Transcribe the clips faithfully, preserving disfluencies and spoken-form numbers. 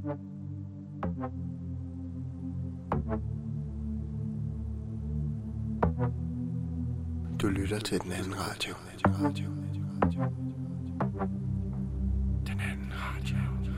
Du lytter til den anden radio. Den anden radio.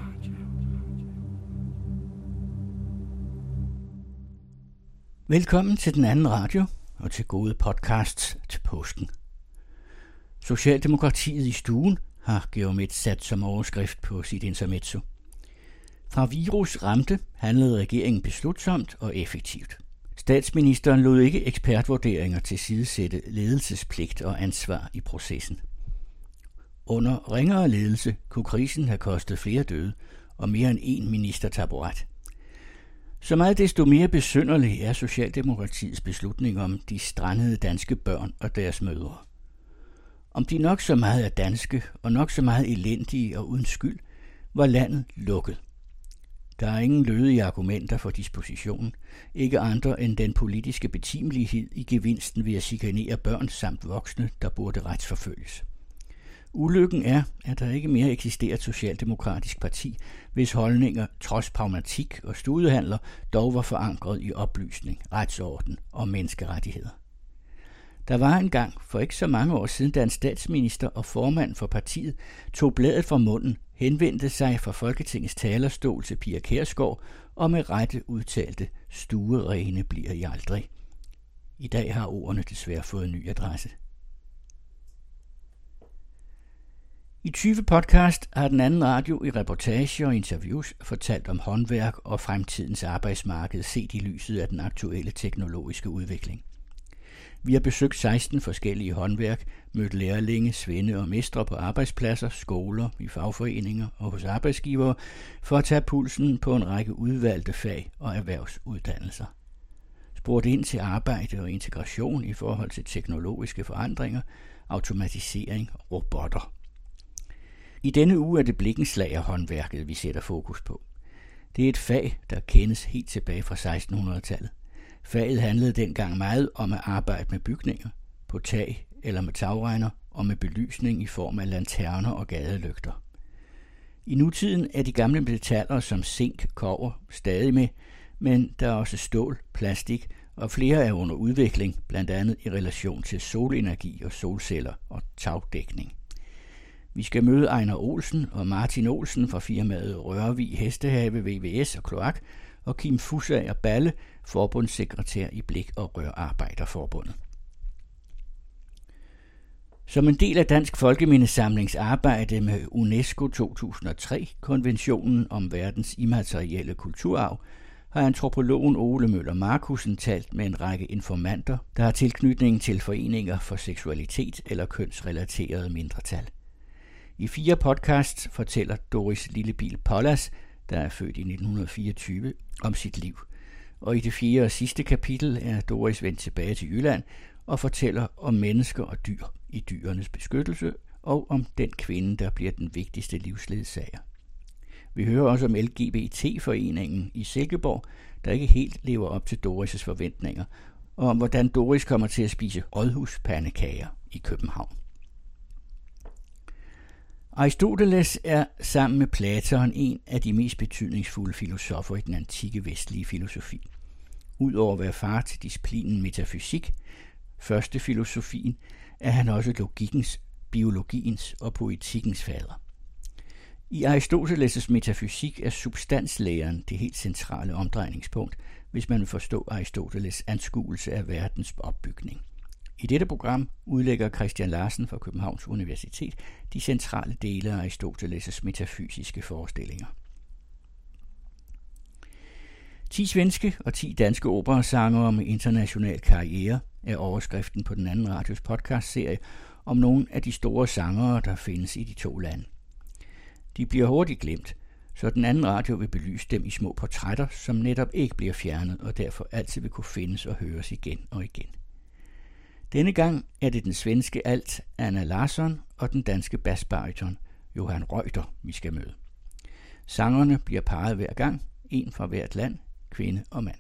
Velkommen til den anden radio og til gode podcasts til påsken. Socialdemokratiet i stuen har Geomet sat som overskrift på sit intermezzo. Fra virus ramte handlede regeringen beslutsomt og effektivt. Statsministeren lod ikke ekspertvurderinger tilsidesætte ledelsespligt og ansvar i processen. Under ringere ledelse kunne krisen have kostet flere døde og mere end én ministertaburet. Så meget desto mere besynderlig er Socialdemokratiets beslutning om de strandede danske børn og deres mødre. Om de nok så meget er danske og nok så meget elendige og uden skyld, var landet lukket. Der er ingen lødige argumenter for dispositionen, ikke andre end den politiske betimelighed i gevinsten ved at chikanere børn samt voksne, der burde retsforfølges. Ulykken er, at der ikke mere eksisterer et socialdemokratisk parti, hvis holdninger, trods pragmatik og studehandler, dog var forankret i oplysning, retsorden og menneskerettigheder. Der var engang, for ikke så mange år siden, da en statsminister og formand for partiet tog bladet fra munden, henvendte sig fra Folketingets talerstol til Pia Kjærsgaard og med rette udtalte, stuerene bliver I aldrig. I dag har ordene desværre fået en ny adresse. I tyve podcast har den anden radio i reportager og interviews fortalt om håndværk og fremtidens arbejdsmarked set i lyset af den aktuelle teknologiske udvikling. Vi har besøgt seksten forskellige håndværk, mødt lærlinge, svende og mestre på arbejdspladser, skoler, i fagforeninger og hos arbejdsgivere, for at tage pulsen på en række udvalgte fag og erhvervsuddannelser. Spurgt ind til arbejde og integration i forhold til teknologiske forandringer, automatisering og robotter. I denne uge er det blikkenslagerhåndværket, vi sætter fokus på. Det er et fag, der kendes helt tilbage fra sekstenhundredetallet. Faget handlede dengang meget om at arbejde med bygninger, på tag eller med tagregner og med belysning i form af lanterner og gadelygter. I nutiden er de gamle metaller som zink, kobber stadig med, men der er også stål, plastik og flere er under udvikling, blandt andet i relation til solenergi og solceller og tagdækning. Vi skal møde Ejner Olsen og Martin Olsen fra firmaet Rørvig Hestehave V V S og Kloak, og Kim Fusager Balle, forbundssekretær i Blik- og Rørarbejderforbundet. Som en del af Dansk Folkemindesamlings arbejde med UNESCO to tusind og tre-konventionen om verdens immaterielle kulturarv, har antropologen Ole Møller Markussen talt med en række informanter, der har tilknytning til foreninger for seksualitet eller kønsrelaterede mindretal. I fire podcasts fortæller Doris Lillebil Pollas, der er født i nitten fireogtyve, om sit liv. Og i det fjerde og sidste kapitel er Doris vendt tilbage til Jylland og fortæller om mennesker og dyr i dyrenes beskyttelse og om den kvinde, der bliver den vigtigste livsledsager. Vi hører også om L G B T-foreningen i Silkeborg, der ikke helt lever op til Doris' forventninger, og om hvordan Doris kommer til at spise rådhuspandekager i København. Aristoteles er sammen med Platon en af de mest betydningsfulde filosofer i den antikke vestlige filosofi. Udover at være far til disciplinen metafysik, første filosofien, er han også logikkens, biologiens og poetikkens fader. I Aristoteles' metafysik er substanslæren det helt centrale omdrejningspunkt, hvis man vil forstå Aristoteles' anskuelse af verdens opbygning. I dette program udlægger Christian Larsen fra Københavns Universitet de centrale dele af Aristoteles' metafysiske forestillinger. Ti svenske og ti danske operasangere med international karriere er overskriften på den anden radios podcastserie om nogle af de store sangere, der findes i de to lande. De bliver hurtigt glemt, så den anden radio vil belyse dem i små portrætter, som netop ikke bliver fjernet og derfor altid vil kunne findes og høres igen og igen. Denne gang er det den svenske alt Anna Larsson og den danske basbariton Johan Reuter, vi skal møde. Sangerne bliver parret hver gang, en fra hvert land, kvinde og mand.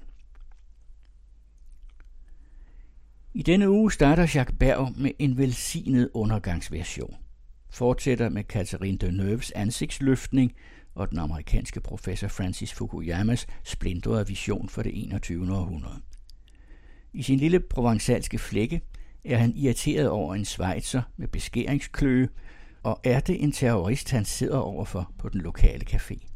I denne uge starter Jacques Berg med en velsignet undergangsversion, fortsætter med Catherine Deneuves ansigtsløftning og den amerikanske professor Francis Fukuyamas splindrede vision for det enogtyvende århundrede. I sin lille provençalske flække er han irriteret over en schweizer med beskæringskløe, og er det en terrorist, han sidder overfor på den lokale café.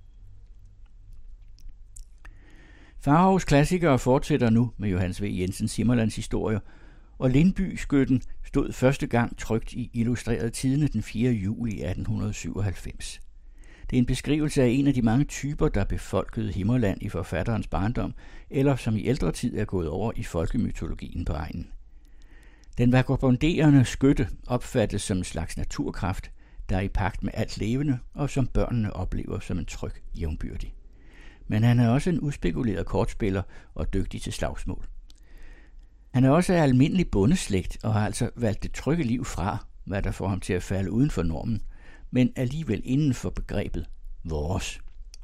Farhags klassikere fortsætter nu med Johannes V. Jensens Himmerlands historier, og Lindby-skytten stod første gang trykt i Illustreret Tidende den fjerde juli atten syvoghalvfems. Det er en beskrivelse af en af de mange typer, der befolkede Himmerland i forfatterens barndom, eller som i ældre tid er gået over i folkemytologien på egnen. Den vagabonderende skytte opfattes som en slags naturkraft, der er i pagt med alt levende, og som børnene oplever som en tryg jævnbyrdig. Men han er også en udspekuleret kortspiller og dygtig til slagsmål. Han er også af almindelig bondeslægt og har altså valgt det trygge liv fra, hvad der får ham til at falde uden for normen, men alligevel inden for begrebet vores.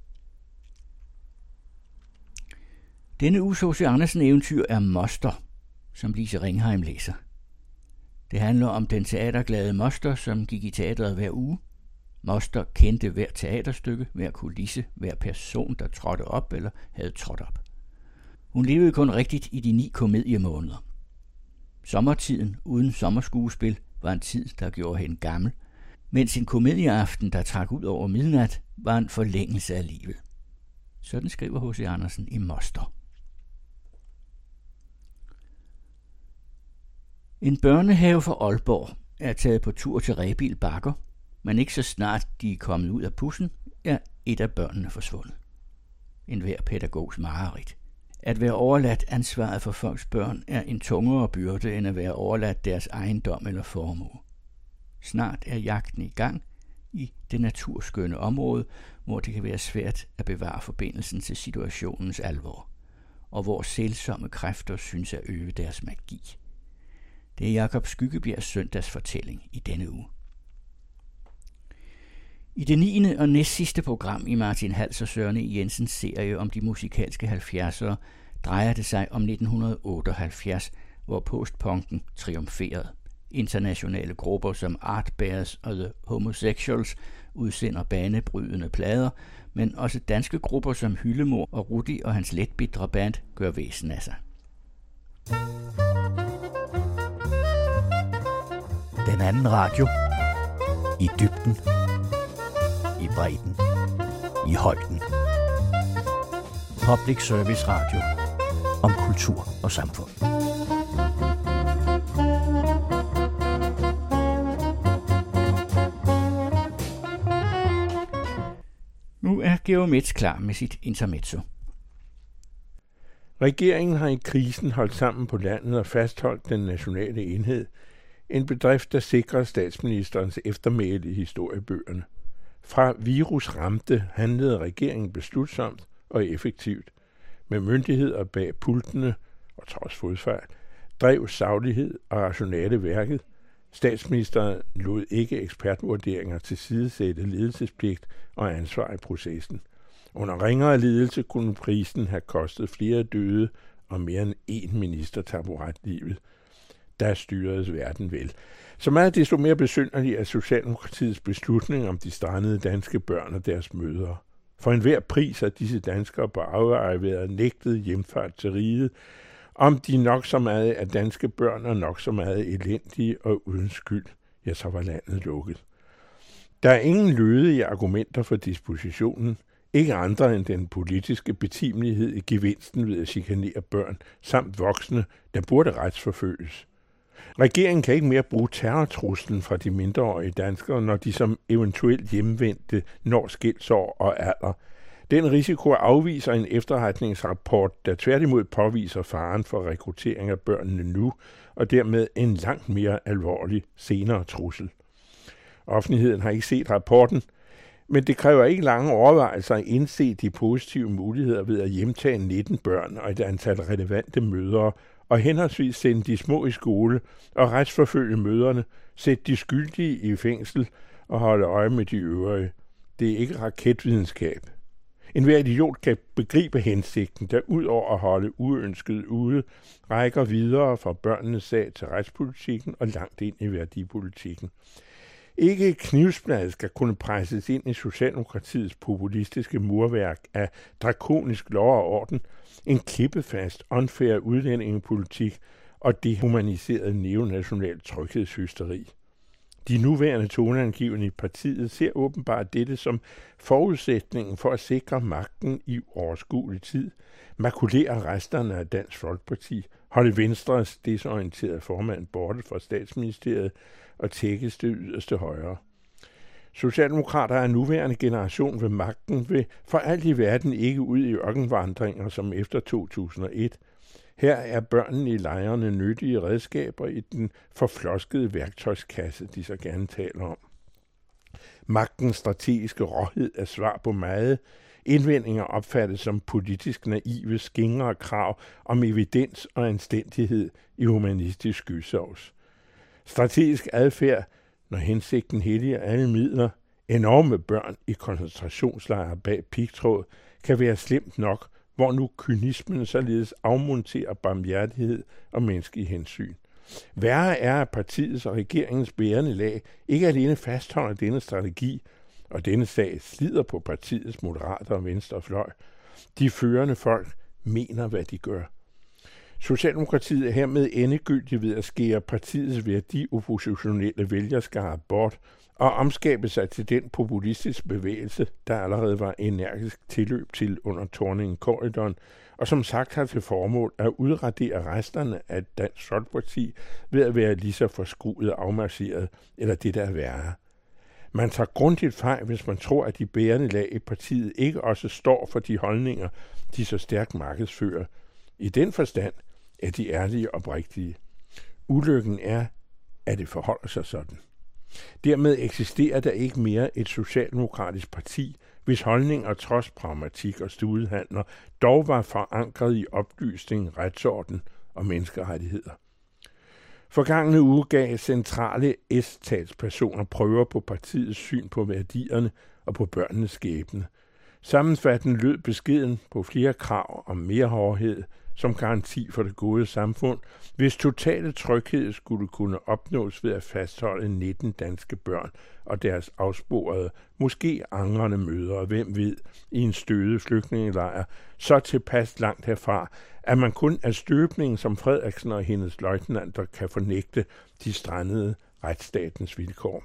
Denne uges H C. Andersen-eventyr er Moster, som Lise Ringheim læser. Det handler om den teaterglade Moster, som gik i teatret hver uge. Moster kendte hver teaterstykke, hver kulisse, hver person, der trådte op eller havde trådt op. Hun levede kun rigtigt i de ni komediemåneder. Sommertiden uden sommerskuespil var en tid, der gjorde hende gammel, mens en komedieaften, der trak ud over midnat, var en forlængelse af livet. Sådan skriver H C. Andersen i Moster. En børnehave fra Aalborg er taget på tur til Rebild Bakker, men ikke så snart de er kommet ud af bussen, er et af børnene forsvundet. En hver pædagogs mareridt. At være overladt ansvaret for folks børn er en tungere byrde, end at være overladt deres ejendom eller formue. Snart er jagten i gang i det naturskønne område, hvor det kan være svært at bevare forbindelsen til situationens alvor, og hvor sælsomme kræfter synes at øve deres magi. Det er Jakob Skyggebjergs søndagsfortælling i denne uge. I det niende og næstsidste program i Martin Hals og Søren E. Jensens serie om de musikalske halvfjerdsere drejer det sig om nitten otteoghalvfjerds, hvor postpunken triumferede. Internationale grupper som Art Bears og The Homosexuals udsender banebrydende plader, men også danske grupper som Hyllemor og Rudi og hans letbitre band gør væsen af sig. Den anden radio. I dybden. I bredden. I højden. Public Service Radio. Om kultur og samfund. Nu er Georg Metz klar med sit intermezzo. Regeringen har i krisen holdt sammen på landet og fastholdt den nationale enhed, en bedrift, der sikrer statsministerens eftermæle i historiebøgerne. Fra virus ramte handlede regeringen beslutsomt og effektivt. Med myndigheder bag pultene og trods fodfejl, drev saglighed og rationale værket. Statsministeren lod ikke ekspertvurderinger tilsidesætte ledelsespligt og ansvar i processen. Under ringere ledelse kunne prisen have kostet flere døde og mere end én minister taburet livet. Der styredes verden vel. Så meget desto mere besynderligt er Socialdemokratiets beslutning om de strandede danske børn og deres mødre. For enhver pris af disse danskere på afveje været nægtet hjemfart til riget, om de nok så meget af danske børn og nok så meget elendige og uden skyld, ja, så var landet lukket. Der er ingen lødige argumenter for dispositionen, ikke andre end den politiske betimelighed i gevinsten ved at chikanere børn, samt voksne, der burde retsforfølges. Regeringen kan ikke mere bruge terrortruslen fra de mindreårige danskere, når de som eventuelt hjemvendte når skilsår og alder. Den risiko afviser en efterretningsrapport, der tværtimod påviser faren for rekruttering af børnene nu, og dermed en langt mere alvorlig senere trussel. Offentligheden har ikke set rapporten, men det kræver ikke lange overvejelser at indse de positive muligheder ved at hjemtage nitten børn og et antal relevante mødre, og henholdsvis sende de små i skole og retsforfølge mødrene, sætte de skyldige i fængsel og holde øje med de øvrige. Det er ikke raketvidenskab. En hver idiot kan begribe hensigten, der ud over at holde uønsket ude, rækker videre fra børnenes sag til retspolitikken og langt ind i værdipolitikken. Ikke et knivsblad skal kunne presses ind i Socialdemokratiets populistiske murværk af drakonisk lov og orden, en klippefast, unfair udlændingepolitik og dehumaniseret neonational tryghedshysteri. De nuværende toneangivende i partiet ser åbenbart dette som forudsætningen for at sikre magten i overskuelig tid, makulere resterne af Dansk Folkeparti, holde Venstres desorienterede formand borte fra statsministeriet og tækkes det yderste højre. Socialdemokrater af nuværende generation ved magten vil for alt i verden ikke ud i ørkenvandringer som efter to tusind og et. Her er børnene i lejrene nyttige redskaber i den forfloskede værktøjskasse, de så gerne taler om. Magtens strategiske råhed er svar på meget. Indvendinger opfattes som politisk naive skingre krav om evidens og anstændighed i humanistisk skysovs. Strategisk adfærd, når hensigten helliger alle midler, enorme børn i koncentrationslejre bag pigtråd, kan være slemt nok, hvor nu kynismen således afmonterer barmhjertighed og menneskelig hensyn. Værre er, at partiets og regeringens bærende lag ikke alene fastholder denne strategi, og denne sag slider på partiets moderater og venstre fløj. De førende folk mener, hvad de gør. Socialdemokratiet er hermed endegyldigt ved at skære partiets værdioppositionelle vælgerskare bort og omskabe sig til den populistiske bevægelse, der allerede var energisk tilløb til under Thorning-Corridon, og som sagt har til formål at udradere resterne af Dansk Folkeparti ved at være lige så forskruet og afmarcheret, eller det der er værre. Man tager grundigt fejl, hvis man tror, at de bærende lag i partiet ikke også står for de holdninger, de så stærkt markedsfører. I den forstand er de ærlige og oprigtige. Ulykken er, at det forholder sig sådan. Dermed eksisterer der ikke mere et socialdemokratisk parti, hvis holdninger trods pragmatik og studehandler dog var forankret i oplysning, retsorden og menneskerettigheder. Forgangne uge gav centrale S-talspersoner prøver på partiets syn på værdierne og på børnenes skæbne. Sammenfattende lød beskeden på flere krav om mere hårdhed som garanti for det gode samfund, hvis totale tryghed skulle kunne opnås ved at fastholde nitten danske børn og deres afsporede, måske angrende mødre, hvem ved, i en støde flygtningelejr, så tilpas langt herfra, at man kun af støbningen som Frederiksen og hendes løjtnanter kan fornægte de strandede retsstatens vilkår.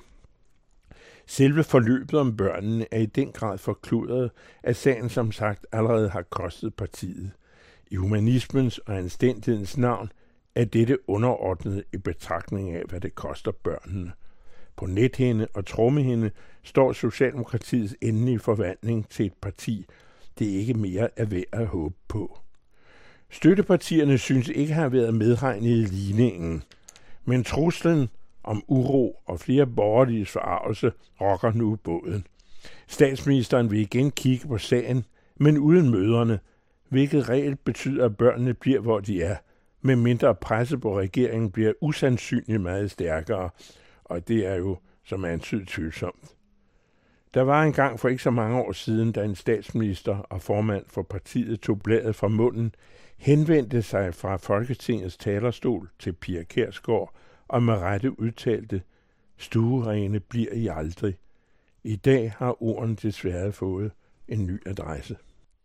Selve forløbet om børnene er i den grad forkludret, at sagen som sagt allerede har kostet partiet. I humanismens og anstændighedens navn er dette underordnet i betragtning af, hvad det koster børnene. På nethinde og trommehinde står Socialdemokratiets endelige forvandling til et parti, det ikke mere er værd at håbe på. Støttepartierne synes ikke have været medregnet i ligningen, men truslen om uro og flere borgerliges forarvelse rokker nu båden. Statsministeren vil igen kigge på sagen, men uden møderne, hvilket reelt betyder, at børnene bliver, hvor de er, med mindre presse på regeringen bliver usandsynligt meget stærkere, og det er jo som antydet tvivlsomt. Der var engang for ikke så mange år siden, da en statsminister og formand for partiet tog bladet fra munden, henvendte sig fra Folketingets talerstol til Pia Kjærsgaard og med rette udtalte, stuerene bliver I aldrig. I dag har ordene desværre fået en ny adresse.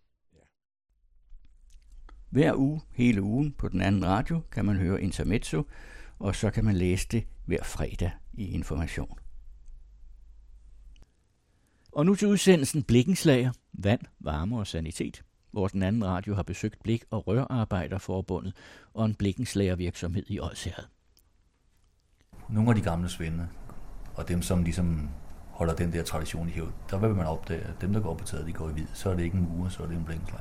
Hver uge, hele ugen, på den anden radio, kan man høre Intermezzo, og så kan man læse det hver fredag i Information. Og nu til udsendelsen Blikkenslager, vand, varme og sanitet, hvor den anden radio har besøgt Blik- og Rørarbejderforbundet og en blikkenslagervirksomhed i Odsherred. Nogle af de gamle svende, og dem som ligesom holder den der tradition i hævd, der vil man opdage, at dem der går på taget, de går i hvid, så er det ikke en mure, så er det en blikkenslager.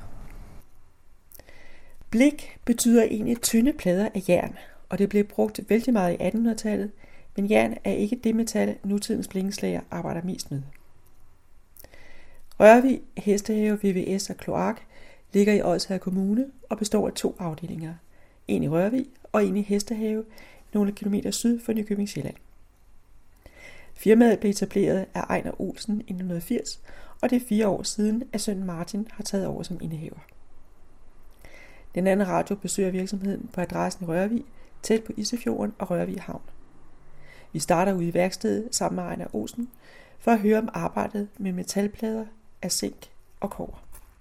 Blik betyder egentlig tynde plader af jern, og det blev brugt vældig meget i attenhundredetallet, men jern er ikke det metal, nutidens blikkenslager arbejder mest med. Rørvig, Hestehave, V V S og Kloak ligger i Odsherred Kommune og består af to afdelinger. En i Rørvig og en i Hestehave, nogle kilometer syd for Nykøbing Sjælland. Firmaet blev etableret af Ejner Olsen i nitten firs, og det er fire år siden, at sønnen Martin har taget over som indehaver. Den anden radio besøger virksomheden på adressen i Rørvig, tæt på Isefjorden og Rørvig Havn. Vi starter ude i værkstedet sammen med Ejner Olsen for at høre om arbejdet med metalplader af zink og kobber.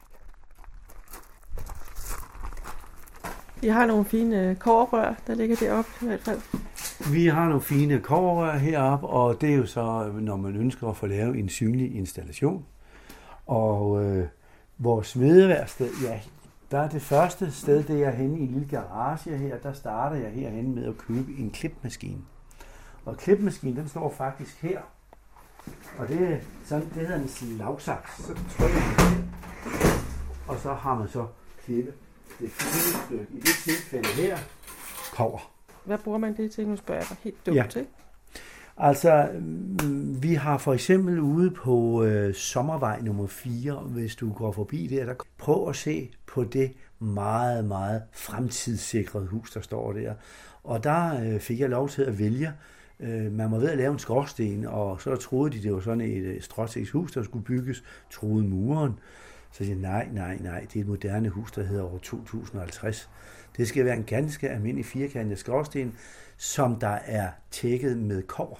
Vi har nogle fine kobberrør, der ligger deroppe i hvert fald. Vi har nogle fine kobberrør heroppe, og det er jo så, når man ønsker at få lavet en synlig installation. Og øh, vores smedeværksted, ja, der er det første sted, det er henne i en lille garage her, der starter jeg herhenne med at købe en klipmaskine. Og klipmaskinen, den står faktisk her. Og det, er sådan, det hedder en slagsaks. Så trykker man her, og så har man så klippet det fine stykke. I det tilfælde her, kobber. Hvad bruger man det til? Nu spørger jeg mig helt dumt, ja. ikke? Altså, vi har for eksempel ude på øh, Sommervej nummer fire, hvis du går forbi der, der prøv at se på det meget, meget fremtidssikrede hus, der står der. Og der øh, fik jeg lov til at vælge. Øh, man var ved at lave en skorsten, og så troede de, det var sådan et øh, stråtægshus, der skulle bygges, troede muren. Så siger jeg, nej, nej, nej, det er et moderne hus, der hedder år to tusind og halvtreds. Det skal være en ganske almindelig firkantet skorsten, som der er tækket med kobber.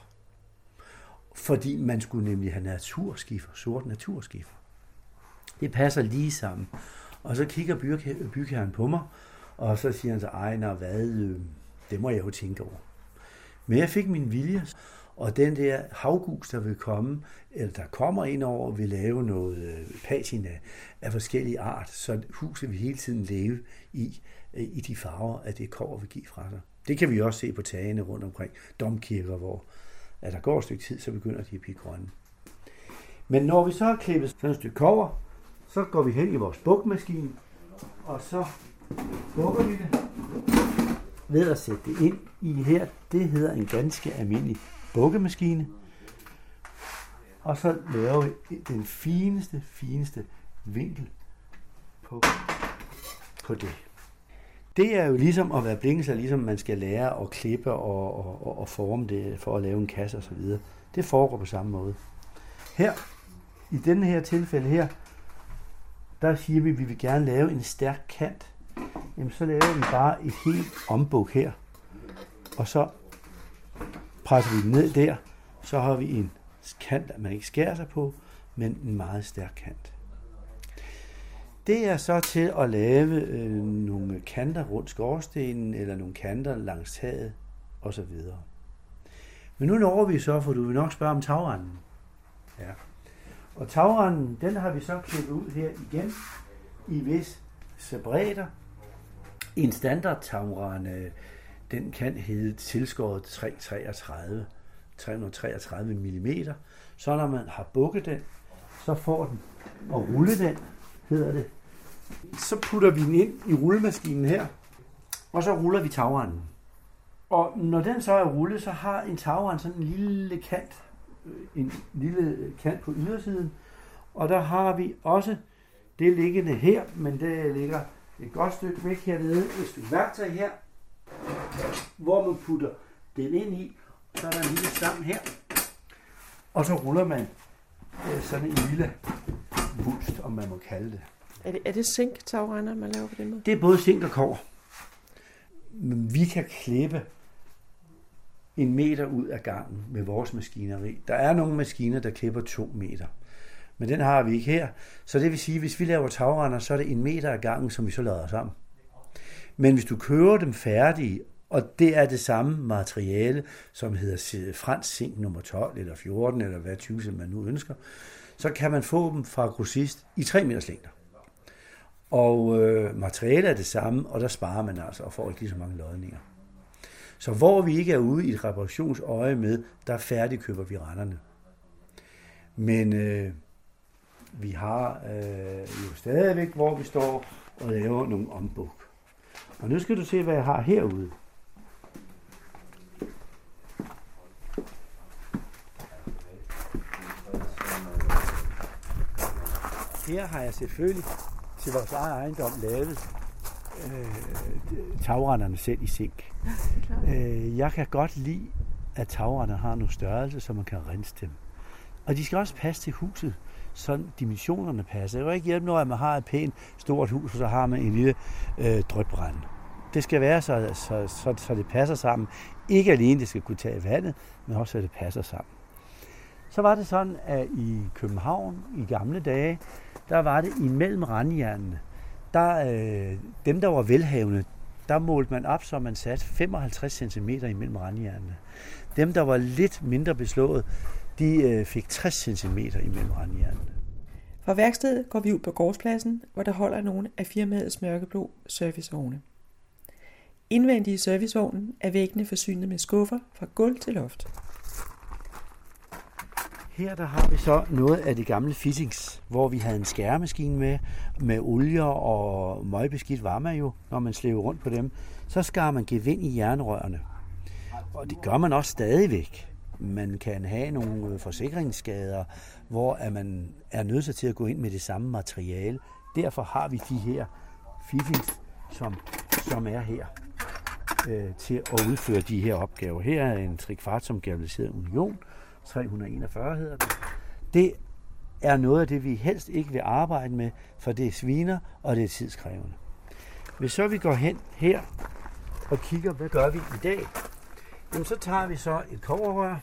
Fordi man skulle nemlig have naturskifer, sort naturskifer. Det passer lige sammen. Og så kigger bygherren på mig, og så siger han så, ej, nå, hvad, det må jeg jo tænke over. Men jeg fik min vilje, og den der havgus, der vil komme, eller der kommer ind over, vil lave noget patina af forskellige art, så huset vil hele tiden leve i, i de farver, at det kobber vil give fra sig. Det kan vi også se på tagene rundt omkring domkirker, hvor at der går et stykke tid, så begynder de at blive grønne. Men når vi så har klippet sådan et stykke kobber, så går vi hen i vores bugmaskine, og så bukker vi det ved at sætte det ind i her. Det hedder en ganske almindelig bukkemaskine. Og så laver vi den fineste, fineste vinkel på, på det. Det er jo ligesom at være blinkelser, ligesom man skal lære at klippe og, og, og forme det for at lave en kasse osv. Det foregår på samme måde. Her, i denne her tilfælde her, der siger vi, at vi vil gerne lave en stærk kant. Jamen så laver vi bare et helt ombuk her. Og så presser vi den ned der. Så har vi en kant, man ikke skærer sig på, men en meget stærk kant. Det er så til at lave øh, nogle kanter rundt skorstenen, eller nogle kanter langs taget, osv. Men nu når vi så, for du vil nok spørge om tagrenden. Ja. Og tagrenden, den har vi så klippet ud her igen, i vis bredder. En standard tagrende, den kan hedde tilskåret tre hundrede og treogtredive millimeter. Så når man har bukket den, så får den, og rulle den, hedder det. Så putter vi den ind i rullemaskinen her, og så ruller vi tagrenden. Og når den så er rullet, så har en tagrende sådan en lille kant, en lille kant på ydersiden, og der har vi også det liggende her, men det ligger et godt stykke væk hernede, et stykke værktøj her, hvor man putter den ind i, så er der en lille stang her, og så ruller man sådan en lille vulst, om man må kalde det. Er det, er det zink-tagregner, man laver på den måde? Det er både zink og kobber. Men vi kan klippe en meter ud af gangen med vores maskineri. Der er nogle maskiner, der klipper to meter. Men den har vi ikke her. Så det vil sige, at hvis vi laver tagrender, så er det en meter af gangen, som vi så lader sammen. Men hvis du køber dem færdige, og det er det samme materiale, som hedder fransk zink nummer tolv eller fjorten, eller hvad tyve man nu ønsker, så kan man få dem fra grossist i tre meters længder. Og øh, materialet er det samme, og der sparer man altså og får ikke lige så mange lodninger. Så hvor vi ikke er ude i et reparationsøje med, der færdigkøber vi renderne. Men øh, vi har øh, jo stadigvæk, hvor vi står og laver nogle ombuk. Og nu skal du se, hvad jeg har herude. Her har jeg selvfølgelig til vores egen ejendom lavet øh, tagrenderne selv i zink. Øh, jeg kan godt lide, at tagrenderne har nogle størrelse, så man kan rense dem. Og de skal også passe til huset, så dimensionerne passer. Det er jo ikke hjælpe, når man har et pænt stort hus, og så har man en lille øh, dryprende. det skal være, så, så, så, så det passer sammen. Ikke alene det skal kunne tage vandet, men også så det passer sammen. Så var det sådan, at i København i gamle dage, der var det imellem randjernene. Der, øh, dem, der var velhavende, der målte man op, så man satte femoghalvtreds centimeter imellem randjernene. Dem, der var lidt mindre beslået, de øh, fik tres centimeter imellem randjernene. Fra værkstedet går vi ud på gårdspladsen, hvor der holder nogle af firmaets mørkeblå servicevogne. Indvendigt i servicevognen er væggene forsynet med skuffer fra gulv til loft. Her der har vi så noget af de gamle fittings, hvor vi havde en skæremaskine med, med olier og møgbeskidt varme jo, når man slæver rundt på dem. Så skar man gevind i jernrørene. Og det gør man også stadigvæk. Man kan have nogle forsikringsskader, hvor man er nødt til at gå ind med det samme materiale. Derfor har vi de her fittings, som, som er her øh, til at udføre de her opgaver. Her er en trikfart som galvaniseret union. tre hundrede og enogfyrre hedder det. Det er noget af det, vi helst ikke vil arbejde med, for det er sviner, og det er tidskrævende. Hvis så vi går hen her og kigger, hvad gør vi i dag? Jamen, så tager vi så et kobberrør.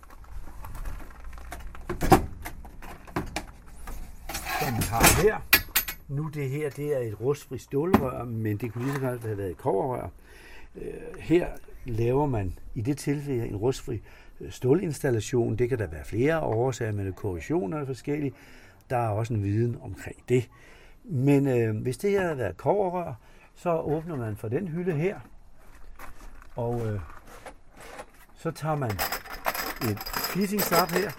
Som vi har her. Nu det her, det er et rustfrit stålrør, men det kunne lige så godt have været et kobberrør. Her laver man i det tilfælde en rustfri stålinstallation. Det kan der være flere årsager med korrosion og forskellige. Der er også en viden omkring det. Men øh, hvis det her har været kobberrør, så åbner man for den hylde her. Og øh, så tager man et fittingslap her.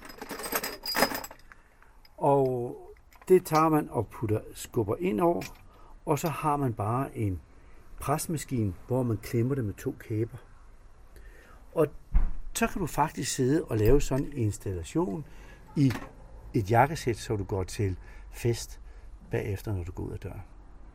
Og det tager man og putter, skubber ind over. Og så har man bare en presmaskine, hvor man klemmer det med to kæber. Og så kan du faktisk sidde og lave sådan en installation i et jakkesæt, så du går til fest bagefter, når du går ud af døren.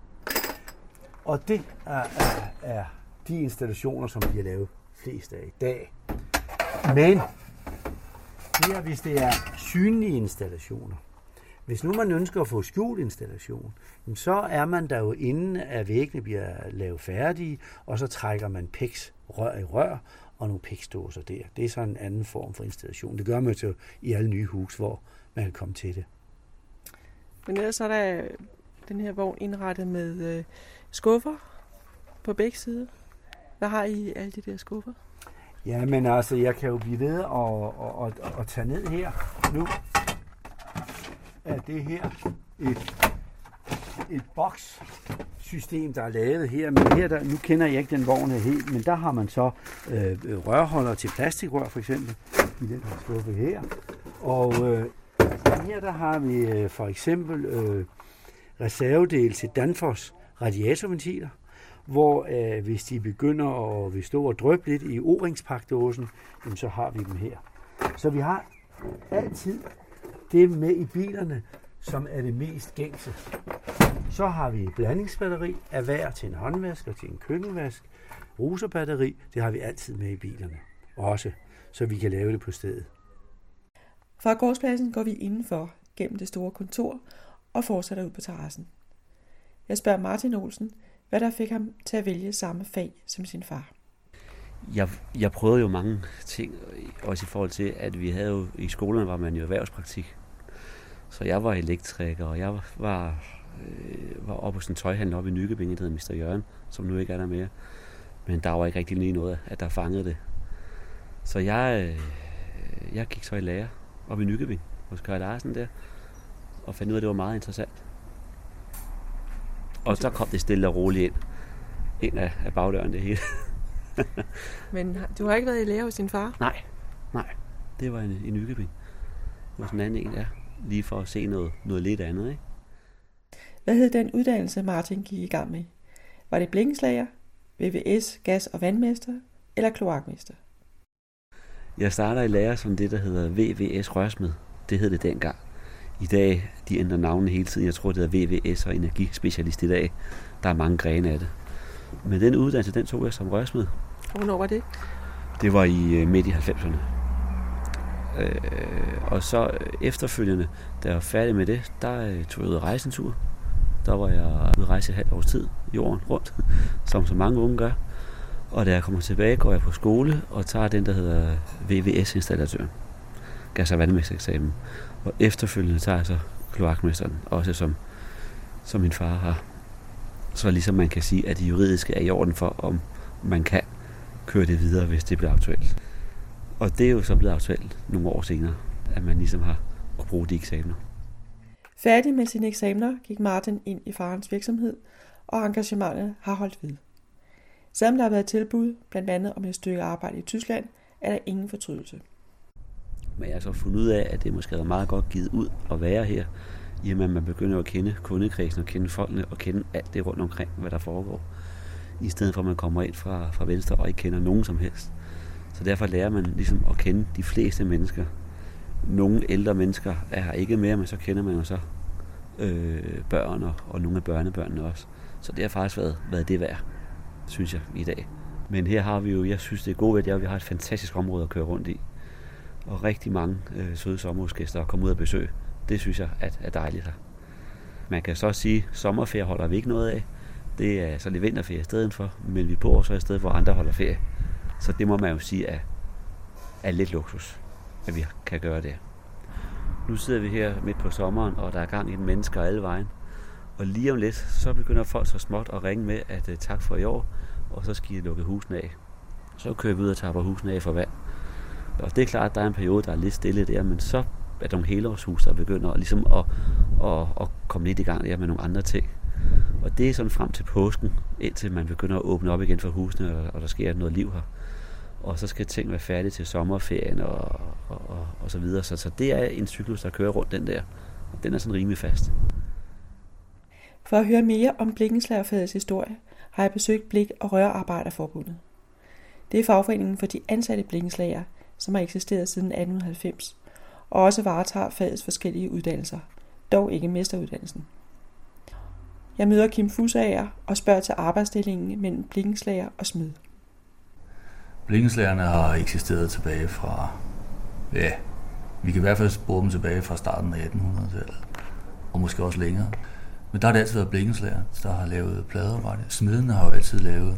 Og det er, er, er de installationer, som bliver lavet flest af i dag. Men her, hvis det er synlige installationer, hvis nu man ønsker at få skjult installation, så er man der jo inden, at væggene bliver lavet færdige, og så trækker man peks rør i rør, og nogle pækståser der. Det er sådan en anden form for installation. Det gør man jo i alle nye hus, hvor man kan komme til det. Men ellers er der den her vogn indrettet med øh, skuffer på begge sider. Hvad har I alle de der skuffer? Ja, men altså, jeg kan jo blive ved og, og, og, og tage ned her. Nu er det her et, et bokssystem, der er lavet her. Men her, der, nu kender jeg ikke den vogn her helt, men der har man så øh, rørholder til plastikrør, for eksempel, i den her skuffe her. Og øh, her, der har vi øh, for eksempel øh, reservedel til Danfoss radiatorventiler, hvor øh, hvis de begynder at vil stå og dryppe lidt i o-ringspakdåsen, så har vi dem her. Så vi har altid det med i bilerne, som er det mest gængse. Så har vi et blandingsbatteri af hver til en håndvask og til en køkkenvask. Ruserbatteri, det har vi altid med i bilerne. Også, så vi kan lave det på stedet. Fra gårdspladsen går vi indenfor gennem det store kontor og fortsætter ud på terrassen. Jeg spørger Martin Olsen, hvad der fik ham til at vælge samme fag som sin far. Jeg, jeg prøvede jo mange ting, også i forhold til, at vi havde jo, i skolerne var man jo erhvervspraktik. Så jeg var elektriker, og jeg var, øh, var oppe hos en tøjhandel oppe i Nykøbing, der hedder mister Jørgen, som nu ikke er der mere. Men der var ikke rigtig lige noget, at der fangede det. Så jeg, øh, jeg gik så i lære oppe i Nykøbing hos Kaj Larsen der, og fandt ud af, at det var meget interessant. Og så kom det stille og roligt ind, ind af, af bagdøren det hele. Men du har ikke været i lære hos din far? Nej, nej. Det var en, en Nykøbing. Hos en anden en, ja. Lige for at se noget, noget lidt andet, ikke? Hvad hed den uddannelse, Martin gik i gang med? Var det blikkenslager, V V S, gas- og vandmester eller kloakmester? Jeg starter i lære som det, der hedder V V S rørsmed. Det hed det dengang. I dag, de ændrer navnene hele tiden. Jeg tror, det hedder V V S og energispecialist i dag. Der er mange grene af det. Men den uddannelse, den tog jeg som rørsmed. Og hvornår var det? Det var i midt i halvfemserne. Øh, og så efterfølgende, da jeg var færdig med det, der tog jeg ud og rejse en tur. der var jeg ude at rejse et halvt års tid jorden rundt, som så mange unge gør. Og da jeg kommer tilbage, går jeg på skole og tager den, der hedder V V S-installatøren. Gas- og vandmestereksamen. Og efterfølgende tager jeg så kloakmesteren, også som, som min far har. Så ligesom man kan sige, at det juridiske er i orden for, om man kan køre det videre, hvis det bliver aktuelt. Og det er jo så blevet aktuelt nogle år senere, at man ligesom har kunne bruge de eksamener. Færdig med sine eksamener gik Martin ind i farens virksomhed, og engagementet har holdt ved. Selvom der har været tilbud, blandt andet om et stykke arbejde i Tyskland, er der ingen fortrydelse. Men jeg har så fundet ud af, at det måske er meget godt givet ud at være her, i og med at man begynder at kende kundekredsen og kende folkene og kende alt det rundt omkring, hvad der foregår. I stedet for at man kommer ind fra, fra venstre og ikke kender nogen som helst. Så derfor lærer man ligesom at kende de fleste mennesker. Nogle ældre mennesker er her ikke mere, men så kender man jo så øh, børn og, og nogle af børnebørnene også. Så det har faktisk været, været det værd, synes jeg, i dag. Men her har vi jo, jeg synes det er gode ved, det er, at vi har et fantastisk område at køre rundt i. Og rigtig mange øh, søde sommerhusgæster kommer ud og besøge. Det synes jeg er, er dejligt her. Man kan så sige, at sommerferie holder vi ikke noget af. Det er så lidt vinterferie i stedet for, men vi bor så et sted, hvor andre holder ferie. Så det må man jo sige er, er lidt luksus, at vi kan gøre det. Nu sidder vi her midt på sommeren, og der er gang i den mennesker alle vejen. Og lige om lidt, så begynder folk så småt at ringe med, at uh, tak for i år, og så skal I lukke husene af. Så kører vi ud og tapper husene af for vand. Og det er klart, at der er en periode, der er lidt stille der, men så er der nogle helårshus, der begynder ligesom at, at, at komme lidt i gang der med nogle andre ting. Og det er sådan frem til påsken, indtil man begynder at åbne op igen for husene, og, og der sker noget liv her. Og så skal ting være færdige til sommerferien og, og, og, og så videre. Så, så det er en cyklus, der kører rundt den der. Og den er sådan rimelig fast. For at høre mere om Blikkenslagerfagets historie, har jeg besøgt Blik- og Rørarbejderforbundet. Det er fagforeningen for de ansatte blikkenslagere, som har eksisteret siden atten halvfems, og også varetager fagets forskellige uddannelser, dog ikke mesteruddannelsen. Jeg møder Kim Fusager og spørger til arbejdsdelingen mellem blikkenslager og smed. Blikkenslagerne har eksisteret tilbage fra, ja, vi kan i hvert fald spore dem tilbage fra starten af attenhundredetallet, og måske også længere. Men der har det altid været blikkenslager, der har lavet pladearbejde. Smedene har jo altid lavet,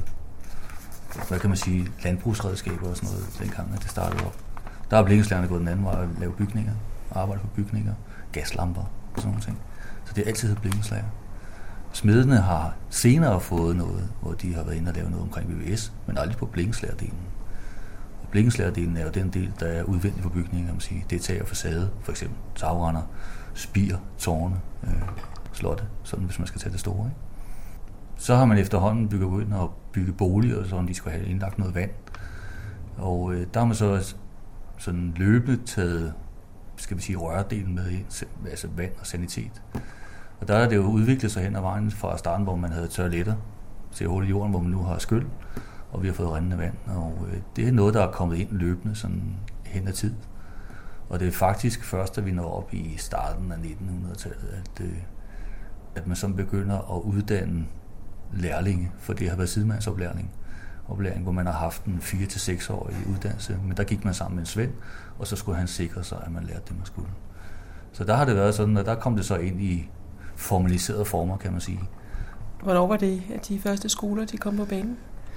hvad kan man sige, landbrugsredskaber og sådan noget, dengang at det startede op. Der har blikkenslagerne gået den anden vej og lavet bygninger, arbejde på bygninger, gaslamper og sådan nogle ting. Så det har altid været blikkenslager. Smedene har senere fået noget, hvor de har været inde og lavet noget omkring V V S, men aldrig på blikkenslagerdelen. Og blikkenslagerdelen er jo den del, der er udvendig på bygningen, kan man sige. Det er tag og facade, for eksempel tagrender, spir, tårne, øh, slotte, sådan hvis man skal tage det store. Ikke? Så har man efterhånden bygget ud og bygget boliger, så de skulle have indlagt noget vand. Og øh, der har man så sådan løbende taget, skal vi sige, rørdelen med ind, altså vand og sanitet. Og der er det jo udviklet sig hen ad vejen fra starten, hvor man havde toiletter til hul i jorden, hvor man nu har skyld, og vi har fået rindende vand. Og øh, det er noget, der er kommet ind løbende sådan hen ad tid. Og det er faktisk først, da vi når op i starten af nittenhundredetallet, at, øh, at man så begynder at uddanne lærlinge, for det har været sidemandsoplæring, oplæring, hvor man har haft en fire til seks årig uddannelse, men der gik man sammen med en svend, og så skulle han sikre sig, at man lærte det, man skulle. Så der har det været sådan, at der kom det så ind i formaliserede former, kan man sige. Hvornår var det, at de første skoler de kom på banen?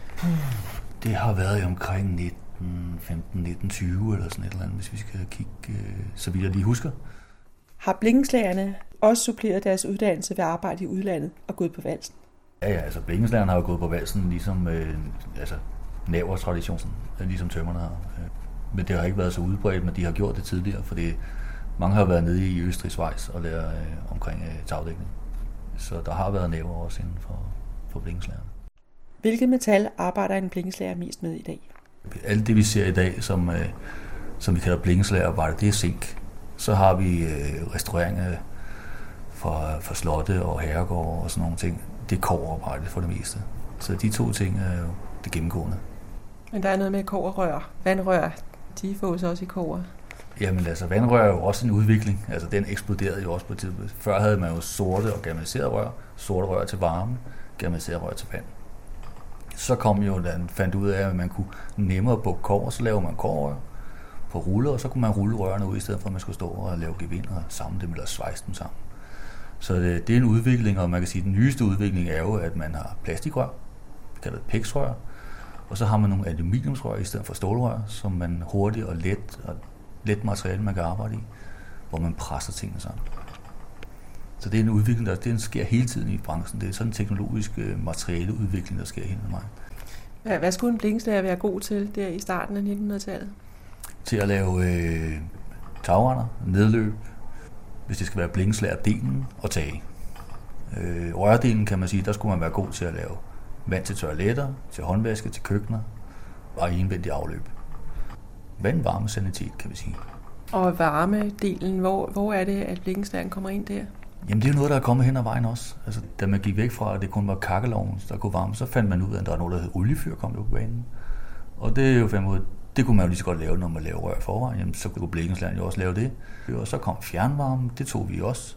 Det har været i omkring nitten femten nitten tyve eller sådan et eller andet, hvis vi skal kigge, så vidt jeg lige husker. Har blikkenslagerne også suppleret deres uddannelse ved arbejde i udlandet og gået på valsen? Ja, ja, altså blikkenslagerne har jo gået på valsen, ligesom øh, altså, naver-traditionen, ligesom tømmerne har. Men det har ikke været så udbredt, men de har gjort det tidligere, fordi mange har været nede i Østrig, Schweiz og lært øh, omkring øh, tagdækning. Så der har været naver også inden for, for blikkenslagerne. Hvilket metal arbejder en blikkenslager mest med i dag? Alt det, vi ser i dag, som, øh, som vi kalder blikkenslagerarbejde, det er zink. Så har vi øh, restaureringer fra, fra slotte og herregårde og sådan nogle ting. Det er kobberarbejde for det meste. Så de to ting er jo det gennemgående. Men der er noget med kobberrør. Vandrør, de fås også i kobber. Jamen altså, vandrør er jo også en udvikling. Altså, den eksploderede jo også på et tidspunkt. Før havde man jo sorte og galvaniserede rør. Sorte rør til varme, galvaniserede rør til vand. Så kom jo, da man fandt ud af, at man kunne nemmere bukke kobber, så laver man kobberrør på ruller, og så kunne man rulle rørene ud, i stedet for at man skulle stå og lave gevind og samle dem eller svejse dem sammen. Så det, det er en udvikling, og man kan sige, at den nyeste udvikling er jo, at man har plastikrør, det kalder P E X-rør, og så har man nogle aluminiumsrør i stedet for stålrør, som man hurtigt og let, og let materiale, man kan arbejde i, hvor man presser tingene sammen. Så det er en udvikling, der den sker hele tiden i branchen. Det er sådan en teknologisk materialeudvikling, der sker hele vejen. Ja, hvad skulle en blikkenslager være god til der i starten af nittenhundredetallet? Til at lave øh, tagrender, nedløb, hvis det skal være blikkenslagerdelen og tage. Øh, rørdelen kan man sige, der skulle man være god til at lave vand til toiletter, til håndvaske, til køkkener og indvendig afløb. Vand, varme, sanitet, kan vi sige. Og varmedelen, hvor, hvor er det, at blikkenslageren kommer ind der? Jamen det er jo noget, der er kommet hen ad vejen også. Altså, da man gik væk fra, at det kun var kakkelovnen, der kunne varme, så fandt man ud af, at der var noget, der hed oliefyr, kom på banen. Og det er jo fem måde, det kunne man jo lige så godt lave, når man laver rør forvejen. Jamen, så kunne blikkenslageren jo også lave det. Og så kom fjernvarme, det tog vi også.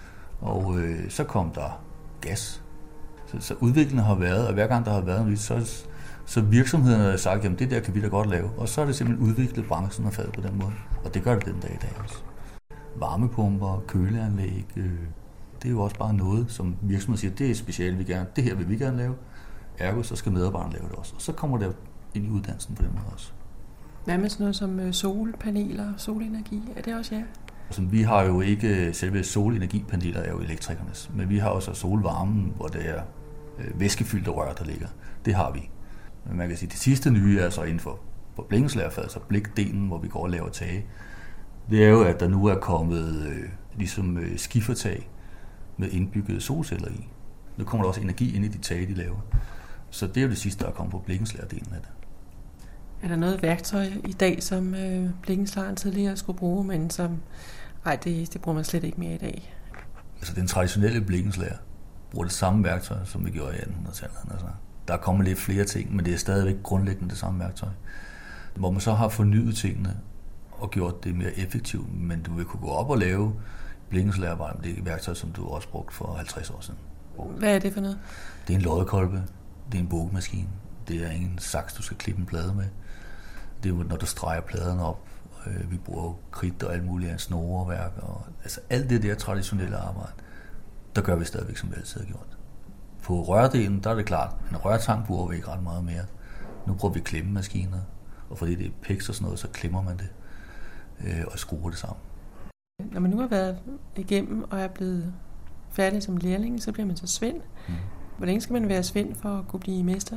Og øh, så kom der gas. Så, så udviklingen har været, og hver gang der har været noget, så, så virksomhederne har sagt, jamen det der kan vi da godt lave. Og så er det simpelthen udviklet branchen og fadet på den måde. Og det gør det den dag i dag også. Varmepumper, køleanlæg, øh, det er jo også bare noget, som virksomheden siger, det er specielt, vi gerne, det her vil vi gerne lave. Ergo, så skal medarbejderne lave det også. Og så kommer det ind i uddannelsen på den måde også. Hvad med sådan noget som solpaneler, solenergi? Er det også jer? Altså, vi har jo ikke selve solenergipaneler, er jo elektrikernes, men vi har også solvarmen, hvor det er øh, væskefyldte rør, der ligger. Det har vi. Men man kan sige, at det sidste nye er så inden for, for blikkenslagerfaget, altså blikdelen, hvor vi går og laver tage. Det er jo, at der nu er kommet øh, ligesom øh, skifertag med indbyggede solceller i. Nu kommer der også energi ind i de tage, de laver. Så det er jo det sidste, der er kommet på blikkenslagerdelen af det. Er der noget værktøj i dag, som øh, blikkenslageren tidligere skulle bruge, men som ej, det, det bruger man slet ikke mere i dag? Altså den traditionelle blikkenslager bruger det samme værktøj, som vi gjorde i attenhundredetallet. Altså, der er kommet lidt flere ting, men det er stadigvæk grundlæggende det samme værktøj. Hvor man så har fornyet tingene og gjort det mere effektivt, men du vil kunne gå op og lave blikkenslagerarbejde med det værktøj, som du også brugte for halvtreds år siden. Hvad er det for noget? Det er en loddekolbe, det er en bogmaskine, det er en saks, du skal klippe en plade med. Det er jo, når du streger pladerne op. Øh, vi bruger kridt og alt muligt af snoreværk. Og, altså alt det der traditionelle arbejde, der gør vi stadigvæk, som vi altid har gjort. På rørdelen, der er det klart, en rørtang bruger vi ikke ret meget mere. Nu bruger vi klemmemaskiner, og fordi det er P E X og sådan noget, så klemmer man det øh, og skruer det sammen. Når man nu har været igennem og er blevet færdig som lærling, så bliver man så svend. Mm. Hvor længe skal man være svend for at kunne blive mester?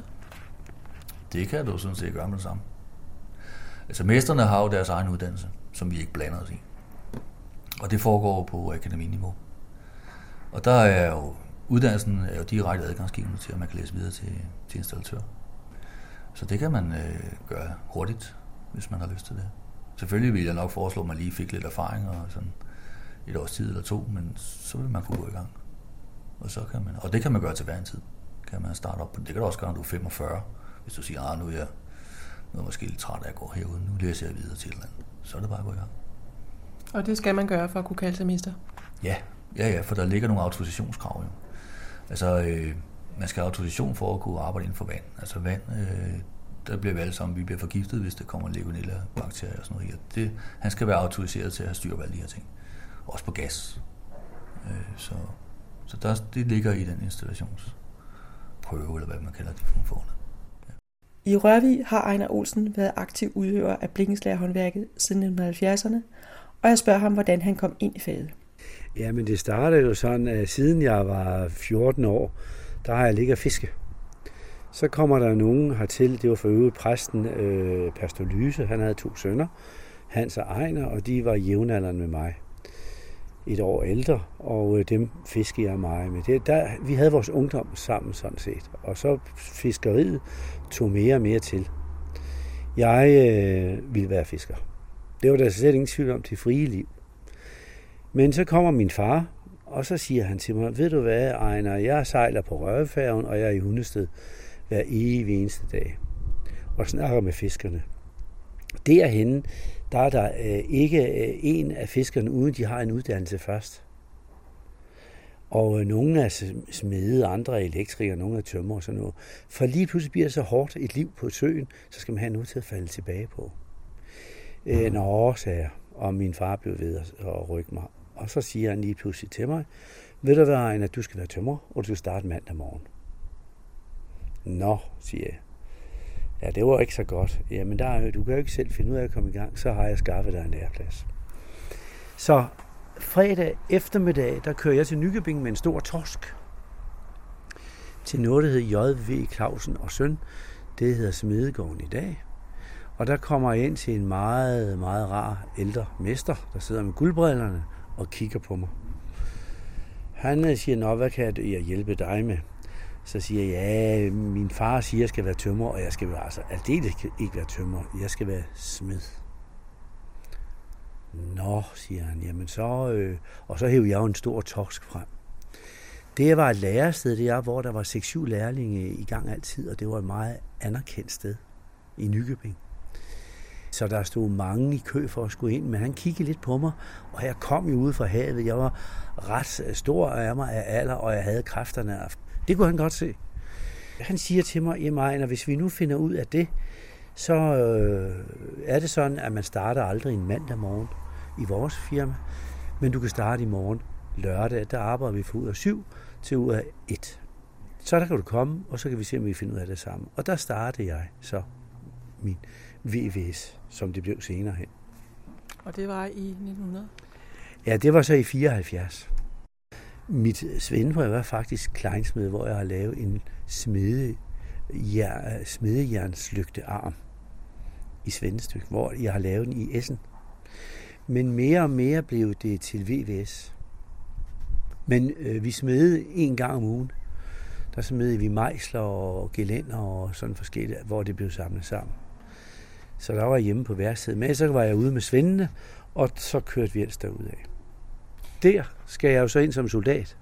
Det kan du sådan set gøre med det samme. Altså mesterne har jo deres egen uddannelse, som vi ikke blander os i. Og det foregår på akademiniveau. Og der er jo, uddannelsen er jo direkte adgangsgivende til, at man kan læse videre til, til installatør. Så det kan man øh, gøre hurtigt, hvis man har lyst til det. Selvfølgelig vil jeg nok foreslå, at man lige fik lidt erfaring og sådan et års tid eller to, men så vil man kunne gå i gang. Og, så kan man, og det kan man gøre til hver en tid. Kan man starte op på. Det kan du også gøre, når du er femogfyrre. Hvis du siger, at nu er jeg nu er måske lidt træt af at gå herude, nu læser jeg videre til et eller andet. Så er det bare at gå i gang. Og det skal man gøre for at kunne kalde sig mester? Ja, ja, ja, for der ligger nogle autorisationskrav jo. Altså, øh, man skal have autorisation for at kunne arbejde inden for vand. Altså vand, øh, der bliver vi alle sammen, vi bliver forgiftet, hvis der kommer legionella-bakterier og sådan noget her. Det, han skal være autoriseret til at have styr på alle de her ting. Også på gas. Øh, så så der, det ligger i den installationsprøve, eller hvad man kalder de funktioner. I Rørvig har Ejner Olsen været aktiv udøver af blikkenslagerhåndværket siden nitten halvfjerdserne, og jeg spørger ham, hvordan han kom ind i faget. Ja, men det startede jo sådan, at siden jeg var fjorten år, der har jeg ligget og fiske. Så kommer der nogen hertil, det var for øvrigt præsten øh, Pastor Lyse, han havde to sønner, Hans og Ejner, og de var jævnaldrende med mig. Et år ældre, og øh, dem fiskede jeg meget med. Det, der, vi havde vores ungdom sammen sådan set, og så fiskeriet tog mere og mere til. Jeg øh, ville være fisker. Det var der slet ingen tvivl om til frie liv. Men så kommer min far, og så siger han til mig, ved du hvad, Ejner, jeg sejler på Rørvefærgen, og jeg er i Hundested hver evig eneste dag, og snakker med fiskerne. Derhenne, der er der øh, ikke øh, en af fiskerne, uden de har en uddannelse først. Og øh, nogle er smede, andre er elektrikere, nogle er tømrer og sådan noget. For lige pludselig bliver det så hårdt et liv på søen, så skal man have noget til at falde tilbage på. Øh, Nå, sagde jeg, og min far blev ved at rykke mig. Og så siger han lige pludselig til mig, ved du hvad, Ejner, du skal være tømrer, og du skal starte mandag morgen. Nå, siger jeg. Ja, det var ikke så godt. Jamen, der, du kan jo ikke selv finde ud af at komme i gang, så har jeg skaffet dig en læreplads. Så fredag eftermiddag, der kører jeg til Nykøbing med en stor torsk. Til noget, der hedder J V Clausen og Søn. Det hedder Smedegården i dag. Og der kommer jeg ind til en meget, meget rar ældre mester, der sidder med guldbrillerne og kigger på mig. Han siger, nå, hvad kan jeg hjælpe dig med? Så siger jeg, ja, min far siger, at jeg skal være tømrer, og jeg skal være, altså aldeles ikke være tømrer. Jeg skal være smed. Nå, siger han, jamen så, øh, og så hæver jeg jo en stor torsk frem. Det var et lærested, det er, hvor der var seks syv lærlinge i gang altid, og det var et meget anerkendt sted i Nykøbing. Så der stod mange i kø for at skulle ind, men han kiggede lidt på mig, og jeg kom jo ude fra havet. Jeg var ret stor af mig af alder, og jeg havde kræfterne. Det kunne han godt se. Han siger til mig, jamen, hvis vi nu finder ud af det, så øh, er det sådan, at man starter aldrig en mandag morgen i vores firma, men du kan starte i morgen lørdag. Der arbejder vi fra ud af syv til ud af et. Så der kan du komme, og så kan vi se, om vi finder ud af det sammen. Og der startede jeg så min V V S, som det blev senere hen. Og det var i nitten hundrede? Ja, det var så i fireoghalvfjerds. Mit svendebrev var faktisk Kleinsmed, hvor jeg har lavet en smede, ja, smedejernslygtearm i Svendestykke, hvor jeg har lavet den i Essen. Men mere og mere blev det til V V S. Men øh, vi smedede en gang om ugen. Der smedede vi mejsler og gelænder og sådan forskellige, hvor det blev samlet sammen. Så der var jeg hjemme på værkstedet. Men så var jeg ude med svendene, og så kørte vi ellers derudad. Der skal jeg jo så ind som soldat,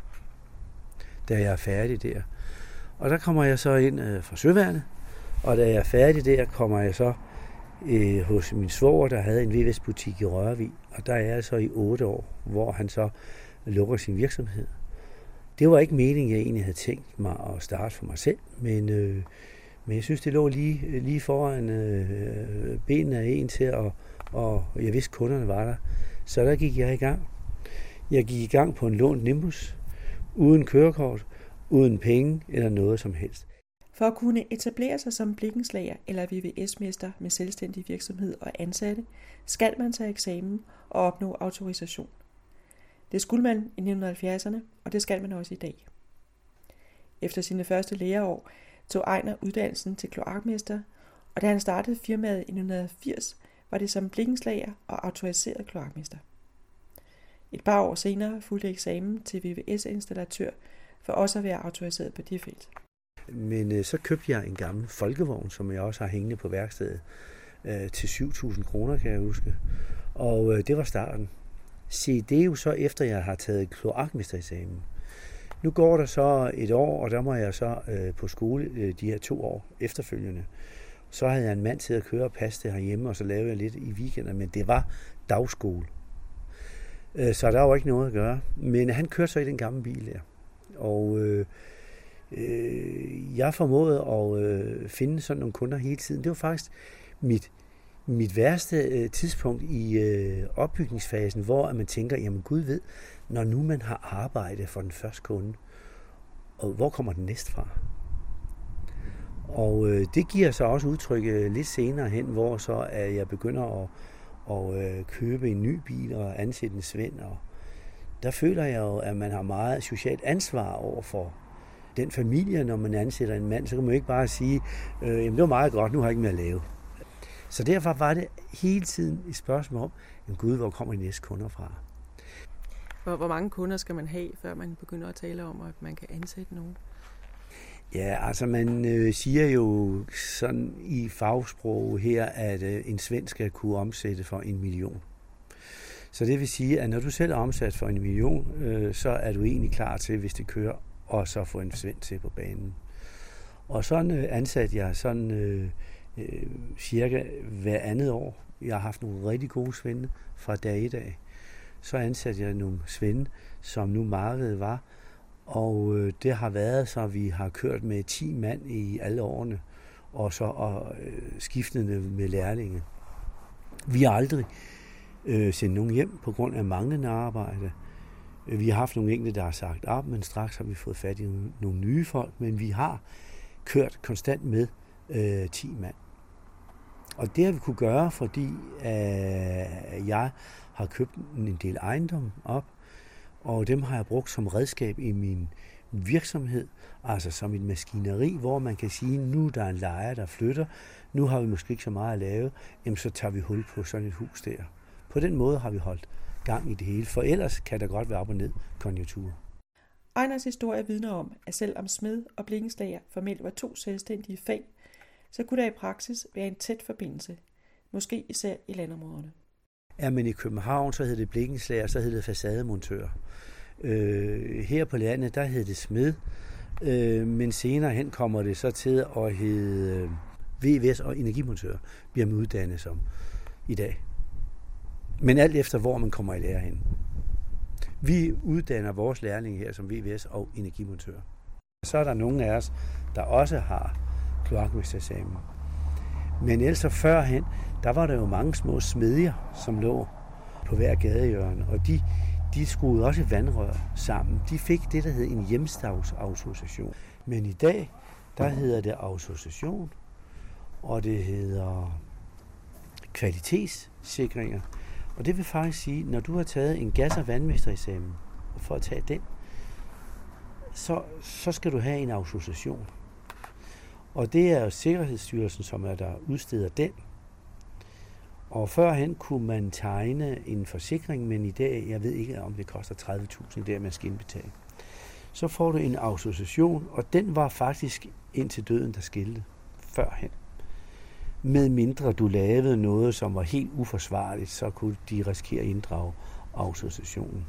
da jeg er færdig der. Og der kommer jeg så ind øh, fra Søværnet, og da jeg er færdig der, kommer jeg så øh, hos min svoger, der havde en V V S-butik i Rørvig. Og der er jeg så i otte år, hvor han så lukker sin virksomhed. Det var ikke meningen, jeg egentlig havde tænkt mig at starte for mig selv, men, øh, men jeg synes, det lå lige, lige foran øh, benene af en til, og, og jeg vidste, kunderne var der. Så der gik jeg i gang. Jeg gik i gang på en lånt Nimbus, uden kørekort, uden penge eller noget som helst. For at kunne etablere sig som blikkenslager eller V V S-mester med selvstændig virksomhed og ansatte, skal man tage eksamen og opnå autorisation. Det skulle man i nitten halvfjerdserne, og det skal man også i dag. Efter sine første læreår tog Ejner uddannelsen til kloakmester, og da han startede firmaet i nitten firs, var det som blikkenslager og autoriseret kloakmester. Et par år senere fulgte eksamen til V V S-installatør for også at være autoriseret på det felt. Men øh, så købte jeg en gammel folkevogn, som jeg også har hængende på værkstedet, øh, til syv tusind kroner, kan jeg huske. Og øh, det var starten. Se, det er jo så efter, jeg har taget kloakmestereksamen. Nu går der så et år, og der må jeg så øh, på skole øh, de her to år efterfølgende. Så havde jeg en mand til at køre og passe det herhjemme, og så lavede jeg lidt i weekender, men det var dagskole. Øh, så der var ikke noget at gøre. Men han kørte så i den gamle bil der. Og øh, øh, jeg formåede at øh, finde sådan nogle kunder hele tiden. Det var faktisk mit Mit værste øh, tidspunkt i øh, opbygningsfasen, hvor man tænker, jamen Gud ved, når nu man har arbejdet for den første kunde, og hvor kommer den næste fra? Og øh, det giver så også udtryk øh, lidt senere hen, hvor så at jeg begynder at, at øh, købe en ny bil og ansætte en svend. Og der føler jeg jo, at man har meget socialt ansvar over for den familie, når man ansætter en mand. Så kan man jo ikke bare sige, øh, jamen det var meget godt, nu har jeg ikke mere at lave. Så derfor var det hele tiden et spørgsmål om, jamen Gud, hvor kommer de næste kunder fra? Hvor, hvor mange kunder skal man have, før man begynder at tale om, at man kan ansætte nogen? Ja, altså man øh, siger jo sådan i fagsprog her, at øh, en svend skal kunne omsætte for en million. Så det vil sige, at når du selv er omsat for en million, øh, så er du egentlig klar til, hvis det kører, og så få en svend til på banen. Og sådan øh, ansatte jeg sådan øh, øh, cirka hver andet år. Jeg har haft nogle rigtig gode svende fra dag i dag. Så ansatte jeg nogle svende, som nu markedet var, og øh, det har været så, vi har kørt med ti mand i alle årene, og så og, øh, skiftende med lærlinge. Vi har aldrig øh, sendt nogen hjem på grund af manglende arbejde. Vi har haft nogle enkelte, der har sagt op, men straks har vi fået fat i nogle nye folk, men vi har kørt konstant med øh, ti mand. Og det har vi kunne gøre, fordi øh, jeg har købt en del ejendom op, og dem har jeg brugt som redskab i min virksomhed, altså som et maskineri, hvor man kan sige, nu der er en lejer, der flytter, nu har vi måske ikke så meget at lave, jamen så tager vi hul på sådan et hus der. På den måde har vi holdt gang i det hele, for ellers kan der godt være op og ned konjunkturer. Ejners historie vidner om, at selvom smed og blikkenslager formelt var to selvstændige fag, så kunne der i praksis være en tæt forbindelse, måske især i landområderne. Ja, men i København, så hed det blikkenslager, så hed det facademontør. Øh, her på landet, der hed det smed, øh, men senere hen kommer det så til at hedde V V S og energimontør, bliver man uddannet som i dag. Men alt efter, hvor man kommer i lære hen. Vi uddanner vores lærlinge her som V V S og energimontør. Så er der nogle af os, der også har kloakmestereksamen. Men ellers så førhen, der var der jo mange små smedjer, som lå på hver gadehjørne, og de, de skruede også vandrør sammen. De fik det, der hed en hjemstavsautorisation. Men i dag, der hedder det autorisation, og det hedder kvalitetssikringer. Og det vil faktisk sige, når du har taget en gas- og vandmestereksamen, og for at tage den, så, så skal du have en autorisation. Og det er jo Sikkerhedsstyrelsen, som er der udsteder den. Og førhen kunne man tegne en forsikring, men i dag, jeg ved ikke, om det koster tredive tusind, det er man skal indbetale. Så får du en autorisation, og den var faktisk indtil døden, der skilte førhen. Med mindre du lavede noget, som var helt uforsvarligt, så kunne de risikere at inddrage autorisationen.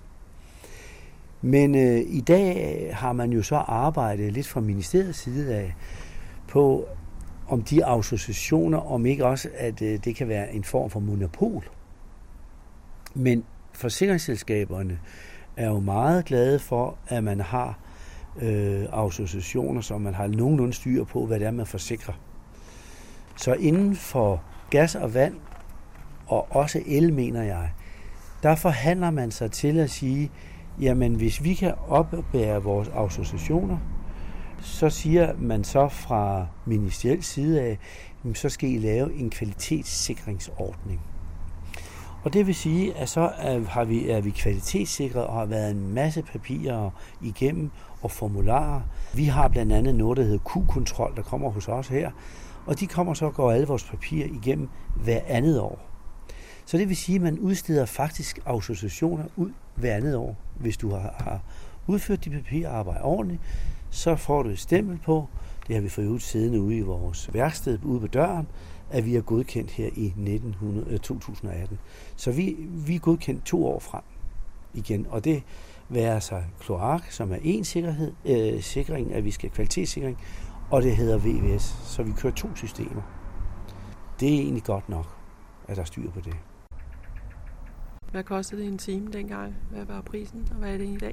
Men øh, i dag har man jo så arbejdet lidt fra ministeriets side af på, om de autorisationer, om ikke også, at øh, det kan være en form for monopol. Men forsikringsselskaberne er jo meget glade for, at man har øh, autorisationer, så man har nogenlunde styr på, hvad det er, man forsikrer. Så inden for gas og vand, og også el, mener jeg, der forhandler man sig til at sige, jamen hvis vi kan opbære vores autorisationer, så siger man så fra ministeriel side af, så skal I lave en kvalitetssikringsordning. Og det vil sige, at så er, har vi, er vi kvalitetssikret og har været en masse papirer igennem og formularer. Vi har blandt andet noget, der hedder Q-kontrol, der kommer hos os her, og de kommer så og går alle vores papirer igennem hver andet år. Så det vil sige, at man udsteder faktisk autorisationer ud hver andet år. Hvis du har, har udført de papirarbejde ordentligt, så får du et stempel på, det har vi fået ud siddende ude i vores værksted ude på døren, at vi er godkendt her i nitten hundrede, to tusind og atten. Så vi, vi er godkendt to år frem igen, og det værer sig kloak, som er en sikkerhed, øh, sikring, at vi skal kvalitetssikring, og det hedder V V S, så vi kører to systemer. Det er egentlig godt nok, at der er styr på det. Hvad kostede det en time dengang? Hvad var prisen, og hvad er det i dag?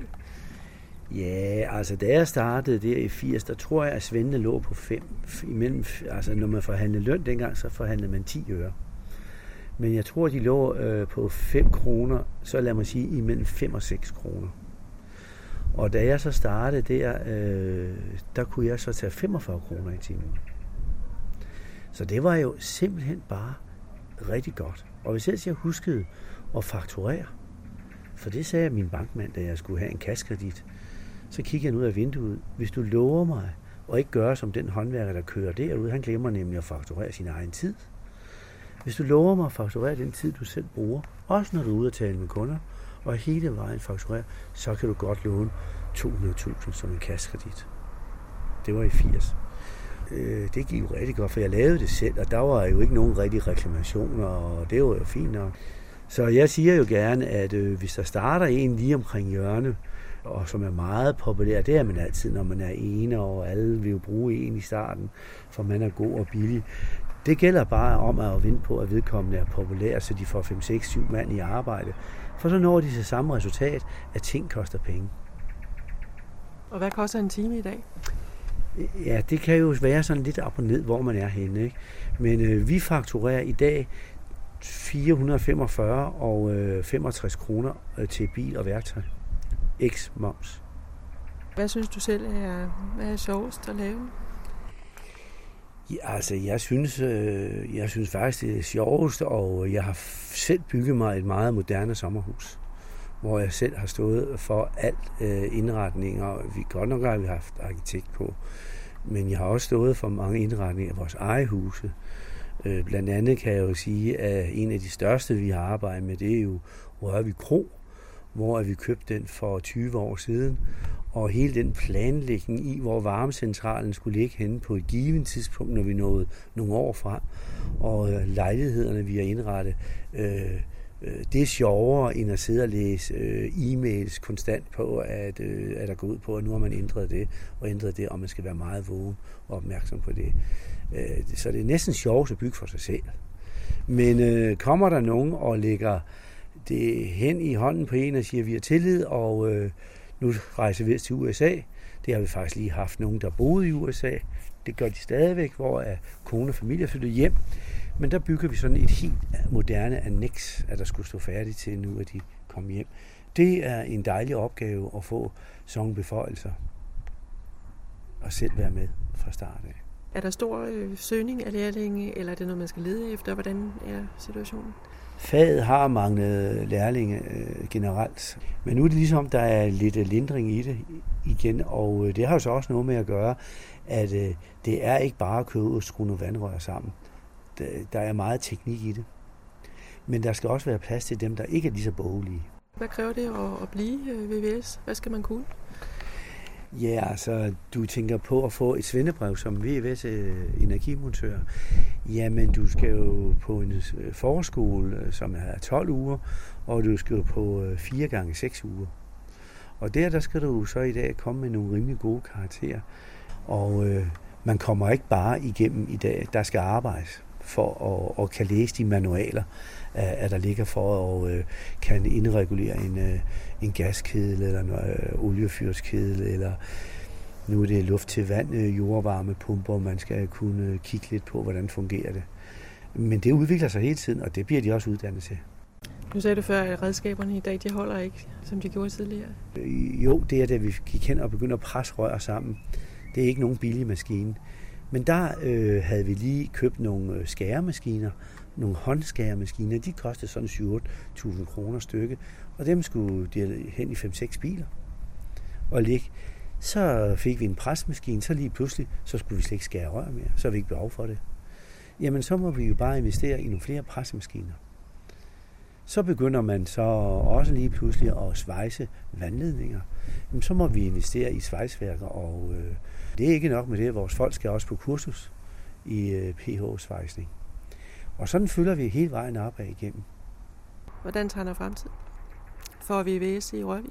Ja, altså da jeg startede der i firs, der tror jeg, at Svende lå på fem. Imellem, altså når man forhandlede løn dengang, så forhandlede man ti øre. Men jeg tror, de lå øh, på fem kroner, så lad mig sige imellem fem og seks kroner. Og da jeg så startede der, øh, der kunne jeg så tage femogfyrre kroner i timen. Så det var jo simpelthen bare rigtig godt. Og hvis jeg huskede at fakturere, for det sagde min bankmand, da jeg skulle have en kassekredit, så kiggede jeg ud af vinduet. Hvis du lover mig, og ikke gør som den håndværker, der kører derude, han glemmer nemlig at fakturere sin egen tid. Hvis du lover mig at fakturere den tid, du selv bruger, også når du er ude at tale med kunder, og hele vejen fakturere, så kan du godt låne to hundrede tusind som en kassekredit. Det var i firs. Øh, det gik jo rigtig godt, for jeg lavede det selv, og der var jo ikke nogen rigtige reklamationer, og det var jo fint nok. Så jeg siger jo gerne, at øh, hvis der starter en lige omkring hjørne, og som er meget populær, det er man altid, når man er ene, og alle vil jo bruge en i starten, for man er god og billig. Det gælder bare om at vente på, at vedkommende er populær, så de får fem, seks, syv mand i arbejde. For så når de til samme resultat, at ting koster penge. Og hvad koster en time i dag? Ja, det kan jo være sådan lidt op og ned, hvor man er henne, ikke? Men øh, vi fakturerer i dag fire hundrede og femogfyrre og øh, femogtres kroner øh, til bil og værktøj. x moms. Hvad synes du selv er, hvad er sjovest at lave? Ja, altså, jeg synes, øh, jeg synes faktisk, det er sjovest, og jeg har selv bygget mig et meget moderne sommerhus, hvor jeg selv har stået for alt øh, indretninger. Vi godt nok har vi haft arkitekt på, men jeg har også stået for mange indretninger af vores eget huse. Øh, blandt andet kan jeg jo sige, at en af de største, vi har arbejdet med, det er jo Rørvig Kro, hvor vi købte den for tyve år siden. Og hele den planlægning i, hvor varmecentralen skulle ligge henne på et givet tidspunkt, når vi nåede nogle år frem. Og øh, lejlighederne, vi har indrettet, øh, øh, det er sjovere end at sidde og læse øh, e-mails konstant på, at, øh, at der går ud på, at nu har man ændret det og ændret det, og man skal være meget vågen og opmærksom på det. Øh, så det er næsten sjovt at bygge for sig selv. Men øh, kommer der nogen og lægger det hen i hånden på en og siger, at vi har tillid, og øh, nu rejser vi til U S A. Det har vi faktisk lige haft nogen, der boede i U S A. Det gør de stadigvæk, hvor kone og familie flyttede hjem. Men der bygger vi sådan et helt moderne annex, at der skulle stå færdigt til nu, at de kom hjem. Det er en dejlig opgave at få sådan nogle beføjelser og selv være med fra start af. Er der stor øh, søgning af lærlinge, eller er det noget, man skal lede efter? Hvordan er situationen? Faget har manglet lærlinge øh, generelt, men nu er det ligesom, der er lidt lindring i det igen, og øh, det har jo så også noget med at gøre, at øh, det er ikke bare at købe og skrue nogle vandrør sammen. Der, der er meget teknik i det, men der skal også være plads til dem, der ikke er lige så boglige. Hvad kræver det at, at blive V V S? Hvad skal man kunne? Ja, altså, du tænker på at få et svendebrev som V V S øh, energimontør. Jamen, du skal jo på en forskole, som er tolv uger, og du skal jo på fire gange seks uger. Og der, der skal du så i dag komme med nogle rimelig gode karakterer. Og øh, man kommer ikke bare igennem i dag, der skal arbejdes for at, at kan læse de manualer, at der ligger for at øh, kan indregulere en, øh, en gaskedel eller en øh, oliefyrskedel, eller nu er det luft til vand, øh, jordvarmepumper, man skal kunne øh, kigge lidt på, hvordan fungerer det. Men det udvikler sig hele tiden, og det bliver de også uddannet til. Nu sagde du før, at redskaberne i dag, de holder ikke, som de gjorde tidligere. Øh, jo, det er det, vi gik hen og begyndte at presse rør sammen. Det er ikke nogen billig maskine. Men der øh, havde vi lige købt nogle skæremaskiner, nogle håndskæremaskiner. De kostede sådan syv til otte tusind kroner stykke, og dem skulle de hen i fem seks biler og ligge. Så fik vi en presmaskine, så lige pludselig, så skulle vi slet ikke skære rør mere, så har vi ikke behov for det. Jamen, så må vi jo bare investere i nogle flere presmaskiner. Så begynder man så også lige pludselig at svejse vandledninger. Jamen, så må vi investere i svejsværker, og øh, det er ikke nok med det. Vores folk skal også på kursus i øh, P H-svejsning. Og sådan følger vi hele vejen op ad igennem. Hvordan tegner fremtiden for V V S i Rørvig?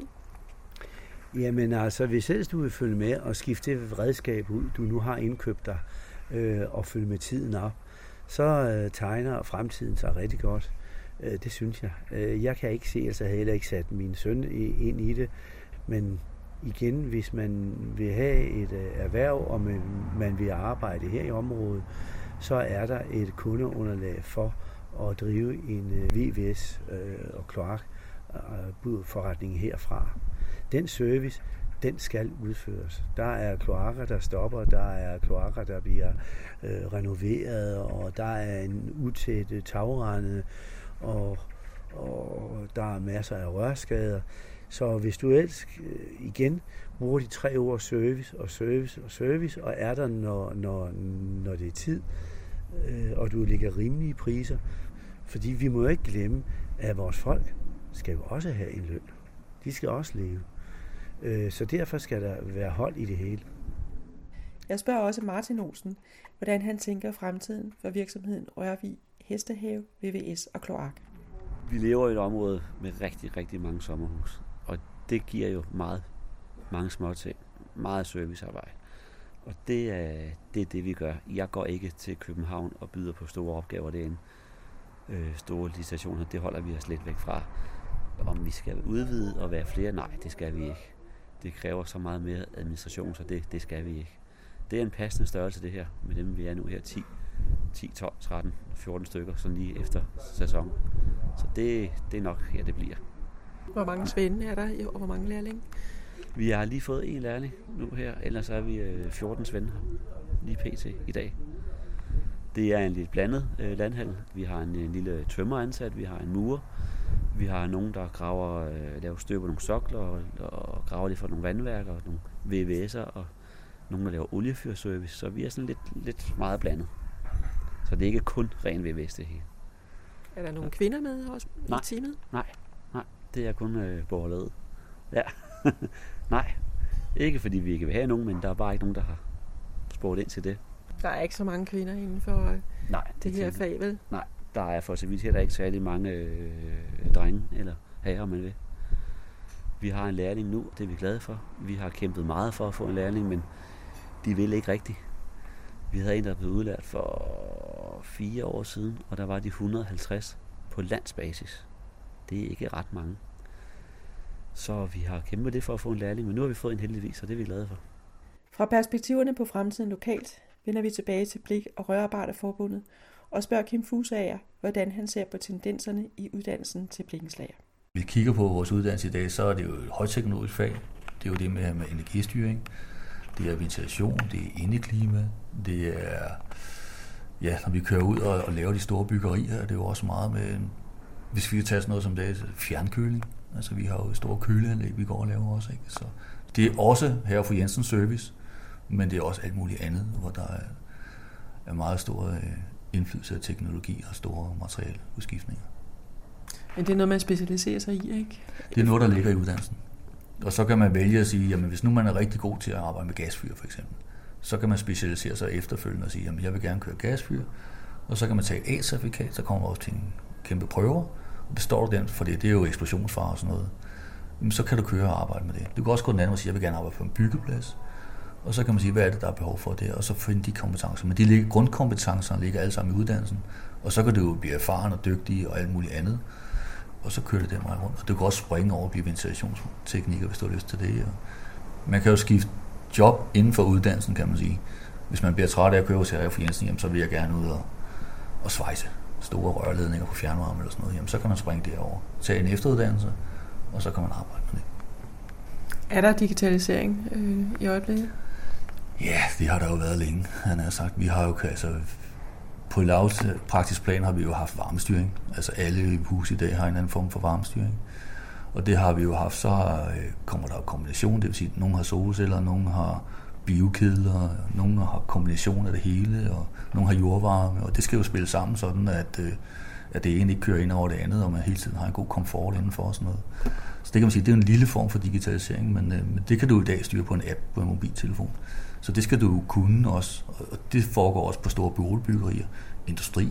Jamen altså, hvis selv du vil følge med og skifte det redskab ud, du nu har indkøbt dig, øh, og følge med tiden op, så øh, tegner fremtiden sig rigtig godt. Øh, det synes jeg. Øh, jeg kan ikke se, altså jeg har heller ikke sat min søn i, ind i det, men igen, hvis man vil have et øh, erhverv, og man, man vil arbejde her i området, så er der et kundeunderlag for at drive en øh, V V S øh, og kloakforretning herfra. Den service, den skal udføres. Der er kloakker, der stopper, der er kloakker, der bliver øh, renoveret, og der er en utæt tagrende, og, og der er masser af rørskader. Så hvis du ellers øh, igen bruger de tre ord service og service og service, og er der, når, når, når det er tid, øh, og du ligger rimelige priser, fordi vi må jo ikke glemme, at vores folk skal jo også have en løn. De skal også leve. Så derfor skal der være hold i det hele. Jeg spørger også Martin Olsen, hvordan han tænker fremtiden for virksomheden Rørvig Hestehave, V V S og kloak. Vi lever i et område med rigtig, rigtig mange sommerhus, og det giver jo meget, mange små ting, meget servicearbejde. Og det er, det er det, vi gør. Jeg går ikke til København og byder på store opgaver derinde. Øh, store licitationer, det holder vi os lidt væk fra. Om vi skal udvide og være flere, nej, det skal vi ikke. Det kræver så meget mere administration, så det, det skal vi ikke. Det er en passende størrelse, det her, med dem vi er nu her, ti, ti, tolv, tretten, fjorten stykker, sådan lige efter sæson. Så det, det er nok her, det bliver. Hvor mange svende er der, og hvor mange lærlinge? Vi har lige fået en lærling nu her, ellers er vi fjorten svende lige pt. I dag. Det er en lidt blandet øh, landhandel. Vi har en, en lille tømmer ansat, vi har en murer, vi har nogen, der graver, øh, laver støv på nogle sokler og, og graver lidt for nogle vandværker og nogle V V S'er og nogen, der laver oliefyrservice. Så vi er sådan lidt, lidt meget blandet. Så det er ikke kun ren V V S det hele. Er der nogle kvinder med også nej, i teamet? Nej, nej, det er kun øh, borgerlaget. Ja, nej. Ikke fordi vi ikke vil have nogen, men der er bare ikke nogen, der har spurgt ind til det. Der er ikke så mange kvinder inden for nej, det, det her fag, vel? Nej, der er for så vidt heller ikke særlig mange øh, drenge eller herrer, man vil. Vi har en lærling nu, det er vi glade for. Vi har kæmpet meget for at få en lærling, men de vil ikke rigtigt. Vi havde en, der blev udlært for fire år siden, og der var de et hundrede og halvtreds på landsbasis. Det er ikke ret mange. Så vi har kæmpet det for at få en lærling, men nu har vi fået en heldigvis, og det er vi glade for. Fra perspektiverne på fremtiden lokalt vender vi tilbage til Blik- og Rørarbejderforbundet og spørger Kim Fusager, hvordan han ser på tendenserne i uddannelsen til blikkenslager. Vi kigger på vores uddannelse i dag, så er det jo et højteknologisk fag. Det er jo det med, med energistyring, det er ventilation, det er indeklima, det er, ja, når vi kører ud og, og laver de store byggerier, det er jo også meget med, hvis vi kan tage sådan noget som det, fjernkøling. Altså vi har jo store køleanlæg, vi går og laver også, ikke? Så det er også her for Jensens Service, men det er også alt muligt andet, hvor der er, er meget stor indflydelse af teknologi og store materialudskiftninger. Men det er noget, man specialiserer sig i, ikke? Det er noget, der ligger i uddannelsen. Og så kan man vælge at sige, jamen hvis nu man er rigtig god til at arbejde med gasfyr for eksempel, så kan man specialisere sig efterfølgende og sige, jamen jeg vil gerne køre gasfyr, og så kan man tage et A-certifikat, så kommer man også til en kæmpe prøver, og består du den, for det, det er jo eksplosionsfare og sådan noget, jamen, så kan du køre og arbejde med det. Du kan også gå den anden og sige, jeg vil gerne arbejde på en byggeplads, og så kan man sige, hvad er det, der er behov for det, og så finde de kompetencer. Men de ligger, grundkompetencerne ligger alle sammen i uddannelsen, og så kan du jo blive erfaren og dygtig og alt muligt andet, og så kører det den vej rundt. Og du kan også springe over og blive ventilationstekniker, hvis du har lyst til det. Og man kan jo skifte job inden for uddannelsen, kan man sige. Hvis man bliver træt af at køre hos Herre for Jensen, jamen, så vil jeg gerne ud og, og svejse store rørledninger på fjernvarme eller sådan noget. Jamen, så kan man springe derover, tage en efteruddannelse, og så kan man arbejde med det. Er der digitalisering øh, i øjeblikket? Ja, det har der jo været længe, han har sagt. Vi har jo, altså, på lavpraktisk plan har vi jo haft varmestyring. Altså alle huse i dag har en anden form for varmestyring. Og det har vi jo haft, så har, kommer der jo kombination, det vil sige, at nogen har solceller, nogen har biokedler, nogen har kombination af det hele, og nogen har jordvarme, og det skal jo spille sammen sådan, at, at det ene ikke kører ind over det andet, og man hele tiden har en god komfort indenfor og sådan noget. Så det kan man sige, det er en lille form for digitalisering, men, men det kan du i dag styre på en app på en mobiltelefon. Så det skal du kunne også, og det foregår også på store boligbyggerier, industri.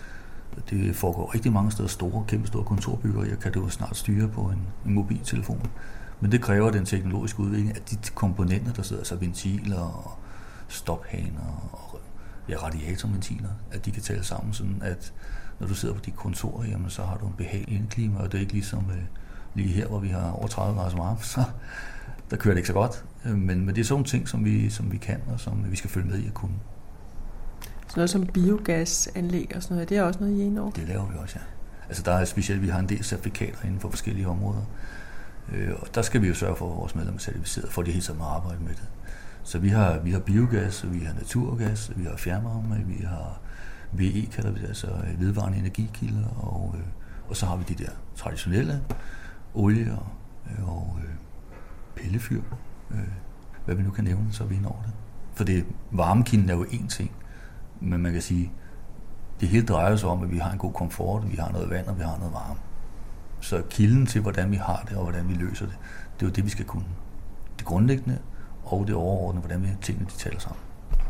Det foregår rigtig mange steder, store, kæmpe store kontorbyggerier, kan du snart styre på en, en mobiltelefon. Men det kræver den teknologiske udvikling, at de komponenter, der sidder, altså ventiler og stophaner og ja, radiatorventiler, at de kan tale sammen, sådan at når du sidder på dit kontor, jamen, så har du en behagelig indeklima, og det er ikke ligesom øh, lige her, hvor vi har over tredive grader varme, så der kører det ikke så godt. Men, men det er sådan nogle ting, som vi, som vi kan, og som vi skal følge med i at kunne. Sådan noget som biogasanlæg og sådan noget, det er også noget i en år? Det laver vi også, ja. Altså der er specielt, vi har en del certifikater inden for forskellige områder. Øh, og der skal vi jo sørge for, at vores medlemmer er certificeret, for de hele tiden må arbejde med det. Så vi har, vi har biogas, vi har naturgas, vi har fjernvarme, vi har V E, kalder vi det, altså vedvarende energikilder, og, øh, og så har vi de der traditionelle olie og, øh, og øh, pillefyr, øh, hvad vi nu kan nævne, så er vi inde over det. For det varmekilden er jo én ting, men man kan sige, det hele drejer sig om, at vi har en god komfort, vi har noget vand, og vi har noget varme. Så kilden til, hvordan vi har det, og hvordan vi løser det, det er jo det, vi skal kunne. Det grundlæggende og det overordnede, hvordan vi tingene de taler sammen.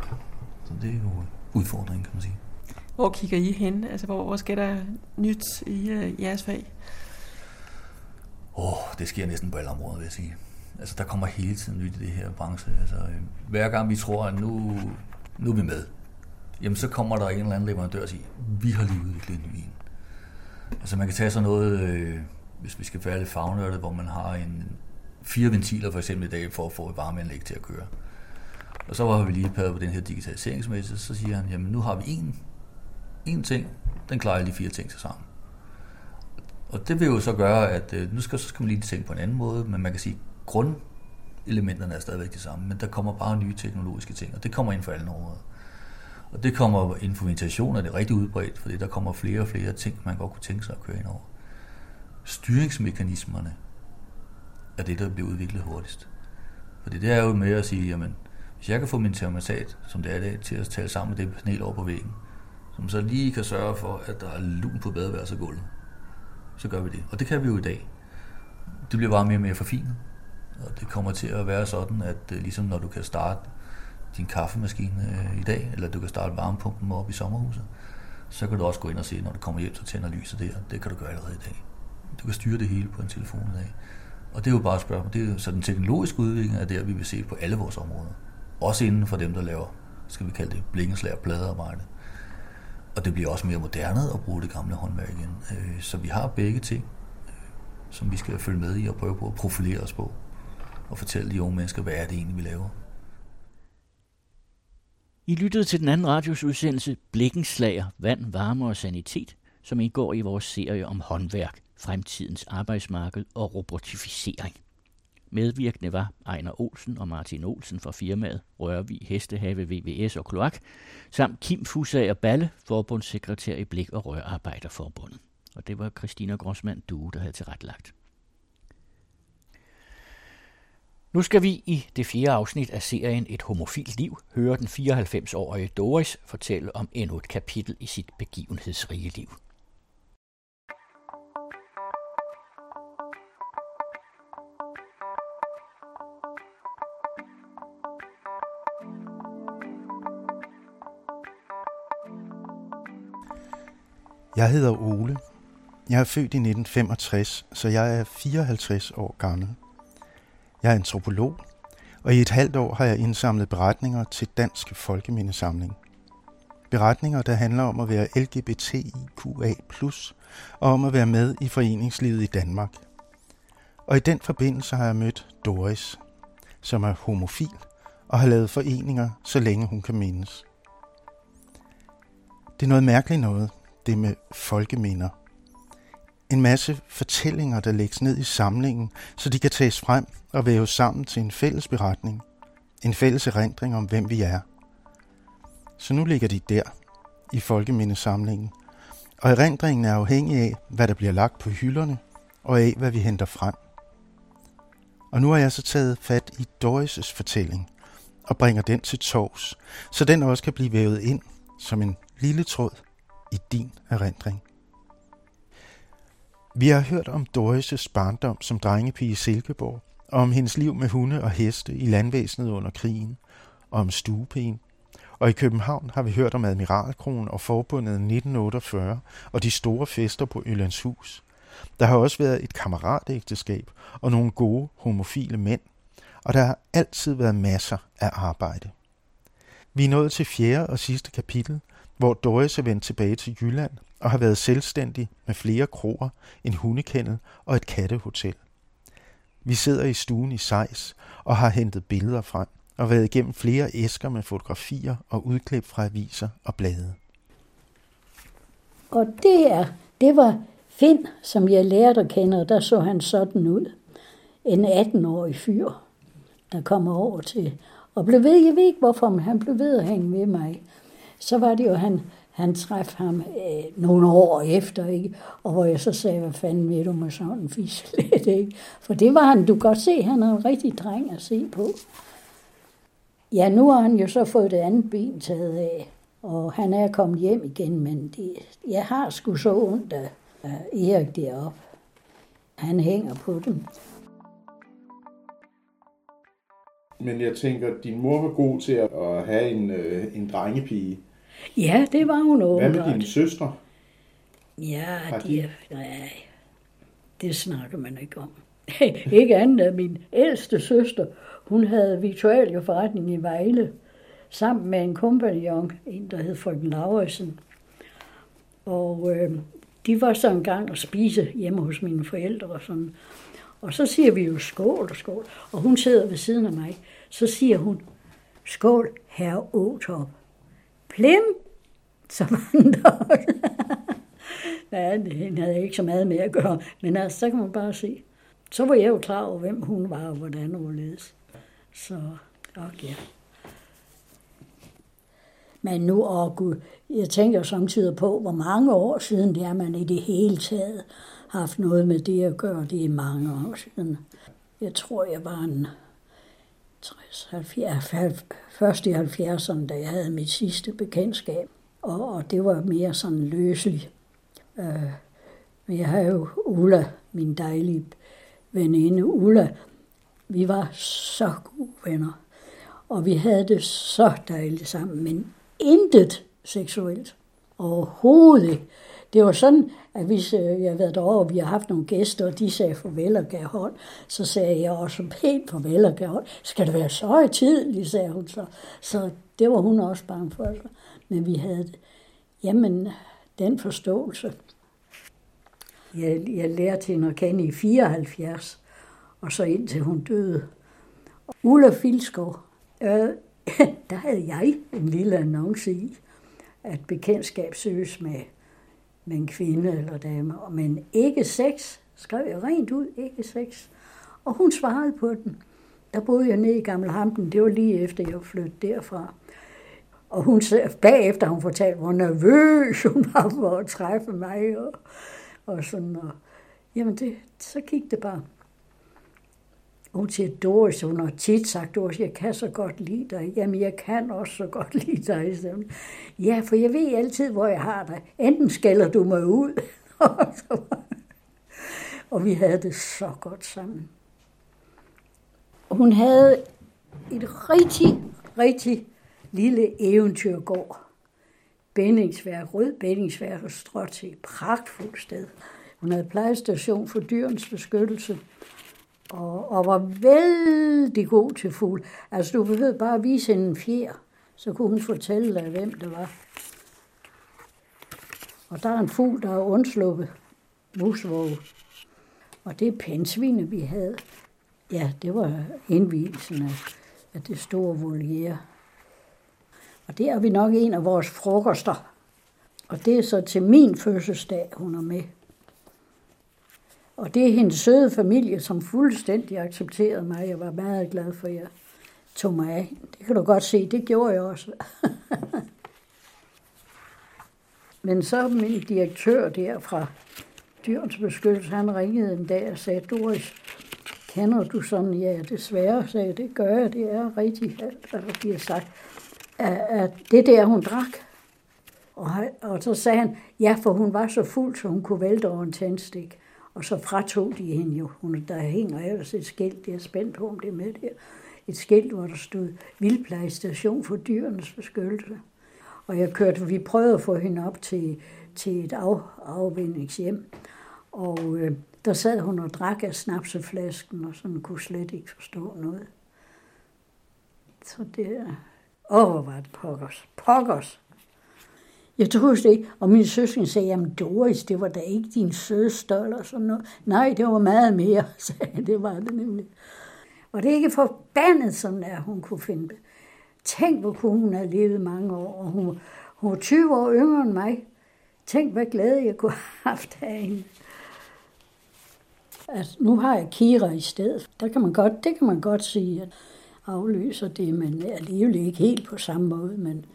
Så det er jo udfordringen, kan man sige. Hvor kigger I hen? Altså, hvor, hvor skal der nyt i uh, jeres fag? Åh, oh, det sker næsten på alle områder, vil jeg sige. Altså, der kommer hele tiden nyt i det her branche. Altså, øh, hver gang vi tror, at nu, nu er vi med, jamen så kommer der en eller anden leverandør og siger, vi har lige udviklet en ny en. Altså man kan tage sådan noget, øh, hvis vi skal være lidt fagnørdet, hvor man har en fire ventiler for eksempel i dag for at få et varmeanlæg til at køre. Og så var vi lige paddet på den her digitaliseringsmæssige, så siger han, jamen nu har vi en, en ting, den klarer alle de fire ting til sammen. Og det vil jo så gøre, at øh, nu skal, så skal man lige tænke på en anden måde, men man kan sige, at grundelementerne er stadigvæk de samme, men der kommer bare nye teknologiske ting, og det kommer ind for alle områder. Og det kommer inden for meditation, og det er rigtig udbredt, fordi der kommer flere og flere ting, man godt kunne tænke sig at køre ind over. Styringsmekanismerne er det, der bliver udviklet hurtigst. Fordi det er jo med at sige, jamen, hvis jeg kan få min termometat, som det er i dag, til at tale sammen med det panel over på væggen, som så lige kan sørge for, at der er lun på badeværelsesgulvet, så gør vi det. Og det kan vi jo i dag. Det bliver bare mere og mere forfinet. Og det kommer til at være sådan, at ligesom når du kan starte din kaffemaskine i dag, eller du kan starte varmepumpen op i sommerhuset, så kan du også gå ind og se, når du kommer hjem, så tænder lyset der. Det kan du gøre allerede i dag. Du kan styre det hele på en telefon i dag. Og det er jo bare et spørgsmål. Det er jo, så den teknologiske udvikling er der, vi vil se på alle vores områder. Også inden for dem, der laver, skal vi kalde det, blikkenslager, pladearbejde. Og det bliver også mere moderne at bruge det gamle håndværk igen. Så vi har begge ting, som vi skal følge med i og prøve på at profilere os på. Og fortælle de unge mennesker, hvad er det egentlig, vi laver. I lyttede til den anden radios udsendelse Blikkenslager, vand, varme og sanitet, som indgår i vores serie om håndværk, fremtidens arbejdsmarked og robotificering. Medvirkende var Ejner Olsen og Martin Olsen fra firmaet Rørvig Hestehave V V S og Kloak, samt Kim Fusager Balle, forbundssekretær i Blik- og Rørarbejderforbundet. Og det var Christina Grossmann Due, der havde tilrettelagt. Nu skal vi i det fjerde afsnit af serien Et homofilt liv høre den fireoghalvfems-årige Doris fortælle om endnu et kapitel i sit begivenhedsrige liv. Jeg hedder Ole. Jeg er født i nitten femogtres, så jeg er fireoghalvtreds år gammel. Jeg er antropolog, og i et halvt år har jeg indsamlet beretninger til Dansk Folkemindesamling. Beretninger, der handler om at være L G B T I Q A plus, og om at være med i foreningslivet i Danmark. Og i den forbindelse har jeg mødt Doris, som er homofil og har lavet foreninger, så længe hun kan mindes. Det er noget mærkeligt noget, det med folkeminder. En masse fortællinger, der lægges ned i samlingen, så de kan tages frem og væves sammen til en fælles beretning. En fælles erindring om, hvem vi er. Så nu ligger de der, i folkemindesamlingen. Og erindringen er afhængig af, hvad der bliver lagt på hylderne, og af, hvad vi henter frem. Og nu har jeg så taget fat i Doris' fortælling, og bringer den til torvs, så den også kan blive vævet ind som en lille tråd i din erindring. Vi har hørt om Doris' barndom som drengepige i Silkeborg, og om hendes liv med hunde og heste i landvæsenet under krigen, og om stuepigen. Og i København har vi hørt om Admiralkronen og forbundet nitten otteogfyrre og de store fester på Ølandshus. Der har også været et kammeratægteskab og nogle gode homofile mænd, og der har altid været masser af arbejde. Vi er nået til fjerde og sidste kapitel, hvor Doris er vendt tilbage til Jylland og har været selvstændig med flere kroer, en hundekennel og et kattehotel. Vi sidder i stuen i Sejs og har hentet billeder frem og været igennem flere æsker med fotografier og udklip fra aviser og blade. Og det her, det var Finn, som jeg lærte at kende, og der så han sådan ud. En atten-årig fyr, der kommer over til, og blev ved, jeg ved ikke hvorfor, men han blev ved at hænge ved mig. Så var det jo, han, han træffede ham øh, nogle år efter, ikke? Og hvor jeg så sagde, hvad fanden ved du med sådan en fiskelet, ikke? For det var han, du kan godt se, han er en rigtig dreng at se på. Ja, nu har han jo så fået det andet ben taget af, og han er kommet hjem igen, men det, jeg har sgu så ondt af Erik deroppe. Han hænger på dem. Men jeg tænker, at din mor var god til at have en, øh, en drengepige. Ja, det var hun også. Hvad med dine søstre? Ja, de er, nej, det snakker man ikke om. Ikke andet end min ældste søster. Hun havde viktualieforretning i Vejle, sammen med en kompagnon, en der hed Frøken Lauritsen. Og øh, de var så en gang at spise hjemme hos mine forældre og sådan. Og så siger vi jo skål og skål, og hun sidder ved siden af mig. Så siger hun, skål, herre Åtop. Plim, så var den der. Ja, det havde jeg ikke så meget med at gøre. Men altså, så kan man bare se. Så var jeg jo klar over, hvem hun var og hvordan hun ledes. Så, okay. Men nu, åh Gud, jeg tænker samtidig på, hvor mange år siden det er, man i det hele taget har haft noget med det at gøre. Det er mange år siden. Jeg tror, jeg var en tres, halvfjerds, først i halvfjerdserne, da jeg havde mit sidste bekendtskab. Og, og det var mere sådan løselig. Uh, men jeg har jo Ulla, min dejlige veninde Ulla. Vi var så gode venner. Og vi havde det så dejligt sammen, men intet seksuelt. Overhovedet ikke. Det var sådan, at hvis jeg havde været derovre, og vi har haft nogle gæster, og de sagde farvel og gav hånd, så sagde jeg også pænt farvel og gav hånd. Skal det være så højtideligt, sagde hun så. Så det var hun også bange for. Altså. Men vi havde det. Jamen, den forståelse. Jeg, jeg lærte hende at kende i fireoghalvfjerds, og så indtil hun døde. Ulla Filskov, øh, der havde jeg en lille annonce i, at bekendtskab søges med, med en kvinde eller dame, men ikke sex, skrev jeg rent ud, ikke sex. Og hun svarede på den. Der boede jeg nede i Gammelhampen, det var lige efter jeg flyttede derfra. Og hun, bagefter hun fortalte, hvor nervøs hun var for at træffe mig. Og, og sådan, og, jamen det, så gik det bare. Hun siger, Doris, hun har tit sagt, Doris, jeg kan så godt lide dig. Jamen, jeg kan også så godt lide dig. Ja, for jeg ved altid, hvor jeg har dig. Enten skælder du mig ud. Og vi havde det så godt sammen. Hun havde et rigtig, rigtig lille eventyrgård. Bindingsværk, rød bindingsværk og stråt til et pragtfuldt sted. Hun havde plejestation for dyrens beskyttelse. Og, og var vældig god til fugle. Altså, du behøvede bare at vise hende en fjer, så kunne hun fortælle dig, hvem det var. Og der er en fugl, der er undsluppet. Musvåge. Og det er pindsvine, vi havde. Ja, det var indvielsen af, af det store voliere. Og det er vi nok en af vores frokoster. Og det er så til min fødselsdag, hun er med. Og det er hendes søde familie, som fuldstændig accepterede mig. Jeg var meget glad for, at jeg tog mig af. Det kan du godt se, det gjorde jeg også. Men så min direktør der fra Dyrens Beskyttelse, han ringede en dag og sagde, Doris, kender du sådan? Ja, desværre, sagde jeg, det gør jeg. Det er rigtigt, hvad der bliver sagt. At det der, hun drak. Og, og så sagde han, ja, for hun var så fuld, så hun kunne vælte over en tændstik. Og så fratog de hende jo. Hun, der hænger ellers et skilt, det er spændt på, om det er med der. Et skilt, hvor der stod Vildplejestation for Dyrenes Beskyttelse. Og jeg kørte, vi prøvede at få hende op til, til et af, afvindingshjem. Og øh, der sad hun og drak af snapseflasken, og sådan kunne slet ikke forstå noget. Så det er... Åh, hvor var det pokkers. Pokkers! Jeg troede det ikke, og min søster sagde, jamen Doris, det var da ikke din søster eller sådan noget. Nej, det var meget mere, sagde jeg. Det var det nemlig. Og det er ikke forbandet, sådan der, hun kunne finde det. Tænk, hvor kunne hun have levet mange år, og hun, hun var tyve år yngre end mig. Tænk, hvad glæde jeg kunne have haft af hende. Altså, nu har jeg Kira i stedet. Der kan man godt, det kan man godt sige, at afløser det, men alligevel ikke helt på samme måde, men...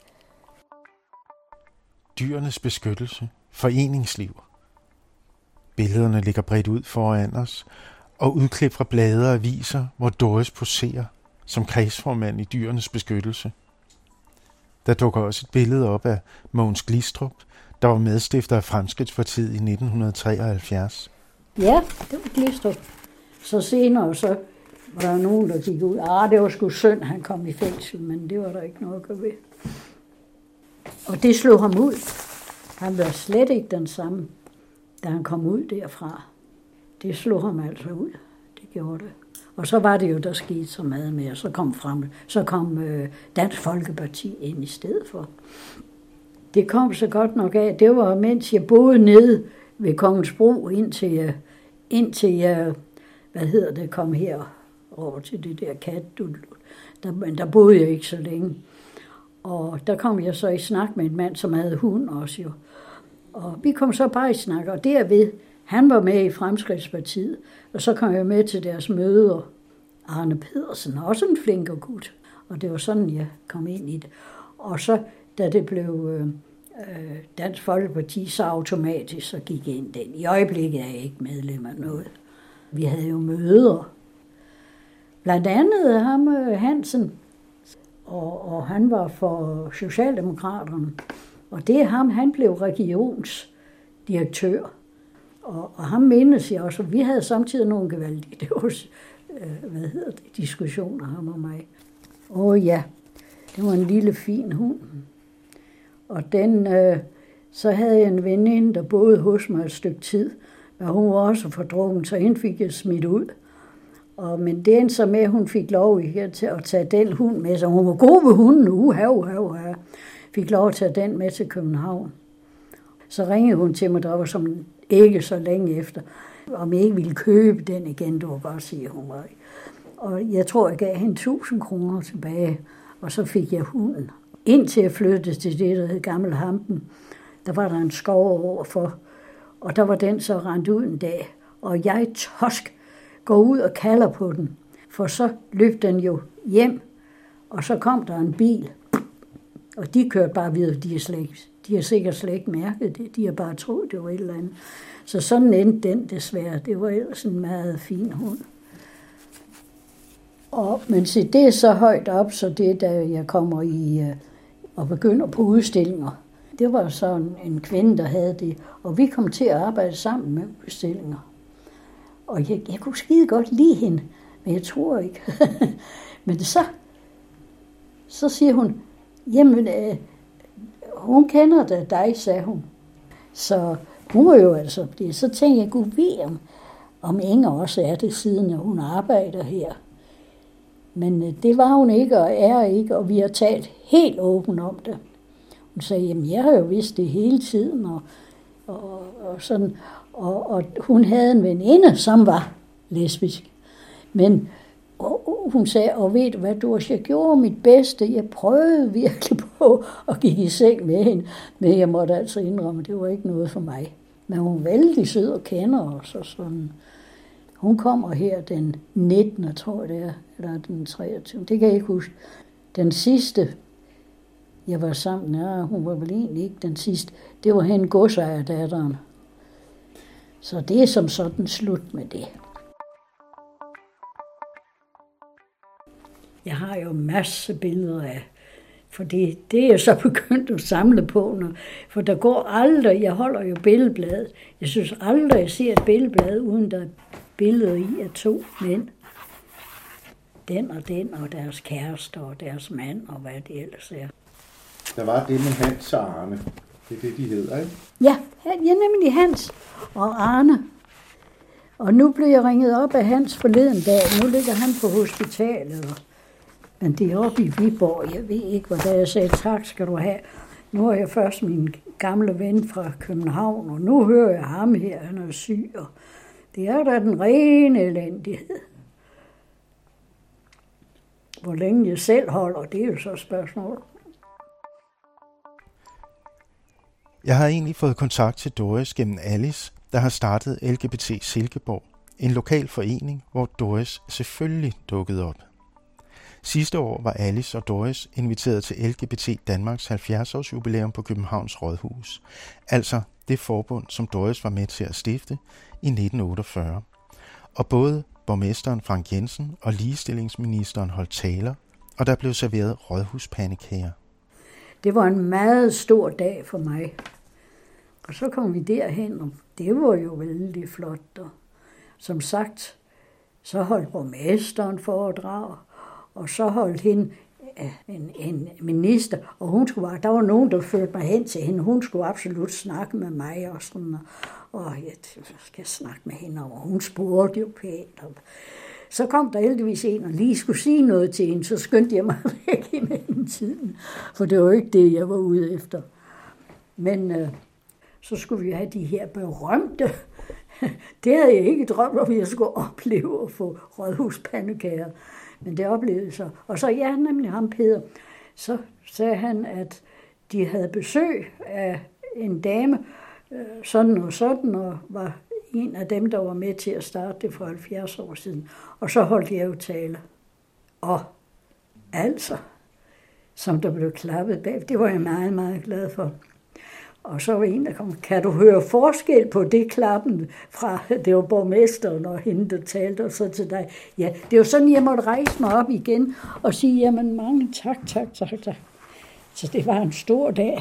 Dyrenes beskyttelse, foreningsliv. Billederne ligger bredt ud foran os, og udklip fra blade og aviser, hvor Doris poserer som kredsformand i Dyrenes Beskyttelse. Der dukker også et billede op af Mogens Glistrup, der var medstifter af Fremskridtspartiet i nitten treoghalvfjerds. Ja, det var Glistrup. Så senere så var der nogen, der gik ud. Ah, det var sgu synd, han kom i fængsel, men det var der ikke noget at gøre ved. Og det slog ham ud. Han var slet ikke den samme, da han kom ud derfra. Det slog ham altså ud. Det gjorde det. Og så var det jo, der skete så meget mere. Så kom, frem, så kom øh, Dansk Folkeparti ind i stedet for. Det kom så godt nok af. Det var, mens jeg boede nede ved Kongens Bro, indtil jeg, indtil jeg hvad hedder det, kom her over til det der kat. Der, men der boede jeg ikke så længe. Og der kom jeg så i snak med en mand, som havde hund også jo. Og vi kom så bare i snak, og derved, han var med i Fremskridtspartiet, og så kom jeg med til deres møder. Arne Pedersen, også en flink og gut, og det var sådan, jeg kom ind i det. Og så, da det blev øh, Dansk Folkeparti, så automatisk, så gik jeg ind den. I øjeblikket er jeg ikke medlem af noget. Vi havde jo møder. Blandt andet ham Hansen, og, og han var for Socialdemokraterne. Og det er ham, han blev regionsdirektør. Og, og ham mindes jeg også, og vi havde samtidig nogle gevaldige, det var, øh, hvad hedder det, diskussioner, ham og mig. Åh ja, det var en lille fin hund. Og den, øh, så havde jeg en veninde, der boede hos mig et stykke tid, men hun var også fordrukken, så hende fik jeg smidt ud. Og, men det endte så med, at hun fik lov til at tage den hund med, så hun var god ved hunden, uha, uha, uha. Fik lov at tage den med til København. Så ringede hun til mig, der var som ikke så længe efter, om jeg ikke ville købe den igen, det var bare at sige, at hun var. Og jeg tror, jeg gav hende tusind kroner tilbage, og så fik jeg hunden. Indtil jeg flyttede til det, der hed Gammel Hampen, der var der en skov overfor, og der var den så rendt ud en dag, og jeg tosk går ud og kalder på den, for så løb den jo hjem, og så kom der en bil, og de kørte bare videre, de har, slet ikke, de har sikkert slet ikke mærket det, de har bare troet, det var et eller andet. Så sådan endte den desværre, det var ellers en meget fin hund. Og, men se, det er så højt op, så det er, da jeg kommer i uh, og begynder på udstillinger. Det var så en, en kvinde, der havde det, og vi kom til at arbejde sammen med udstillinger. Og jeg, jeg kunne skide godt lide hende, men jeg tror ikke. Men så, så siger hun, jamen, øh, hun kender da dig, sagde hun. Så hun var jo altså det. Så tænkte jeg, gud ved, om, om Inger også er det, siden at hun arbejder her. Men øh, det var hun ikke, og er ikke, og vi har talt helt åbent om det. Hun sagde, jamen, jeg har jo vidst det hele tiden, og, og, og sådan. Og, og hun havde en veninde, som var lesbisk. Men og hun sagde, og ved du hvad, Doris, jeg gjorde mit bedste. Jeg prøvede virkelig på at gik i seng med hende. Men jeg måtte altså indrømme, det var ikke noget for mig. Men hun er vældig sød og kender os og sådan. Hun kommer her den nittende, tror jeg det er, eller den treogtyvende. Det kan jeg ikke huske. Den sidste, jeg var sammen, ja, hun var vel egentlig ikke den sidste. Det var hende godsejerdatteren. Så det er som sådan slut med det. Jeg har jo masser af billeder af, for det, det er jeg så begyndt at samle på, når, for der går aldrig, jeg holder jo billedbladet, jeg synes aldrig, jeg ser et billedblad, uden der er billeder i af to mænd. Den og den, og deres kærester, og deres mand, og hvad det ellers er. Der var det med Hans og Arne. Det er det, de hedder, ikke? Ja, ja, nemlig Hans og Arne. Og nu blev jeg ringet op af Hans forleden dag. Nu ligger han på hospitalet. Men det er oppe i Viborg. Jeg ved ikke, hvordan jeg sagde, tak skal du have. Nu er jeg først min gamle ven fra København, og nu hører jeg ham her, han er syg. Og det er da den rene elendighed. Hvor længe jeg selv holder, det er jo så spørgsmål. Jeg har egentlig fået kontakt til Doris gennem Alice, der har startet L G B T Silkeborg, en lokal forening, hvor Doris selvfølgelig dukkede op. Sidste år var Alice og Doris inviteret til L G B T Danmarks halvfjerds års jubilæum på Københavns Rådhus, altså det forbund, som Doris var med til at stifte i nitten otteogfyrre. Og både borgmesteren Frank Jensen og ligestillingsministeren holdt taler, og der blev serveret rådhuspandekager. Det var en meget stor dag for mig. Og så kom vi derhen, og det var jo vældig flot. Og som sagt, så holdt borgmesteren foredrag, og så holdt hende en, en minister, og hun skulle, der var nogen, der førte mig hen til hende. Hun skulle absolut snakke med mig, og sådan, og jeg skal snakke med hende, og hun spurgte jo pænt. Og så kom der heldigvis en, og lige skulle sige noget til hende, så skyndte jeg mig væk i mellemtiden, for det var jo ikke det, jeg var ude efter. Men øh, så skulle vi have de her berømte. Det havde jeg ikke drømt om, at jeg skulle opleve at få rådhuspandekager. Men det oplevede så. Og så ja, nemlig ham Peter, så sagde han, at de havde besøg af en dame, sådan og sådan, og var en af dem, der var med til at starte det for halvfjerds år siden. Og så holdt jeg jo tale. Og altså, som der blev klappet bag, det var jeg meget, meget glad for. Og så var en, der kom, kan du høre forskel på det klappen fra, det var borgmesteren og hende, der talte, og så til dig. Ja, det var sådan, jeg måtte rejse mig op igen og sige, jamen mange tak, tak, tak, tak. Så det var en stor dag.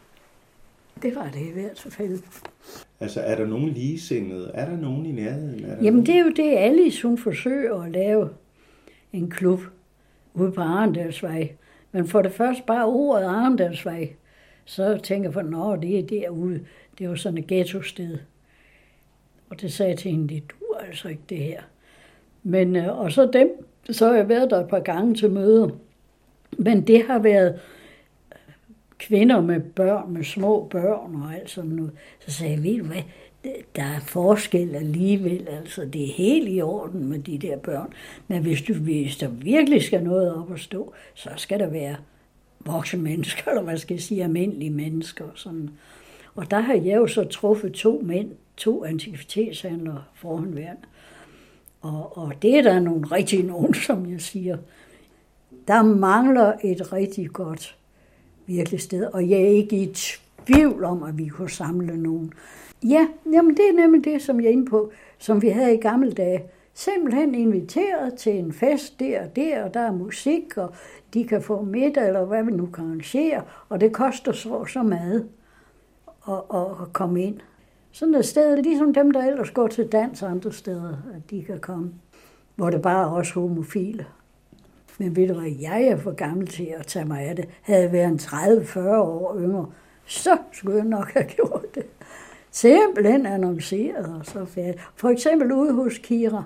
Det var det i hvert fald. Altså, er der nogen ligesindede? Er der nogen i nærheden? Er der Jamen, nogen? det er jo det, Alice, hun forsøger at lave en klub ude på Arendalsvej. Men for det første bare ordet Arendalsvej, så tænker jeg for, nå, det er derude. Det var sådan et ghetto-sted. Og det sagde jeg til hende, det duer altså ikke det her. Men, og så dem, så har jeg været der et par gange til møder. Men det har været kvinder med børn, med små børn og alt sådan noget. Så sagde jeg, ved du hvad, der er forskel alligevel, altså det er helt i orden med de der børn. Men hvis, du, hvis der virkelig skal noget op at stå, så skal der være voksne mennesker, eller hvad skal jeg sige, almindelige mennesker. Sådan. Og der har jeg jo så truffet to mænd, to antikvitetshandlere forhåndværende. Og, og det er der nogle rigtig nogen, som jeg siger. Der mangler et rigtig godt virkelig sted, og jeg er ikke i tvivl om, at vi kunne samle nogen. Ja, jamen det er nemlig det, som jeg er inde på, som vi havde i gamle dage. Simpelthen inviteret til en fest der og der, og der er musik, og de kan få middag, eller hvad vi nu kan arrangere, og det koster så, så meget at, at komme ind. Sådan et sted, ligesom dem, der ellers går til dans andre steder, at de kan komme, hvor det bare er også homofile. Men ved du hvad, jeg er for gammel til at tage mig af det. Havde jeg været en tredive til fyrre år yngre, så skulle jeg nok have gjort det. Simpelthen annonceret og så færdigt. For eksempel ude hos Kira.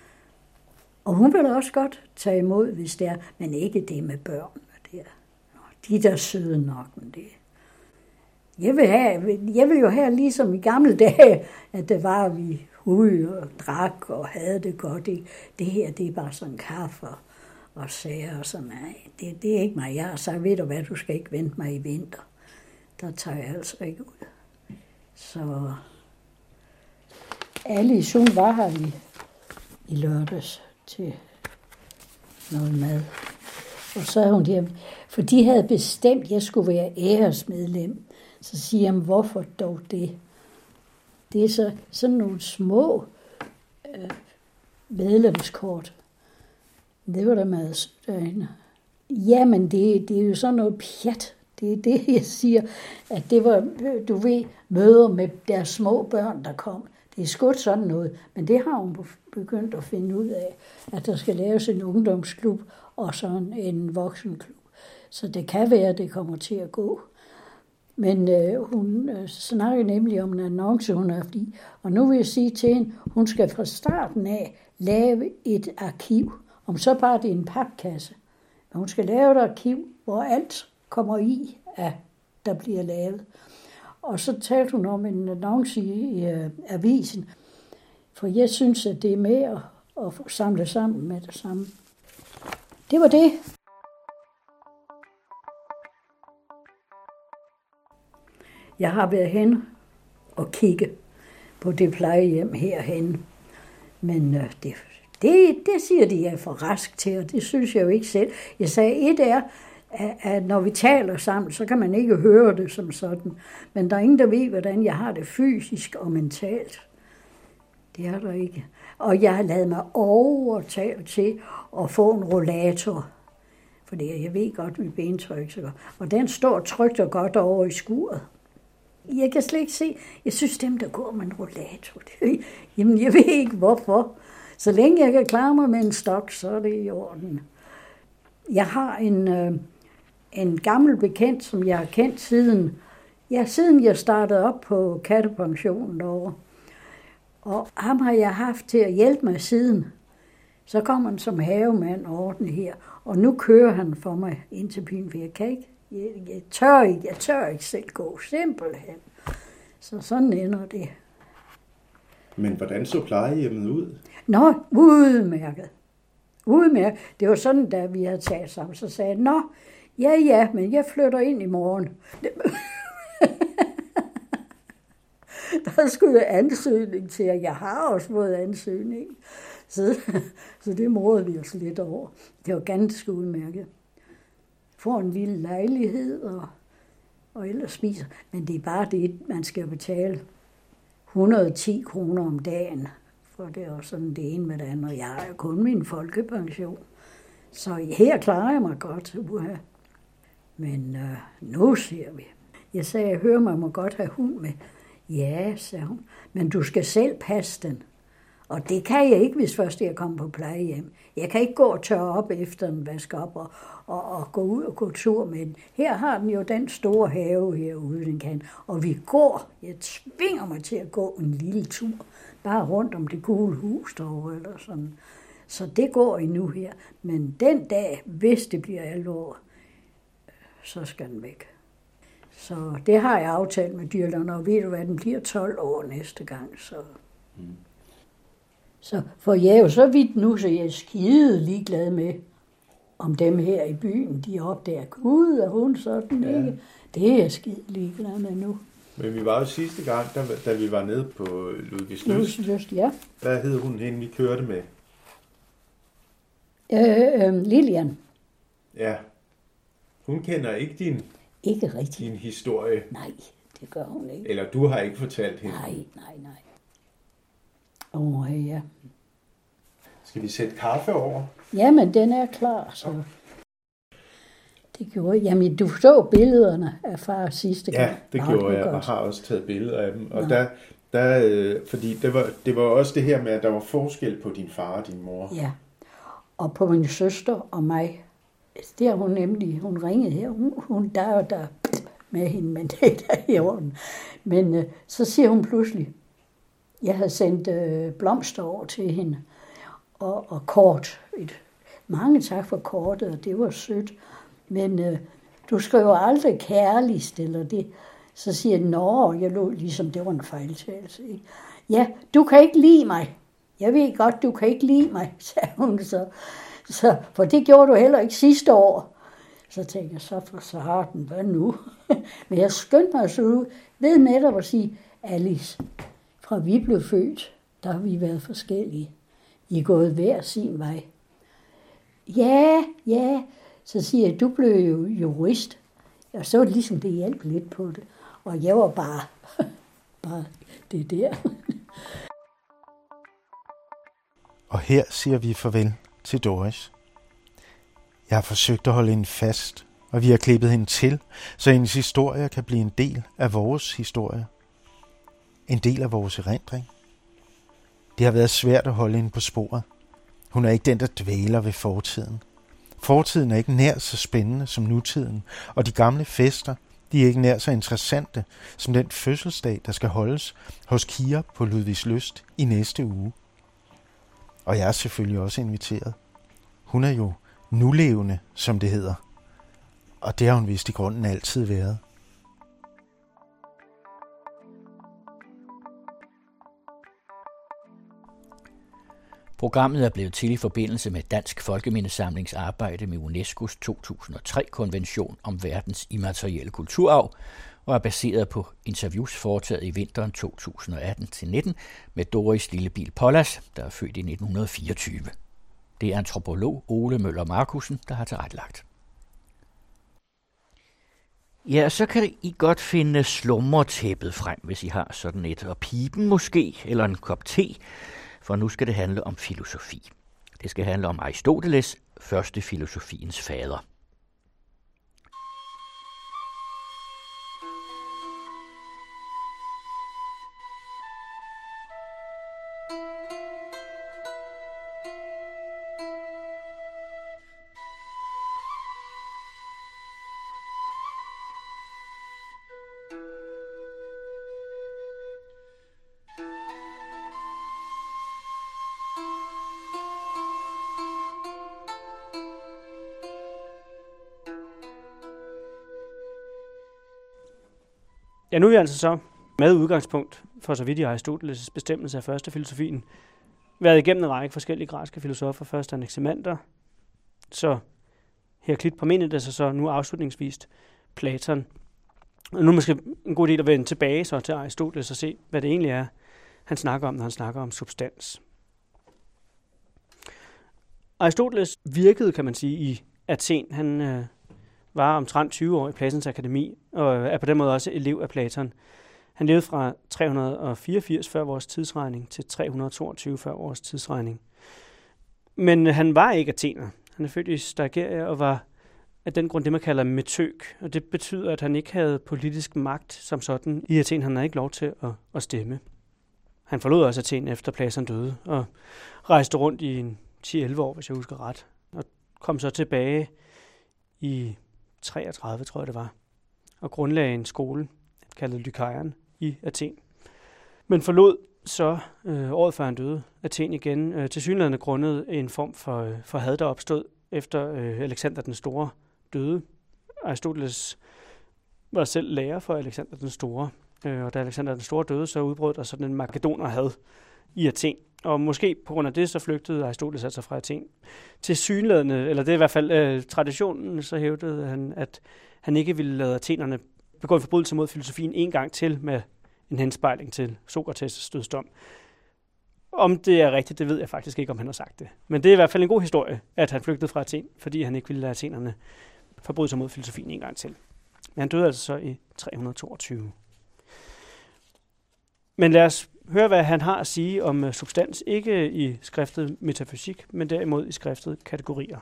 Og hun vil også godt tage imod, hvis det er, men ikke det med børn. Der. De der søde nok med det. Jeg vil, have, jeg vil jo have ligesom i gamle dage, at det var, at vi ude og drak og havde det godt. Det, det her, det er bare sådan kaffe og, og sager og sådan. Nej, det, det er ikke mig. Jeg har sagt, ved du hvad, du skal ikke vente mig i vinter. Der tager jeg altså ikke ud. Så Alice, hun var her i, i lørdags til noget mad. Og så er hun der, for de havde bestemt, at jeg skulle være æresmedlem. Så siger jeg, hvorfor dog det? Det er så sådan nogle små øh, medlemskort. Det var da meget sødt derinde. Jamen, det, det er jo sådan noget pjat. Det er det, jeg siger, at det var, du ved, møder med deres små børn, der kom. Det er sgu sådan noget, men det har hun begyndt at finde ud af, at der skal laves en ungdomsklub og sådan en voksenklub. Så det kan være, at det kommer til at gå. Men øh, hun øh, snakker nemlig om en annonce, hun har haft i. Og nu vil jeg sige til hende, hun skal fra starten af lave et arkiv. Om så bare det er en papkasse. Men hun skal lave et arkiv, hvor alt kommer i, at der bliver lavet. Og så talte hun om en annonce i, i uh, avisen. For jeg synes, at det er med at, at samle sammen med det samme. Det var det. Jeg har været hen og kigge på det plejehjem herhen. Men uh, det, det, det siger de, jeg er for rask til, og det synes jeg jo ikke selv. Jeg sagde, et er, at når vi taler sammen, så kan man ikke høre det som sådan. Men der er ingen, der ved, hvordan jeg har det fysisk og mentalt. Det er der ikke. Og jeg har lavet mig overtale til at få en rollator. Fordi jeg ved godt, mit bentryk så godt. Og den står trygt og godt over i skuret. Jeg kan slet ikke se. Jeg synes, dem, der går med en rollator, det, jamen jeg ved ikke hvorfor. Så længe jeg kan klare mig med en stok, så er det i orden. Jeg har en, øh, en gammel bekendt, som jeg har kendt siden, ja, siden jeg startede op på kattepensionen derovre. Og ham har jeg haft til at hjælpe mig siden. Så kom han som havemand og ordne her. Og nu kører han for mig ind til byen, for jeg kan ikke. Jeg, jeg, tør ikke, jeg tør ikke selv gå, simpelthen. Så sådan ender det. Men hvordan så plejehjemmet ud? Nå, udmærket. Udmærket. Det var sådan, da vi havde taget sammen, så sagde jeg, nå, ja, ja, men jeg flytter ind i morgen. der skulle jeg ansøgning til, og jeg har også fået ansøgning. Så, så det morede vi os lidt over. Det var ganske udmærket. Får en lille lejlighed, og, og ellers spiser. Men det er bare det, man skal betale et hundrede og ti kroner om dagen. For det er også sådan det ene med det andet, og jeg har kun min folkepension. Så her klarer jeg mig godt. Uha. Men øh, nu ser vi. Jeg sagde, jeg hører, man må godt have hund med. Ja, sagde hun, men du skal selv passe den. Og det kan jeg ikke, hvis først jeg kommer på plejehjem. Jeg kan ikke gå og tørre op efter den, vaske op og, og, og gå ud og gå tur med den. Her har den jo den store have herude, den kan. Og vi går, jeg tvinger mig til at gå en lille tur, bare rundt om det gule hus derovre eller sådan. Så det går endnu her. Men den dag, hvis det bliver alvor, så skal den væk. Så det har jeg aftalt med dyrlægerne, og ved du hvad, den bliver tolv år næste gang. Så, mm. så for jeg er jo så vidt nu, så jeg er skide ligeglad med, om dem her i byen, de opdager, gud, er hun sådan, ja. Ikke? Det er jeg skide ligeglad med nu. Men vi var jo sidste gang, da, da vi var nede på Ludvigslyst. Ludvigslyst, ja. Hvad hed hun hende, vi kørte med? Øh, øh, Lilian. Ja. Hun kender ikke din, ikke rigtig. din historie. Nej, det gør hun ikke. Eller du har ikke fortalt hende. Nej, nej, nej. Åh, oh, ja. Skal vi sætte kaffe over? Jamen, den er klar, så. Det gjorde jeg. Jamen, du så billederne af far sidste gang. Ja, det Nå, gjorde det jeg, godt. Og har også taget billeder af dem. Og Nå. der, der øh, fordi det var, det var også det her med, at der var forskel på din far og din mor. Ja, og på min søster og mig. Det har hun nemlig, hun ringede her, hun, hun der er jo der med hende, men det er der i orden. Men øh, så siger hun pludselig, jeg havde sendt øh, blomster over til hende, og, og kort. Et, mange tak for kortet, og det var sødt. Men øh, du skriver aldrig kærligst, eller det. Så siger jeg, nå, jeg lå ligesom, det var en fejltagelse. Ikke? Ja, du kan ikke lide mig. Jeg ved godt, du kan ikke lide mig, sagde hun så. Så, for det gjorde du heller ikke sidste år. Så tænkte jeg, så for sarten, hvad nu? Men jeg skyndte mig så ud ved netop at sige, Alice, fra vi blev født, der har vi været forskellige. I er gået hver sin vej. Ja, ja, så siger jeg, du blev jo jurist. Og så ligesom det hjalp lidt på det. Og jeg var bare, bare det der. Og her siger vi farvel til Doris. Jeg har forsøgt at holde hende fast, og vi har klippet hende til, så hendes historie kan blive en del af vores historie. En del af vores erindring. Det har været svært at holde hende på sporet. Hun er ikke den, der dvæler ved fortiden. Fortiden er ikke nær så spændende som nutiden, og de gamle fester, de er ikke nær så interessante som den fødselsdag, der skal holdes hos Kira på Ludvigslyst i næste uge. Og jeg er selvfølgelig også inviteret. Hun er jo nulevende, som det hedder. Og det har hun vist i grunden altid været. Programmet er blevet til i forbindelse med Dansk Folkemindesamlings arbejde med UNESCO's to tusind og tre-konvention om verdens immaterielle kulturarv, og er baseret på interviews foretaget i vinteren to tusind og atten til nitten med Doris Lillebil Pollas, der er født i nitten fireogtyve. Det er antropolog Ole Møller Markussen, der har tilrettelagt. Ja, så kan I godt finde slumretæppet frem, hvis I har sådan et, og piben måske, eller en kop te, for nu skal det handle om filosofi. Det skal handle om Aristoteles, første filosofiens fader. Ja, nu er vi altså så med udgangspunkt for så vidt i Aristoteles' bestemmelse af første filosofien været igennem en række forskellige græske filosofer. Først Anaximander, så Heraklit Parmenides, og så nu afslutningsvist Platon. Og nu er måske en god idé at vende tilbage så til Aristoteles og se, hvad det egentlig er, han snakker om, når han snakker om substans. Aristoteles virkede, kan man sige, i Athen. Han øh, var omtrent tyve år i Platons akademi, og er på den måde også elev af Platon. Han levede fra tre hundrede og fireogfirs før vores tidsregning til tre hundrede og toogtyve før vores tidsregning. Men han var ikke athener. Han er født i Staggeria og var af den grund det, man kalder metøk. Og det betyder, at han ikke havde politisk magt som sådan. I Athen han havde ikke lov til at, at stemme. Han forlod også Athen efter Platon døde og rejste rundt i en ti til elleve år, hvis jeg husker ret. Og kom så tilbage i treogtredive, tror jeg det var, og grundlagde en skole, kaldet Lykaion, i Athen. Men forlod så øh, året før han døde Athen igen, øh, tilsyneladende grundet en form for, øh, for had, der opstod efter øh, Alexander den Store døde. Aristoteles var selv lærer for Alexander den Store, øh, og da Alexander den Store døde, så udbrød der sådan en makedonerhad i Athen. Og måske på grund af det, så flygtede Aristoteles altså fra Athen. Tilsyneladende, eller det er i hvert fald øh, traditionen, så hævdede han, at han ikke ville lade athenerne begå en forbrydelse mod filosofien en gang til med en henspejling til Sokrates' dødsdom. Om det er rigtigt, det ved jeg faktisk ikke, om han har sagt det. Men det er i hvert fald en god historie, at han flygtede fra Athen, fordi han ikke ville lade athenerne forbryde sig mod filosofien en gang til. Men han døde altså så i tre hundrede og toogtyve. Men lad os høre, hvad han har at sige om substans, ikke i skriftet metafysik, men derimod i skriftet kategorier.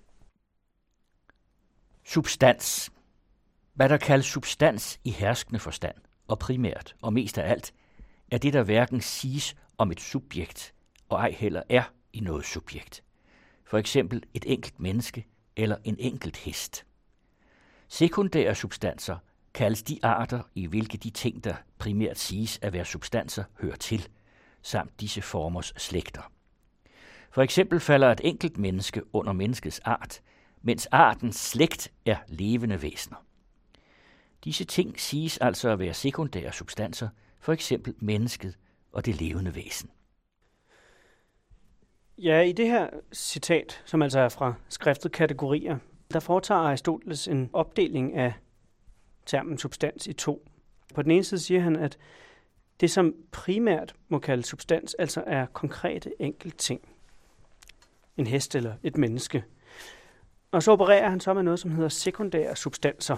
Substans. Hvad der kaldes substans i herskende forstand, og primært og mest af alt, er det, der hverken siges om et subjekt, og ej heller er i noget subjekt. For eksempel et enkelt menneske eller en enkelt hest. Sekundære substanser kaldes de arter, i hvilke de ting, der primært siges at være substanser, hører til, samt disse formers slægter. For eksempel falder et enkelt menneske under menneskets art, mens artens slægt er levende væsener. Disse ting siges altså at være sekundære substanser, for eksempel mennesket og det levende væsen. Ja, i det her citat, som altså er fra skriftet kategorier, der foretager Aristoteles en opdeling af termen substans i to. På den ene side siger han, at det, som primært må kaldes substans, altså er konkrete enkelt ting. En hest eller et menneske. Og så opererer han så med noget, som hedder sekundære substanser.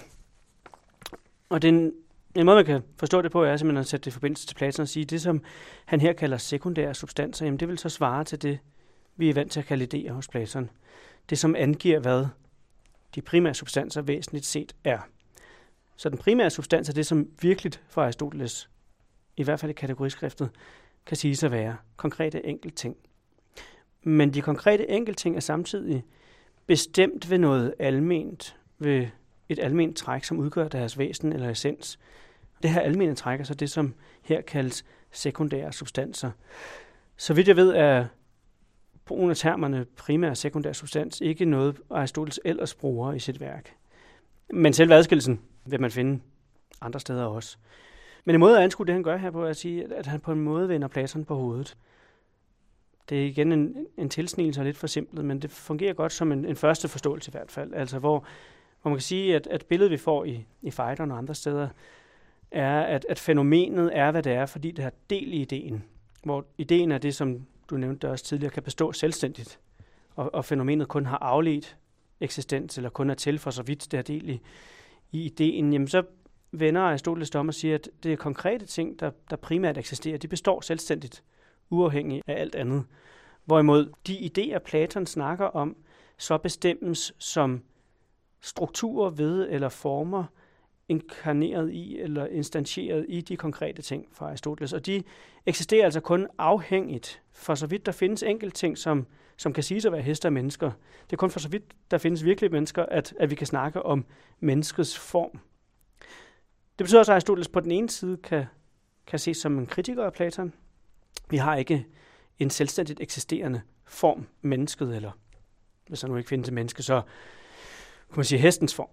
Og det er en, en måde, man kan forstå det på, er simpelthen at sætte det i forbindelse til Platon og sige, at det, som han her kalder sekundære substanser, jamen det vil så svare til det, vi er vant til at kalde idéer hos Platon. Det, som angiver, hvad de primære substanser væsentligt set er. Så den primære substans er det, som virkeligt for Aristoteles, i hvert fald i kategoriskriftet, kan siges at være konkrete enkeltting. Men de konkrete enkeltting er samtidig bestemt ved noget alment, ved et alment træk, som udgør deres væsen eller essens. Det her almene træk er så det, som her kaldes sekundære substanser. Så vidt jeg ved, er brugen af termerne primær og sekundær substans ikke noget, Aristoteles ellers bruger i sit værk. Men selve adskillelsen vil man finde andre steder også. Men en måde at anskue det, han gør her på, er at sige, at han på en måde vender Platon på hovedet. Det er igen en, en tilsnigelse og lidt forsimplet, men det fungerer godt som en, en første forståelse i hvert fald. Altså hvor, hvor man kan sige, at, at billedet, vi får i, i Phaidon og andre steder, er, at, at fænomenet er, hvad det er, fordi det har del i ideen. Hvor ideen er det, som du nævnte også tidligere, kan bestå selvstændigt. Og, og fænomenet kun har afledt eksistens, eller kun er til for så vidt det har del i, i ideen, jamen så vender Aristoteles om og siger, at det er konkrete ting, der, der primært eksisterer. De består selvstændigt, uafhængigt af alt andet. Hvorimod de idéer, Platon snakker om, så bestemmes som strukturer ved eller former inkarneret i eller instantieret i de konkrete ting fra Aristoteles. Og de eksisterer altså kun afhængigt. For så vidt der findes enkelte ting, som, som kan siges at være heste og mennesker. Det er kun for så vidt der findes virkelige mennesker, at, at vi kan snakke om menneskets form. Det betyder også, at Aristoteles på den ene side kan, kan ses som en kritiker af Platon. Vi har ikke en selvstændigt eksisterende form, mennesket, eller hvis der nu ikke findes et menneske, så kan man sige hestens form.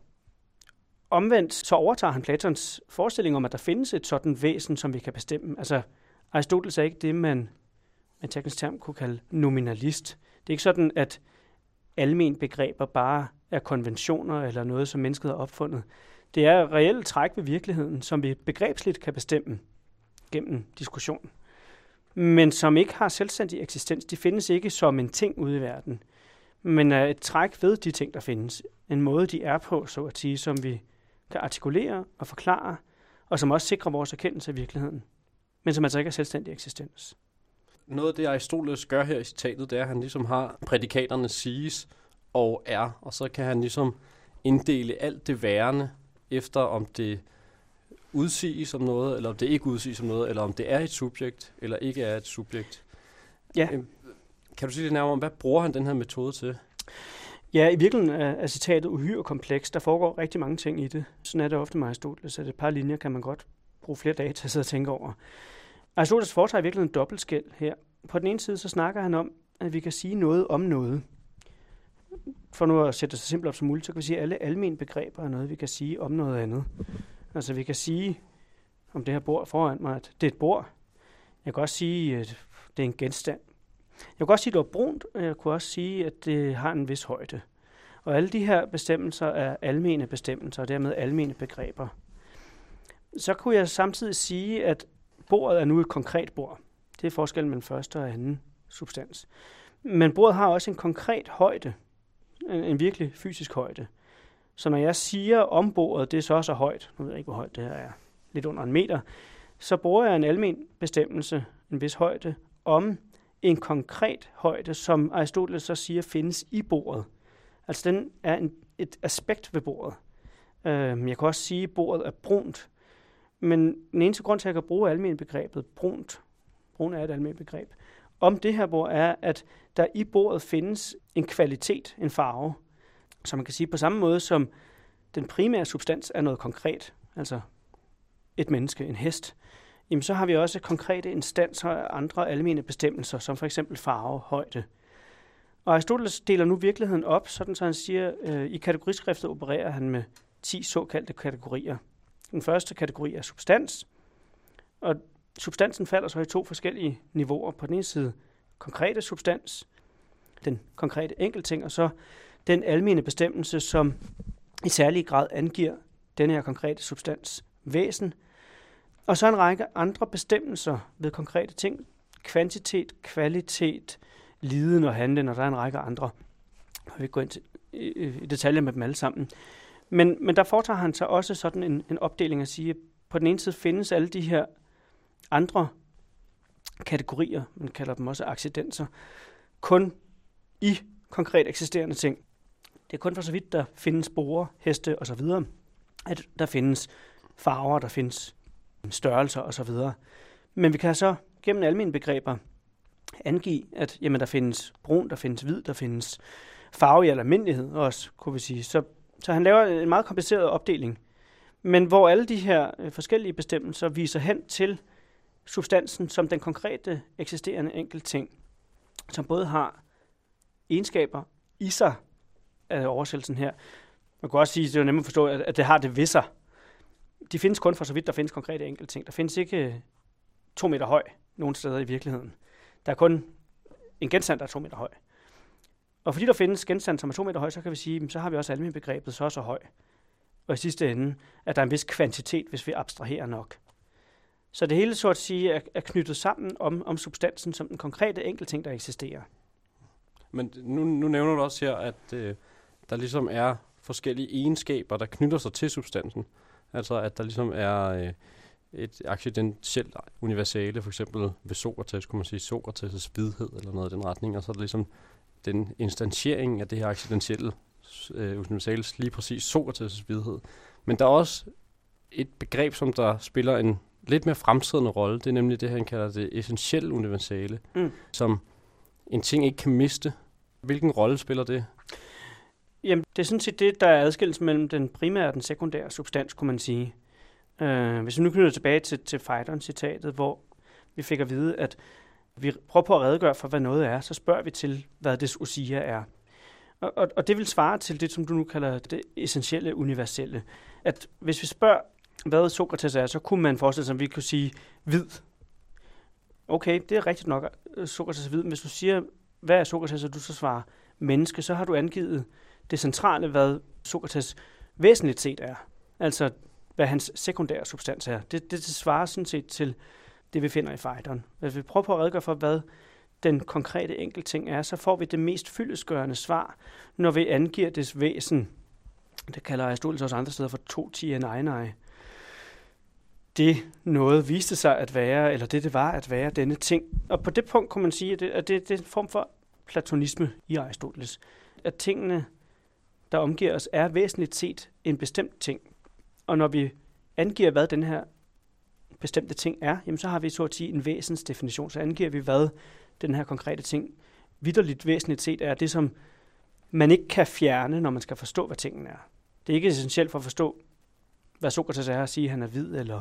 Omvendt så overtager han Platons forestilling om, at der findes et sådan væsen, som vi kan bestemme. Altså, Aristoteles er ikke det, man med en teknisk term kunne kalde nominalist. Det er ikke sådan, at almen begreber bare er konventioner eller noget, som mennesket har opfundet. Det er reelle træk ved virkeligheden, som vi begrebsligt kan bestemme gennem diskussion, men som ikke har selvstændig eksistens. De findes ikke som en ting ude i verden, men er et træk ved de ting, der findes. En måde, de er på, så at sige, som vi kan artikulere og forklare, og som også sikrer vores erkendelse af virkeligheden, men som altså ikke har selvstændig eksistens. Noget af det, Aristoteles gør her i citatet, det er, at han ligesom har prædikaterne siges og er, og så kan han ligesom inddele alt det værende efter, om det udsiges som noget, eller om det ikke udsiges som noget, eller om det er et subjekt, eller ikke er et subjekt. Ja. Kan du sige lidt nærmere om, hvad bruger han den her metode til? Ja, i virkeligheden er citatet uhyre kompleks. Der foregår rigtig mange ting i det. Sådan er det ofte med Aristoteles, at et par linjer kan man godt bruge flere dage til at sidde og tænke over. Aristoteles foretager i virkeligheden en dobbeltskæld her. På den ene side så snakker han om, at vi kan sige noget om noget. For nu at sætte det så simpelt op som muligt, så kan vi sige, at alle almene begreber er noget, vi kan sige om noget andet. Altså vi kan sige om det her bord foran mig, at det er et bord. Jeg kan også sige, at det er en genstand. Jeg kan også sige, at det er brunt, og jeg kunne også sige, at det har en vis højde. Og alle de her bestemmelser er almene bestemmelser, og dermed almene begreber. Så kunne jeg samtidig sige, at bordet er nu et konkret bord. Det er forskellen mellem første og anden substans. Men bordet har også en konkret højde, en, en virkelig fysisk højde. Så når jeg siger om bordet, det er så så højt, nu ved jeg ikke, hvor højt det her er, lidt under en meter, så bruger jeg en almen bestemmelse, en vis højde, om en konkret højde, som Aristoteles så siger findes i bordet. Altså den er en, et aspekt ved bordet. Øh, jeg kan også sige, at bordet er brunt, men den eneste grund til, at jeg kan bruge almen begrebet brunt, brun er et almen begreb, om det her bord er, at der i bordet findes en kvalitet, en farve, som man kan sige på samme måde som den primære substans er noget konkret, altså et menneske, en hest, jamen så har vi også konkrete instanser af andre almene bestemmelser, som for eksempel farve, højde. Og Aristoteles deler nu virkeligheden op, sådan så han siger, øh, i kategoriskriftet opererer han med ti såkaldte kategorier. Den første kategori er substans, og substansen falder så i to forskellige niveauer. På den ene side konkrete substans, den konkrete enkeltting, og så den almene bestemmelse, som i særlig grad angiver denne her konkrete substans væsen. Og så en række andre bestemmelser ved konkrete ting. Kvantitet, kvalitet, liden og handlen, og der er en række andre. Jeg vil ikke gå ind til, i, i detaljer med dem alle sammen. Men, men der foretager han så også sådan en, en opdeling at sige, at på den ene side findes alle de her andre kategorier, man kalder dem også accidenser, kun i konkret eksisterende ting. Det er kun for så vidt, der findes sporer, heste osv., at der findes farver, der findes størrelser osv. Men vi kan så gennem almene begreber angive, at jamen, der findes brun, der findes hvid, der findes farve i almindelighed også, kunne vi sige. Så, så han laver en meget kompliceret opdeling, men hvor alle de her øh, forskellige bestemmelser viser hen til substansen som den konkrete eksisterende enkeltting, som både har egenskaber i sig af oversættelsen her. Man kan også sige, at det er jo nemt at forstå, at det har det ved sig. De findes kun for så vidt, der findes konkrete enkeltting. Der findes ikke to meter høj nogen steder i virkeligheden. Der er kun en genstand, der er to meter høj. Og fordi der findes genstand, som er to meter høj, så kan vi sige, så har vi også almen begrebet så og så høj. Og i sidste ende, at der er en vis kvantitet, hvis vi abstraherer nok. Så det hele, så at sige, er, er knyttet sammen om, om substansen som den konkrete enkeltting, der eksisterer. Men nu, nu nævner du også her, at øh, der ligesom er forskellige egenskaber, der knytter sig til substansen. Altså at der ligesom er øh, et accidentielt universale, for eksempel ved Sokrates, kunne man sige Sokrates' hvidhed eller noget i den retning, og så er der ligesom den instantiering af det her accidentielle øh, universale, lige præcis Sokrates' hvidhed. Men der er også et begreb, som der spiller en lidt mere fremtrædende rolle, det er nemlig det, han kalder det essentielle universale, mm. som en ting ikke kan miste. Hvilken rolle spiller det? Jamen, det er sådan set det, der er adskillelse mellem den primære og den sekundære substans, kunne man sige. Uh, hvis vi nu knytter tilbage til, til Phaidon-citatet, hvor vi fik at vide, at vi prøver på at redegøre for, hvad noget er, så spørger vi til, hvad det ousia er. Og, og, og det vil svare til det, som du nu kalder det essentielle universelle. At hvis vi spørger, hvad Sokrates er, så kunne man forestille sig, at vi kunne sige hvid. Okay, det er rigtigt nok, Sokrates er hvid. Men hvis du siger, hvad er Sokrates, og du så svarer menneske, så har du angivet det centrale, hvad Sokrates væsentligt set er. Altså, hvad hans sekundære substans er. Det, det, det svarer sådan set til det, vi finder i Phaidon. Hvis vi prøver på at redegøre for, hvad den konkrete enkeltting er, så får vi det mest fyldestgørende svar, når vi angiver dets væsen. Det kalder Aristoteles også andre steder for to tien einai. Det noget viste sig at være, eller det det var at være denne ting. Og på det punkt kunne man sige, at det, at det, det er en form for platonisme i Aristoteles. At tingene, der omgiver os, er væsentligt set en bestemt ting. Og når vi angiver, hvad den her bestemte ting er, jamen så har vi så at sige en væsensdefinition. Så angiver vi, hvad den her konkrete ting vitterligt væsentligt set er det, som man ikke kan fjerne, når man skal forstå, hvad tingen er. Det er ikke essentielt for at forstå, hvad Sokrates er at sige, at han er hvid, eller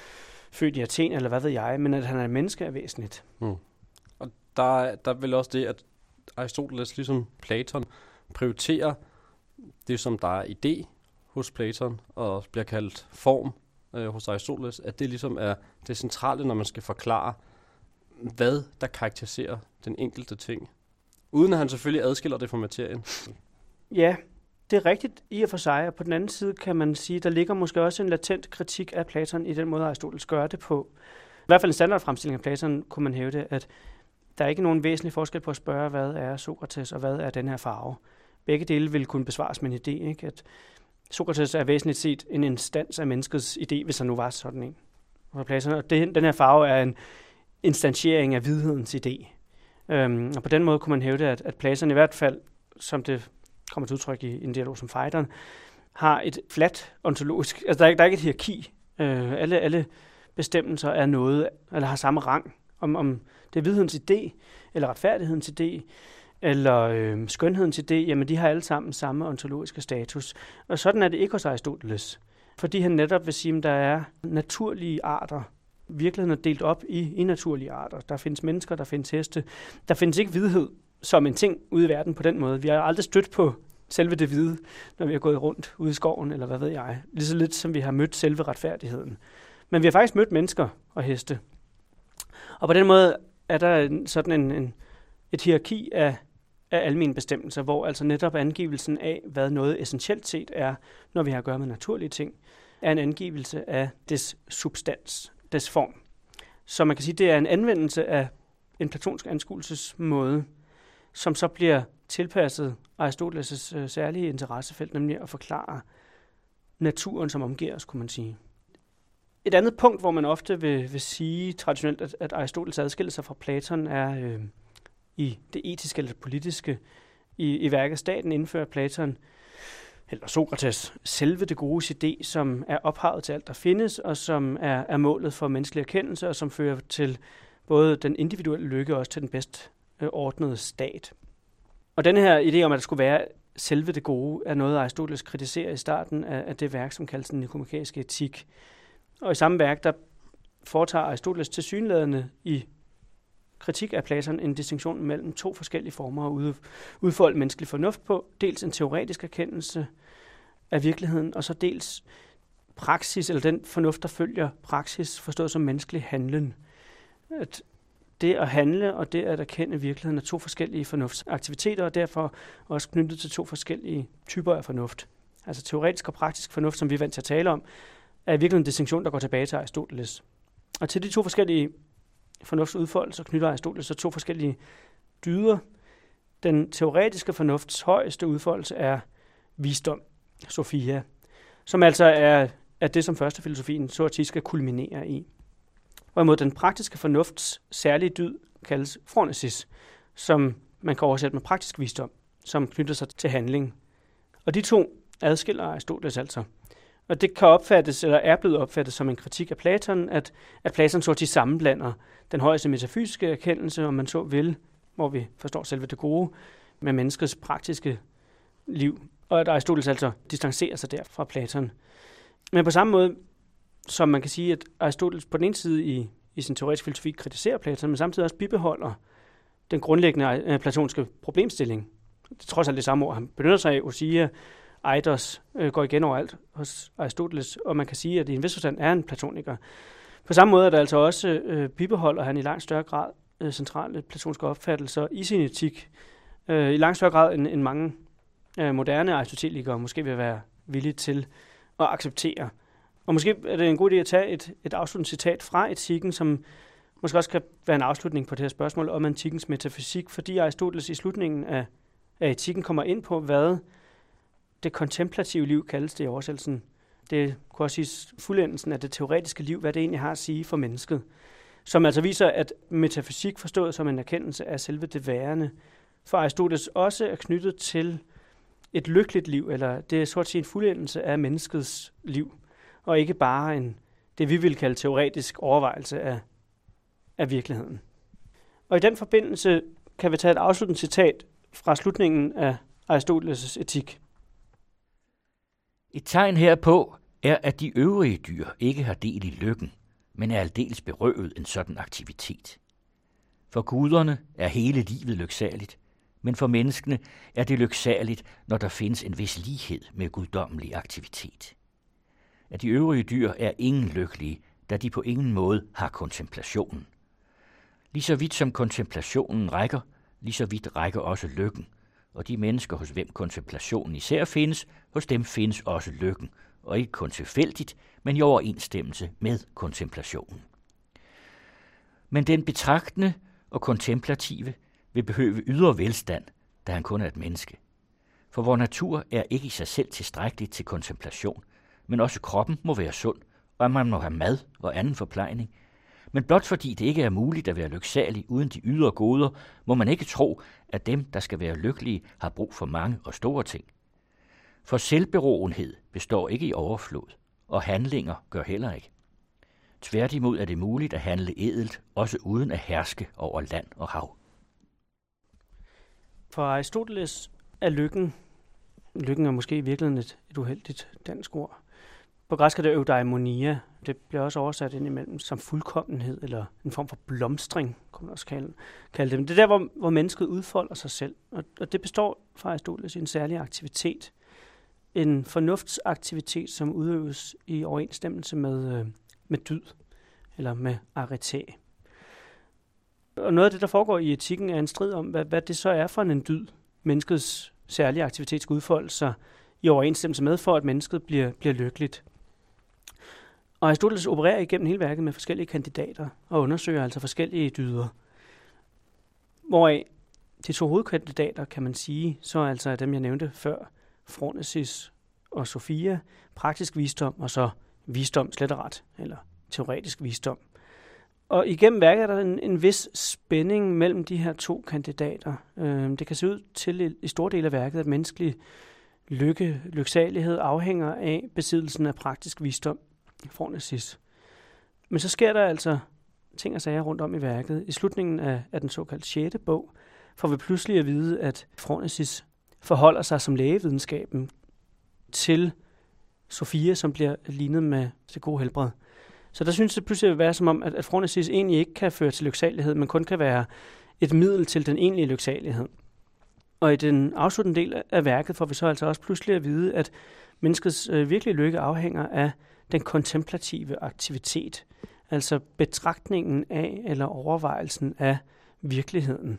født i Athen, eller hvad ved jeg, men at han er et menneske er væsentligt. Mm. Og der, der er vel også det, at Aristoteles, ligesom Platon, prioriterer det, som der er idé hos Platon, og bliver kaldt form øh, hos Aristoteles, at det ligesom er det centrale, når man skal forklare, hvad der karakteriserer den enkelte ting. Uden at han selvfølgelig adskiller det fra materien. Ja, det er rigtigt i og for sig, og på den anden side kan man sige, at der ligger måske også en latent kritik af Platon i den måde, Aristoteles gør det på. I hvert fald en standardfremstilling af Platon kunne man hævde, at der er ikke nogen væsentlig forskel på at spørge, hvad er Sokrates, og hvad er den her farve. Begge dele vil kunne besvares med en idé, ikke? At Sokrates er væsentligt set en instans af menneskets idé, hvis der nu var sådan en. Og Platon, og det, den her farve er en instantiering af vidhedens idé. Øhm, og på den måde kunne man hævde, at, at Platon i hvert fald, som det kommer til udtryk i en dialog som Phaidon, har et fladt ontologisk, altså der er, der er ikke et hierarki. Øh, alle, alle bestemmelser er noget, eller har samme rang. Om, om det er vidhedens idé, eller retfærdighedens idé, eller øh, skønhedens idé, jamen de har alle sammen samme ontologiske status. Og sådan er det ikke hos Aristoteles. Fordi han netop vil sige, at der er naturlige arter. Virkeligheden er delt op i, i naturlige arter. Der findes mennesker, der findes heste. Der findes ikke vidhed som en ting ude i verden på den måde. Vi har aldrig stødt på selve det hvide, når vi har gået rundt ude i skoven, eller hvad ved jeg. Lige så lidt som vi har mødt selve retfærdigheden. Men vi har faktisk mødt mennesker og heste. Og på den måde er der sådan en, en, et hierarki af, af almene bestemmelser, hvor altså netop angivelsen af, hvad noget essentielt set er, når vi har at gøre med naturlige ting, er en angivelse af des substans, des form. Så man kan sige, det er en anvendelse af en platonsk anskuelsesmåde, som så bliver tilpasset Aristoteles' øh, særlige interessefelt, nemlig at forklare naturen, som omgiver os, kunne man sige. Et andet punkt, hvor man ofte vil, vil sige traditionelt, at, at Aristoteles adskiller sig fra Platon, er øh, i det etiske eller det politiske. I, i værket Staten indfører Platon, eller Sokrates, selve det gode idé, som er ophavet til alt, der findes, og som er, er målet for menneskelig erkendelse, og som fører til både den individuelle lykke og også til den bedst øh, ordnede stat. Og denne her idé om, at der skulle være selve det gode, er noget, Aristoteles kritiserer i starten af, af det værk, som kaldes den nikomachæiske etik. Og i samme værk, der foretager Aristoteles tilsyneladende i kritik af Platon en distinktion mellem to forskellige former at udfolde menneskelig fornuft på. Dels en teoretisk erkendelse af virkeligheden, og så dels praksis, eller den fornuft, der følger praksis, forstået som menneskelig handlen. At det at handle og det at erkende virkeligheden er to forskellige fornuftsaktiviteter, og derfor også knyttet til to forskellige typer af fornuft. Altså teoretisk og praktisk fornuft, som vi er vant til at tale om, er virkelig en distinktion, der går tilbage til Aristoteles. Og til de to forskellige fornuftsudfoldelser knytter Aristoteles så to forskellige dyder. Den teoretiske fornufts højeste udfoldelse er visdom, Sophia, som altså er, er det, som første filosofien så at sige skal kulminere i. Hvorimod den praktiske fornufts særlige dyd kaldes phronesis, som man kan oversætte med praktisk visdom, som knytter sig til handling. Og de to adskiller Aristoteles altså. Og det kan opfattes, eller er blevet opfattet som en kritik af Platon, at, at Platon så til sammenblander den højeste metafysiske erkendelse, om man så vil, hvor vi forstår selve det gode, med menneskets praktiske liv. Og at Aristoteles altså distancerer sig der fra Platon. Men på samme måde, som man kan sige, at Aristoteles på den ene side i, i sin teoretiske filosofi kritiserer Platon, men samtidig også bibeholder den grundlæggende øh, platonske problemstilling. Det er trods alt det samme ord, han benytter sig af, Ousia, eidos, øh, går igen overalt hos Aristoteles, og man kan sige, at i en vis forstand er en platoniker. På samme måde er der altså også øh, bibeholder han i langt større grad øh, centrale platonske opfattelser i sin etik, øh, i langt større grad end, end mange øh, moderne aristotelikere måske vil være villige til og acceptere. Og måske er det en god idé at tage et, et afsluttende citat fra etikken, som måske også kan være en afslutning på det her spørgsmål om antikkens metafysik, fordi Aristoteles i slutningen af, af etikken kommer ind på, hvad det kontemplative liv kaldes det i oversættelsen. Det kunne også siges fuldendelsen af det teoretiske liv, hvad det egentlig har at sige for mennesket. Som altså viser, at metafysik forstået som en erkendelse af selve det værende, for Aristoteles også er knyttet til et lykkeligt liv, eller det er så at sige en fuldendelse af menneskets liv, og ikke bare en, det vi vil kalde teoretisk overvejelse af, af virkeligheden. Og i den forbindelse kan vi tage et afsluttende citat fra slutningen af Aristoteles' etik. Et tegn herpå er, at de øvrige dyr ikke har del i lykken, men er aldeles berøvet en sådan aktivitet. For guderne er hele livet lyksaligt, men for menneskene er det lyksaligt, når der findes en vis lighed med guddommelig aktivitet. At de øvrige dyr er ingen lykkelige, da de på ingen måde har kontemplationen. Lige så vidt som kontemplationen rækker, lige så vidt rækker også lykken, og de mennesker, hos hvem kontemplationen især findes, hos dem findes også lykken, og ikke kun tilfældigt, men i overensstemmelse med kontemplationen. Men den betragtende og kontemplative vil behøve ydre velstand, da han kun er et menneske. For vor natur er ikke i sig selv tilstrækkeligt til kontemplation, men også kroppen må være sund, og man må have mad og anden forplejning. Men blot fordi det ikke er muligt at være lyksalig uden de ydre goder, må man ikke tro, at dem, der skal være lykkelige, har brug for mange og store ting. For selvberoenhed består ikke i overflod, og handlinger gør heller ikke. Tværtimod er det muligt at handle ædelt, også uden at herske over land og hav. For Aristoteles er lykken, lykken er måske i virkeligheden et, et uheldigt dansk ord. På græsk er det eudaimonia. Det bliver også oversat indimellem som fuldkommenhed, eller en form for blomstring, kunne man også kalde, kalde det. Det er der, hvor, hvor mennesket udfolder sig selv. Og, og det består for Aristoteles i en særlig aktivitet. En fornuftsaktivitet, som udøves i overensstemmelse med, øh, med dyd, eller med arete. Og noget af det, der foregår i etikken, er en strid om, hvad, hvad det så er for en dyd, menneskets særlige aktivitet skal udfolde sig i overensstemmelse med, for at mennesket bliver, bliver lykkeligt. Og Aristoteles opererer igennem hele værket med forskellige kandidater og undersøger altså forskellige dyder. Hvoraf de to hovedkandidater, kan man sige, så er altså dem, jeg nævnte før, Phronesis og Sophia, praktisk visdom og så visdom slet og ret, eller teoretisk visdom. Og igennem værket er der en, en vis spænding mellem de her to kandidater. Øh, det kan se ud til i, i store dele af værket, at menneskelig lykke, lyksalighed afhænger af besiddelsen af praktisk visdom, Phronesis. Men så sker der altså ting og sager rundt om i værket. I slutningen af, af den såkaldte sjette bog får vi pludselig at vide, at Phronesis forholder sig som lægevidenskaben til Sophia, som bliver lignet med det gode helbred. Så der synes det pludselig at være som om, at, at Phronesis egentlig ikke kan føre til lyksalighed, men kun kan være et middel til den egentlige lyksalighed. Og i den afsluttende del af værket får vi så altså også pludselig at vide, at menneskets øh, virkelige lykke afhænger af den kontemplative aktivitet, altså betragtningen af eller overvejelsen af virkeligheden.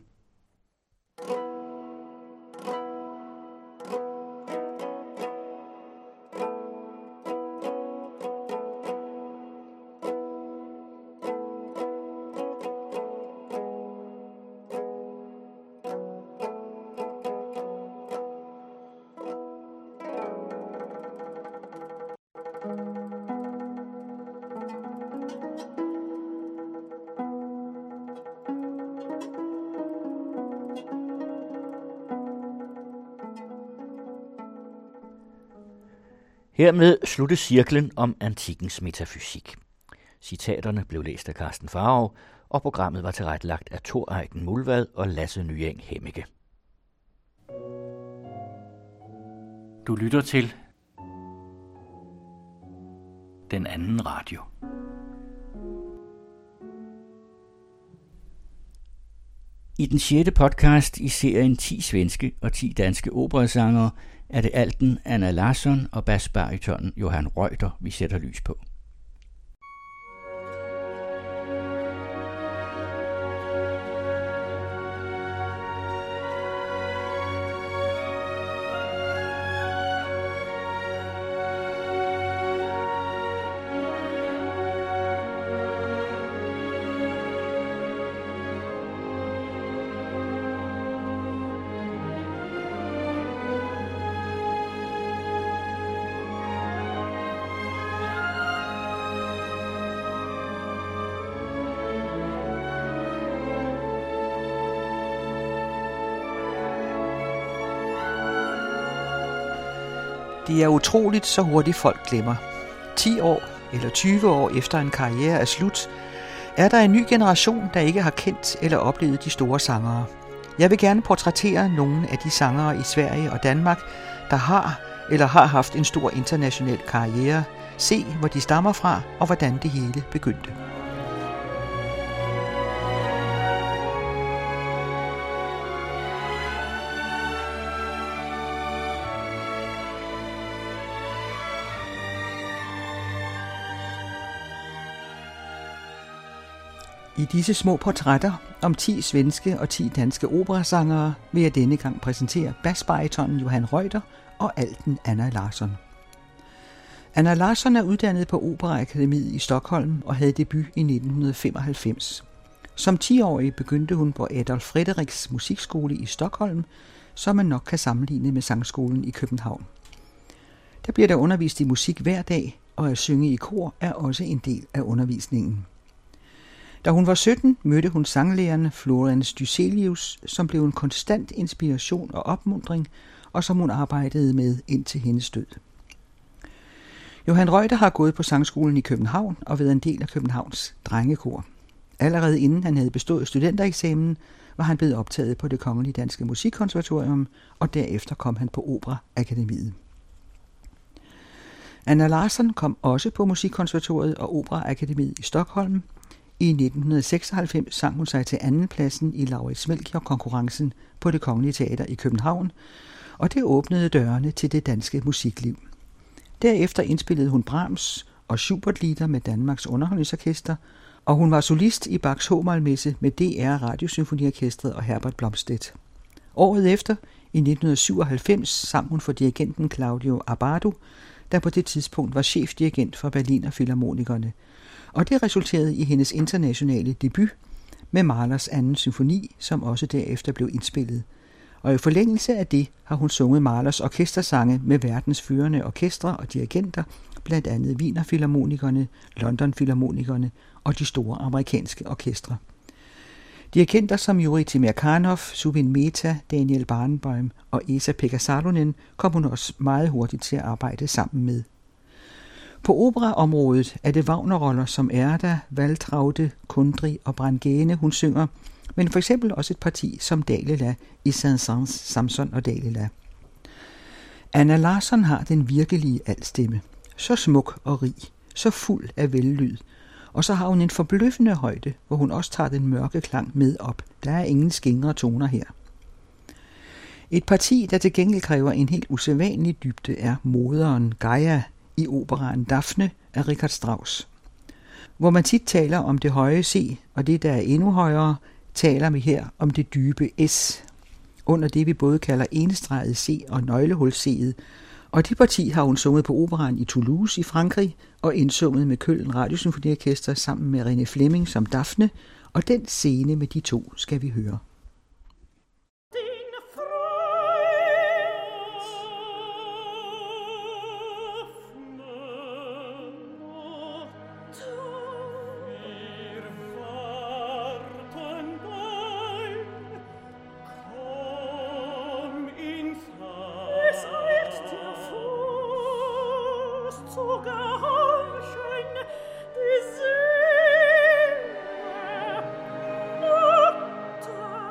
Hermed sluttes cirklen om antikkens metafysik. Citaterne blev læst af Carsten Farov, og programmet var tilrettelagt af Thor Eiken Mulvad og Lasse Nyeng Hemmige. Du lytter til Den Anden Radio. I den sjette podcast i serien ti svenske og ti danske operasangere er det alten Anna Larsson og basbaritonen Johan Reuter, vi sætter lys på. Det er utroligt, så hurtigt folk glemmer. ti år eller tyve år efter en karriere er slut, er der en ny generation, der ikke har kendt eller oplevet de store sangere. Jeg vil gerne portrættere nogle af de sangere i Sverige og Danmark, der har eller har haft en stor international karriere, se hvor de stammer fra og hvordan det hele begyndte. I disse små portrætter om ti svenske og ti danske operasangere vil jeg denne gang præsentere basbaritonen Johan Reuter og alten Anna Larsson. Anna Larsson er uddannet på Operaakademiet i Stockholm og havde debut i nitten femoghalvfems. Som ti-årig begyndte hun på Adolf Fredriks musikskole i Stockholm, som man nok kan sammenligne med sangskolen i København. Der bliver der undervist i musik hver dag, og at synge i kor er også en del af undervisningen. Da hun var sytten, mødte hun sanglæreren Florence Dyselius, som blev en konstant inspiration og opmuntring, og som hun arbejdede med indtil hendes død. Johan Reuter har gået på sangskolen i København og været en del af Københavns drengekor. Allerede inden han havde bestået studentereksamen, var han blevet optaget på Det Kongelige Danske Musikkonservatorium, og derefter kom han på Operaakademiet. Anna Larsson kom også på Musikkonservatoriet og Operaakademiet i Stockholm. I nitten seksoghalvfems sang hun sig til andenpladsen i Lauritz Melchior-konkurrencen på Det Kongelige Teater i København, og det åbnede dørene til det danske musikliv. Derefter indspillede hun Brahms og Schubert-lieder med Danmarks Underholdningsorkester, og hun var solist i Bachs H-Moll-messe med D R Radiosymfoniorkestret og Herbert Blomstedt. Året efter, i nitten syvoghalvfems, sang hun for dirigenten Claudio Abbado, der på det tidspunkt var chefdirigent for Berliner Philharmonikerne, og det resulterede i hendes internationale debut med Mahlers anden symfoni, som også derefter blev indspillet. Og i forlængelse af det har hun sunget Mahlers orkestersange med verdens førende orkestre og dirigenter, blandt andet Wiener Philharmonikerne, London Philharmonikerne og de store amerikanske orkestre. Dirigenter som Juri Temirkanov, Zubin Mehta, Daniel Barenboim og Esa-Pekka Salonen kom hun også meget hurtigt til at arbejde sammen med. På operaområdet er det Wagner-roller som Erda, Waltraute, Kundry og Brangæne, hun synger, men for eksempel også et parti som Dalila i Saint-Saëns Samson og Dalila. Anna Larsson har den virkelige altstemme. Så smuk og rig, så fuld af vellyd, og så har hun en forbløffende højde, hvor hun også tager den mørke klang med op. Der er ingen skingre toner her. Et parti, der til gengæld kræver en helt usædvanlig dybde, er moderen Gaia i operaen Daphne af Richard Strauss. Hvor man tit taler om det høje C, og det, der er endnu højere, taler vi her om det dybe S, under det vi både kalder enestreget C og nøglehul C'et, og det parti har hun sunget på operaen i Toulouse i Frankrig, og indsunget med Køln Radiosymfoniorkester sammen med René Fleming som Daphne, og den scene med de to skal vi høre. Mutter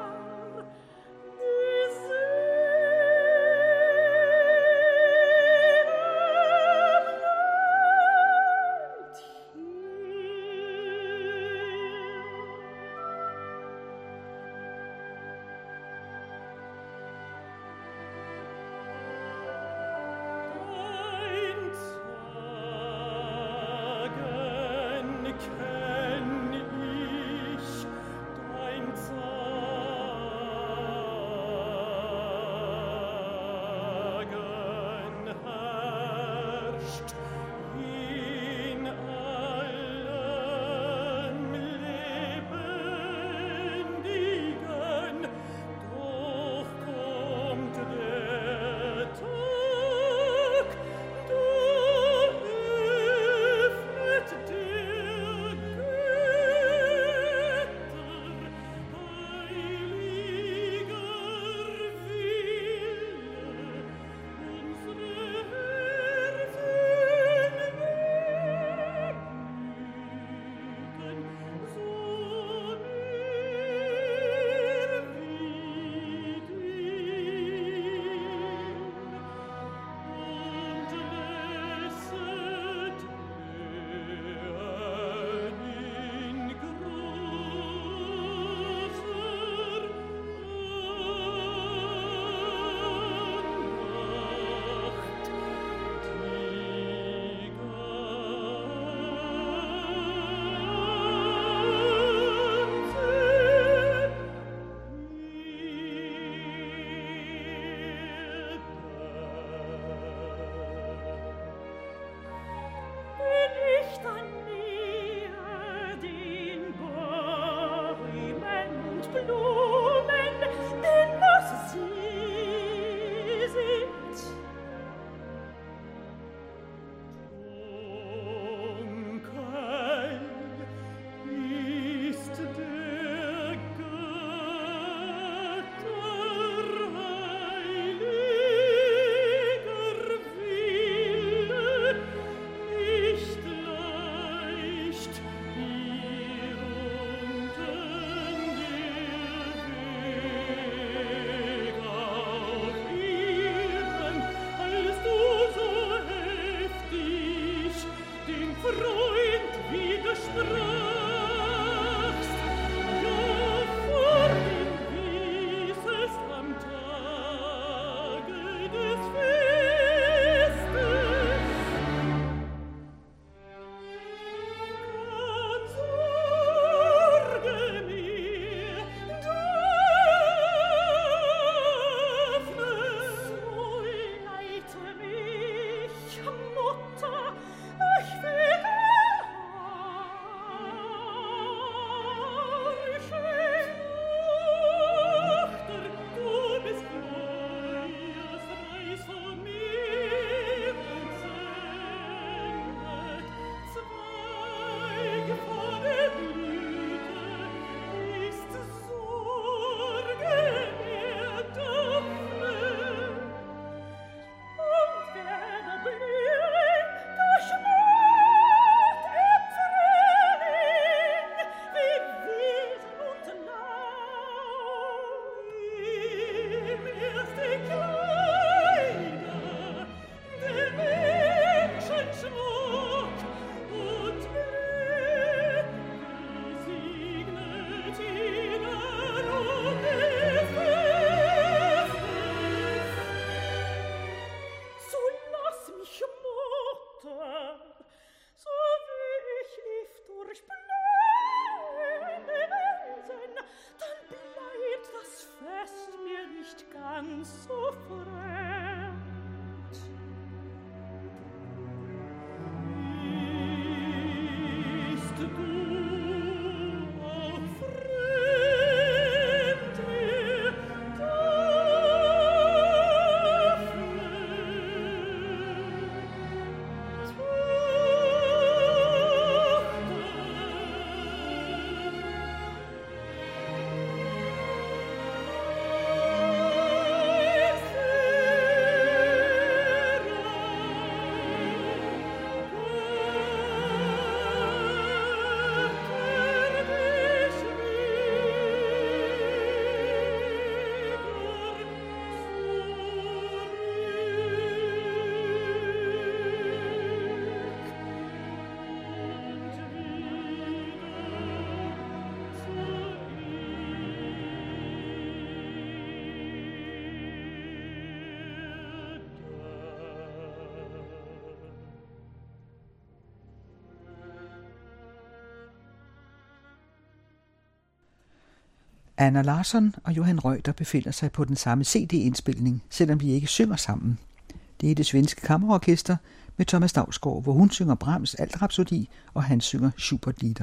Anna Larsson og Johan Reuter befinder sig på den samme C D-indspilning, selvom de ikke synger sammen. Det er det svenske kammerorkester med Thomas Dausgaard, hvor hun synger Brahms Altrapsodi, og han synger Schubert-lieder.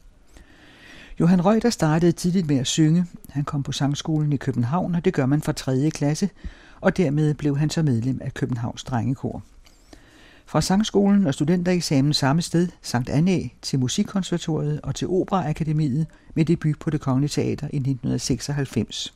Johan Reuter startede tidligt med at synge. Han kom på sangskolen i København, og det gør man fra tredje klasse, og dermed blev han så medlem af Københavns Drengekor. Fra sangskolen og studentereksamen samme sted, Sankt Annæ, til Musikkonservatoriet og til Operaakademiet med debut på Det Kongelige Teater i nitten seksoghalvfems.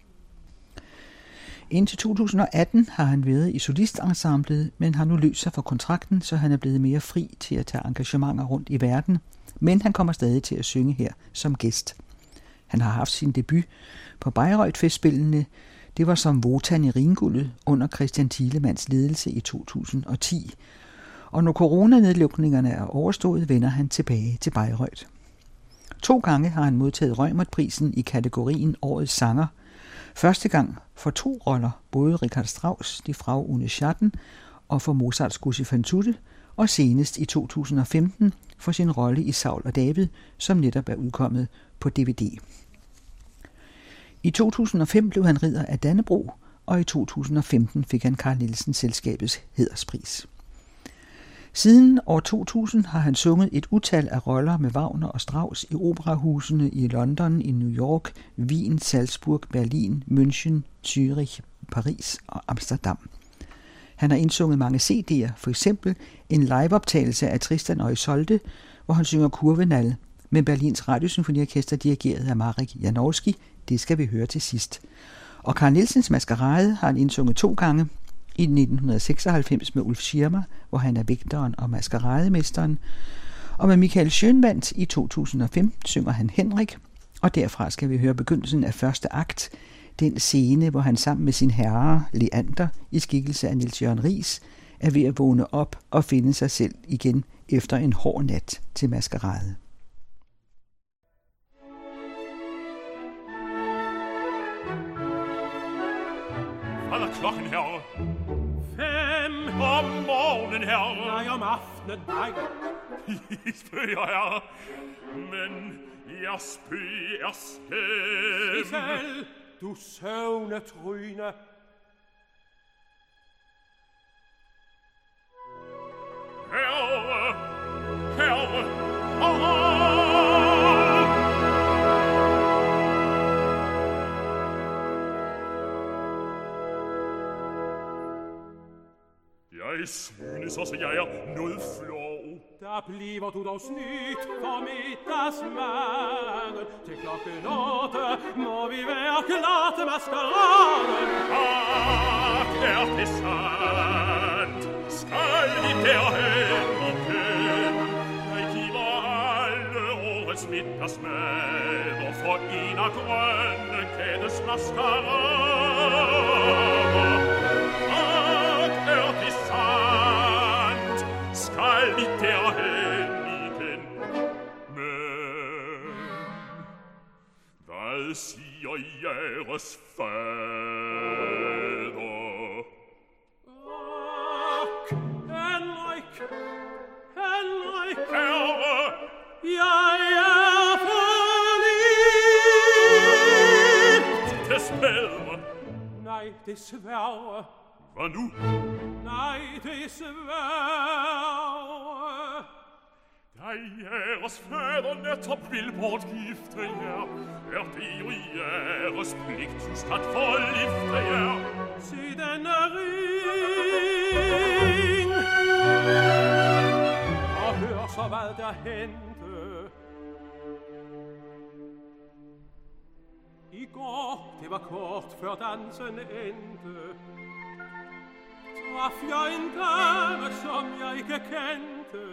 Indtil to tusind og atten har han været i solistensemblet, men har nu løst sig fra kontrakten, så han er blevet mere fri til at tage engagementer rundt i verden, men han kommer stadig til at synge her som gæst. Han har haft sin debut på Bayreuth-festspillene. Det var som Wotan i Ringuldet under Christian Thielemanns ledelse i to tusind og ti. Og når coronanedlukningerne er overstået, vender han tilbage til Bayreuth. To gange har han modtaget Reumertprisen i kategorien Årets Sanger. Første gang for to roller, både Richard Strauss, Die Frau ohne Schatten, og for Mozarts Gussi van Tutte, og senest i to tusind og femten for sin rolle i Saul og David, som netop er udkommet på D V D. I to tusind og fem blev han ridder af Dannebrog, og i to tusind og femten fik han Carl Nielsen-selskabets hæderspris. Siden år to tusind har han sunget et utal af roller med Wagner og Strauss i operahusene i London, i New York, Wien, Salzburg, Berlin, München, Zürich, Paris og Amsterdam. Han har indsunget mange C D'er, for eksempel en liveoptagelse af Tristan og Isolde, hvor han synger Kurvenal med Berlins Radiosymfoniorkester dirigeret af Marek Janowski. Det skal vi høre til sidst. Og Carl Nielsens Maskerade har han indsunget to gange, i nitten seksoghalvfems med Ulf Schirmer, hvor han er vægteren og maskerademesteren, og med Michael Schönwandt i to tusind og femten synger han Henrik, og derfra skal vi høre begyndelsen af første akt, den scene, hvor han sammen med sin herre, Leander, i skikkelse af Niels Jørgen Riis, er ved at vågne op og finde sig selv igen efter en hård nat til maskerade. Hvad er klokken, herre? Fem. Om morgenen, herre. Nej, om aftenen, nej. I spøger, herre. Men jeg spøger skæm. Isel, du søvnetryne. Herre, herre, herre. Jeg synes også, jeg er noget flov. Der bliver du dog snydt for middagsmaden. Til klokken otte må vi være klar til maskeraden. Ak, er det sandt? Skal vi derhen igen? Jeg giver alle årets middagsmader for en af grønne kædes maskerader. Er det sandt? Skal vi derhen igen? Men hvad siger jeres fader? Ak, Henrik, Henrik, herre, jeg er forlibt. Desværre. Nej, desværre. Hvad nu? Nej, desværre. Da jeres fader netop vil bortgifte jer, er det jo jeres pligt just at forlifte jer. Se denne ring, og hør så hvad der hente. I går, det var kort før dansen endte, traf jeg en dame, som jeg ikke kendte.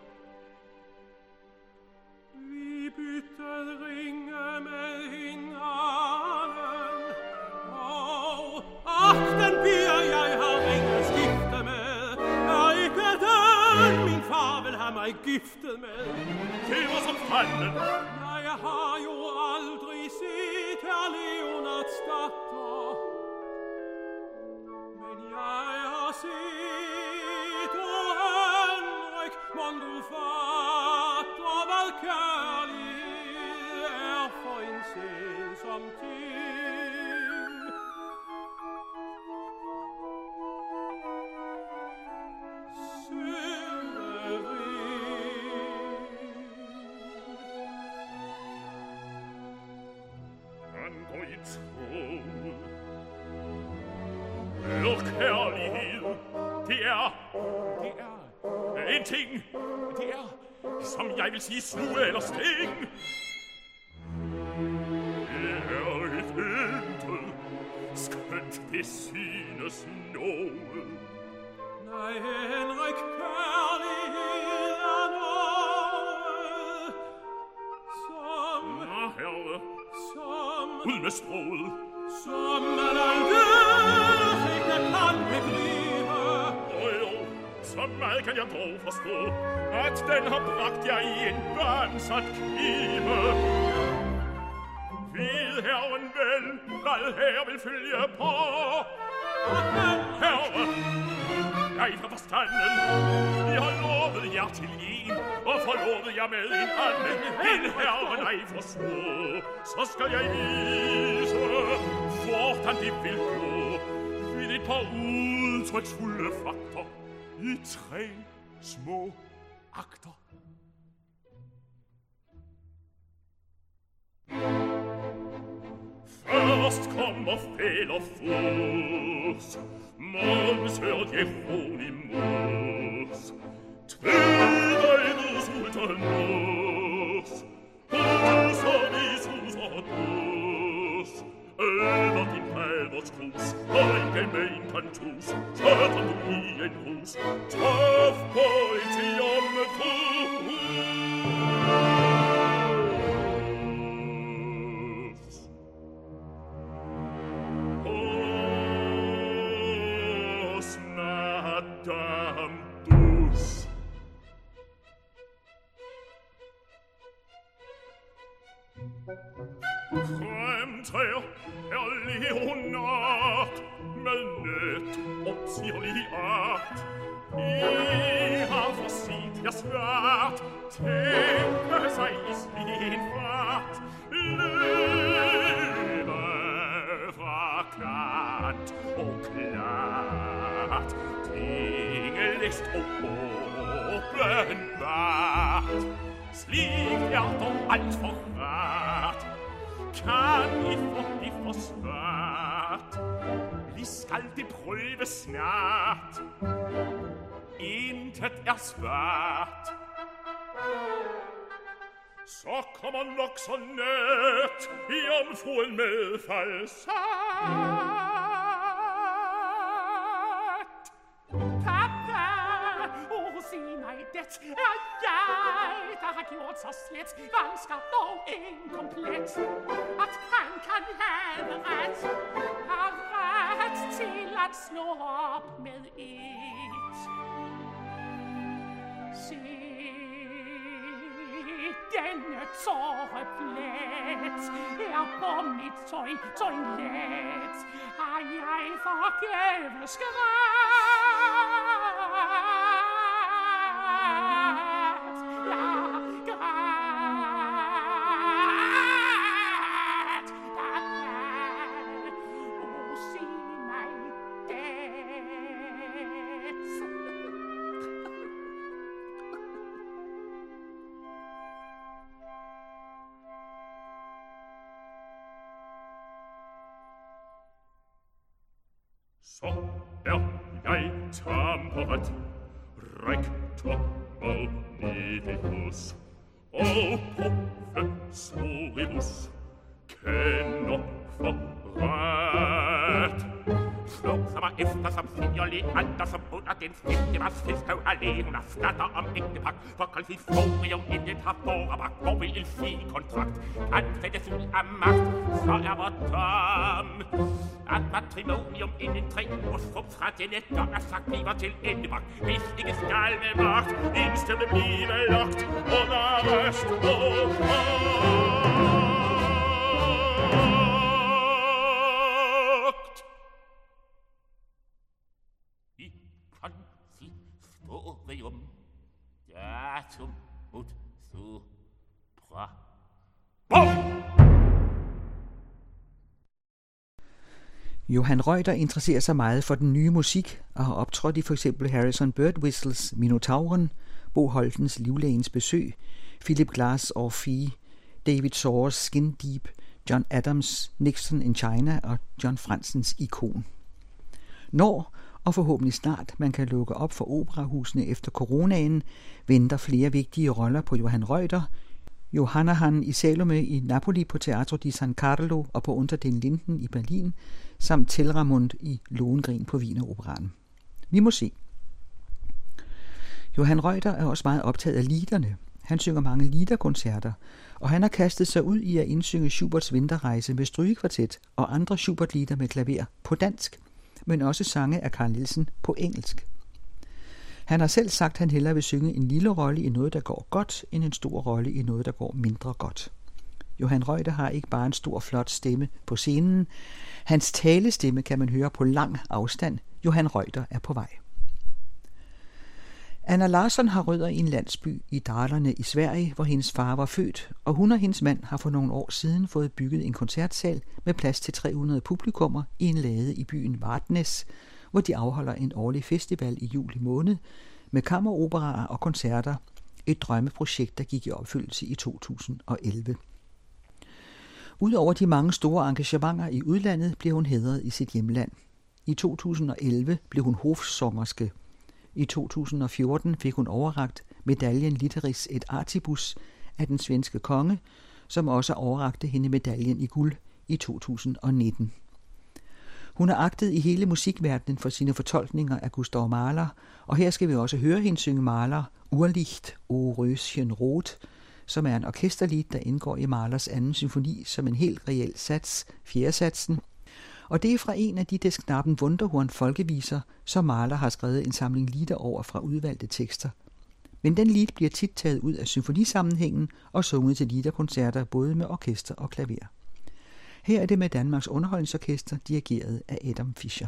Vi byttede ringe med hinanden, og ach, den bier jeg har ringe skifte med, er ikke den, min far vil have mig giftet med. Det var som fanden. Jeg har jo aldrig set herr Leonards datter, men jeg har set, o Henrik, mon du fatter, hvad kærlighed er for en sælsom ting. Søde ring, andre i tråd, er kærlighed, det er, det er en ting, det er, som jeg vil sige, slue eller sting. Det er et intet, skønt det synes noget. Nej, Henrik, kærlighed er noget, som, Nå, herre, som, ud med sproget, som man aldrig ikke kan begribe. Og jo, så meget kan jeg dog forstå, at den har bragt jer i en børnsat knibe. Ved herren vel, hvad her vil følge på? Herre, jeg fra forstanden, vi har lovet jer til en, og forlovet jer med en anden. En herren ej forsvår, så skal jeg vise, hvordan det vil gå, ved et par udtryksfulde fakter i tre små akter. Først kommer fæl og furs, Måns hørte Jeronimus, Tvedøjnet sultanus, hus og visus og dus, over din faders krus, og ikke med en kantus, sætter du i en hus, tøf på et triumfus. Fremtræder er Leonard med net og sirlig art. I har for sit jer svært, tænker sig i sin fart. Løbe fra kant og klart, tingelist og åbenbart. Slikt er dog alt for rart, kan I få det for svært. Vi skal det prøve snart, intet er svært. Så kommer nok så net jomfruen med falsat. Papa, oh, sig mig, det er jeg, der har gjort så slet vanskab dog inkomplet, at han kan have ret, har ret til at slå op med et. Se, denne tåreplet er på mit tøj, toilet, har jeg forgæves grædt. Ja, grædt. Papa, oh, sig mig det. Så er jeg tamperet, rektor Magnificus og professoribus kender for ret. Slå sig mig efter som senior Leander, som under den femte var selvskrev alene. Hun har skatter om ægtepak, for konsistorium intet har forarbagt, hvor vil en fri kontrakt kan sættes ud af magt. Så er vor dom, at matrimonium inden tre ugers fra denne dom er sagt bliver til endebagt. Hvis ikke skal med magt, indstemme blive lagt under rest og magt. I konsistorium datum ut supra. Bum! Johan Reuter interesserer sig meget for den nye musik og har optrådt i for eksempel Harrison Birdwhistles Minotauren, Bo Holtens Livlægens besøg, Philip Glass Orphée, David Soares Skin Deep, John Adams Nixon in China og John Fransens Ikon. Når og forhåbentlig snart man kan lukke op for operahusene efter coronaen, venter flere vigtige roller på Johan Reuter, Johannahan i Salome i Napoli på Teatro di San Carlo og på Unter den Linden i Berlin, samt Telramund i Lohengrin på Wieneroperaen. Vi må se. Johan Reuter er også meget optaget af liederne. Han synger mange liederkoncerter, og han har kastet sig ud i at indsynge Schuberts Vinterrejse med strygekvartet og andre Schubert-lieder med klaver på dansk, men også sange af Carl Nielsen på engelsk. Han har selv sagt, at han hellere vil synge en lille rolle i noget, der går godt, end en stor rolle i noget, der går mindre godt. Johan Reuter har ikke bare en stor, flot stemme på scenen. Hans talestemme kan man høre på lang afstand. Johan Reuter er på vej. Anna Larsson har rødder i en landsby i Dalarne i Sverige, hvor hendes far var født, og hun og hendes mand har for nogle år siden fået bygget en koncertsal med plads til tre hundrede publikummer i en lade i byen Vartnes, hvor de afholder en årlig festival i juli måned med kammeroperaer og koncerter, et drømmeprojekt, der gik i opfyldelse i to tusind og elleve. Udover de mange store engagementer i udlandet, blev hun hædret i sit hjemland. I to tusind og elleve blev hun hofsongerske. I to tusind og fjorten fik hun overrakt medaljen Litteris et Artibus af den svenske konge, som også overrakte hende medaljen i guld i to tusind og nitten. Hun er agtet i hele musikverdenen for sine fortolkninger af Gustav Mahler, og her skal vi også høre hende synge Mahler Urlicht o Röschen Rot, som er en orkesterlied, der indgår i Mahlers anden symfoni som en helt reel sats, fjerdesatsen. Og det er fra en af de des Knappen Wunderhorn folkeviser, som Mahler har skrevet en samling lieder over fra udvalgte tekster. men den lied bliver tit taget ud af symfonisammenhængen og sunget til liederkoncerter både med orkester og klaver. Her er det med Danmarks Underholdningsorkester, dirigeret af Adam Fischer.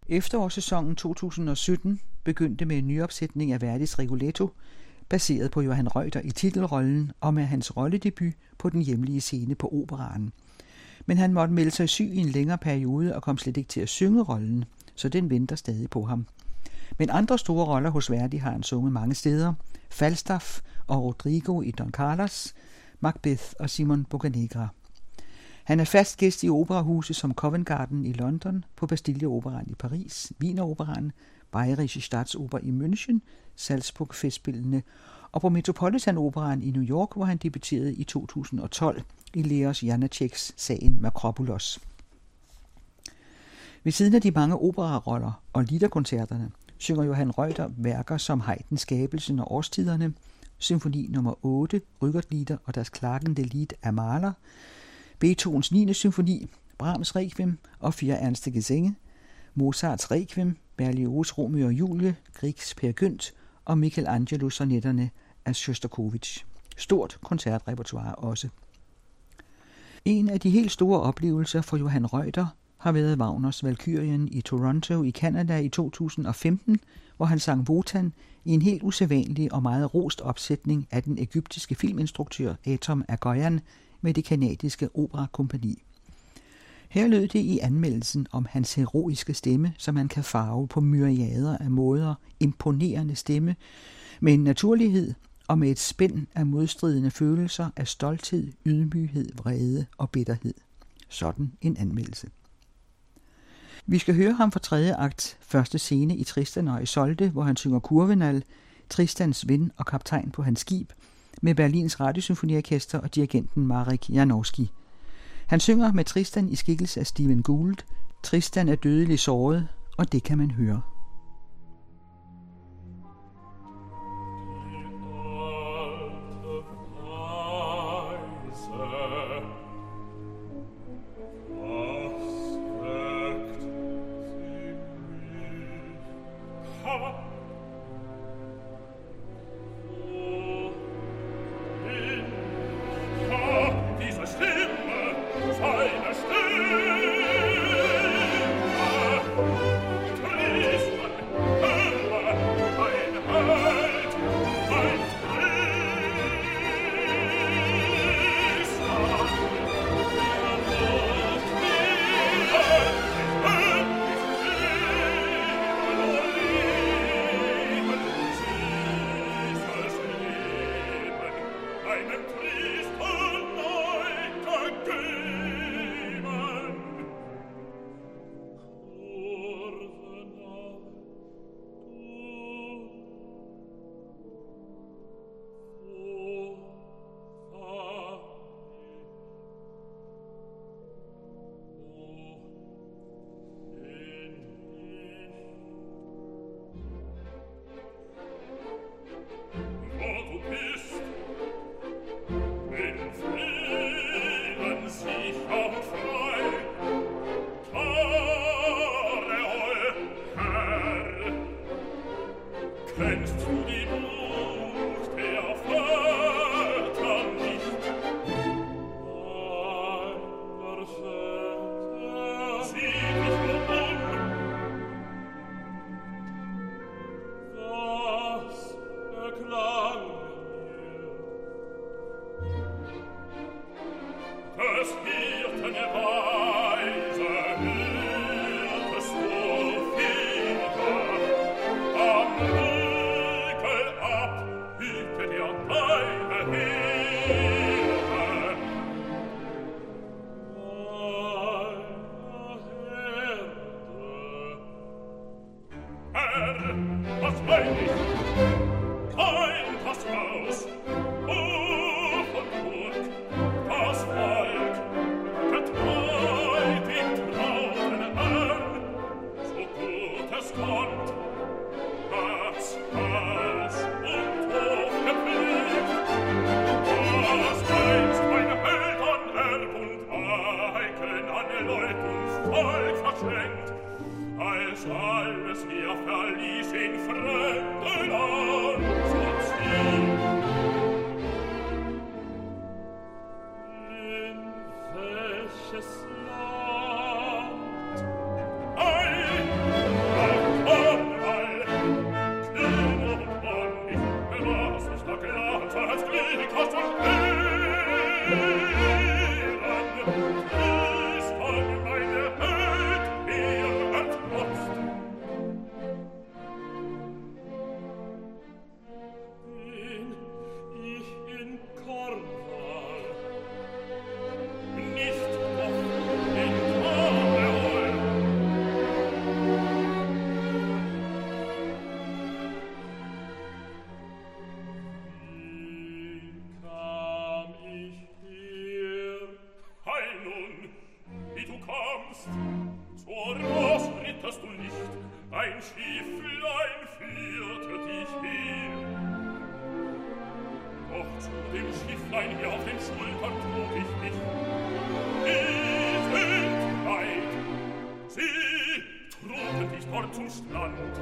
Efterårssæsonen to tusind og sytten begyndte med en nyopsætning af Verdis Rigoletto, baseret på Johan Reuter i titelrollen og med hans rolledebut på den hjemlige scene på Operaen. Men han måtte melde sig syg i en længere periode og kom slet ikke til at synge rollen, så den venter stadig på ham. Men andre store roller hos Verdi har han sunget mange steder. Falstaff og Rodrigo i Don Carlos, Macbeth og Simon Boccanegra. Han er fast gæst i operahuse som Covent Garden i London, på Bastille Operaen i Paris, Wiener Operaen, Bayerische Staatsoper i München, Salzburg Festspillene og på Metropolitan Operaen i New York, hvor han debuterede i to tusind og tolv i Leos Janáčeks Sagen Makropulos. Ved siden af de mange operaroller og liederkoncerterne synger Johan Reuter værker som Haydns Skabelsen og Årstiderne, Symfoni nummer otte, Rückert-Lieder og Das klagende Lied af Mahler, Beethovens niende symfoni, Brahms Requiem og fire ernste gesänge, Mozarts Requiem, Berlioz' Romeo og Julie, Griegs Peer Gynt og Michelangelo sonetterne af Sjostakovitj. Stort koncertrepertoire også. En af de helt store oplevelser for Johan Reuter har været Wagners Valkyrien i Toronto i Canada i to tusind og femten, hvor han sang Wotan i en helt usædvanlig og meget rost opsætning af den egyptiske filminstruktør Atom Agoyan med det kanadiske operakompagni. Her lød det i anmeldelsen om hans heroiske stemme, som man kan farve på myriader af måder, imponerende stemme, med en naturlighed og med et spænd af modstridende følelser af stolthed, ydmyghed, vrede og bitterhed. Sådan en anmeldelse. Vi skal høre ham fra tredje akt, første scene i Tristan og Isolde, hvor han synger Kurvenal, Tristans ven og kaptajn på hans skib, med Berlins Radiosymfoniorkester og dirigenten Marek Janowski. Han synger med Tristan i skikkelse af Stephen Gould. Tristan er dødeligt såret, og det kan man høre. Oh Händlein hier auf den Schultern trug ich dich. Wir sind bereit. Sie trugen dich dort zum Strand.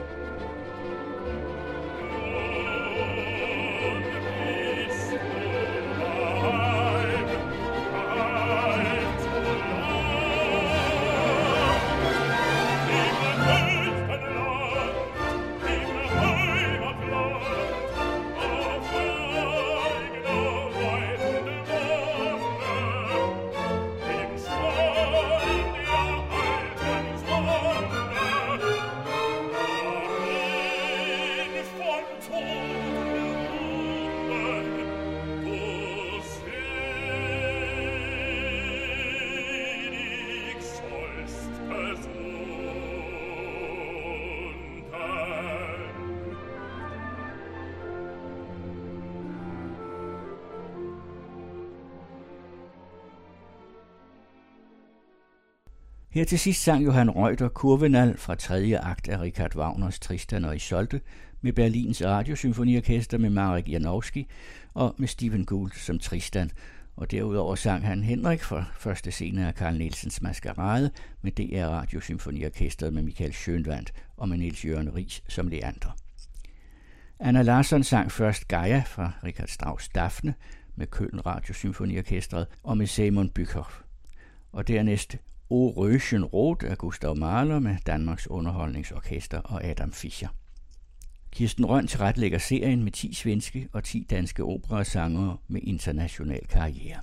Her til sidst sang Johan Reuter Kurvenal fra tredje akt af Richard Wagners Tristan og Isolde med Berlins Radiosymfoniorkester med Marek Janowski og med Stephen Gould som Tristan. Og derudover sang han Henrik fra første scene af Carl Nielsens Maskerade med D R Radiosymfoniorkestret med Michael Schönwandt og med Niels Jørgen Riis som Leander. Anna Larsson sang først Gaia fra Richard Strauss Daphne med Köln Radiosymfoniorkestret og med Simon Bückhoff. Og dernæst O Röschen Rot af Gustav Mahler med Danmarks Underholdningsorkester og Adam Fischer. Kirsten Rønn tilrettelægger serien med ti svenske og ti danske operasangere med international karriere.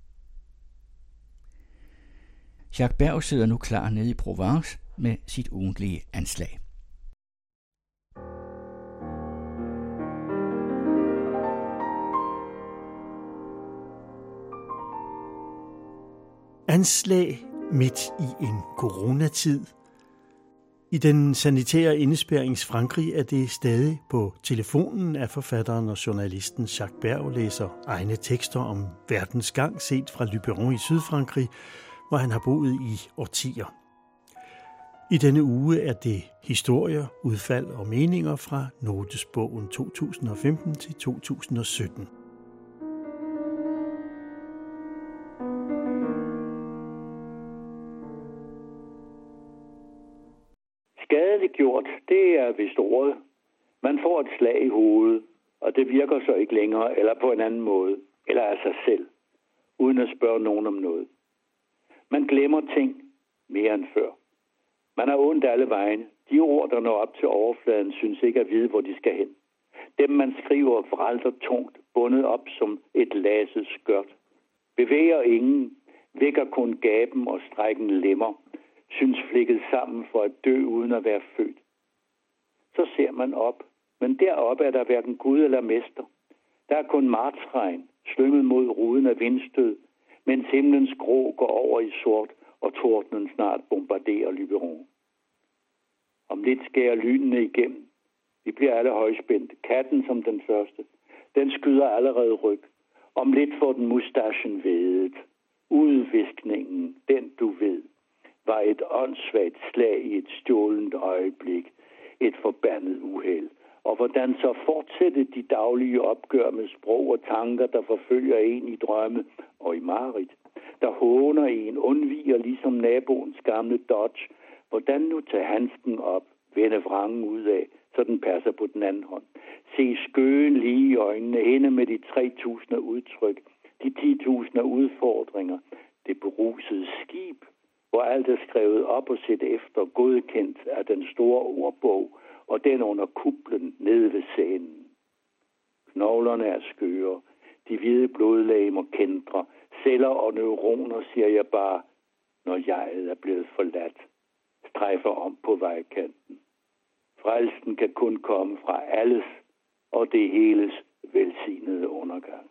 Jacques Berg sidder nu klar nede i Provence med sit ugentlige anslag. Anslag midt i en coronatid. I den sanitære indespærrings Frankrig er det stadig på telefonen, at forfatteren og journalisten Jacques Berg læser egne tekster om verdens gang set fra Luberon i Sydfrankrig, hvor han har boet i årtier. I denne uge er det historier, udfald og meninger fra Notesbogen to tusind og femten til to tusind og sytten. Skadeliggjort, det er vist ordet. Man får et slag i hovedet, og det virker så ikke længere, eller på en anden måde, eller af sig selv, uden at spørge nogen om noget. Man glemmer ting mere end før. Man har ondt alle vegne. De ord, der når op til overfladen, synes ikke at vide, hvor de skal hen. Dem, man skriver, vralter tungt, bundet op som et laset skørt. Bevæger ingen, vækker kun gaben og strækken lemmer, synes flikket sammen for at dø uden at være født. Så ser man op, men deroppe er der hverken Gud eller mester. Der er kun martsregn, slynget mod ruden af vindstød, mens himlens grå går over i sort, og tordnen snart bombarderer Luberon. Om lidt skærer lynene igennem. Vi bliver alle højspændte. Katten som den første. Den skyder allerede ryg. Om lidt får den mustachen vedet. Udviskningen, den du ved, var et åndssvagt slag i et stjålent øjeblik. Et forbandet uheld. Og hvordan så fortsætte de daglige opgør med sprog og tanker, der forfølger en i drømme og i mareridt, der håner en, undviger ligesom naboens gamle Dodge. Hvordan nu tage handsken op, vende vrangen ud af, så den passer på den anden hånd. Se skøen lige i øjnene, hende med de tre tusinder udtryk, de ti tusinder udfordringer, det berusede skib, hvor alt er skrevet op og set efter, godkendt af den store ordbog, og den under kuplen nede ved scenen. Knoglerne er skøre, de hvide blodlegemer kændrer, celler og neuroner, siger jeg bare, når jeget er blevet forladt, strejfer om på vejkanten. Frelsen kan kun komme fra alles og det heles velsignede undergang.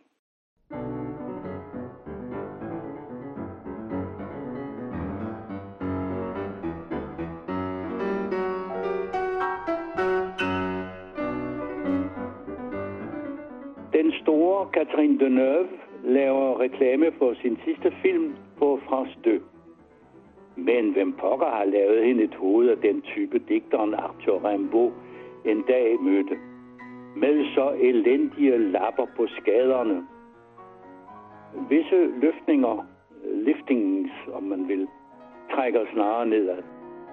Den store Catherine Deneuve laver reklame for sin sidste film på France to. Men hvem pokker har lavet hende et hoved af den type digteren Arthur Rimbaud en dag mødte, med så elendige lapper på skaderne? visse løftninger, liftings, om man vil, trækker snarere nedad.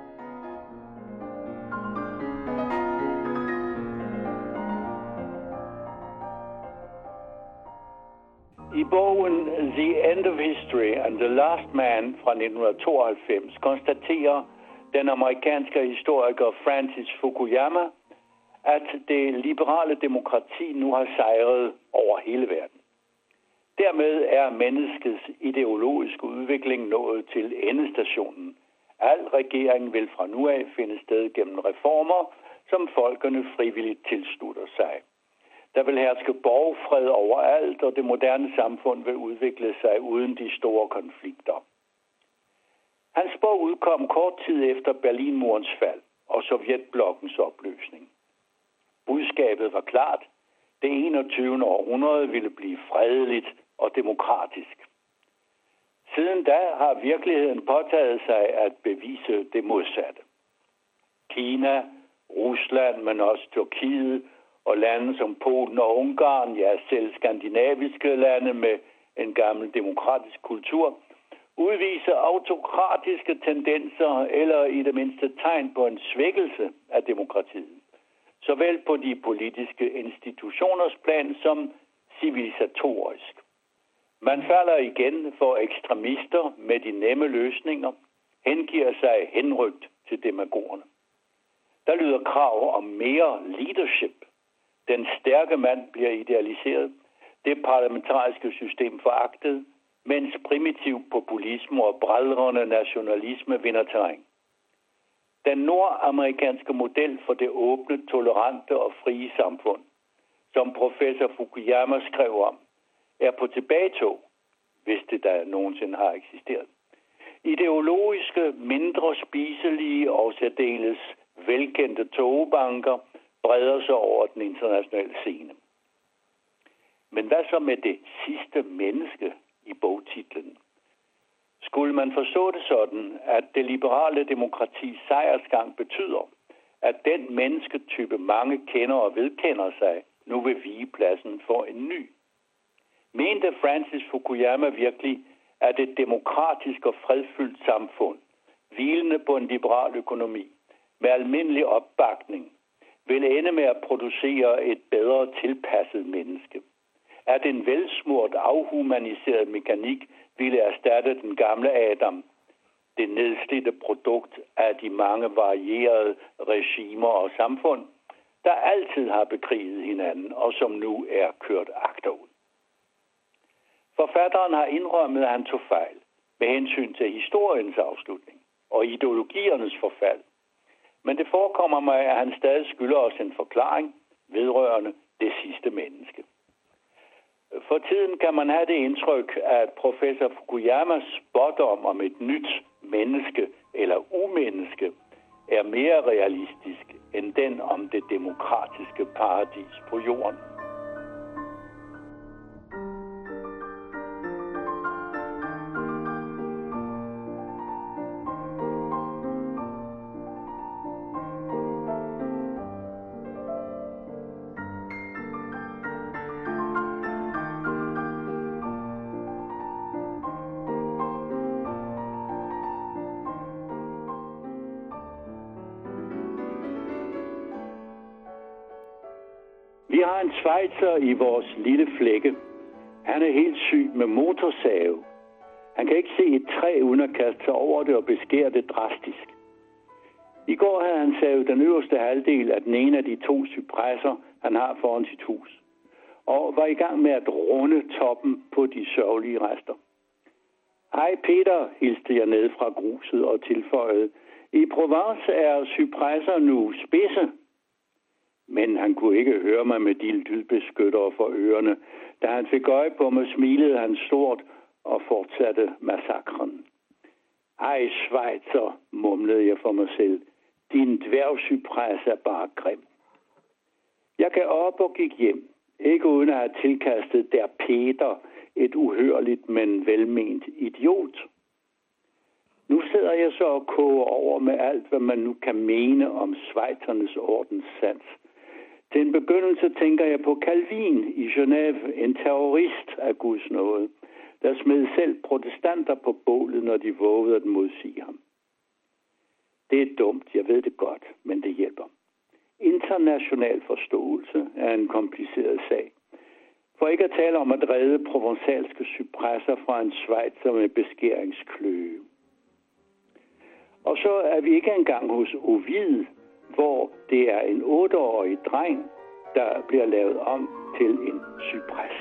I bogen The End of History and the Last Man fra nitten tooghalvfems konstaterer den amerikanske historiker Francis Fukuyama, at det liberale demokrati nu har sejret over hele verden. Dermed er menneskets ideologiske udvikling nået til endestationen. Al regering vil fra nu af finde sted gennem reformer, som folkene frivilligt tilslutter sig. Der vil herske borgfred overalt, og det moderne samfund vil udvikle sig uden de store konflikter. Hans bog udkom kort tid efter Berlinmurens fald og Sovjetblokkens opløsning. Budskabet var klart. Det enogtyvende århundrede ville blive fredeligt og demokratisk. Siden da har virkeligheden påtaget sig at bevise det modsatte. Kina, Rusland, men også Tyrkiet og lande som Polen og Ungarn, ja selv skandinaviske lande med en gammel demokratisk kultur, udviser autokratiske tendenser eller i det mindste tegn på en svækkelse af demokratiet, såvel på de politiske institutioners plan som civilisatorisk. Man falder igen for ekstremister med de nemme løsninger, hengiver sig henrygt til demagogerne. Der lyder krav om mere leadership. Den stærke mand bliver idealiseret, det parlamentariske system foragtet, mens primitiv populisme og brædrende nationalisme vinder terræn. Den nordamerikanske model for det åbne, tolerante og frie samfund, som professor Fukuyama skrev om, er på tilbagetog, hvis det der nogensinde har eksisteret. Ideologiske, mindre spiselige og særdeles velkendte togbanker breder sig over den internationale scene. Men hvad så med det sidste menneske i bogtitlen? Skulle man forstå det sådan, at det liberale demokratis sejrsgang betyder, at den mennesketype mange kender og vedkender sig, nu vil vige pladsen for en ny? Mente Francis Fukuyama virkelig, at et demokratisk og fredfyldt samfund, hvilende på en liberal økonomi, med almindelig opbakning, vil ende med at producere et bedre tilpasset menneske? At en velsmurt, afhumaniseret mekanik ville erstatte den gamle Adam, det nedslidte produkt af de mange varierede regimer og samfund, der altid har bekriget hinanden og som nu er kørt agterud. Forfatteren har indrømmet, at han tog fejl med hensyn til historiens afslutning og ideologiernes forfald. Men det forekommer mig, at han stadig skylder os en forklaring vedrørende det sidste menneske. For tiden kan man have det indtryk, at professor Fukuyamas spådom om et nyt menneske eller umenneske er mere realistisk end den om det demokratiske paradis på jorden. Vi har en schweizer i vores lille flække. Han er helt syg med motorsave. Han kan ikke se et træ uden at kaste sig over det og beskære det drastisk. I går havde han savet den øverste halvdel af den ene af de to cypresser, han har foran sit hus, og var i gang med at runde toppen på de sørgelige rester. Hej Peter, hilste jeg ned fra gruset og tilføjede. I Provence er cypresser nu spidse. Men han kunne ikke høre mig med de lydbeskyttere for ørerne. Da han fik øje på mig, smilede han stort og fortsatte massakren. Ej, Schweizer, mumlede jeg for mig selv. Din dværgcypres er bare grim. Jeg gav op og gik hjem. Ikke uden at have tilkastet der Peter et uhørligt, men velment idiot. Nu sidder jeg så og koger over med alt, hvad man nu kan mene om schweizernes ordenssans. Til en begyndelse tænker jeg på Calvin i Genève, en terrorist af Guds nåde, der smed selv protestanter på bålet, når de vågede at modsige ham. Det er dumt, jeg ved det godt, men det hjælper. International forståelse er en kompliceret sag. For ikke at tale om at redde provençalske cypresser fra en schweizer med beskæringskløe. Og så er vi ikke engang hos Ovid, hvor det er en otteårig dreng, der bliver lavet om til en cypres.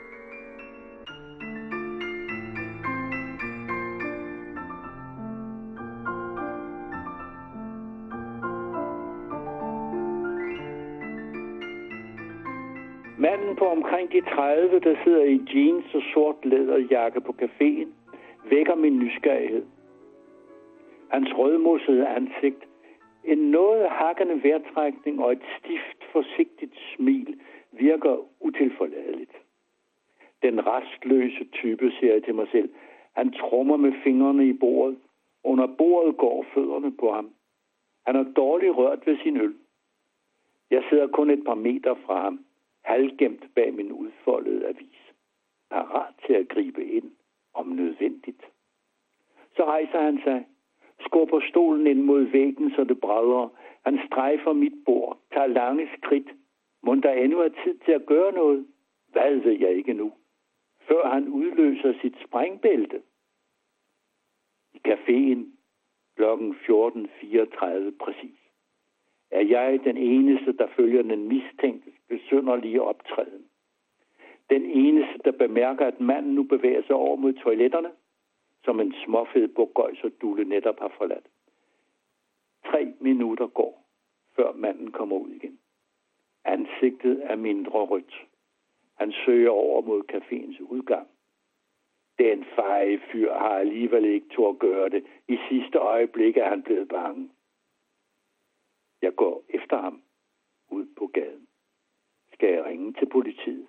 Manden på omkring de tredive, der sidder i jeans og sort læderjakke på caféen, vækker min nysgerrighed. Hans rødmossede ansigt, en noget hakkende vejrtrækning og et stift, forsigtigt smil virker utilforladeligt. Den rastløse type, siger jeg til mig selv. Han trommer med fingrene i bordet. Under bordet går fødderne på ham. Han har dårligt rørt ved sin øl. Jeg sidder kun et par meter fra ham, halvgemt bag min udfoldede avis, parat til at gribe ind, om nødvendigt. Så rejser han sig, skubber stolen ind mod væggen, så det brædder. Han strejfer mit bord, tager lange skridt. Mon der endnu er tid til at gøre noget? Hvad ved jeg ikke nu? Før han udløser sit springbælte. I caféen klokken fjorten fireogtredive præcis er jeg den eneste, der følger den mistænkte besynderlige optræden. Den eneste, der bemærker, at manden nu bevæger sig over mod toiletterne, som en småfed burgøjserdulle netop har forladt. Tre minutter går, før manden kommer ud igen. Ansigtet er mindre rødt. Han søger over mod caféens udgang. Den feje fyr har alligevel ikke turde gøre det. I sidste øjeblik er han blevet bange. Jeg går efter ham ud på gaden. Skal jeg ringe til politiet?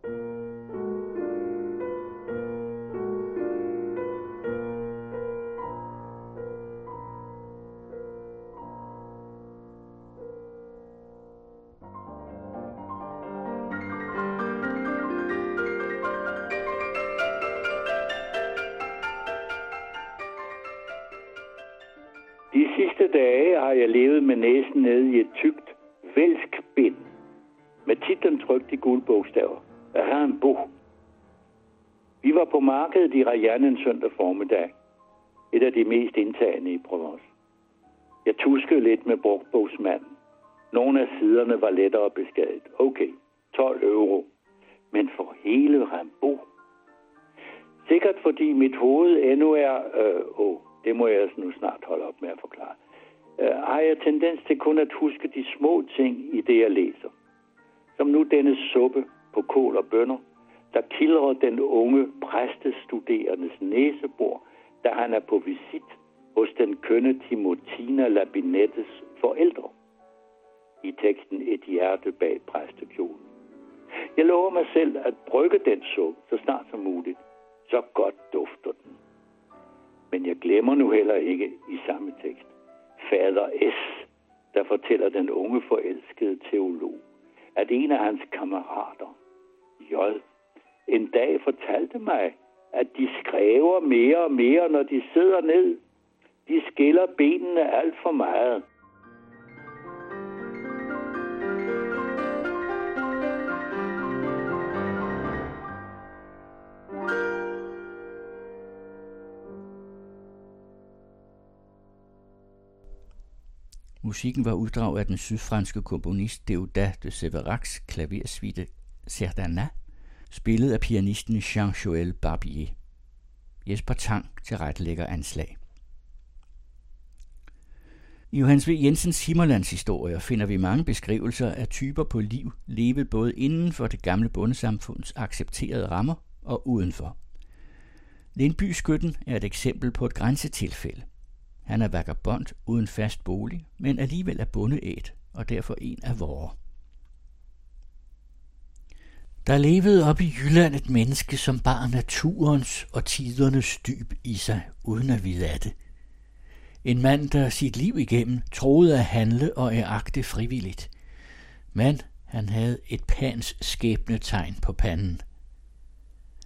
De sidste dage har jeg levet med næsen nede i et tykt, vælsk bind, med titlen trykt i guldbogstaver. Jeg har en bog. Vi var på markedet i Rayanne en søndag formiddag. Et af de mest indtagende i Provence. Jeg tuskede lidt med brugtbogsmanden. Nogle af siderne var lettere beskadiget. Okay, tolv euro. Men for hele Rimbaud. Sikkert fordi mit hoved endnu er... Øh, oh, det må jeg nu snart holde op med at forklare. Øh, har jeg tendens til kun at huske de små ting i det, jeg læser. Som nu denne suppe på kål og bønner, der kildrer den unge præstestuderendes næsebor, da han er på visit hos den kønne Timotina Labinettes forældre. I teksten et hjerte bag præstekjolen. Jeg lover mig selv at brygge den suppe så snart som muligt. Så godt dufter den. Men jeg glemmer nu heller ikke i samme tekst fader S, der fortæller den unge forelskede teolog, at en af hans kammerater, J, en dag fortalte mig, at de skræver mere og mere, når de sidder ned. De skiller benene alt for meget. Musikken var uddrag af den sydfranske komponist Déodat de Séveracs klaversuite Cerdana, spillet af pianisten Jean-Joël Barbier. Jesper Tang tilrettelægger anslag. I Johannes V. Jensens Himmerlands historier finder vi mange beskrivelser af typer på liv, levet både inden for det gamle bondesamfunds accepterede rammer og udenfor. Lindby-skytten er et eksempel på et grænsetilfælde. Han er vagabond uden fast bolig, men alligevel er bondeæt, og derfor en af vore. Der levede op i Jylland et menneske, som bar naturens og tidernes dyb i sig, uden at vide af det. En mand, der sit liv igennem troede at handle og agte frivilligt. Men han havde et pans skæbnetegn på panden.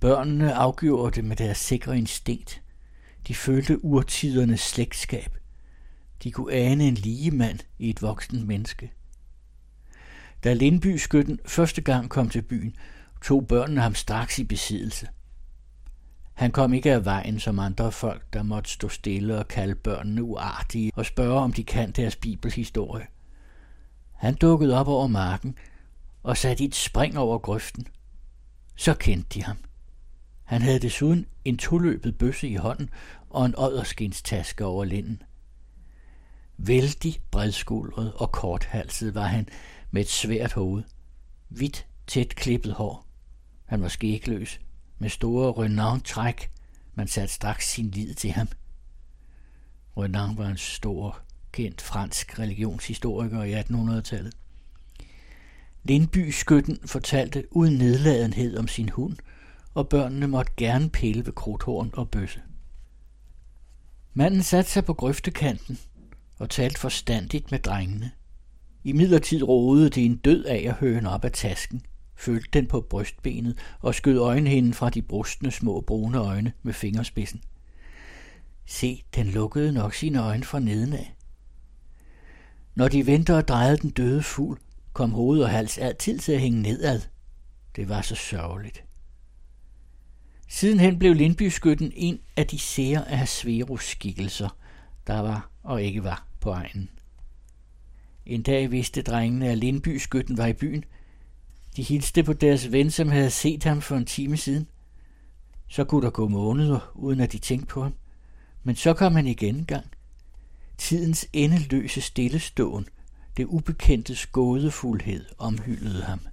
Børnene afgjorde det med deres sikre instinkt. De følte urtidernes slægtskab. De kunne ane en ligemand i et voksent menneske. Da Lindby-skytten første gang kom til byen, tog børnene ham straks i besiddelse. Han kom ikke af vejen som andre folk, der måtte stå stille og kalde børnene uartige og spørge, om de kan deres bibelhistorie. Han dukkede op over marken og satte et spring over grøften. Så kendte de ham. Han havde desuden en toløbet bøsse i hånden og en odderskindstaske over linden. Vældig bredskuldret og korthalset var han med et svært hoved. Hvidt, tæt klippet hår. Han var skægløs, med store Renan-træk. Man satte straks sin lid til ham. Renan var en stor, kendt fransk religionshistoriker i attenhundredetallet. Lindby-skytten fortalte uden nedladenhed om sin hund, og børnene måtte gerne pille ved krudthorn og bøsse. Manden satte sig på grøftekanten og talte forstandigt med drengene. Imidlertid rodede de en død agerhøne op af tasken, følte den på brystbenet og skød øjenhinden fra de brustne små brune øjne med fingerspidsen. Se, den lukkede nok sine øjne fra nedenaf. Når de vendte og drejede den døde fugl, kom hoved og hals altid til at hænge nedad. Det var så sørgeligt. Sidenhen blev Lindby-skytten en af de sære af Sveros skikkelser, der var og ikke var på egnen. En dag vidste drengene, at Lindby-skytten var i byen. De hilste på deres ven, som havde set ham for en time siden. Så kunne der gå måneder, uden at de tænkte på ham. Men så kom han igen en gang. Tidens endeløse stilleståen, det ubekendtes gådefuldhed, omhyldede ham.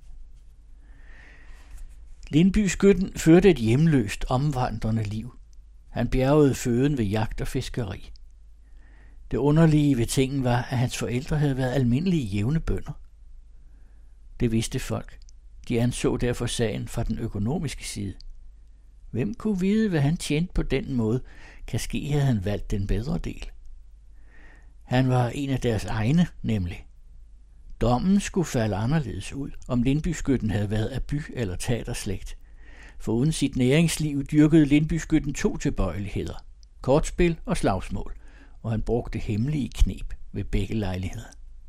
Lindby-skytten førte et hjemløst, omvandrende liv. Han bjergede føden ved jagt og fiskeri. Det underlige ved tingen var, at hans forældre havde været almindelige jævne bønder. Det vidste folk. De anså derfor sagen fra den økonomiske side. Hvem kunne vide, hvad han tjente på den måde? Kanskje havde han valgt den bedre del. Han var en af deres egne, nemlig. Dommen skulle falde anderledes ud, om Lindby-skytten havde været af by- eller taterslægt. For uden sit næringsliv dyrkede Lindby-skytten to tilbøjeligheder, kortspil og slagsmål, og han brugte hemmelige kneb ved begge lejligheder.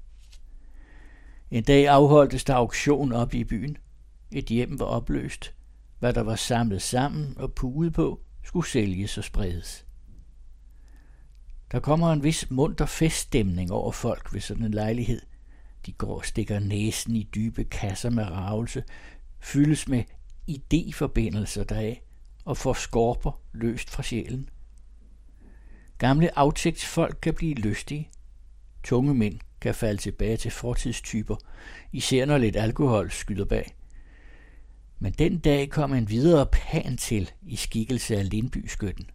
En dag afholdtes der auktion op i byen. Et hjem var opløst. Hvad der var samlet sammen og puget på, skulle sælges og spredes. Der kommer en vis munter feststemning over folk ved sådan en lejlighed. De går og stikker næsen i dybe kasser med ravelse, fyldes med idéforbindelser deraf og får skorper løst fra sjælen. Gamle aftægtsfolk kan blive lystige. Tunge mænd kan falde tilbage til fortidstyper, især når lidt alkohol skyder bag. Men den dag kom en videre pan til i skikkelse af Lindby-skytten.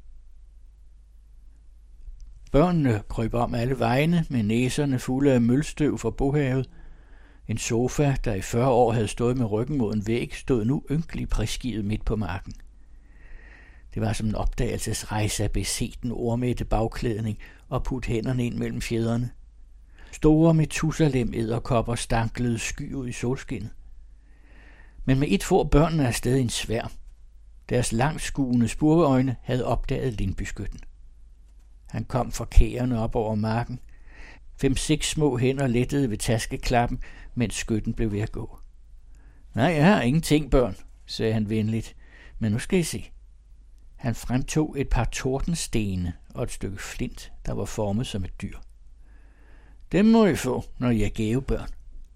Børnene krøb om alle vejene med næserne fulde af mølstøv fra bohavet. En sofa, der i fyrre år havde stået med ryggen mod en væg, stod nu ynkeligt prisgivet midt på marken. Det var som en opdagelsesrejse at bese den ormætte bagklædning og putte hænderne ind mellem fjederne. Store Methusalem-edderkopper stanklede sky ud i solskinnet. Men med et får børnene afsted en sværm. Deres langskuende spurveøjne havde opdaget Lindby-skytten. Han kom fra kærene op over marken. Fem-seks små hænder lettede ved taskeklappen, mens skytten blev ved at gå. Nej, jeg har ingenting, børn, sagde han venligt, men nu skal I se. Han fremtog et par tordenstene og et stykke flint, der var formet som et dyr. Dem må I få, når I er gavebørn.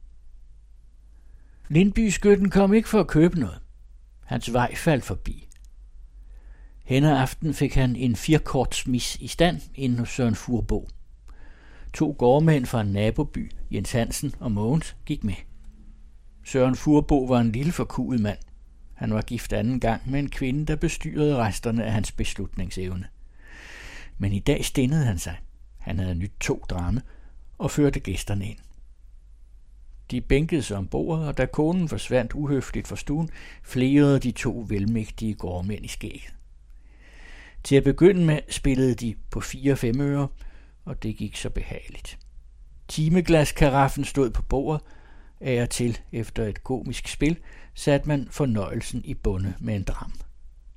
Lindby-skytten kom ikke for at købe noget. Hans vej faldt forbi. Hen ad aften fik han en firkortsmis i stand inden hos Søren Furbo. To gårdmænd fra en naboby, Jens Hansen og Mogens, gik med. Søren Furbo var en lille forkuet mand. Han var gift anden gang med en kvinde, der bestyrede resterne af hans beslutningsevne. Men i dag stillede han sig. Han havde nyt to dramme og førte gæsterne ind. De bænkede sig om bordet, og da konen forsvandt uhøfligt fra stuen, flerede de to velmægtige gårdmænd i skægget. Til at begynde med spillede de på fire fem øre, og det gik så behageligt. Timeglaskaraffen stod på bordet. Af og til, efter et komisk spil, satte man fornøjelsen i bunde med en dram.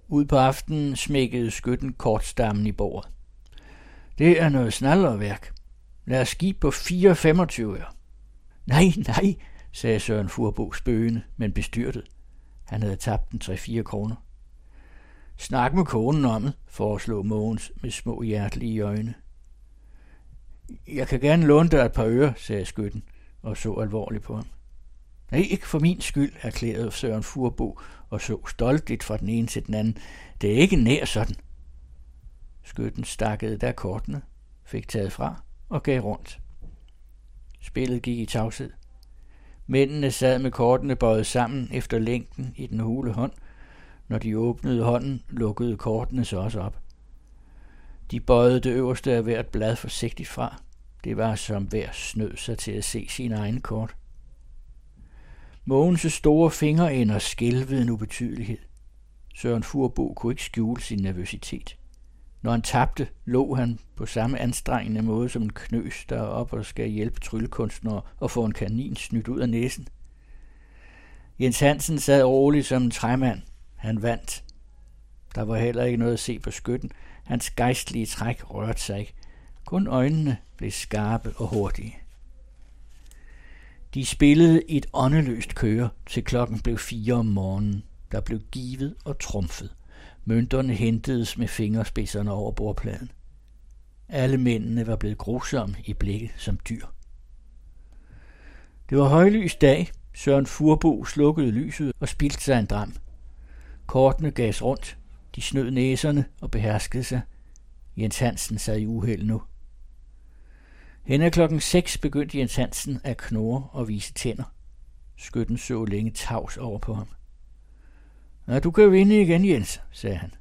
Ud på aftenen smækkede skytten kortstammen i bordet. Det er noget snallerværk. Lad os give på fire femogtyve. Nej, nej, sagde Søren Furbo spøgende, men bestyrtet. Han havde tabt en tre-fire kroner. Snak med konen om det, foreslog Mogens med små hjertelige øjne. Jeg kan gerne låne dig et par øre, sagde skytten og så alvorligt på ham. Nej, ikke for min skyld, erklærede Søren Furbo og så stoltigt fra den ene til den anden. Det er ikke nær sådan. Skytten stakkede der kortene, fik taget fra og gav rundt. Spillet gik i tavshed. Mændene sad med kortene bøjet sammen efter længden i den hule hånd. Når de åbnede hånden, lukkede kortene så også op. De bøjede det øverste af hvert blad forsigtigt fra. Det var som hver snød sig til at se sine egne kort. Mogens' store fingerender skælvede en ubetydelighed. Søren Furbo kunne ikke skjule sin nervøsitet. Når han tabte, lå han på samme anstrengende måde som en knøs, der er op og skal hjælpe tryllekunstnere og få en kanin snydt ud af næsen. Jens Hansen sad rolig som en træmand. Han vandt. Der var heller ikke noget at se på skytten. Hans gejstlige træk rørte sig ikke. Kun øjnene blev skarpe og hurtige. De spillede et åndeløst køre, til klokken blev fire om morgenen. Der blev givet og trumfet. Mønterne hentedes med fingerspidserne over bordpladen. Alle mændene var blevet grusomme i blikket som dyr. Det var højlys dag. Søren Furbo slukkede lyset og spildte sig en dram. Kortene gaves rundt. De snød næserne og beherskede sig. Jens Hansen sad i uheld nu. Hen ad klokken seks begyndte Jens Hansen at knurre og vise tænder. Skytten så længe tavs over på ham. Nå, du kan vinde igen, Jens, sagde han.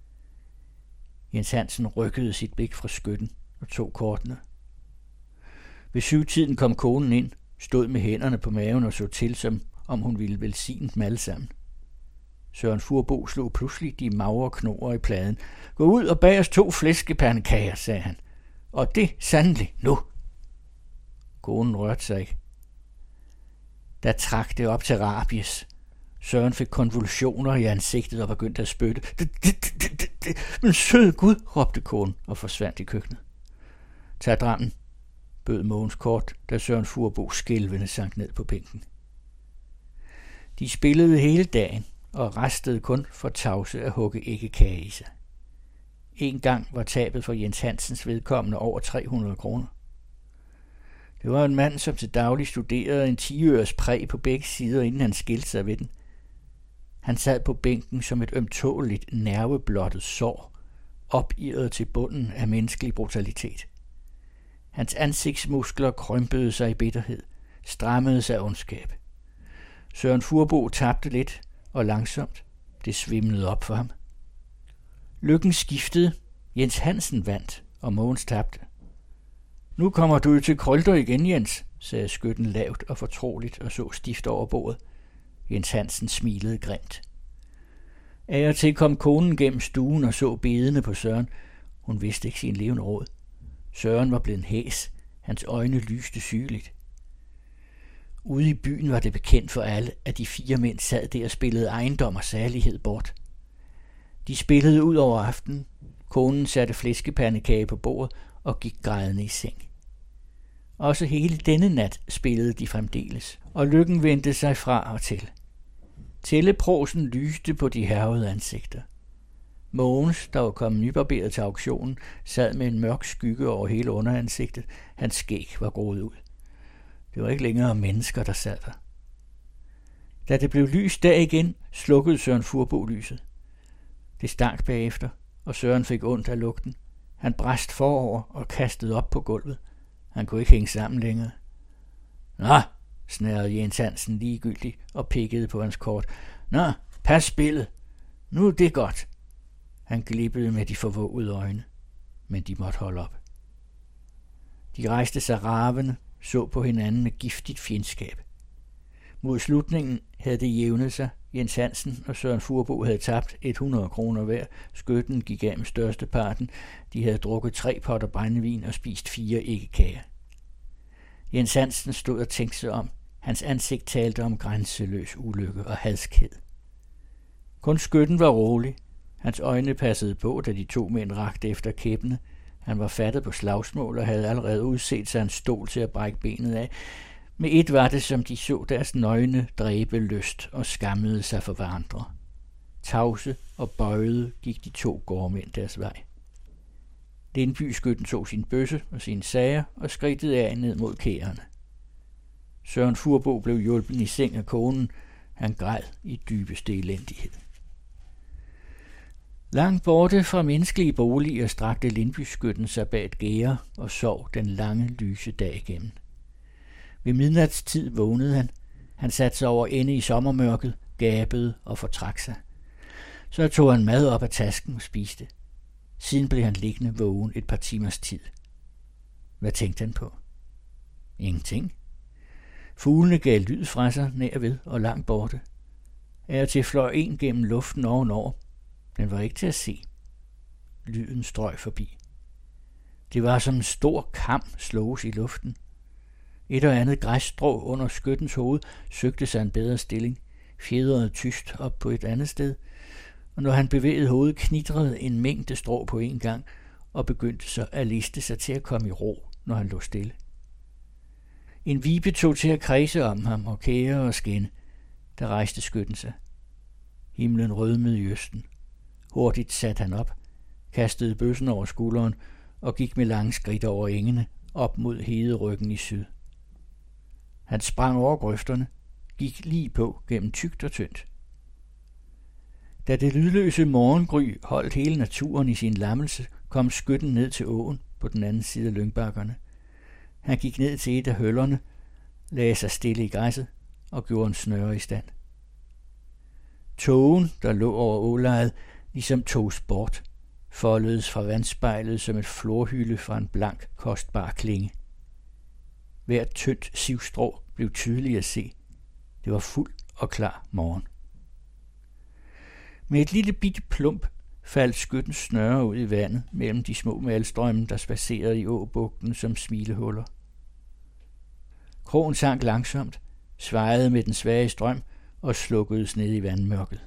Jens Hansen rykkede sit blik fra skytten og tog kortene. Ved syvtiden kom konen ind, stod med hænderne på maven og så til, som om hun ville velsigne dem alle sammen. Søren Furbo slog pludselig de magre knorer i pladen. Gå ud og bag os to flæskepandekager, sagde han. Og det sandelig nu. Konen rørte sig ikke. Der trak det op til rabies. Søren fik konvulsioner i ansigtet og begyndte at spytte. Men sød Gud, råbte konen og forsvandt i køkkenet. Tag drammen, bød Mogens kort, da Søren Furbo skælvende sank ned på bænken. De spillede hele dagen og restede kun for tavse at hugge æggekage i sig. En gang var tabet for Jens Hansens vedkommende over tre hundrede kroner. Det var en mand, som til daglig studerede en ti-øres præg på begge sider, inden han skilte sig ved den. Han sad på bænken som et ømtåligt, nerveblottet sår, opirret til bunden af menneskelig brutalitet. Hans ansigtsmuskler krympede sig i bitterhed, strammede sig af ondskab. Søren Furbo tabte lidt og langsomt. Det svimlede op for ham. Lykken skiftede. Jens Hansen vandt, og Mogens tabte. Nu kommer du til krølter igen, Jens, sagde skytten lavt og fortroligt og så stift over bordet. Jens Hansen smilede grimt. Af og til kom konen gennem stuen og så bedende på Søren. Hun vidste ikke sin levende råd. Søren var blevet hæs. Hans øjne lyste sygeligt. Ude i byen var det bekendt for alle, at de fire mænd sad der og spillede ejendom og særlighed bort. De spillede ud over aftenen. Konen satte flæskepandekage på bordet og gik grædende i seng. Også hele denne nat spillede de fremdeles, og lykken vendte sig fra og til. Tælleprosen lyste på de hærvede ansigter. Mogens, der var kommet nybarberet til auktionen, sad med en mørk skygge over hele underansigtet. Hans skæg var groet ud. Det var ikke længere mennesker, der sad der. Da det blev lys dag igen, slukkede Søren Furbo lyset. Det stank bagefter, og Søren fik ondt af lugten. Han bræst forover og kastede op på gulvet. Han kunne ikke hænge sammen længere. Nå, snærede Jens Hansen ligegyldigt og pikkede på hans kort. Nå, pas spillet. Nu er det godt. Han glippede med de forvågede øjne, men de måtte holde op. De rejste sig ravende, så på hinanden med giftigt fjendskab. Mod slutningen havde det jævnet sig. Jens Hansen og Søren Furbo havde tabt hundrede kroner hver. Skytten gik af med størsteparten. De havde drukket tre potter brændevin og spist fire æggekager. Jens Hansen stod og tænkte sig om. Hans ansigt talte om grænseløs ulykke og hadskhed. Kun skytten var rolig. Hans øjne passede på, da de to mænd rakte efter kæppene. Han var fattet på slagsmål og havde allerede udset sig en stol til at brække benet af. Med et var det, som de så deres nøgne dræbe lyst og skammede sig for hverandre. Tavse og bøjede gik de to gårdmænd deres vej. Lindby-skytten tog sin bøsse og sine sager og skridtede af ned mod kærerne. Søren Furbo blev hjulpen i seng af konen. Han græd i dybeste elendighed. Langt borte fra menneskelige boliger strakte Lindby-skytten sig bag et gære og sov den lange, lyse dag igennem. Ved midnatstid vågnede han. Han satte sig over ende i sommermørket, gabede og fortrak sig. Så tog han mad op af tasken og spiste. Siden blev han liggende vågen et par timers tid. Hvad tænkte han på? Ingenting. Fuglene gav lyd fra sig nær ved og langt borte. Af og til fløj en gennem luften ovenover. Den var ikke til at se. Lyden strøg forbi. Det var som en stor kam slås i luften. Et og andet græsstrå under skyttens hoved søgte sig en bedre stilling, fjedrede tyst op på et andet sted, og når han bevægede hovedet, knitrede en mængde strå på en gang og begyndte så at liste sig til at komme i ro, når han lå stille. En vibe tog til at kredse om ham og kære og skænde. Der rejste skytten sig. Himlen rødmede i østen. Hurtigt satte han op, kastede bøssen over skulderen og gik med lange skridt over engene op mod hederyggen i syd. Han sprang over grøfterne, gik lige på gennem tykt og tyndt. Da det lydløse morgengry holdt hele naturen i sin lammelse, kom skytten ned til åen på den anden side af lyngbakkerne. Han gik ned til et af høllerne, lagde sig stille i græsset og gjorde en snøre i stand. Tågen, der lå over ålejet, ligesom togs bort, foldedes fra vandspejlet som et florhylde fra en blank, kostbar klinge. Hvert tyndt sivstrå blev tydeligt at se. Det var fuld og klar morgen. Med et lille bitte plump faldt skyttens snøre ud i vandet mellem de små malstrømme, der spacerede i åbugten som smilehuller. Krogen sank langsomt, svajede med den svage strøm og slukkedes ned i vandmørket.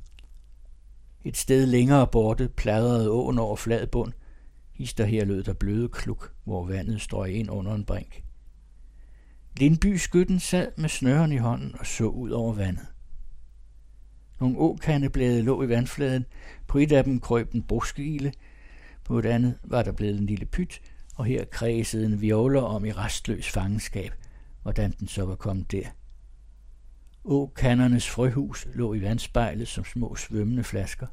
Et sted længere borte pladrede åen over flad bund. Hister her lød der bløde kluk, hvor vandet strøg ind under en brink. Lindby-skytten sad med snøren i hånden og så ud over vandet. Nogle åkandeblade lå i vandfladen. På et af dem krøb en bruskegilde. På et andet var der blevet en lille pyt, og her kredsede en violer om i restløs fangenskab, hvordan den så var kommet der. Åkandernes frøhus lå i vandspejlet som små svømmende flasker.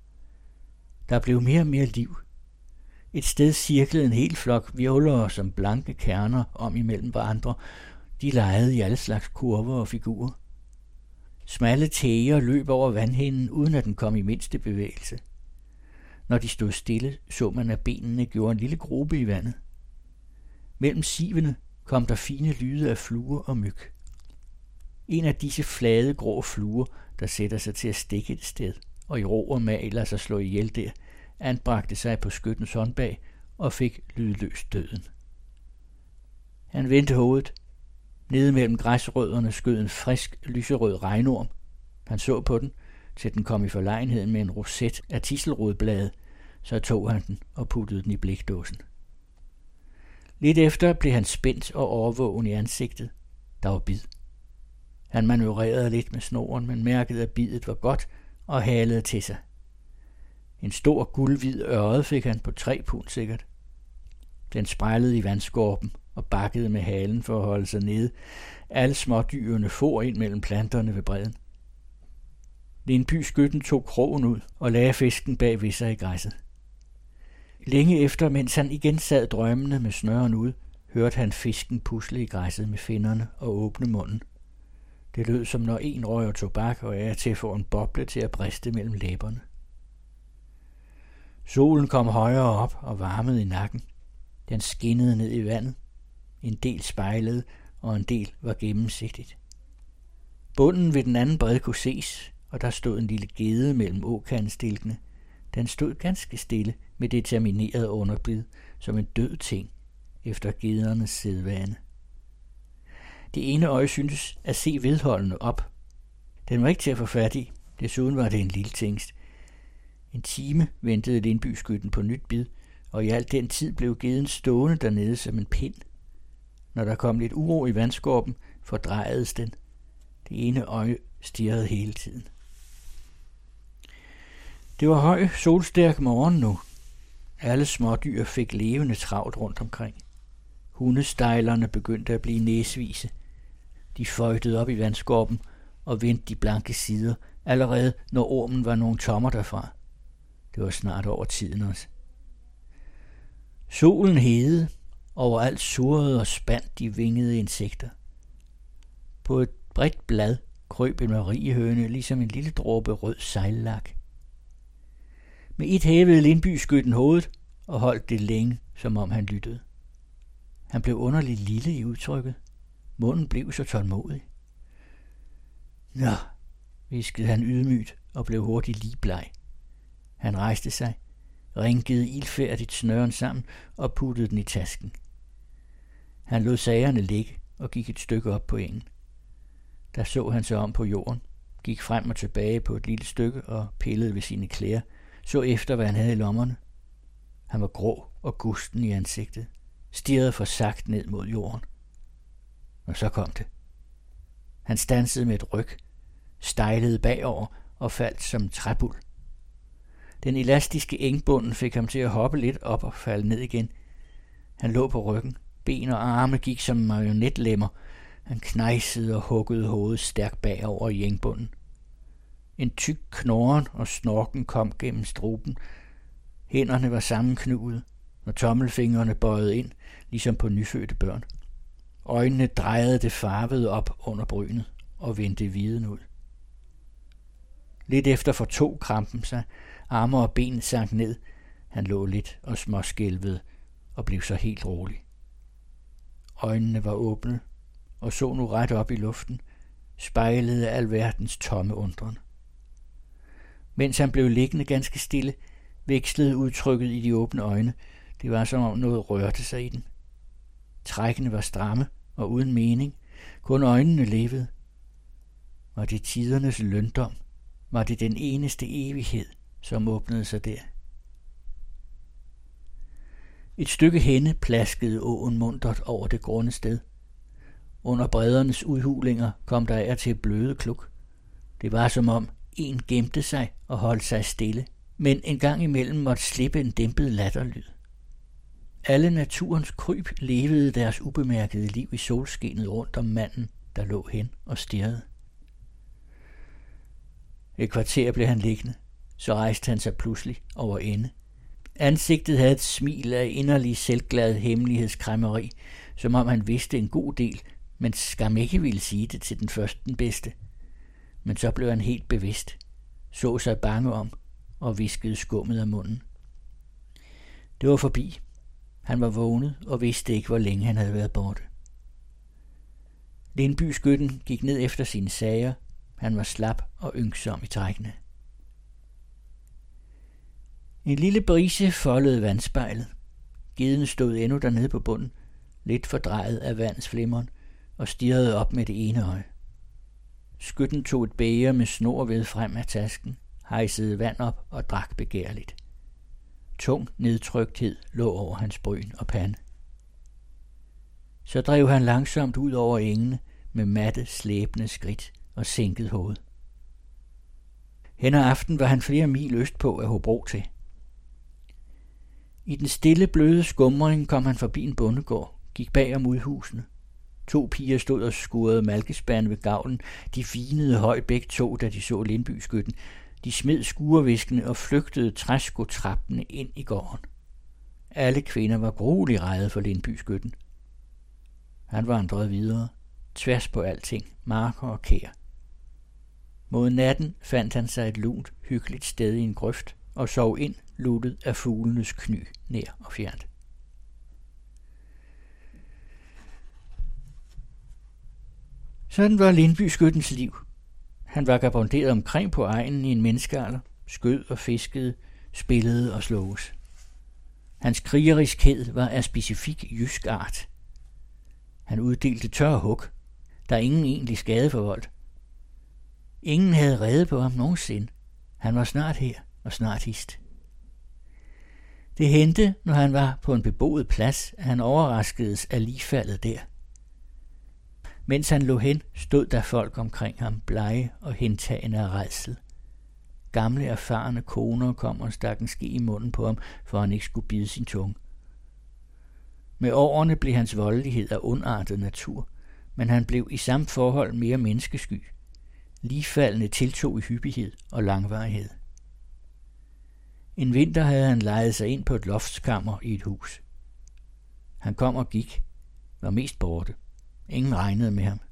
Der blev mere og mere liv. Et sted cirklede en hel flok violere som blanke kerner om imellem hverandre. De legede i alle slags kurver og figurer. Smalle tæger løb over vandhinden, uden at den kom i mindste bevægelse. Når de stod stille, så man, at benene gjorde en lille gruppe i vandet. Mellem sivene kom der fine lyde af fluer og myg. En af disse flade, grå fluer, der sætter sig til at stikke et sted, og i ro og mag lader sig slå ihjel der, anbragte sig på skyttens håndbag og fik lydløst døden. Han vendte hovedet. Nede mellem græsrødderne skød en frisk, lyserød regnorm. Han så på den, til den kom i forlegenhed med en roset af tisselrodblade, så tog han den og puttede den i blikdåsen. Lidt efter blev han spændt og overvågen i ansigtet. Der var bid. Han manøvrerede lidt med snoren, men mærkede, at bidet var godt og halede til sig. En stor guldhvid ørred fik han på tre pund sikkert. Den sprællede i vandskorpen og bakkede med halen for at holde sig nede. Alle smådyrene for ind mellem planterne ved bredden. Lindby-skytten tog krogen ud og lagde fisken bag ved sig i græsset. Længe efter, mens han igen sad drømmende med snøren ud, hørte han fisken pusle i græsset med finnerne og åbne munden. Det lød som når en røger tobak og er til for en boble til at briste mellem læberne. Solen kom højere op og varmede i nakken. Den skinnede ned i vandet. En del spejlede, og en del var gennemsigtigt. Bunden ved den anden bred kunne ses, og der stod en lille gede mellem åkandestilkene. Den stod ganske stille med determineret underbid, som en død ting, efter gedernes sædvane. Det ene øje syntes at se vedholdende op. Den var ikke til at få fat i, desuden var det en lille tingst. En time ventede Lindby-skytten på nyt bid, og i al den tid blev geden stående dernede som en pind. Når der kom lidt uro i vandskorpen, fordrejedes den. Det ene øje stirrede hele tiden. Det var høj, solstærk morgen nu. Alle smådyr fik levende travlt rundt omkring. Hundestejlerne begyndte at blive næsvise. De føjtede op i vandskorpen og vendte de blanke sider, allerede når ormen var nogle tommer derfra. Det var snart over tiden også. Solen hede, overalt surrede og spandt de vingede insekter. På et bredt blad krøb en mariehøne, ligesom en lille dråbe rød sejllak. Med et hævede Lindby-skytten hovedet og holdt det længe, som om han lyttede. Han blev underligt lille i udtrykket. Munden blev så tålmodig. Nå, viskede han ydmygt og blev hurtigt ligbleg. Han rejste sig, ringede ildfærdigt snøren sammen og puttede den i tasken. Han lod sagerne ligge og gik et stykke op på engen. Der så han sig om på jorden, gik frem og tilbage på et lille stykke og pillede ved sine klæder, så efter, hvad han havde i lommerne. Han var grå og gusten i ansigtet, stirrede for sagt ned mod jorden. Og så kom det. Han stansede med et ryg, stejlede bagover og faldt som træbul. Den elastiske engbunden fik ham til at hoppe lidt op og falde ned igen. Han lå på ryggen, ben og arme gik som marionetlemmer. Han knejsede og huggede hovedet stærkt bagover i engbunden. En tyk knoren og snorken kom gennem struben. Hænderne var sammenknugede, og tommelfingrene bøjede ind, ligesom på nyfødte børn. Øjnene drejede det farvede op under brynet og vendte viden ud. Lidt efter fortog krampen sig, arme og ben sank ned. Han lå lidt og småskælvede og blev så helt rolig. Øjnene var åbne og så nu ret op i luften, spejlede alverdens tomme undren. Mens han blev liggende ganske stille, vekslede udtrykket i de åbne øjne. Det var som om noget rørte sig i den. Trækkene var stramme og uden mening. Kun øjnene levede. Var det tidernes løndom? Var det den eneste evighed, som åbnede sig der? Et stykke henne plaskede åen muntert over det grunde sted. Under breddernes udhulinger kom der af til bløde kluk. Det var som om en gemte sig og holdt sig stille, men en gang imellem måtte slippe en dæmpet latterlyd. Alle naturens kryb levede deres ubemærkede liv i solskinnet rundt om manden, der lå hen og stirrede. Et kvarter blev han liggende, så rejste han sig pludselig over ende. Ansigtet havde et smil af inderlig selvglad hemmelighedskræmmeri, som om han vidste en god del, men skam ikke ville sige det til den første den bedste. Men så blev han helt bevidst, så sig bange om og viskede skummet af munden. Det var forbi. Han var vågnet og vidste ikke, hvor længe han havde været borte. Lindby-skytten gik ned efter sine sager. Han var slap og ynksom i trækkene. En lille brise foldede vandspejlet. Geden stod endnu dernede på bunden, lidt fordrejet af vandets flimmeren, og stirrede op med det ene øje. Skytten tog et bæger med snor ved frem af tasken, hejsede vand op og drak begærligt. Tung nedtrykthed lå over hans bryn og pande. Så drev han langsomt ud over engene med matte, slæbende skridt og sænket hoved. Hen ad aften var han flere mil østpå af Hobro til. I den stille, bløde skumring kom han forbi en bondegård, gik bag om udhusene. To piger stod og skurede malkespande ved gavlen. De vinede højt begge to, da de så Lindby-skytten. De smed skureviskene og flygtede træskotrappene ind i gården. Alle kvinder var grueligt rædde for Lindby-skytten. Han vandrede videre, tværs på alting, marker og kær. Mod natten fandt han sig et lunt, hyggeligt sted i en grøft og sov ind, luttet af fuglenes kny, nær og fjernt. Sådan var Lindby-skyttens liv. Han vagabonderede omkring på egnen i en menneskealder, skød og fiskede, spillede og sloges. Hans krigeriskhed var af specifik jysk art. Han uddelte tør hug, der ingen egentlig skade forvoldt. Ingen havde reddet på ham nogensinde. Han var snart her, og snart hist. Det hente, når han var på en beboet plads, at han overraskedes af ligefaldet der. Mens han lå hen, stod der folk omkring ham, blege og hentagende af rædsel. Gamle, erfarne koner kom og stak en ske i munden på ham, for han ikke skulle bide sin tunge. Med årene blev hans voldelighed af ondartet natur, men han blev i samme forhold mere menneskesky. Ligefaldene tiltog i hyppighed og langvarighed. En vinter havde han lejet sig ind på et loftskammer i et hus. Han kom og gik, var mest borte. Ingen regnede med ham.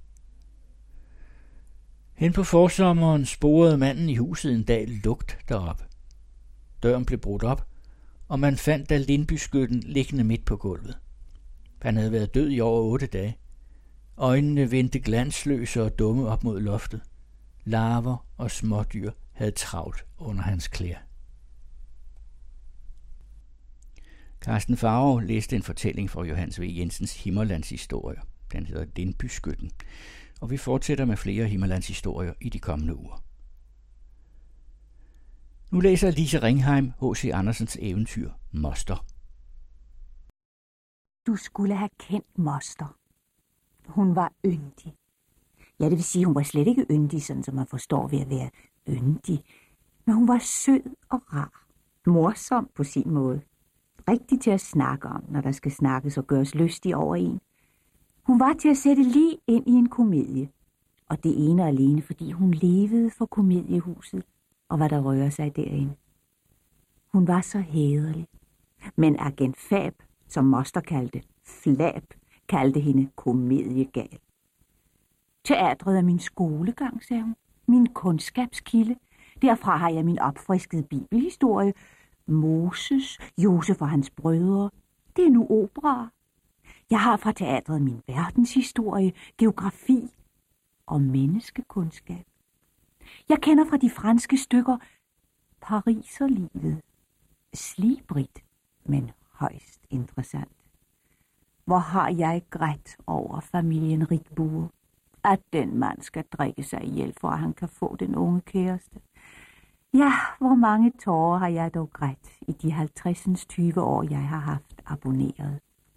Hen på forsommeren sporede manden i huset en dag lugt derop. Døren blev brudt op, og man fandt da Lindbyskytten liggende midt på gulvet. Han havde været død i over otte dage. Øjnene vendte glansløse og dumme op mod loftet. Larver og smådyr havde travlt under hans klæder. Carsten Farov læste en fortælling fra Johannes V. Jensens Himmerlands historier. Den hedder Lindbyskytten, og vi fortsætter med flere Himmerlands historier i de kommende uger. Nu læser Lise Ringheim H C Andersens eventyr Moster. Du skulle have kendt Moster. Hun var yndig. Ja, det vil sige, hun var slet ikke yndig, sådan som man forstår ved at være yndig. Men hun var sød og rar. Morsom på sin måde. Rigtig til at snakke om, når der skal snakkes og gøres lystig over en. Hun var til at sætte lige ind i en komedie. Og det ene og alene, fordi hun levede for komediehuset og hvad der rører sig derinde. Hun var så hæderlig. Men agent Fab, som Moster kaldte Flab, kaldte hende komediegal. Teatret er min skolegang, sagde hun. Min kundskabskilde. Derfra har jeg min opfriskede bibelhistorie. Moses, Josef og hans brødre. Det er nu opera. Jeg har fra teatret min verdenshistorie, geografi og menneskekundskab. Jeg kender fra de franske stykker Pariserlivet. Slibrigt, men højst interessant. Hvor har jeg grædt over familien Rigbue, at den mand skal drikke sig ihjel, for at han kan få den unge kæreste. Ja, hvor mange tårer har jeg dog grædt i de halvtredsens tyve år, jeg har haft abonneret.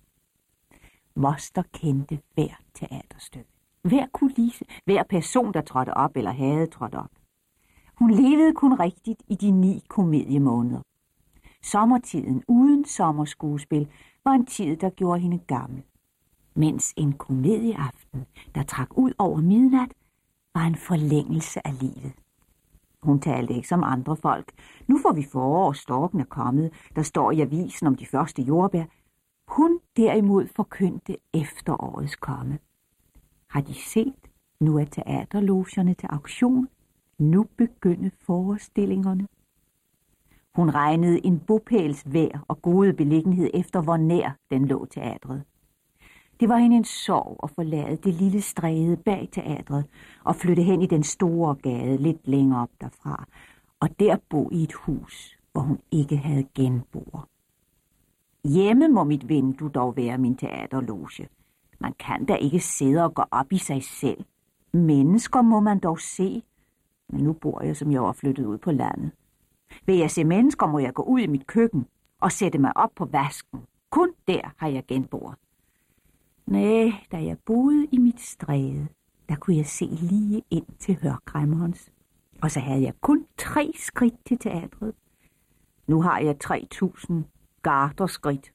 Moster kendte hver teaterstykke, hver kulisse, hver person, der trådte op eller havde trådt op. Hun levede kun rigtigt i de ni komediemåneder. Sommertiden uden sommerskuespil var en tid, der gjorde hende gammel. Mens en komedieaften, der trak ud over midnat, var en forlængelse af livet. Hun talte ikke som andre folk. Nu får vi forår, storken er kommet. Der står i avisen om de første jordbær. Hun derimod forkyndte efterårets komme. Har de set? Nu er teaterlogerne til auktion. Nu begynder forestillingerne. Hun regnede en bopæls vejr og gode beliggenhed efter, hvor nær den lå teatret. Det var hende en sorg at forlade det lille stræde bag teatret og flytte hen i den store gade lidt længere op derfra, og der bo i et hus, hvor hun ikke havde genboer. Hjemme må mit vindue dog være min teaterloge. Man kan da ikke sidde og gå op i sig selv. Mennesker må man dog se. Men nu bor jeg, som jeg var flyttet ud på landet. Vil jeg se mennesker, må jeg gå ud i mit køkken og sætte mig op på vasken. Kun der har jeg genboer. Næh, da jeg boede i mit stræde, der kunne jeg se lige ind til hørkræmmerens. Og så havde jeg kun tre skridt til teatret. Nu har jeg tre tusind garterskridt.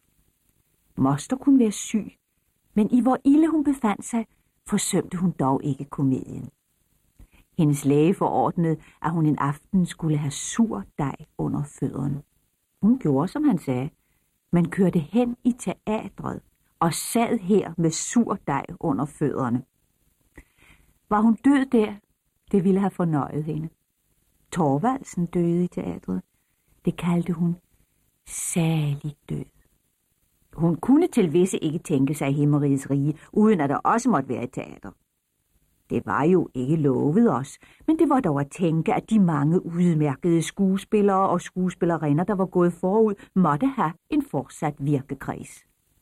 Moster kunne være syg, men i hvor ille hun befandt sig, forsømte hun dog ikke komedien. Hendes læge forordnede, at hun en aften skulle have sur dej under fødderne. Hun gjorde, som han sagde, men kørte hen i teatret og sad her med sur dej under fødderne. Var hun død der? Det ville have fornøjet hende. Thorvaldsen døde i teatret. Det kaldte hun salig død. Hun kunne til visse ikke tænke sig Himmerigets rige, uden at der også måtte være et teater. Det var jo ikke lovet os, men det var dog at tænke, at de mange udmærkede skuespillere og skuespillerinder, der var gået forud, måtte have en fortsat virkekreds.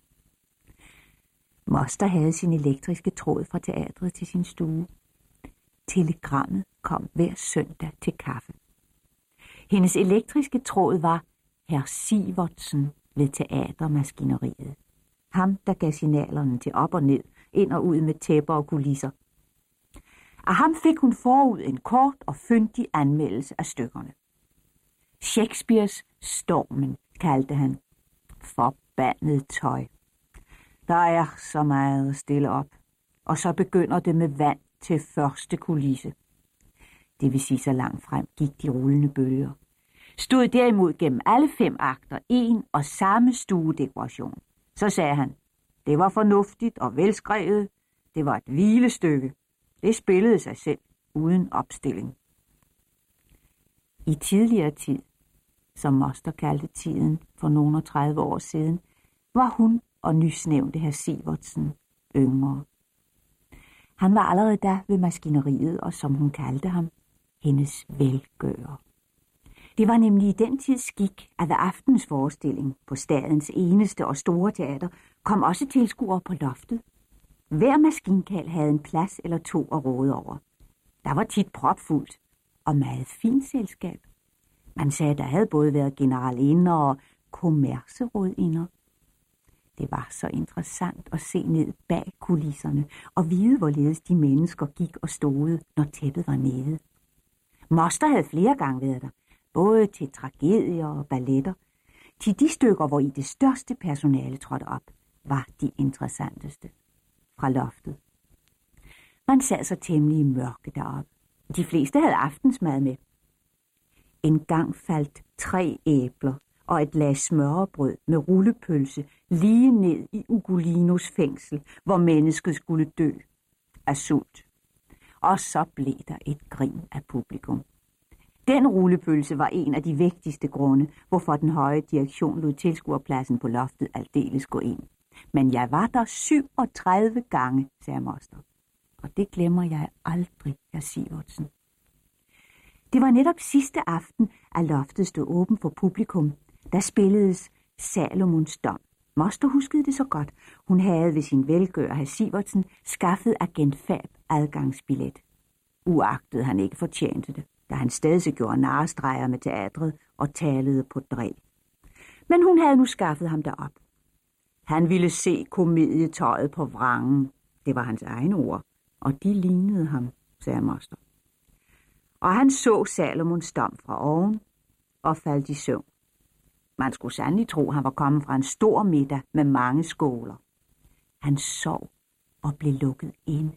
Moster havde sin elektriske tråd fra teatret til sin stue. Telegrammet kom hver søndag til kaffe. Hendes elektriske tråd var herr Sivertsen ved teatermaskineriet. Ham, der gav signalerne til op og ned, ind og ud med tæpper og kulisser. Af ham fik hun forud en kort og fyndig anmeldelse af stykkerne. Shakespeares Stormen kaldte han. Forbandet tøj. Der er så meget at stille op, og så begynder det med vand til første kulisse. Det vil sige, så langt frem gik de rullende bølger. Stod derimod gennem alle fem akter en og samme stuedekoration. Så sagde han, det var fornuftigt og velskrevet, det var et hvilestykke. Det spillede sig selv uden opstilling. I tidligere tid, som Moster kaldte tiden for nogle og tredive år siden, var hun og nysnævnte herr Sivertsen yngre. Han var allerede da ved maskineriet, og som hun kaldte ham, hendes velgører. Det var nemlig i den tid skik, at ved aftens forestilling på stadens eneste og store teater kom også tilskuere på loftet. Hver maskinkald havde en plads eller to at råde over. Der var tit propfuldt og meget fint selskab. Man sagde, der havde både været generalinder og kommercerådinder. Det var så interessant at se ned bag kulisserne og vide, hvorledes de mennesker gik og stod, når tæppet var nede. Moster havde flere gange været der, både til tragedier og balletter. Til de stykker, hvor i det største personale trådte op, var de interessanteste. Fra loftet. Man sad så temmelig i mørke deroppe. De fleste havde aftensmad med. En gang faldt tre æbler og et lag smørrebrød med rullepølse lige ned i Ugolinos fængsel, hvor mennesket skulle dø af sult. Og så blev der et grin af publikum. Den rullepølse var en af de vigtigste grunde, hvorfor den høje direktion lod tilskuerpladsen på loftet aldeles gå ind. Men jeg var der syvogtredive gange, sagde Moster. Og det glemmer jeg aldrig, herr Sivertsen. Det var netop sidste aften, at loftet stod åben for publikum. Der spilledes Salomons Dom. Moster huskede det så godt. Hun havde ved sin velgører herr Sivertsen skaffet agent Fab adgangsbillet. Uagtet han ikke fortjente det, da han stadig gjorde narrestreger med teatret og talede på drill. Men hun havde nu skaffet ham derop. Han ville se komedietøjet på vrangen. Det var hans egne ord, og de lignede ham, sagde Moster. Og han så Salomons Dom fra oven og faldt i søvn. Man skulle sandelig tro, han var kommet fra en stor middag med mange skåler. Han sov og blev lukket inde.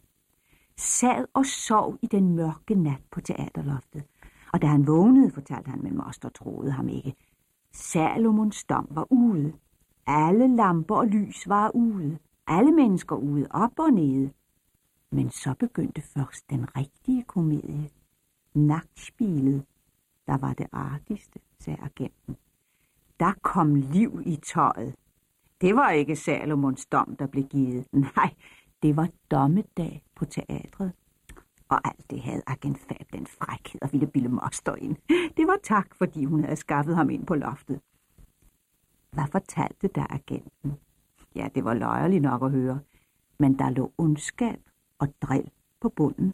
Sad og sov i den mørke nat på teaterloftet. Og da han vågnede, fortalte han, men Moster troede ham ikke. Salomons Dom var ude. Alle lamper og lys var ude. Alle mennesker ude, op og nede. Men så begyndte først den rigtige komedie. Nagtspillet, der var det artigste, sagde agenten. Der kom liv i tøjet. Det var ikke Salomons Dom, der blev givet. Nej, det var dommedag på teatret. Og alt det havde agent Fab den frækhed og ville bilde Moster ind. Det var tak, fordi hun havde skaffet ham ind på loftet. Hvad fortalte der agenten? Ja, det var løjerligt nok at høre, men der lå ondskab og drill på bunden.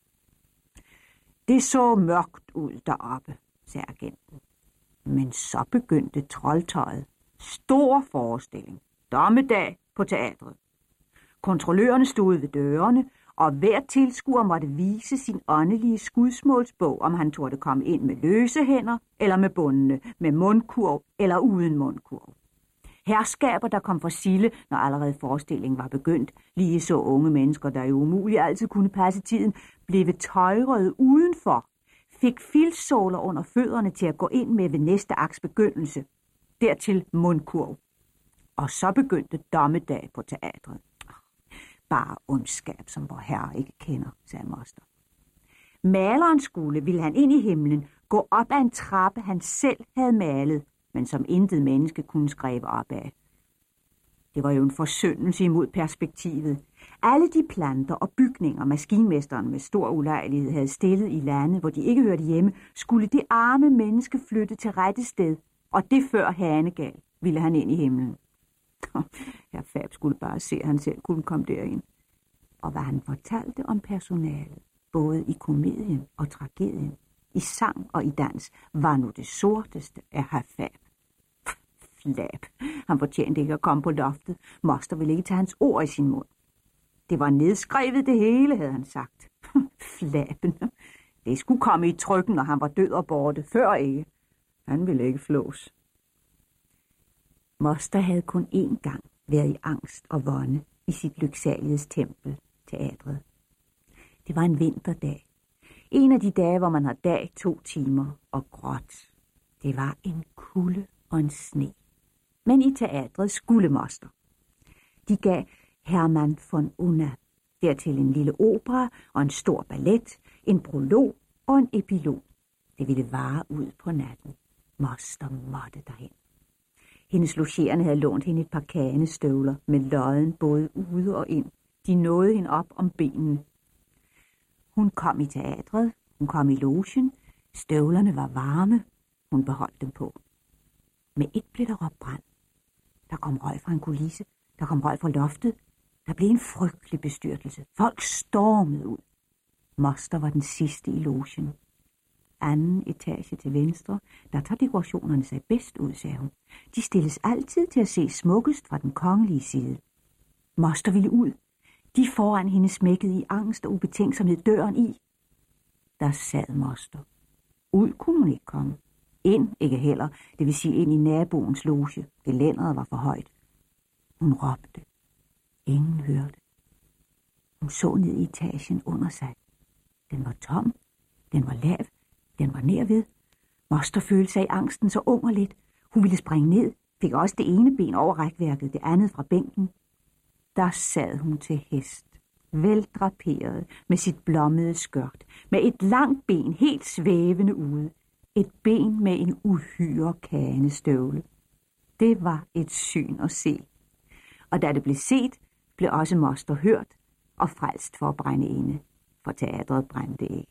Det så mørkt ud deroppe, sagde agenten. Men så begyndte troldtøjet. Stor forestilling. Dommedag på teatret. Kontrollørerne stod ved dørene, og hver tilskuer måtte vise sin åndelige skudsmålsbog, om han turde komme ind med løse hænder eller med bundene, med mundkurv eller uden mundkurv. Herskaber, der kom for silde, når allerede forestillingen var begyndt, lige så unge mennesker, der jo umuligt altid kunne passe tiden, blev tøjrede udenfor, fik filtsåler under fødderne til at gå ind med ved næste aks begyndelse, dertil mundkurv. Og så begyndte dommedag på teatret. Bare ondskab, som vor herre ikke kender, sagde Moster. Maleren skulle, ville han ind i himlen, gå op ad en trappe, han selv havde malet, men som intet menneske kunne skrive op af. Det var jo en forsyndelse imod perspektivet. Alle de planter og bygninger, maskinmesteren med stor ulejlighed havde stillet i lande, hvor de ikke hørte hjemme, skulle det arme menneske flytte til rette sted, og det før hanegal ville han ind i himlen. Herr Fab skulle bare se, at han selv kunne komme derind. Og hvad han fortalte om personalet, både i komedien og tragedien, i sang og i dans, var nu det sorteste at have fab. Flab. Han fortjente ikke at komme på loftet. Moster ville ikke tage hans ord i sin mund. Det var nedskrevet det hele, havde han sagt. Flaben. Det skulle komme i trykken, når han var død og borte. Før ikke. Han ville ikke flås. Moster havde kun én gang været i angst og vonde i sit lyksalighedsstempel, teatret. Det var en vinterdag. En af de dage, hvor man har dag to timer og gråt. Det var en kulde og en sne. Men i teatret skulle moster. De gav Hermann von Unna, dertil en lille opera og en stor ballet, en prolog og en epilog. Det ville vare ud på natten. Moster måtte derhen. Hendes logerende havde lånt hende et par kanestøvler med lodden både ude og ind. De nåede hende op om benene. Hun kom i teatret, hun kom i logen. Støvlerne var varme. Hun beholdt dem på. Med et blev der råbt brand. Der kom røg fra en kulisse. Der kom røg fra loftet. Der blev en frygtelig bestyrtelse. Folk stormede ud. Moster var den sidste i logen. Anden etage til venstre, der tager dekorationerne sig bedst ud, sagde hun. De stilles altid til at se smukkest fra den kongelige side. Moster ville ud. De foran hende smækkede i angst og ubetænksomhed døren i. Der sad moster. Ud kunne hun ikke komme. Ind ikke heller, det vil sige ind i naboens loge. Gelænderet var for højt. Hun råbte. Ingen hørte. Hun så ned i etagen under sig. Den var tom. Den var lav. Den var nærved. Moster følte sig i angsten så ung og let. Hun ville springe ned, fik også det ene ben over rækværket, det andet fra bænken. Der sad hun til hest, veldraperet med sit blommede skørt, med et langt ben helt svævende ude. Et ben med en uhyre kanestøvle. Det var et syn at se. Og da det blev set, blev også moster hørt og frelst for at brænde inde, for teatret brændte ikke.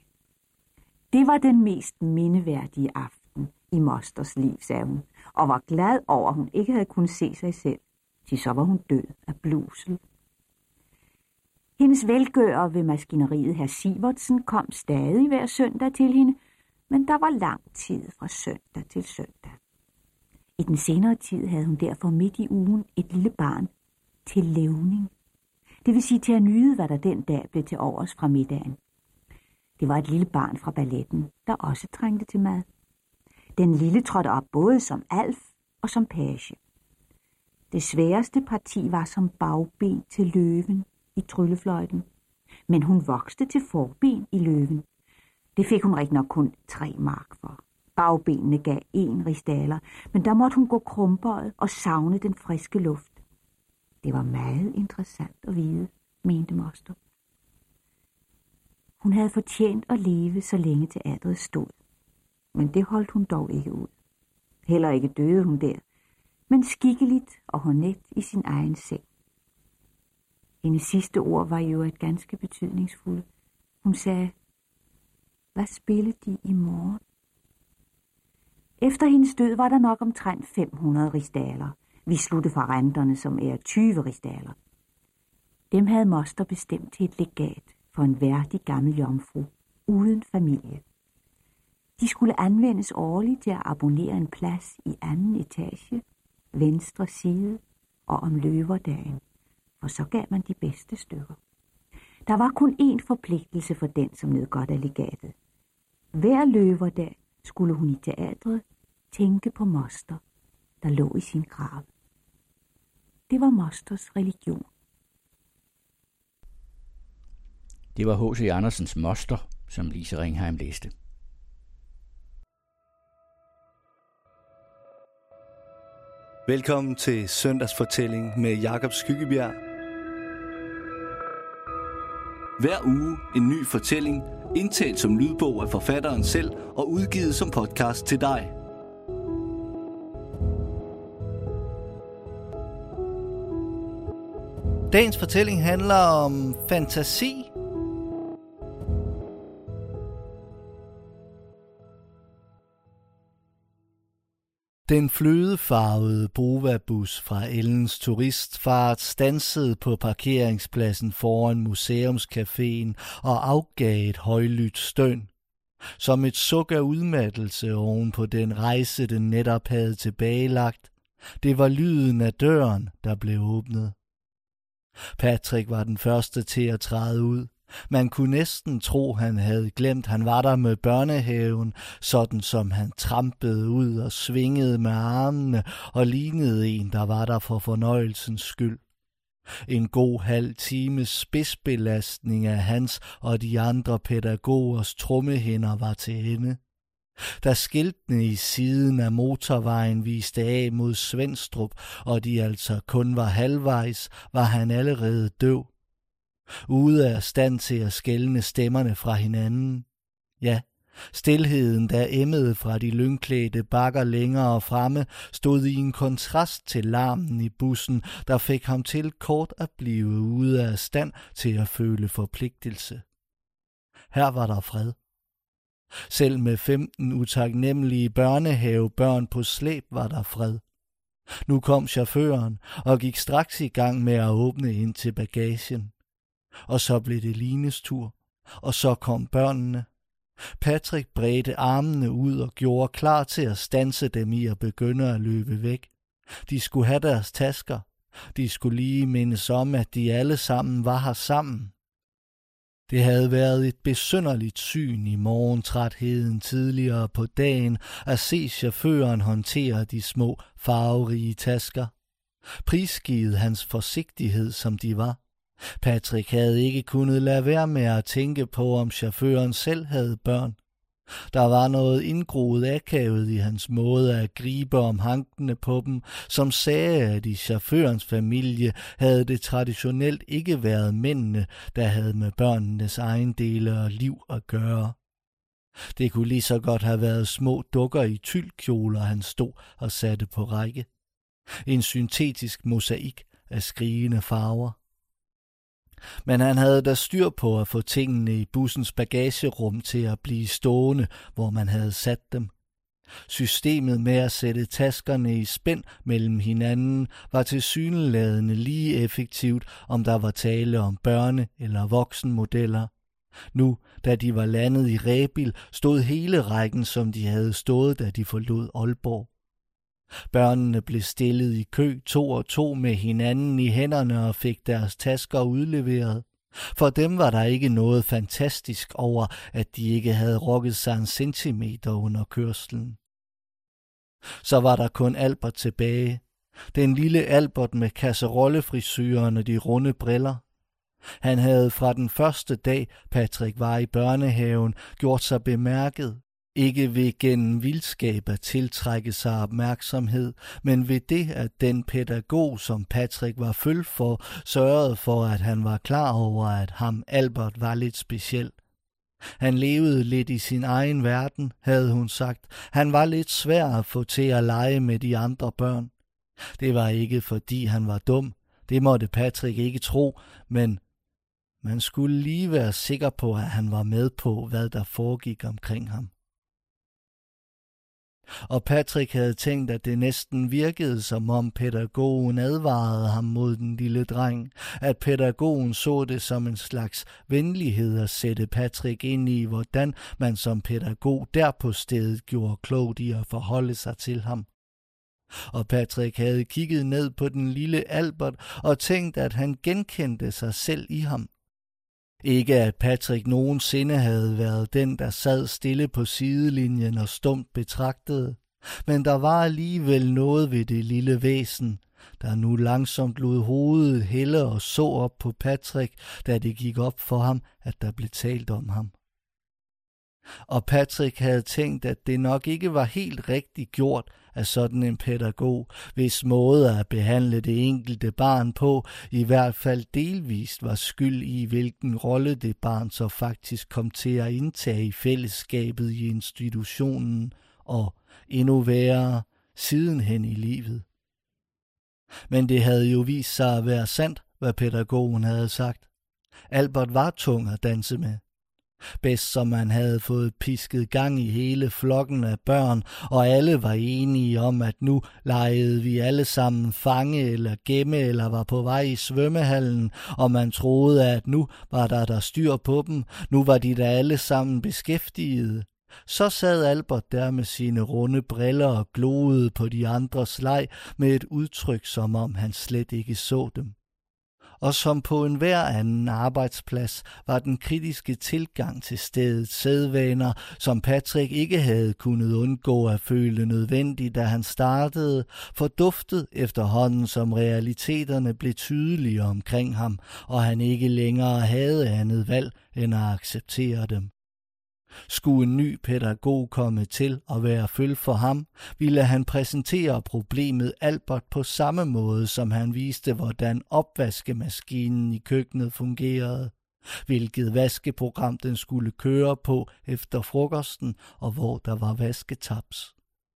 Det var den mest mindeværdige aften i mosters liv, sagde hun, og var glad over, at hun ikke havde kunnet se sig selv, til så var hun død af blusel. Hendes velgører ved maskineriet, herr Sivertsen, kom stadig hver søndag til hende, men der var lang tid fra søndag til søndag. I den senere tid havde hun derfor midt i ugen et lille barn til levning. Det vil sige til at nyde, hvad der den dag blev til overs fra middagen. Det var et lille barn fra balletten, der også trængte til mad. Den lille trådte op både som alf og som page. Det sværeste parti var som bagben til løven i tryllefløjten, men hun vokste til forben i løven. Det fik hun rigtig nok kun tre mark for. Bagbenene gav en rigsdaler, men der måtte hun gå krumbøjet og savne den friske luft. Det var meget interessant at vide, mente moster. Hun havde fortjent at leve, så længe teatret stod. Men det holdt hun dog ikke ud. Heller ikke døde hun der, men skikkeligt og hornet i sin egen seng. Hendes sidste ord var jo et ganske betydningsfulde. Hun sagde, hvad spillede de i morgen? Efter hendes død var der nok omtrent fem hundrede rigsdaler. Vi sluttede fra renterne, som er tyve rigsdaler. Dem havde moster bestemt til et legat for en værdig gammel jomfru, uden familie. De skulle anvendes årligt til at abonnere en plads i anden etage, venstre side og om løverdagen, for så gav man de bedste stykker. Der var kun én forpligtelse for den, som nød godt af legatet. Hver løverdag skulle hun i teatret tænke på moster, der lå i sin grav. Det var mosters religion. Det var H C Andersens Moster, som Lise Ringheim læste. Velkommen til Søndagsfortælling med Jakob Skyggebjerg. Hver uge en ny fortælling, indtalt som lydbog af forfatteren selv og udgivet som podcast til dig. Dagens fortælling handler om fantasi. Den flødefarvede Bova-bus fra Ellens turistfart stansede på parkeringspladsen foran museumscaféen og afgav et højlydt støn. Som et suk af udmattelse oven på den rejse, den netop havde tilbagelagt. Det var lyden af døren, der blev åbnet. Patrick var den første til at træde ud. Man kunne næsten tro, han havde glemt, han var der med børnehaven, sådan som han trampede ud og svingede med armene og lignede en, der var der for fornøjelsens skyld. En god halv times spidsbelastning af hans og de andre pædagogers trommehinder var til ende. Da skiltene i siden af motorvejen viste af mod Svenstrup, og de altså kun var halvvejs, var han allerede døv. Ude af stand til at skelne stemmerne fra hinanden. Ja, stilheden, der emmede fra de lyngklædte bakker længere fremme, stod i en kontrast til larmen i bussen, der fik ham til kort at blive ude af stand til at føle forpligtelse. Her var der fred. Selv med femten utaknemmelige børnehavebørn på slæb var der fred. Nu kom chaufføren og gik straks i gang med at åbne ind til bagagen. Og så blev det Lines tur, og så kom børnene. Patrick bredte armene ud og gjorde klar til at standse dem i at begynde at løbe væk. De skulle have deres tasker. De skulle lige mindes om, at de alle sammen var her sammen. Det havde været et besynderligt syn i morgentrætheden tidligere på dagen at se chaufføren håndtere de små farverige tasker. Prisgivet hans forsigtighed, som de var. Patrick havde ikke kunnet lade være med at tænke på, om chaufføren selv havde børn. Der var noget indgroet akavet i hans måde at gribe om hankene på dem, som sagde, at i chaufførens familie havde det traditionelt ikke været mændene, der havde med børnenes ejendele og liv at gøre. Det kunne lige så godt have været små dukker i tyldkjoler, han stod og satte på række. En syntetisk mosaik af skrigende farver. Men han havde da styr på at få tingene i bussens bagagerum til at blive stående, hvor man havde sat dem. Systemet med at sætte taskerne i spænd mellem hinanden var tilsyneladende lige effektivt, om der var tale om børne- eller voksenmodeller. Nu, da de var landet i Rebild, stod hele rækken, som de havde stået, da de forlod Aalborg. Børnene blev stillet i kø to og to med hinanden i hænderne og fik deres tasker udleveret. For dem var der ikke noget fantastisk over, at de ikke havde rokket sig en centimeter under kørslen. Så var der kun Albert tilbage. Den lille Albert med kasserollefrisyren og de runde briller. Han havde fra den første dag, Patrick var i børnehaven, gjort sig bemærket. Ikke ved gennem vildskab at tiltrække sig opmærksomhed, men ved det, at den pædagog, som Patrick var føl for, sørgede for, at han var klar over, at ham Albert var lidt speciel. Han levede lidt i sin egen verden, havde hun sagt. Han var lidt svær at få til at lege med de andre børn. Det var ikke, fordi han var dum. Det måtte Patrick ikke tro, men man skulle lige være sikker på, at han var med på, hvad der foregik omkring ham. Og Patrick havde tænkt, at det næsten virkede, som om pædagogen advarede ham mod den lille dreng, at pædagogen så det som en slags venlighed at sætte Patrick ind i, hvordan man som pædagog der på stedet gjorde klogt i at forholde sig til ham. Og Patrick havde kigget ned på den lille Albert og tænkt, at han genkendte sig selv i ham. Ikke at Patrick nogensinde havde været den, der sad stille på sidelinjen og stumt betragtede, men der var alligevel noget ved det lille væsen, der nu langsomt lod hovedet hælde og så op på Patrick, da det gik op for ham, at der blev talt om ham. Og Patrick havde tænkt, at det nok ikke var helt rigtigt gjort af sådan en pædagog, hvis måde at behandle det enkelte barn på i hvert fald delvist var skyld i, hvilken rolle det barn så faktisk kom til at indtage i fællesskabet i institutionen og endnu værre sidenhen i livet. Men det havde jo vist sig at være sandt, hvad pædagogen havde sagt. Albert var tung at danse med. Bedst som man havde fået pisket gang i hele flokken af børn, og alle var enige om, at nu legede vi alle sammen fange eller gemme eller var på vej i svømmehallen, og man troede, at nu var der der styr på dem, nu var de der alle sammen beskæftigede. Så sad Albert der med sine runde briller og gloede på de andres leg med et udtryk, som om han slet ikke så dem. Og som på enhver anden arbejdsplads var den kritiske tilgang til stedets sædvaner, som Patrick ikke havde kunnet undgå at føle nødvendigt, da han startede, forduftet efterhånden, som realiteterne blev tydelige omkring ham, og han ikke længere havde andet valg end at acceptere dem. Skulle en ny pædagog komme til at være følg for ham, ville han præsentere problemet Albert på samme måde, som han viste, hvordan opvaskemaskinen i køkkenet fungerede, hvilket vaskeprogram den skulle køre på efter frokosten, og hvor der var vasketaps.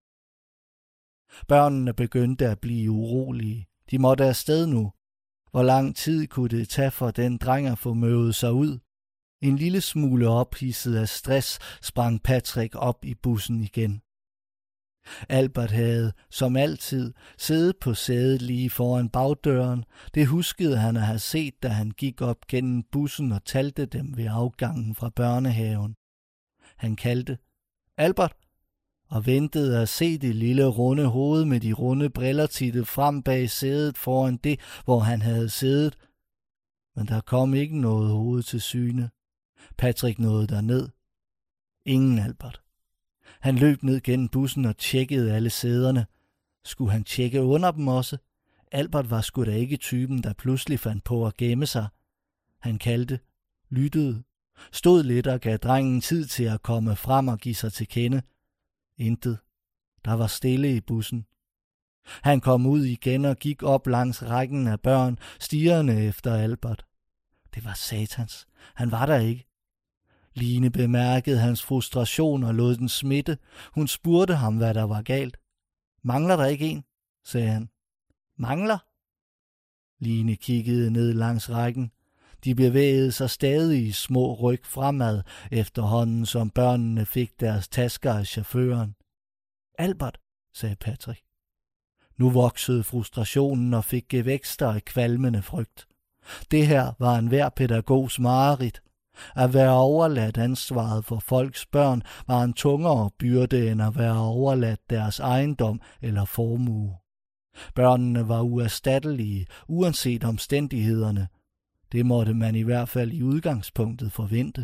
Børnene begyndte at blive urolige. De måtte afsted nu. Hvor lang tid kunne det tage for den dreng at få møvet sig ud? En lille smule ophidset af stress sprang Patrick op i bussen igen. Albert havde, som altid, siddet på sædet lige foran bagdøren. Det huskede han at have set, da han gik op gennem bussen og talte dem ved afgangen fra børnehaven. Han kaldte Albert og ventede at se det lille runde hoved med de runde briller tittet frem bag sædet foran det, hvor han havde siddet. Men der kom ikke noget hoved til syne. Patrick nåede derned. Ingen Albert. Han løb ned gennem bussen og tjekkede alle sæderne. Skulle han tjekke under dem også? Albert var sgu da ikke typen, der pludselig fandt på at gemme sig. Han kaldte, lyttede, stod lidt og gav drengen tid til at komme frem og give sig til kende. Intet. Der var stille i bussen. Han kom ud igen og gik op langs rækken af børn, stirrende efter Albert. Det var satans. Han var der ikke. Line bemærkede hans frustration og lod den smitte. Hun spurgte ham, hvad der var galt. Mangler der ikke en? Sagde han. Mangler? Line kiggede ned langs rækken. De bevægede sig stadig i små ryg fremad, efterhånden som børnene fik deres tasker af chaufføren. Albert, sagde Patrick. Nu voksede frustrationen og fik gevækster af kvalmende frygt. Det her var enhver pædagogs mareridt. At være overladt ansvaret for folks børn var en tungere byrde end at være overladt deres ejendom eller formue. Børnene var uerstattelige, uanset omstændighederne. Det måtte man i hvert fald i udgangspunktet forvente.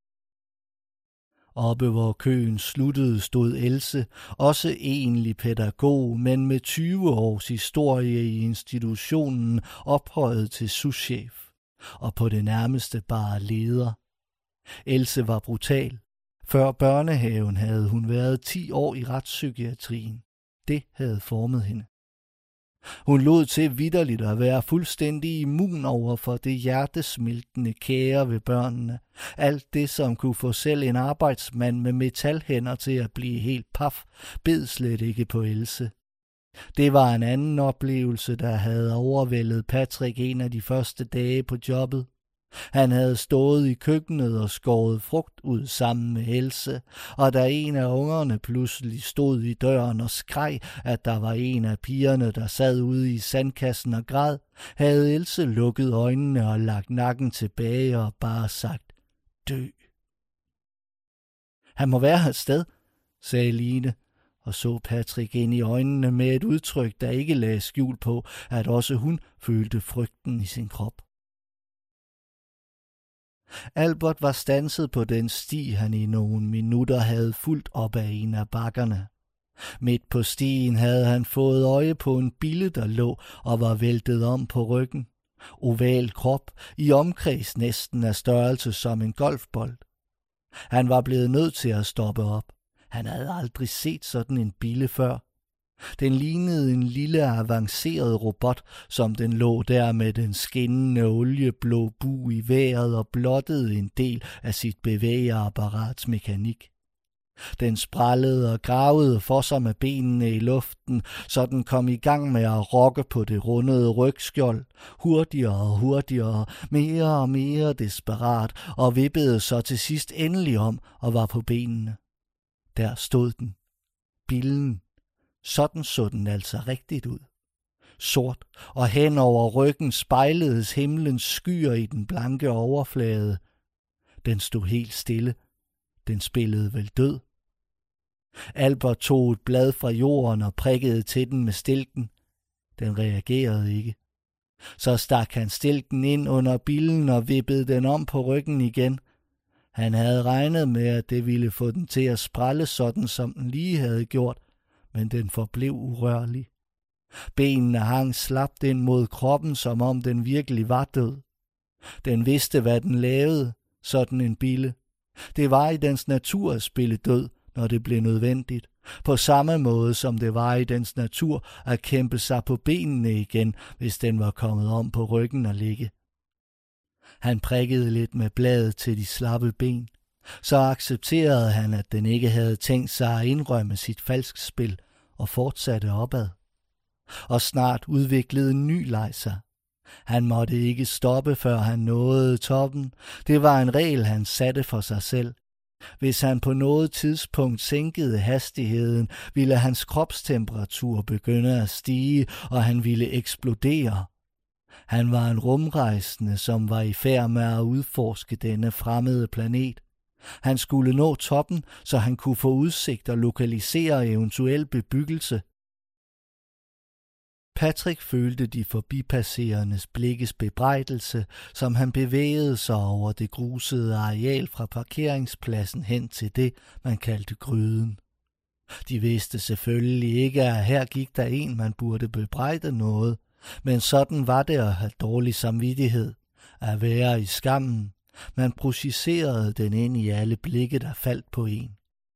Oppe hvor køen sluttede stod Else, også egentlig pædagog, men med tyve års historie i institutionen, ophøjet til souschef, og på det nærmeste bare leder. Else var brutal. Før børnehaven havde hun været ti år i retspsykiatrien. Det havde formet hende. Hun lod til vitterligt at være fuldstændig immun over for det hjertesmeltende kære ved børnene. Alt det, som kunne få selv en arbejdsmand med metalhænder til at blive helt paf, bed slet ikke på Else. Det var en anden oplevelse, der havde overvældet Patrick en af de første dage på jobbet. Han havde stået i køkkenet og skåret frugt ud sammen med Else, og da en af ungerne pludselig stod i døren og skreg, at der var en af pigerne, der sad ude i sandkassen og græd, havde Else lukket øjnene og lagt nakken tilbage og bare sagt, dø. Han må være et sted, sagde Line, og så Patrick ind i øjnene med et udtryk, der ikke lagde skjul på, at også hun følte frygten i sin krop. Albert var standset på den sti, han i nogle minutter havde fulgt op ad en af bakkerne. Midt på stien havde han fået øje på en bille, der lå og var væltet om på ryggen. Oval krop, i omkreds næsten af størrelse som en golfbold. Han var blevet nødt til at stoppe op. Han havde aldrig set sådan en bille før. Den lignede en lille avanceret robot, som den lå der med den skinnende olieblå bug i vejret og blottede en del af sit bevægeapparats mekanik. Den sprællede og gravede for sig med benene i luften, så den kom i gang med at rokke på det rundede rygskjold. Hurtigere og hurtigere, mere og mere desperat, og vippede så til sidst endelig om og var på benene. Der stod den. Billen. Sådan så den altså rigtigt ud. Sort, og hen over ryggen spejledes himlens skyer i den blanke overflade. Den stod helt stille. Den spillede vel død. Albert tog et blad fra jorden og prikkede til den med stilken. Den reagerede ikke. Så stak han stilken ind under billen og vippede den om på ryggen igen. Han havde regnet med, at det ville få den til at sprælle sådan, som den lige havde gjort, men den forblev urørlig. Benene hang slapt ind mod kroppen, som om den virkelig var død. Den vidste, hvad den lavede, sådan en bille. Det var i dens natur at spille død, når det blev nødvendigt. På samme måde som det var i dens natur at kæmpe sig på benene igen, hvis den var kommet om på ryggen og ligge. Han prikkede lidt med bladet til de slappe ben. Så accepterede han, at den ikke havde tænkt sig at indrømme sit falskspil og fortsatte opad. Og snart udviklede en ny leg sig. Han måtte ikke stoppe, før han nåede toppen. Det var en regel, han satte for sig selv. Hvis han på noget tidspunkt sænkede hastigheden, ville hans kropstemperatur begynde at stige, og han ville eksplodere. Han var en rumrejsende, som var i færd med at udforske denne fremmede planet. Han skulle nå toppen, så han kunne få udsigt og lokalisere eventuel bebyggelse. Patrick følte de forbipasserendes blikkes bebrejdelse, som han bevægede sig over det grusede areal fra parkeringspladsen hen til det, man kaldte gryden. De vidste selvfølgelig ikke, at her gik der en, man burde bebrejde noget, men sådan var det at have dårlig samvittighed, at være i skammen. Man projicerede den ind i alle blikke, der faldt på en.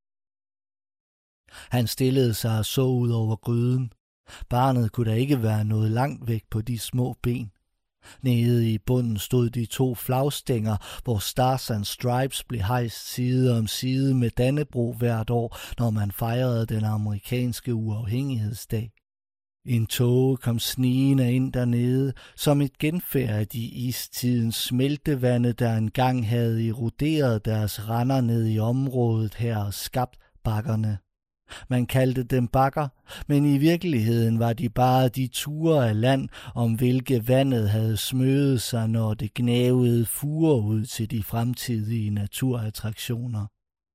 Han stillede sig og så ud over gryden. Barnet kunne da ikke være noget langt væk på de små ben. Nede i bunden stod de to flagstænger, hvor Stars and Stripes blev hejst side om side med Dannebrog hvert år, når man fejrede den amerikanske uafhængighedsdag. En tåge kom snigende ind dernede, som et genfærd af de istidens smeltevande, der engang havde eroderet deres render ned i området her og skabt bakkerne. Man kaldte dem bakker, men i virkeligheden var de bare de ture af land, om hvilke vandet havde smøget sig, når det gnavede furer ud til de fremtidige naturattraktioner.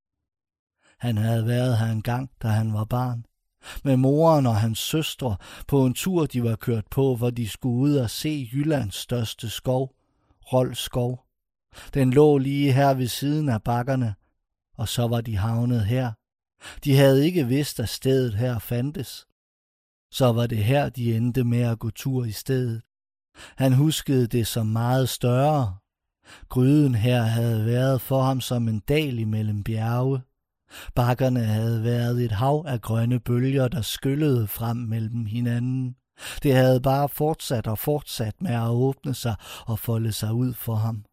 Han havde været her engang, da han var barn, med moren og hans søstre på en tur, de var kørt på, hvor de skulle ud og se Jyllands største skov, Rold Skov. Den lå lige her ved siden af bakkerne, og så var de havnet her. De havde ikke vidst, at stedet her fandtes. Så var det her, de endte med at gå tur i stedet. Han huskede det som meget større. Gryden her havde været for ham som en dal imellem bjerge. Bakkerne havde været et hav af grønne bølger, der skyllede frem mellem hinanden. Det havde bare fortsat og fortsat med at åbne sig og folde sig ud for ham.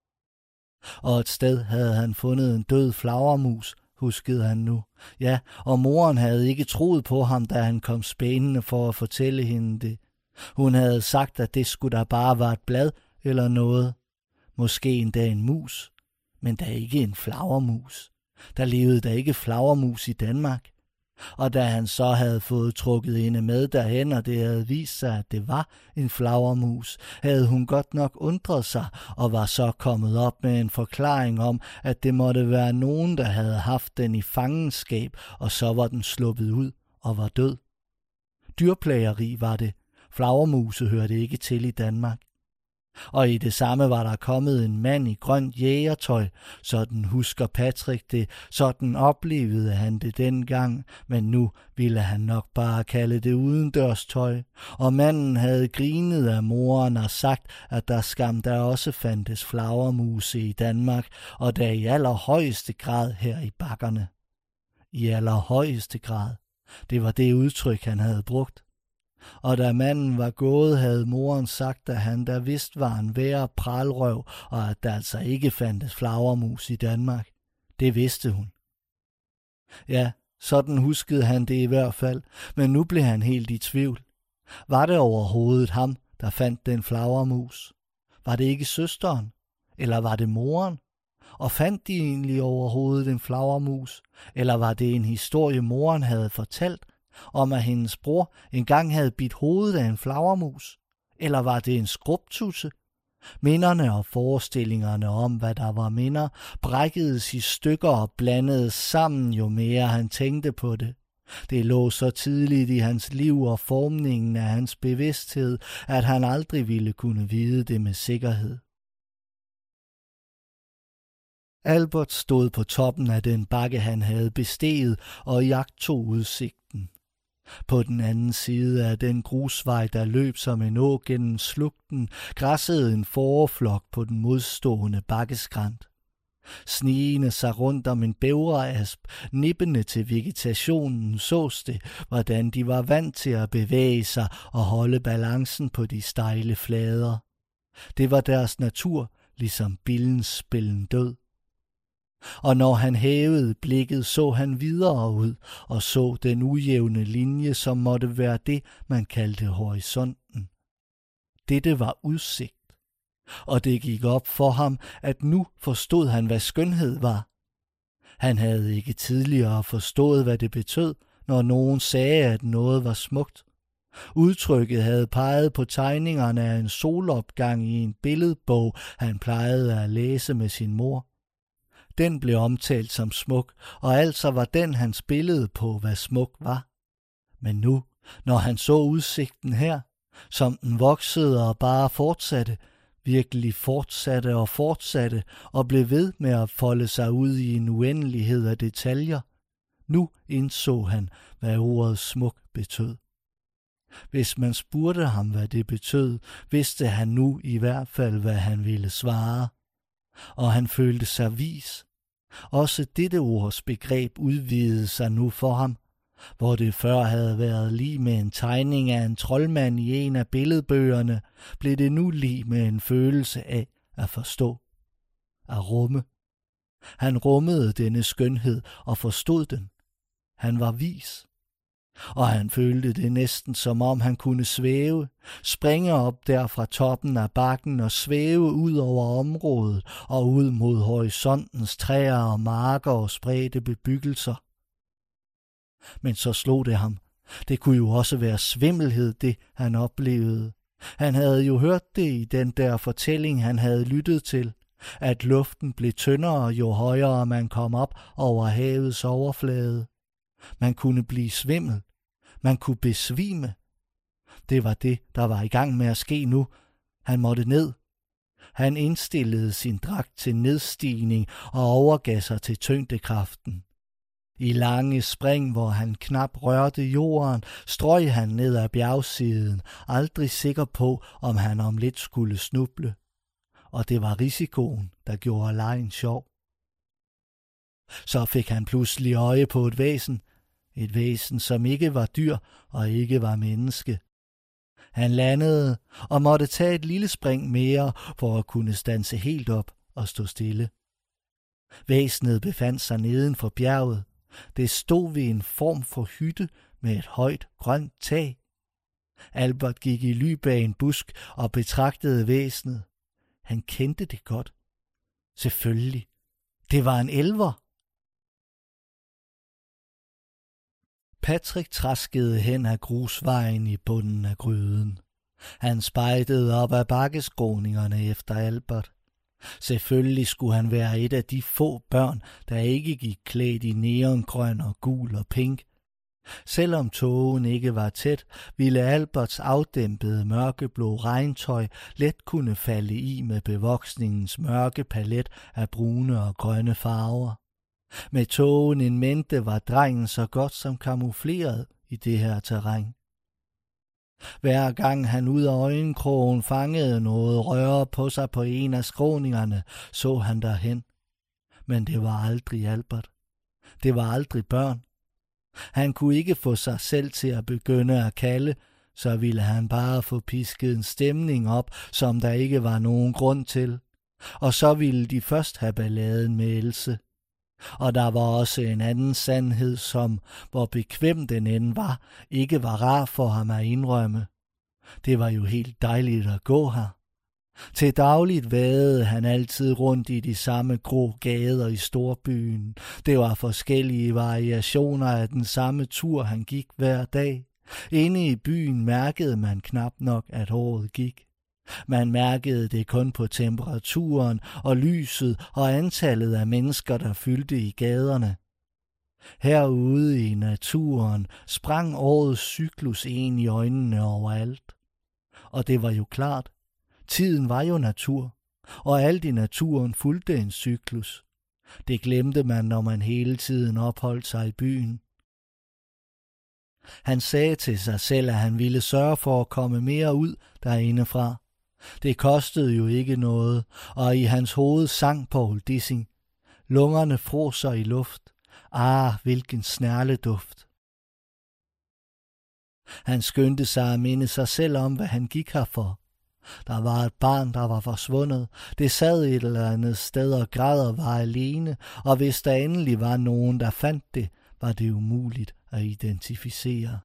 Og et sted havde han fundet en død flagermus, huskede han nu. Ja, og moren havde ikke troet på ham, da han kom spænende for at fortælle hende det. Hun havde sagt, at det skulle da bare være et blad eller noget. Måske endda en mus, men da ikke en flagermus. Der levede der ikke flagermus i Danmark. Og da han så havde fået trukket hende med derhen, og det havde vist sig, at det var en flagermus, havde hun godt nok undret sig, og var så kommet op med en forklaring om, at det måtte være nogen, der havde haft den i fangenskab, og så var den sluppet ud og var død. Dyrplageri var det. Flagermuse hørte ikke til i Danmark. Og i det samme var der kommet en mand i grønt jægertøj, sådan husker Patrick det, sådan oplevede han det dengang, men nu ville han nok bare kalde det udendørstøj, og manden havde grinet af moren og sagt, at der skam der også fandtes flagermuse i Danmark, og der i allerhøjeste grad her i bakkerne. I allerhøjeste grad. Det var det udtryk, han havde brugt. Og da manden var gået, havde moren sagt, at han der vist var en værre pralrøv, og at der altså ikke fandtes flagermus i Danmark. Det vidste hun. Ja, sådan huskede han det i hvert fald, men nu blev han helt i tvivl. Var det overhovedet ham, der fandt den flagermus? Var det ikke søsteren? Eller var det moren? Og fandt de egentlig overhovedet en flagermus? Eller var det en historie, moren havde fortalt, om at hendes bror engang havde bidt hovedet af en flagermus? Eller var det en skrubtusse? Minderne og forestillingerne om, hvad der var minder, brækkedes i stykker og blandedes sammen, jo mere han tænkte på det. Det lå så tidligt i hans liv og formningen af hans bevidsthed, at han aldrig ville kunne vide det med sikkerhed. Albert stod på toppen af den bakke, han havde besteget, og jagtog udsigten. På den anden side af den grusvej, der løb som en å gennem slugten, græssede en fåreflok på den modstående bakkeskrant. Snigende sig rundt om en bævreasp, nippende til vegetationen, sås det, hvordan de var vant til at bevæge sig og holde balancen på de stejle flader. Det var deres natur, ligesom billens spillen død. Og når han hævede blikket, så han videre ud og så den ujævne linje, som måtte være det, man kaldte horisonten. Dette var udsigt, og det gik op for ham, at nu forstod han, hvad skønhed var. Han havde ikke tidligere forstået, hvad det betød, når nogen sagde, at noget var smukt. Udtrykket havde peget på tegningerne af en solopgang i en billedbog, han plejede at læse med sin mor. Den blev omtalt som smuk, og altså var den hans billede på, hvad smuk var. Men nu, når han så udsigten her, som den voksede og bare fortsatte, virkelig fortsatte og fortsatte, og blev ved med at folde sig ud i en uendelighed af detaljer, nu indså han, hvad ordet smuk betød. Hvis man spurgte ham, hvad det betød, vidste han nu i hvert fald, hvad han ville svare. Og han følte sig vis. Også dette ords begreb udvidede sig nu for ham, hvor det før havde været lig med en tegning af en troldmand i en af billedbøgerne, blev det nu lig med en følelse af at forstå, at rumme. Han rummede denne skønhed og forstod den. Han var vis. Og han følte det næsten som om han kunne svæve, springe op der fra toppen af bakken og svæve ud over området og ud mod horisontens træer og marker og spredte bebyggelser. Men så slog det ham. Det kunne jo også være svimmelhed, det han oplevede. Han havde jo hørt det i den der fortælling, han havde lyttet til, at luften blev tyndere, jo højere man kom op over havets overflade. Man kunne blive svimmel. Man kunne besvime. Det var det, der var i gang med at ske nu. Han måtte ned. Han indstillede sin dragt til nedstigning og overgav sig til tyngdekraften. I lange spring, hvor han knap rørte jorden, strøg han ned ad bjergsiden, aldrig sikker på, om han om lidt skulle snuble. Og det var risikoen, der gjorde legen sjov. Så fik han pludselig øje på et væsen, et væsen, som ikke var dyr og ikke var menneske. Han landede og måtte tage et lille spring mere for at kunne standse helt op og stå stille. Væsenet befandt sig neden for bjerget. Det stod ved en form for hytte med et højt grønt tag. Albert gik i ly bag en busk og betragtede væsenet. Han kendte det godt. Selvfølgelig. Det var en elver. Patrick traskede hen ad grusvejen i bunden af gryden. Han spejdede op ad bakkeskråningerne efter Albert. Selvfølgelig skulle han være et af de få børn, der ikke gik klædt i neongrøn og gul og pink. Selvom tågen ikke var tæt, ville Alberts afdæmpede mørkeblå regntøj let kunne falde i med bevoksningens mørke palet af brune og grønne farver. Med tågen en mente var drengen så godt som kamufleret i det her terræn. Hver gang han ud af øjenkrogen fangede noget røre på sig på en af skråningerne, så han derhen. Men det var aldrig Albert. Det var aldrig børn. Han kunne ikke få sig selv til at begynde at kalde, så ville han bare få pisket en stemning op, som der ikke var nogen grund til. Og så ville de først have balladen med Else. Og der var også en anden sandhed, som, hvor bekvem den end var, ikke var rar for ham at indrømme. Det var jo helt dejligt at gå her. Til dagligt vadede han altid rundt i de samme grå gader i storbyen. Det var forskellige variationer af den samme tur, han gik hver dag. Inde i byen mærkede man knap nok, at året gik. Man mærkede det kun på temperaturen og lyset og antallet af mennesker, der fyldte i gaderne. Herude i naturen sprang årets cyklus ind i øjnene overalt. Og det var jo klart, tiden var jo natur, og alt i naturen fulgte en cyklus. Det glemte man, når man hele tiden opholdt sig i byen. Han sagde til sig selv, at han ville sørge for at komme mere ud derindefra. Det kostede jo ikke noget, og i hans hoved sang Paul Dissing. Lungerne fråser i luft. Ah, hvilken snærleduft. Han skyndte sig at minde sig selv om, hvad han gik her for. Der var et barn, der var forsvundet. Det sad et eller andet sted og græd og var alene, og hvis der endelig var nogen, der fandt det, var det umuligt at identificere.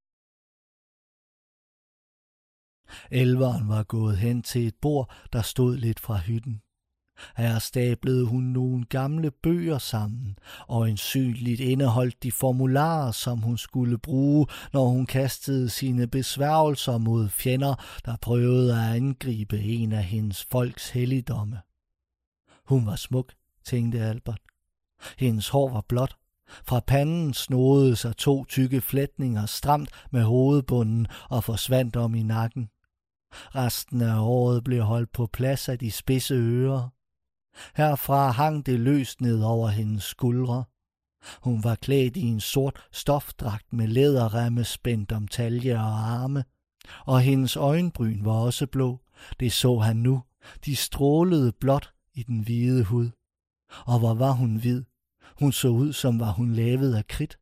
Elveren var gået hen til et bord, der stod lidt fra hytten. Her stablede hun nogle gamle bøger sammen, og ensynligt indeholdt de formularer, som hun skulle bruge, når hun kastede sine besværgelser mod fjender, der prøvede at angribe en af hendes folks helligdomme. Hun var smuk, tænkte Albert. Hendes hår var blåt. Fra panden snodede sig to tykke flætninger stramt med hovedbunden og forsvandt om i nakken. Resten af året blev holdt på plads af de spidse ører. Herfra hang det løst ned over hendes skuldre. Hun var klædt i en sort stofdragt med læderremme spændt om talje og arme, og hendes øjenbryn var også blå. Det så han nu. De strålede blåt i den hvide hud. Og hvor var hun hvid? Hun så ud, som var hun lavet af kridt.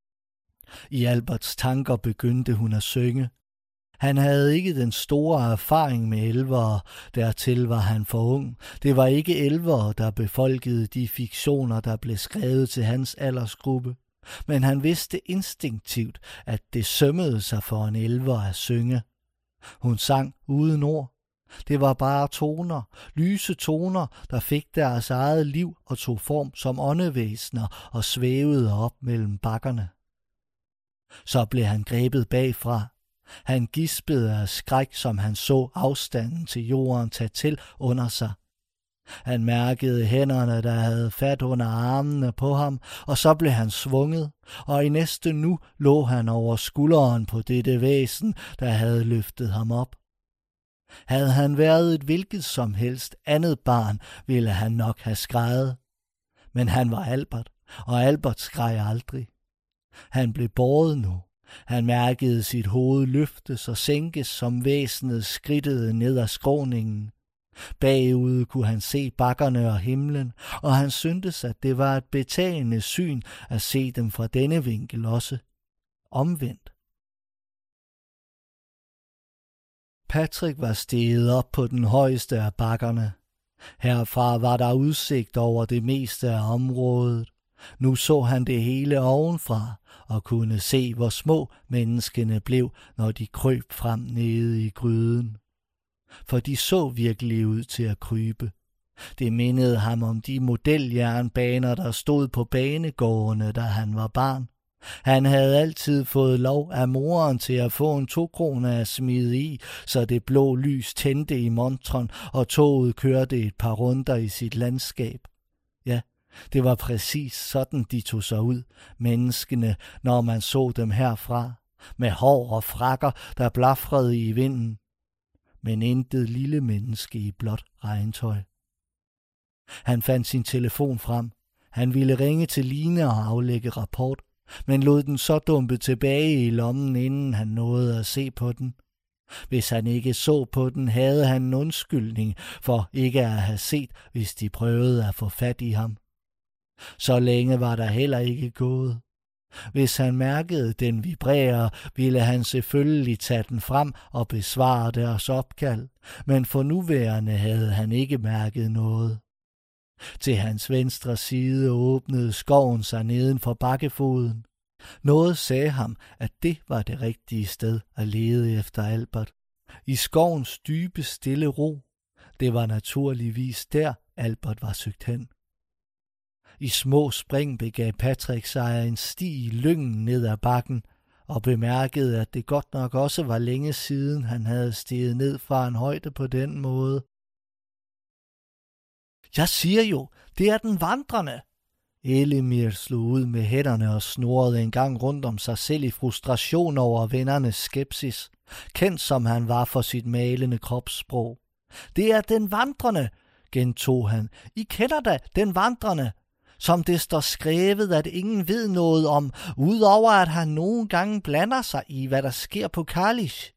I Alberts tanker begyndte hun at synge. Han havde ikke den store erfaring med elvere, dertil var han for ung. Det var ikke elvere, der befolkede de fiktioner, der blev skrevet til hans aldersgruppe. Men han vidste instinktivt, at det sømmede sig for en elver at synge. Hun sang uden ord. Det var bare toner, lyse toner, der fik deres eget liv og tog form som åndevæsener og svævede op mellem bakkerne. Så blev han grebet bagfra. Han gispede af skræk, som han så afstanden til jorden tage til under sig. Han mærkede hænderne, der havde fat under armene på ham, og så blev han svunget, og i næste nu lå han over skulderen på dette væsen, der havde løftet ham op. Havde han været et hvilket som helst andet barn, ville han nok have skreget. Men han var Albert, og Albert skreg aldrig. Han blev båret nu. Han mærkede sit hoved løftes og sænkes, som væsenet skridtede ned ad skråningen. Bagude kunne han se bakkerne og himlen, og han syntes, at det var et betagende syn at se dem fra denne vinkel også. Omvendt. Patrick var steget op på den højeste af bakkerne. Herfra var der udsigt over det meste af området. Nu så han det hele ovenfra og kunne se, hvor små menneskene blev, når de krøb frem nede i gryden. For de så virkelig ud til at krybe. Det mindede ham om de modeljernbaner, der stod på banegårdene, da han var barn. Han havde altid fået lov af moren til at få en to-krone at smide i, så det blå lys tændte i montren, og toget kørte et par runder i sit landskab. Ja, det var præcis sådan, de tog sig ud, menneskene, når man så dem herfra, med hår og frakker, der blafrede i vinden. Men intet lille menneske i blåt regntøj. Han fandt sin telefon frem. Han ville ringe til Line og aflægge rapport, men lod den så dumpe tilbage i lommen, inden han nåede at se på den. Hvis han ikke så på den, havde han en undskyldning for ikke at have set, hvis de prøvede at få fat i ham. Så længe var der heller ikke gået. Hvis han mærkede den vibrere, ville han selvfølgelig tage den frem og besvare deres opkald, men for nuværende havde han ikke mærket noget. Til hans venstre side åbnede skoven sig neden for bakkefoden. Noget sagde ham, at det var det rigtige sted at lede efter Albert. I skovens dybe stille ro. Det var naturligvis der, Albert var søgt hen. I små spring begav Patrick sig en sti i lyngen ned ad bakken, og bemærkede, at det godt nok også var længe siden, han havde steget ned fra en højde på den måde. Jeg siger jo, det er den vandrende. Elimir slog ud med hænderne og snurrede en gang rundt om sig selv i frustration over vennernes skepsis, kendt som han var for sit malende kropssprog. Det er den vandrende, gentog han. I kender da den vandrende, som det står skrevet, at ingen ved noget om, udover at han nogle gange blander sig i, hvad der sker på Kalish.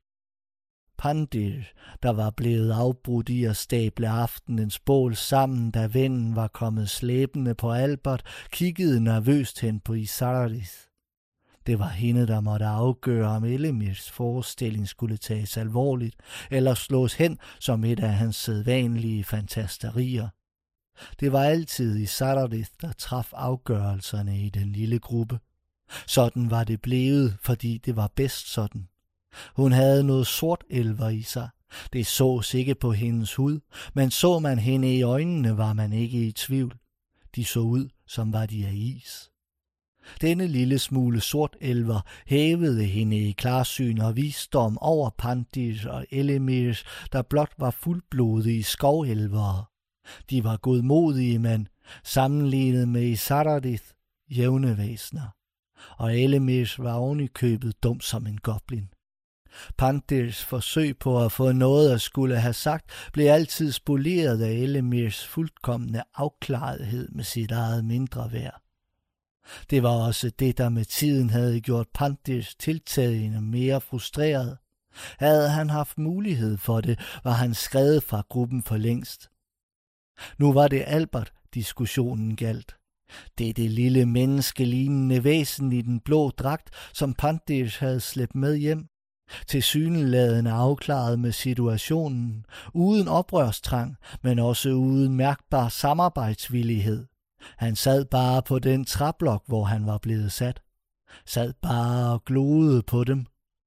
Pandir, der var blevet afbrudt i at stable aftenens bål sammen, da vennen var kommet slæbende på Albert, kiggede nervøst hen på Isararith. Det var hende, der måtte afgøre, om Elemirs forestilling skulle tages alvorligt, eller slås hen som et af hans sædvanlige fantasterier. Det var altid Isararith, der traf afgørelserne i den lille gruppe. Sådan var det blevet, fordi det var bedst sådan. Hun havde noget sort elver i sig. Det sås ikke på hendes hud, men så man hende i øjnene, var man ikke i tvivl. De så ud, som var de af is. Denne lille smule sort elver hævede hende i klarsyn og visdom over Pandir og Elimir, der blot var fuldblodige skovelvere. De var godmodige, men sammenlignet med Isararith jævne væsener, og Elimir var oven i købet dum som en goblin. Pandirs forsøg på at få noget at skulle have sagt blev altid spoleret af Elimirs fuldkomne afklarethed med sit eget mindre værd. Det var også det, der med tiden havde gjort Pandirs tiltagende mere frustreret. Havde han haft mulighed for det, var han skredet fra gruppen for længst. Nu var det Albert, diskussionen galt. Det er det lille menneskelignende væsen i den blå dragt, som Pandirs havde slæbt med hjem. Tilsyneladende afklaret med situationen, uden oprørstrang, men også uden mærkbar samarbejdsvillighed. Han sad bare på den træblok, hvor han var blevet sat. Sad bare og gloede på dem.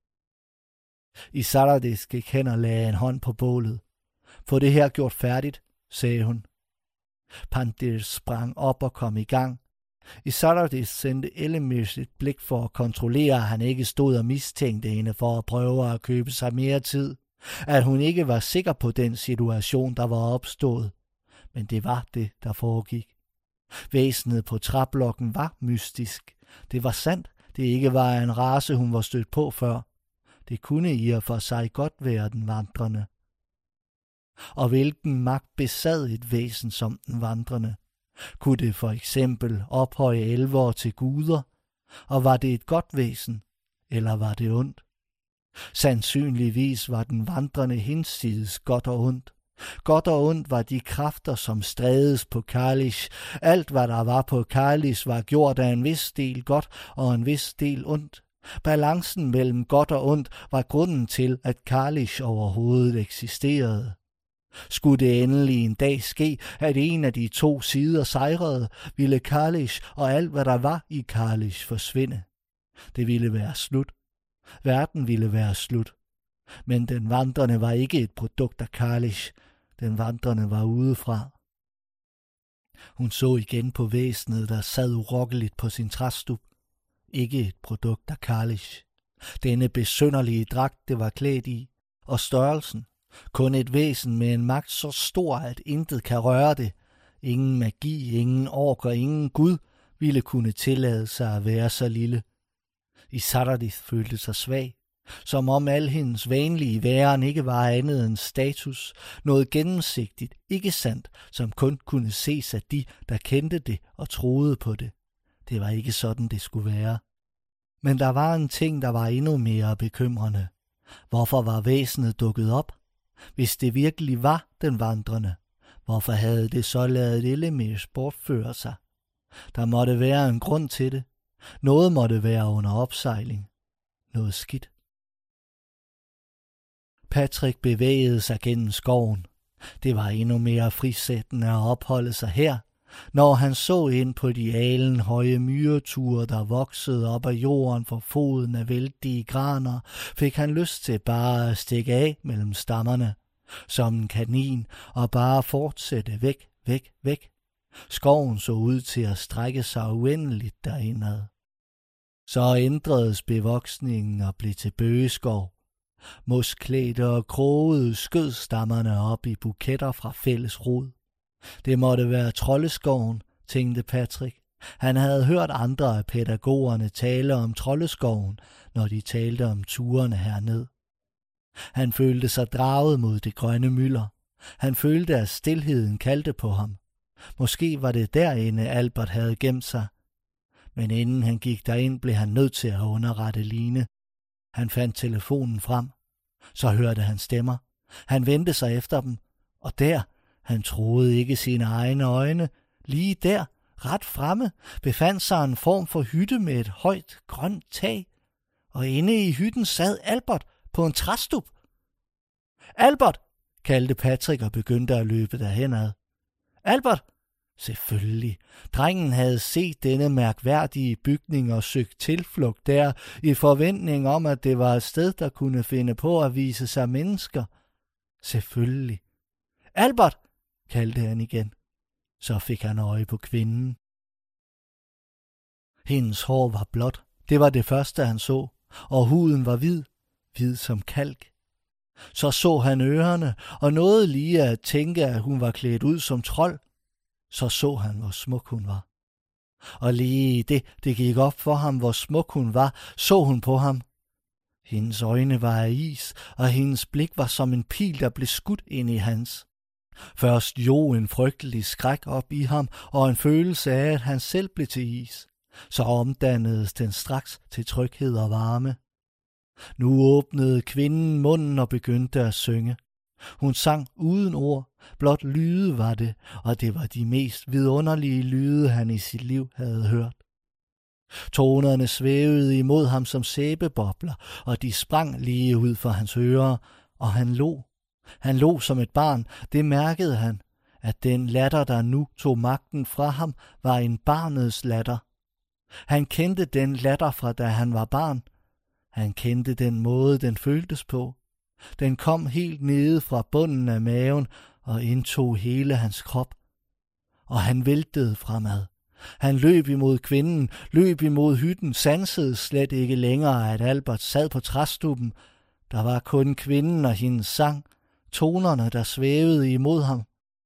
Isararith gik hen og lagde en hånd på bålet. Få det her gjort færdigt, sagde hun. Pandir sprang op og kom i gang. Isararith sendte Elimir et blik for at kontrollere, at han ikke stod og mistænkte hende for at prøve at købe sig mere tid. At hun ikke var sikker på den situation, der var opstået. Men det var det, der foregik. Væsenet på træblokken var mystisk. Det var sandt, det ikke var en race, hun var stødt på før. Det kunne i og for sig godt være den vandrende. Og hvilken magt besad et væsen som den vandrende? Kunne det for eksempel ophøje elvere til guder? Og var det et godt væsen, eller var det ondt? Sandsynligvis var den vandrende hinsides godt og ondt. Godt og ondt var de kræfter, som strædes på Kalish. Alt, hvad der var på Kalish, var gjort af en vis del godt og en vis del ondt. Balancen mellem godt og ondt var grunden til, at Kalish overhovedet eksisterede. Skulle det endelig en dag ske, at en af de to sider sejrede, ville Kalish og alt, hvad der var i Kalish, forsvinde. Det ville være slut. Verden ville være slut. Men den vandrende var ikke et produkt af Kalish. Den vandrende var udefra. Hun så igen på væsenet, der sad urokkeligt på sin træstup. Ikke et produkt af Kalish. Denne besynderlige dragt, det var klædt i, og størrelsen. Kun et væsen med en magt så stor, at intet kan røre det. Ingen magi, ingen ork og ingen gud ville kunne tillade sig at være så lille. Isararith følte sig svag, som om al hendes vanlige væren ikke var andet end status, noget gennemsigtigt, ikke sandt, som kun kunne ses af de, der kendte det og troede på det. Det var ikke sådan, det skulle være. Men der var en ting, der var endnu mere bekymrende. Hvorfor var væsenet dukket op? Hvis det virkelig var den vandrende, hvorfor havde det så ladet Elimir bortføre sig? Der måtte være en grund til det. Noget måtte være under opsejling. Noget skidt. Patrick bevægede sig gennem skoven. Det var endnu mere frisættende at opholde sig her, når han så ind på de alenhøje myreture, der voksede op af jorden for foden af vældige graner, fik han lyst til bare at stikke af mellem stammerne, som en kanin, og bare fortsætte væk, væk, væk. Skoven så ud til at strække sig uendeligt derindad. Så ændredes bevoksningen og blev til bøgeskov. Mosklædte og krogede skød stammerne op i buketter fra fælles rod. Det måtte være Troldeskoven, tænkte Patrick. Han havde hørt andre af pædagogerne tale om Troldeskoven, når de talte om turene herned. Han følte sig draget mod det grønne mylder. Han følte, at stilheden kaldte på ham. Måske var det derinde, Albert havde gemt sig. Men inden han gik derind, blev han nødt til at underrette Line. Han fandt telefonen frem. Så hørte han stemmer. Han vendte sig efter dem, og der, han troede ikke sine egne øjne, lige der, ret fremme, befandt sig en form for hytte med et højt, grønt tag, og inde i hytten sad Albert på en træstup. Albert, kaldte Patrick og begyndte at løbe derhenad. Albert! Selvfølgelig. Drengen havde set denne mærkværdige bygning og søgt tilflugt der, i forventning om, at det var et sted, der kunne finde på at vise sig mennesker. Selvfølgelig. Albert! Kaldte han igen. Så fik han øje på kvinden. Hendes hår var blåt. Det var det første, han så. Og huden var hvid. Hvid som kalk. Så så han ørerne, og nåede lige at tænke, at hun var klædt ud som trold. Så så han, hvor smuk hun var. Og lige det, det gik op for ham, hvor smuk hun var, så hun på ham. Hendes øjne var af is, og hendes blik var som en pil, der blev skudt ind i hans. Først jo en frygtelig skræk op i ham, og en følelse af, at han selv blev til is. Så omdannedes den straks til tryghed og varme. Nu åbnede kvinden munden og begyndte at synge. Hun sang uden ord, blot lyde var det, og det var de mest vidunderlige lyde, han i sit liv havde hørt. Tonerne svævede imod ham som sæbebobler, og de sprang lige ud for hans ører, og han lå. Han lå som et barn, det mærkede han, at den latter, der nu tog magten fra ham, var en barnets latter. Han kendte den latter fra da han var barn. Han kendte den måde, den føltes på. Den kom helt nede fra bunden af maven og indtog hele hans krop. Og han væltede fremad. Han løb imod kvinden, løb imod hytten, sansede slet ikke længere, at Albert sad på træstuppen. Der var kun kvinden og hendes sang, tonerne, der svævede imod ham.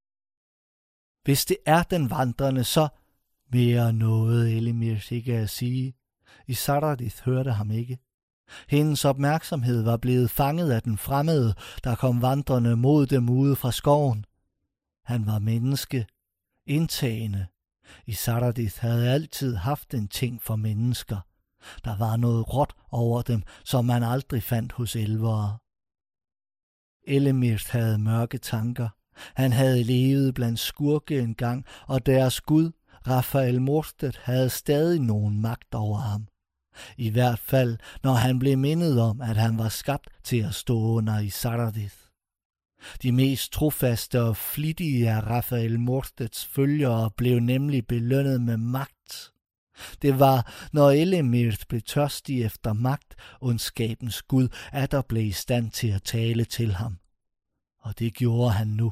Hvis det er den vandrende, så mere noget Elimir ikke at sige. Isaradith hørte ham ikke. Hendes opmærksomhed var blevet fanget af den fremmede, der kom vandrende mod dem ude fra skoven. Han var menneske, indtagende. Isaradith havde altid haft en ting for mennesker. Der var noget råt over dem, som man aldrig fandt hos elvere. Elimir havde mørke tanker. Han havde levet blandt skurke engang, og deres gud, Raphael Morsted, havde stadig nogen magt over ham. I hvert fald, når han blev mindet om, at han var skabt til at stå under Isaradith. De mest trofaste og flittige af Raphael Morsteds følgere blev nemlig belønnet med magt. Det var, når Elimir blev tørstig efter magt, ondskabens gud, at der blev i stand til at tale til ham. Og det gjorde han nu.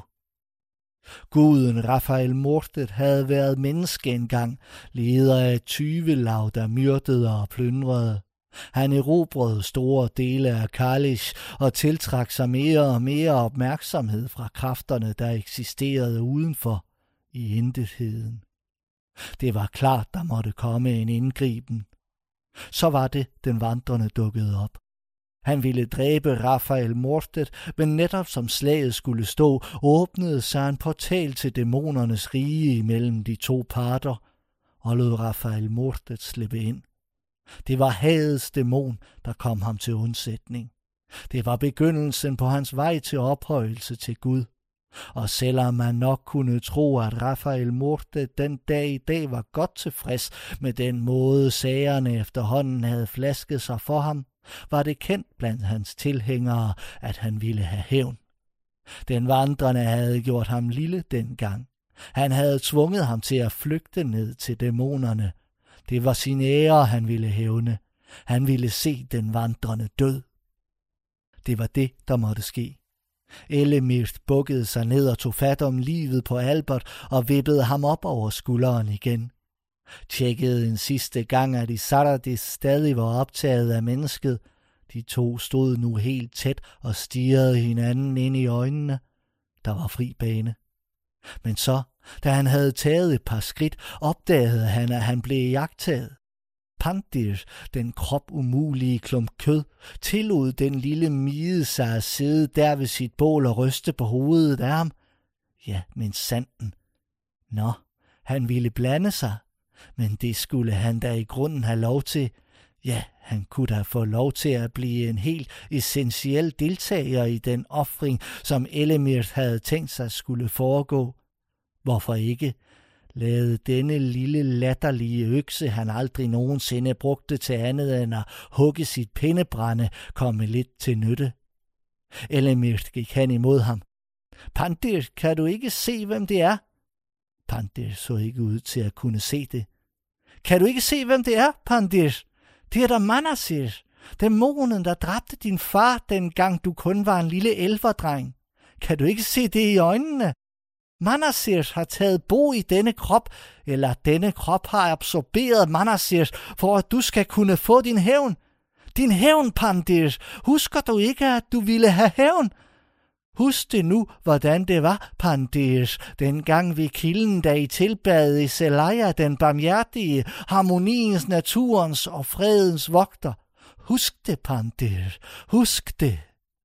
Guden Raphael Morsted havde været menneske engang, leder af et tyvelav, der myrdede og plyndrede. Han erobrede store dele af Kalish og tiltrak sig mere og mere opmærksomhed fra kræfterne, der eksisterede udenfor i intetheden. Det var klart, der måtte komme en indgriben. Så var det, den vandrende dukkede op. Han ville dræbe Raphael Morsted, men netop som slaget skulle stå, åbnede sig en portal til dæmonernes rige imellem de to parter, og lod Raphael Morsted slippe ind. Det var hadets dæmon, der kom ham til undsætning. Det var begyndelsen på hans vej til ophøjelse til Gud. Og selvom man nok kunne tro, at Raphael Morsted den dag i dag var godt tilfreds med den måde, sagerne efterhånden havde flasket sig for ham, var det kendt blandt hans tilhængere, at han ville have hævn. Den vandrende havde gjort ham lille dengang. Han havde tvunget ham til at flygte ned til dæmonerne. Det var sin ære, han ville hævne. Han ville se den vandrende død. Det var det, der måtte ske. Ellemert bukkede sig ned og tog fat om livet på Albert og vippede ham op over skulderen igen. Tjekkede en sidste gang, at Isaradis stadig var optaget af mennesket. De to stod nu helt tæt og stirrede hinanden ind i øjnene. Der var fri bane. Men så, da han havde taget et par skridt, opdagede han, at han blev jagtaget. Pandir, den krop umulige klump kød, tillod den lille mide sig at sidde der ved sit bål og ryste på hovedet af ham. Ja, men sanden. Nå, han ville blande sig, men det skulle han da i grunden have lov til. Ja, han kunne da få lov til at blive en helt essentiel deltager i den ofring, som Ellemert havde tænkt sig skulle foregå. Hvorfor ikke? Lade denne lille latterlige økse, han aldrig nogensinde brugte til andet end at hugge sit pindebrænde, komme lidt til nytte. Ellemert gik hen imod ham. Pandir, kan du ikke se, hvem det er? Pandir så ikke ud til at kunne se det. Kan du ikke se, hvem det er, Pandir? Det er da Manasir, dæmonen, der dræbte din far, dengang du kun var en lille elverdreng. Kan du ikke se det i øjnene? Manasir har taget bo i denne krop, eller denne krop har absorberet Manasir, for at du skal kunne få din hævn. Din hævn, Pandir. Husker du ikke, at du ville have hævn? Husk det nu, hvordan det var, Pandir, dengang ved kilden, da I tilbad i Selaya, den barmhjertige, harmoniens, naturens og fredens vogter. Husk det, Pandir. Husk det.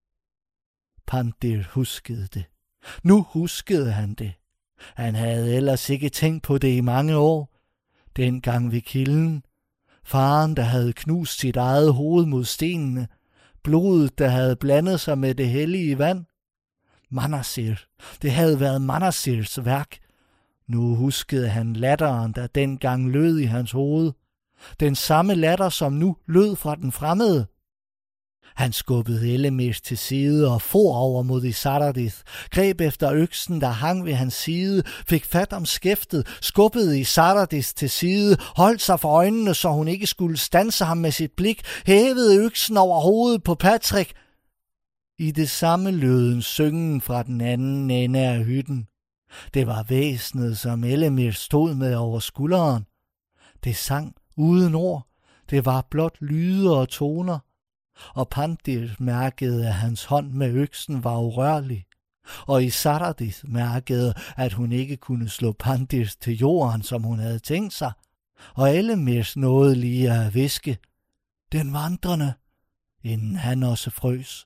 Pandir huskede det. Nu huskede han det. Han havde ellers ikke tænkt på det i mange år. Dengang ved kilden. Faren, der havde knust sit eget hoved mod stenene. Blodet, der havde blandet sig med det hellige vand. Manasir. Det havde været Manasirs værk. Nu huskede han latteren, der dengang lød i hans hoved. Den samme latter, som nu lød fra den fremmede. Han skubbede Ellemert til side og for over mod Isaradith, greb efter øksen, der hang ved hans side, fik fat om skæftet, skubbede Isaradith til side, holdt sig for øjnene, så hun ikke skulle standse ham med sit blik, hævede øksen over hovedet på Patrick. I det samme lød en syngen fra den anden ende af hytten. Det var væsenet, som Ellemert stod med over skulderen. Det sang uden ord. Det var blot lyde og toner. Og Pandir mærkede, at hans hånd med øksen var urørlig. Og Isaradith mærkede, at hun ikke kunne slå Pandir til jorden, som hun havde tænkt sig. Og Ellemert nåede lige at hviske, den vandrende, inden han også frøs.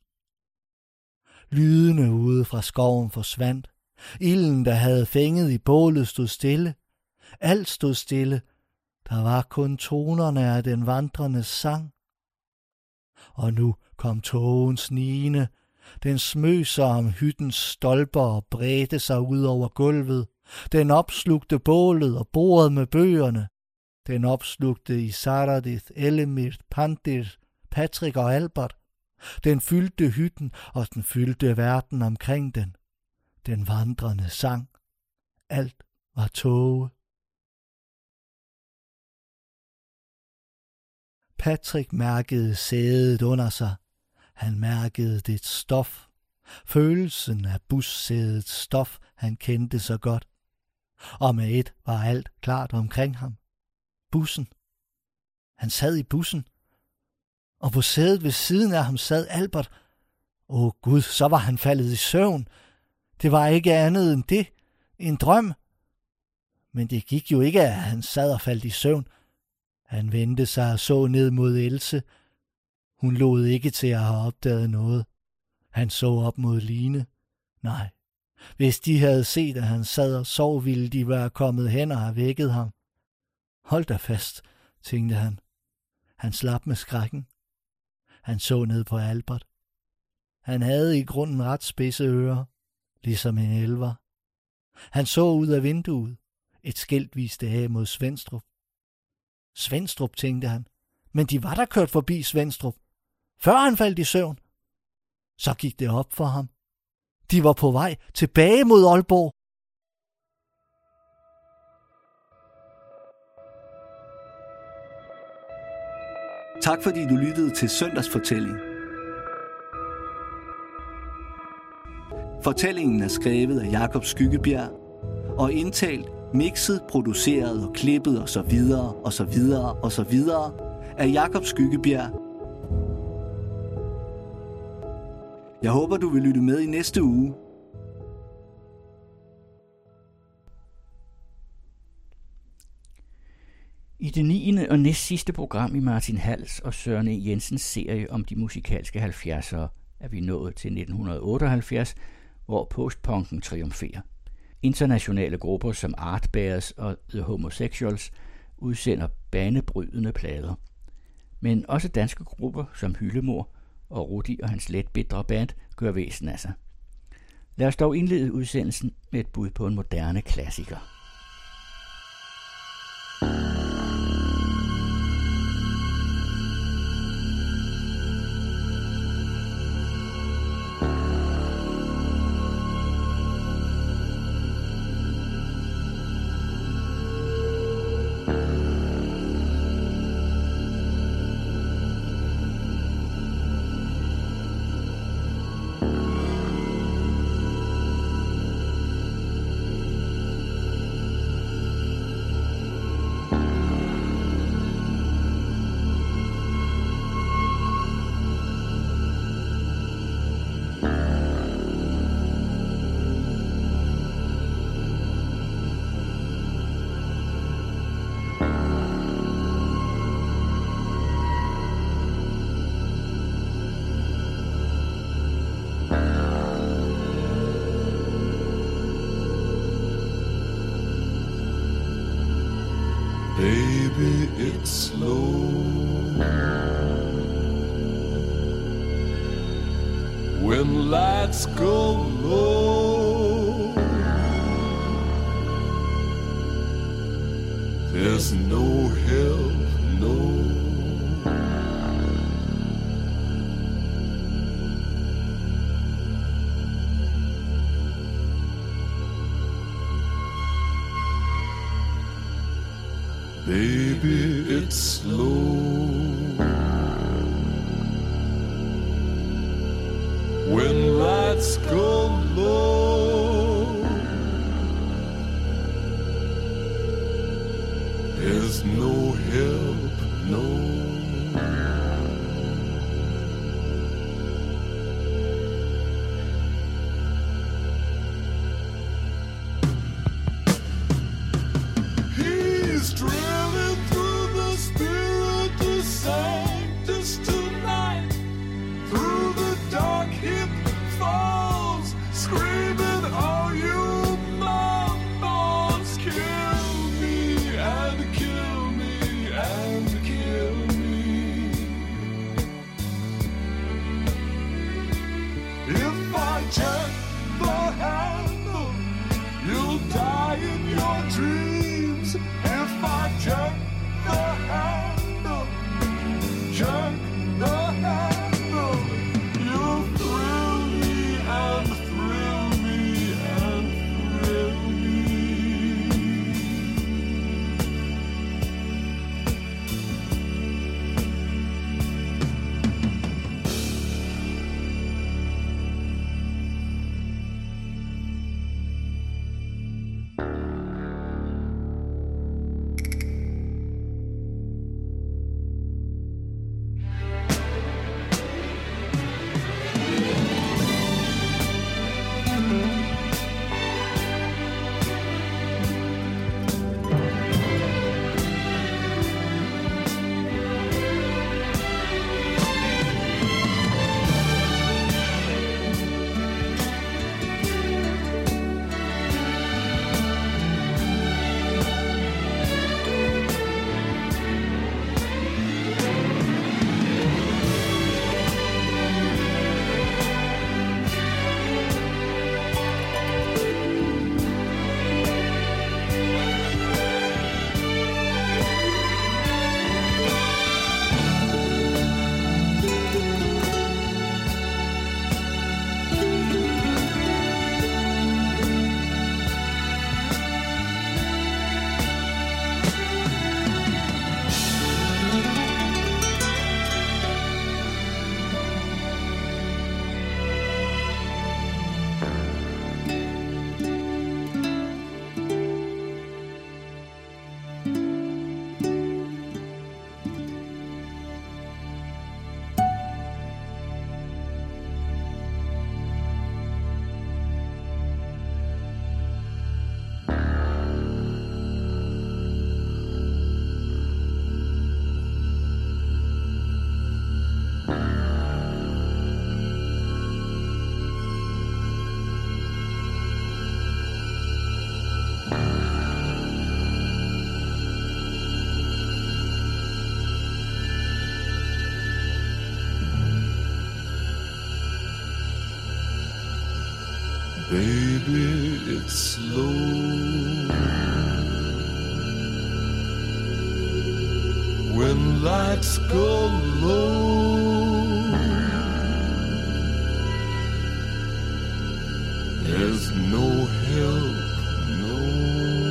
Lydene ude fra skoven forsvandt. Ilden, der havde fænget i bålet, stod stille. Alt stod stille. Der var kun tonerne af den vandrende sang. Og nu kom tågen snigende. Den smøg sig om hyttens stolper og bredte sig ud over gulvet. Den opslugte bålet og bordet med bøgerne. Den opslugte Isaradith, Ellemert, Pandir, Patrick og Albert. Den fyldte hytten, og den fyldte verden omkring den. Den vandrende sang. Alt var tåge. Patrick mærkede sædet under sig. Han mærkede det stof. Følelsen af bussædets stof, han kendte så godt. Og med et var alt klart omkring ham. Bussen. Han sad i bussen. Og på sædet ved siden af ham sad Albert. Åh Gud, så var han faldet i søvn. Det var ikke andet end det. En drøm. Men det gik jo ikke, at han sad og faldt i søvn. Han vendte sig og så ned mod Else. Hun lod ikke til at have opdaget noget. Han så op mod Line. Nej, hvis de havde set, at han sad og sov, ville de være kommet hen og have vækket ham. Hold da fast, tænkte han. Han slap med skrækken. Han så ned på Albert. Han havde i grunden ret spidse ører, ligesom en elver. Han så ud af vinduet. Et skilt viste af mod Svenstrup. Svenstrup, tænkte han. Men de var der kørt forbi Svenstrup, før han faldt i søvn. Så gik det op for ham. De var på vej tilbage mod Aalborg. Tak fordi du lyttede til Søndagsfortælling. Fortællingen er skrevet af Jakob Skyggebjerg og indtalt, mixet, produceret og klippet og så videre og så videre og så videre af Jakob Skyggebjerg. Jeg håber, du vil lytte med i næste uge. I det niende og næst sidste program i Martin Hals og Søren E. Jensens serie om de musikalske halvfjerdsere er vi nået til nitten otteoghalvfjerds, hvor postpunken triumferer. Internationale grupper som Art Bears og The Homosexuals udsender banebrydende plader. Men også danske grupper som Hyllemor og Rudi og hans let bitre band gør væsen af sig. Lad os dog indlede udsendelsen med et bud på en moderne klassiker. Baby, it's slow. When lights go low, there's no help, no. Baby, it's slow. When lights go low, there's no help, no. He's drilling through the spirit of Sanctus tonight, through the dark hip falls Baby, it's slow. When lights go low, there's no help, no.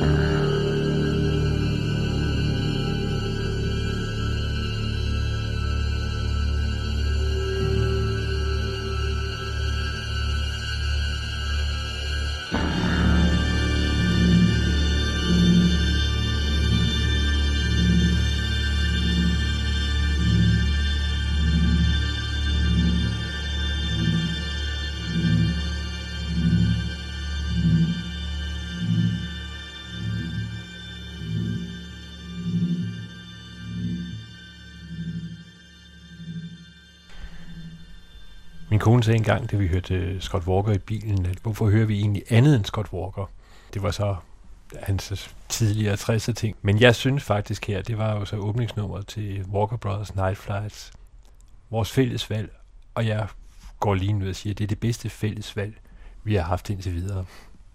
Min kone sagde engang, da vi hørte Scott Walker i bilen, at hvorfor hører vi egentlig andet end Scott Walker? Det var så hans tidligere tresser ting. Men jeg synes faktisk her, det var jo så åbningsnummeret til Walker Brothers Night Flights. Vores fælles valg, og jeg går lige ud og siger, at det er det bedste fælles valg, vi har haft indtil videre.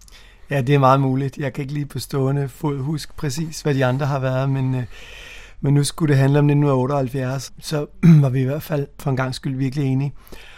Ja, det er meget muligt. Jeg kan ikke lige på stående fod huske præcis, hvad de andre har været, men, øh, men nu skulle det handle om nitten otteoghalvfjerds, så var vi i hvert fald for en gang skyld virkelig enige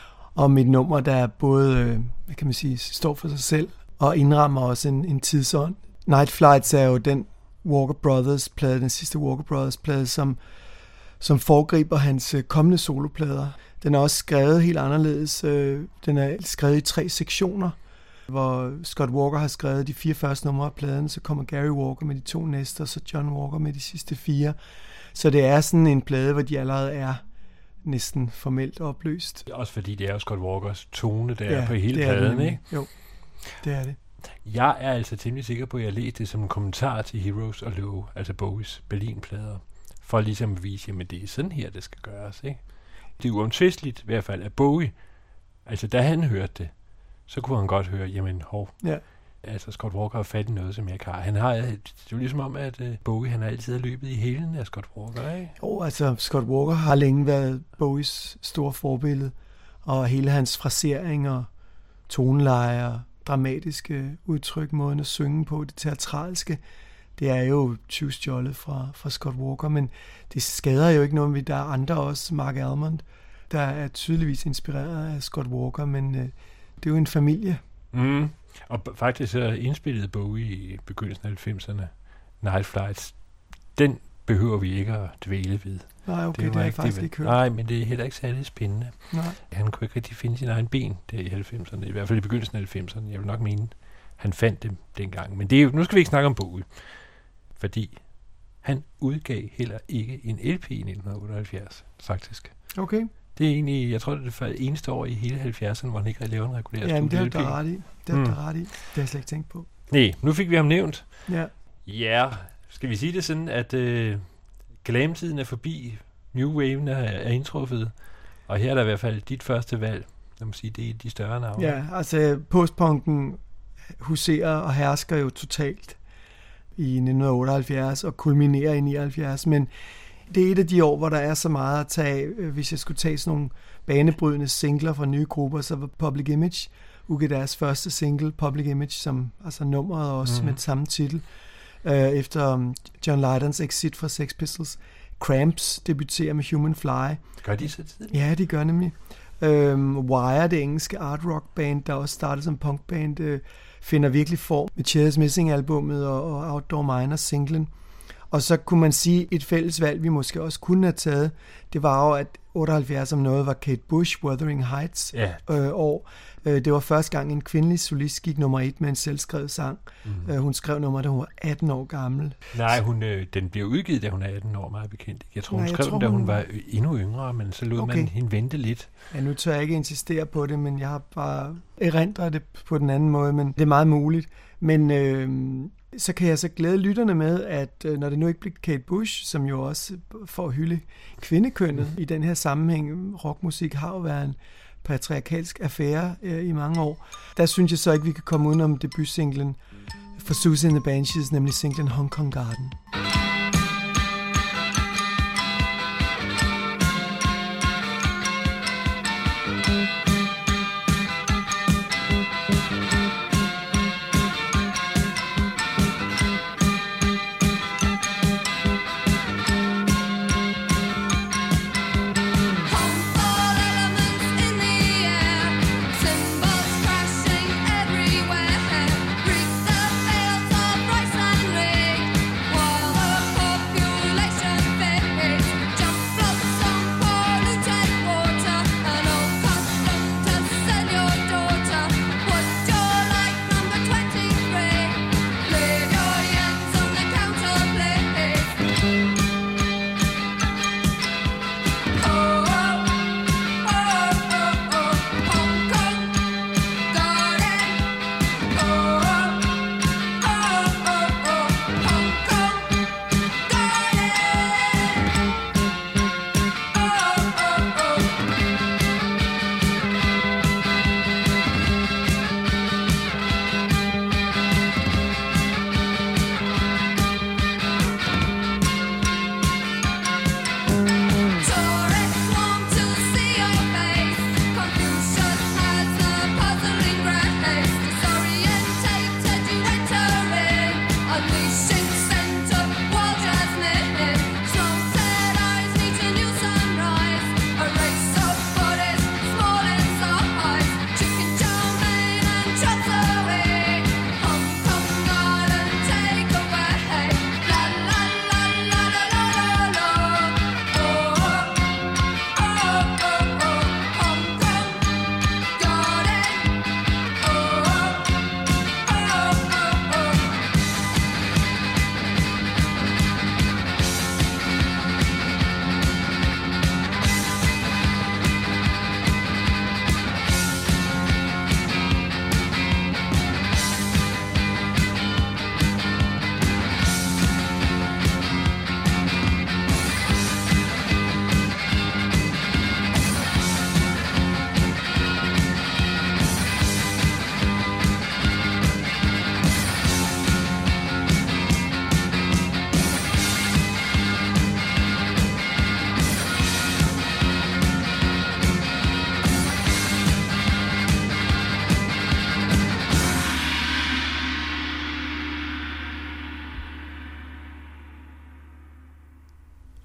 om et nummer, der både, øh, hvad kan man sige, står for sig selv og indrammer også en, en tidsånd. Night Flights er jo den Walker Brothers plade, den sidste Walker Brothers plade, som, som foregriber hans øh, kommende soloplader. Den er også skrevet helt anderledes. Øh, den er skrevet i tre sektioner, hvor Scott Walker har skrevet de fire første numre af pladen, så kommer Gary Walker med de to næste, og så John Walker med de sidste fire. Så det er sådan en plade, hvor de allerede er næsten formelt opløst. Også fordi det er jo Scott Walkers tone, der ja, er på hele pladen, ikke? Jo, det er det. Jeg er altså temmelig sikker på, at jeg læste det som en kommentar til Heroes og Low, altså Bowies Berlin-plader, for ligesom at vise, at det er sådan her, det skal gøres, ikke? Det er uomtvisteligt i hvert fald, at Bowie, altså da han hørte det, så kunne han godt høre, jamen hov, ja. Altså Scott Walker har fat i noget, som jeg ikke har. Han har, det er jo ligesom om, at uh, Bowie, han har altid løbet i hælen af Scott Walker, ikke? Jo, altså Scott Walker har længe været Bowies store forbillede, og hele hans fraseringer, tonelejer, dramatiske udtryk, måden at synge på, det teatralske, det er jo tyvstjålet fra, fra Scott Walker, men det skader jo ikke noget, der er andre også, Mark Almond, der er tydeligvis inspireret af Scott Walker, men øh, det er jo en familie. Mm. Og faktisk så indspillede Bowie i begyndelsen af halvfemserne Night Flights. Den behøver vi ikke at dvæle ved. Nej, okay, det, det har jeg faktisk ikke hørt. Nej, men det er heller ikke særlig spændende. Nej. Han kunne ikke rigtig finde sin egen ben der i halvfemserne, i hvert fald i begyndelsen af halvfemserne. Jeg vil nok mene, han fandt dem dengang. Men det er jo, nu skal vi ikke snakke om Bowie, fordi han udgav heller ikke en L P i nitten otteoghalvfjerds, faktisk. Okay. Det er egentlig, jeg tror, det er det eneste år i hele halvfjerdserne, hvor han ikke har lavet en regulær studie-L P. Jamen, det er der ret i. Det er mm. der ret i. Det har jeg slet ikke tænkt på. Nej, nu fik vi ham nævnt. Ja. Ja, skal vi sige det sådan, at øh, glam-tiden er forbi, New Waven er, er indtruffet, og her er der i hvert fald dit første valg. Jeg må sige, det er de større navne. Ja, altså postpunken huserer og hersker jo totalt i nitten otteoghalvfjerds og kulminerer i nioghalvfjerds, men det er et af de år, hvor der er så meget at tage. Hvis jeg skulle tage sådan nogle banebrydende singler fra nye grupper, så var Public Image udgivet deres første single, Public Image, som altså nummeret også mm. med samme titel, øh, efter John Lydons exit fra Sex Pistols. Cramps debuterer med Human Fly. Gør de så tidligt? Ja, de gør nemlig. Øhm, Wire, det engelske art rock band, der også startede som punkband, øh, finder virkelig form med Cheers Missing-albummet og, og Outdoor Miners singlen. Og så kunne man sige, et fælles valg, vi måske også kunne have taget, det var jo, at otteoghalvfjerds om noget var Kate Bush, Wuthering Heights ja. øh, år. Øh, det var første gang, en kvindelig solist gik nummer et med en selvskrevet sang. Mm. Øh, hun skrev nummer, da hun var atten år gammel. Nej, hun, øh, den bliver udgivet, da hun er atten år, meget bekendt. Jeg tror, hun Nej, skrev tror, den, da hun, hun var endnu yngre, men så lod okay. man hende vente lidt. Ja, nu tør jeg ikke insistere på det, men jeg har bare erindret det på den anden måde, men det er meget muligt. Men øh, så kan jeg så glæde lytterne med, at øh, når det nu ikke bliver Kate Bush, som jo også får at hylde kvindekønnet mm. i den her sammenhæng, rockmusik har jo været en patriarkalsk affære øh, i mange år, der synes jeg så ikke, vi kan komme udenom debutsinglen for Susie and the Banshees, nemlig singlen Hong Kong Garden.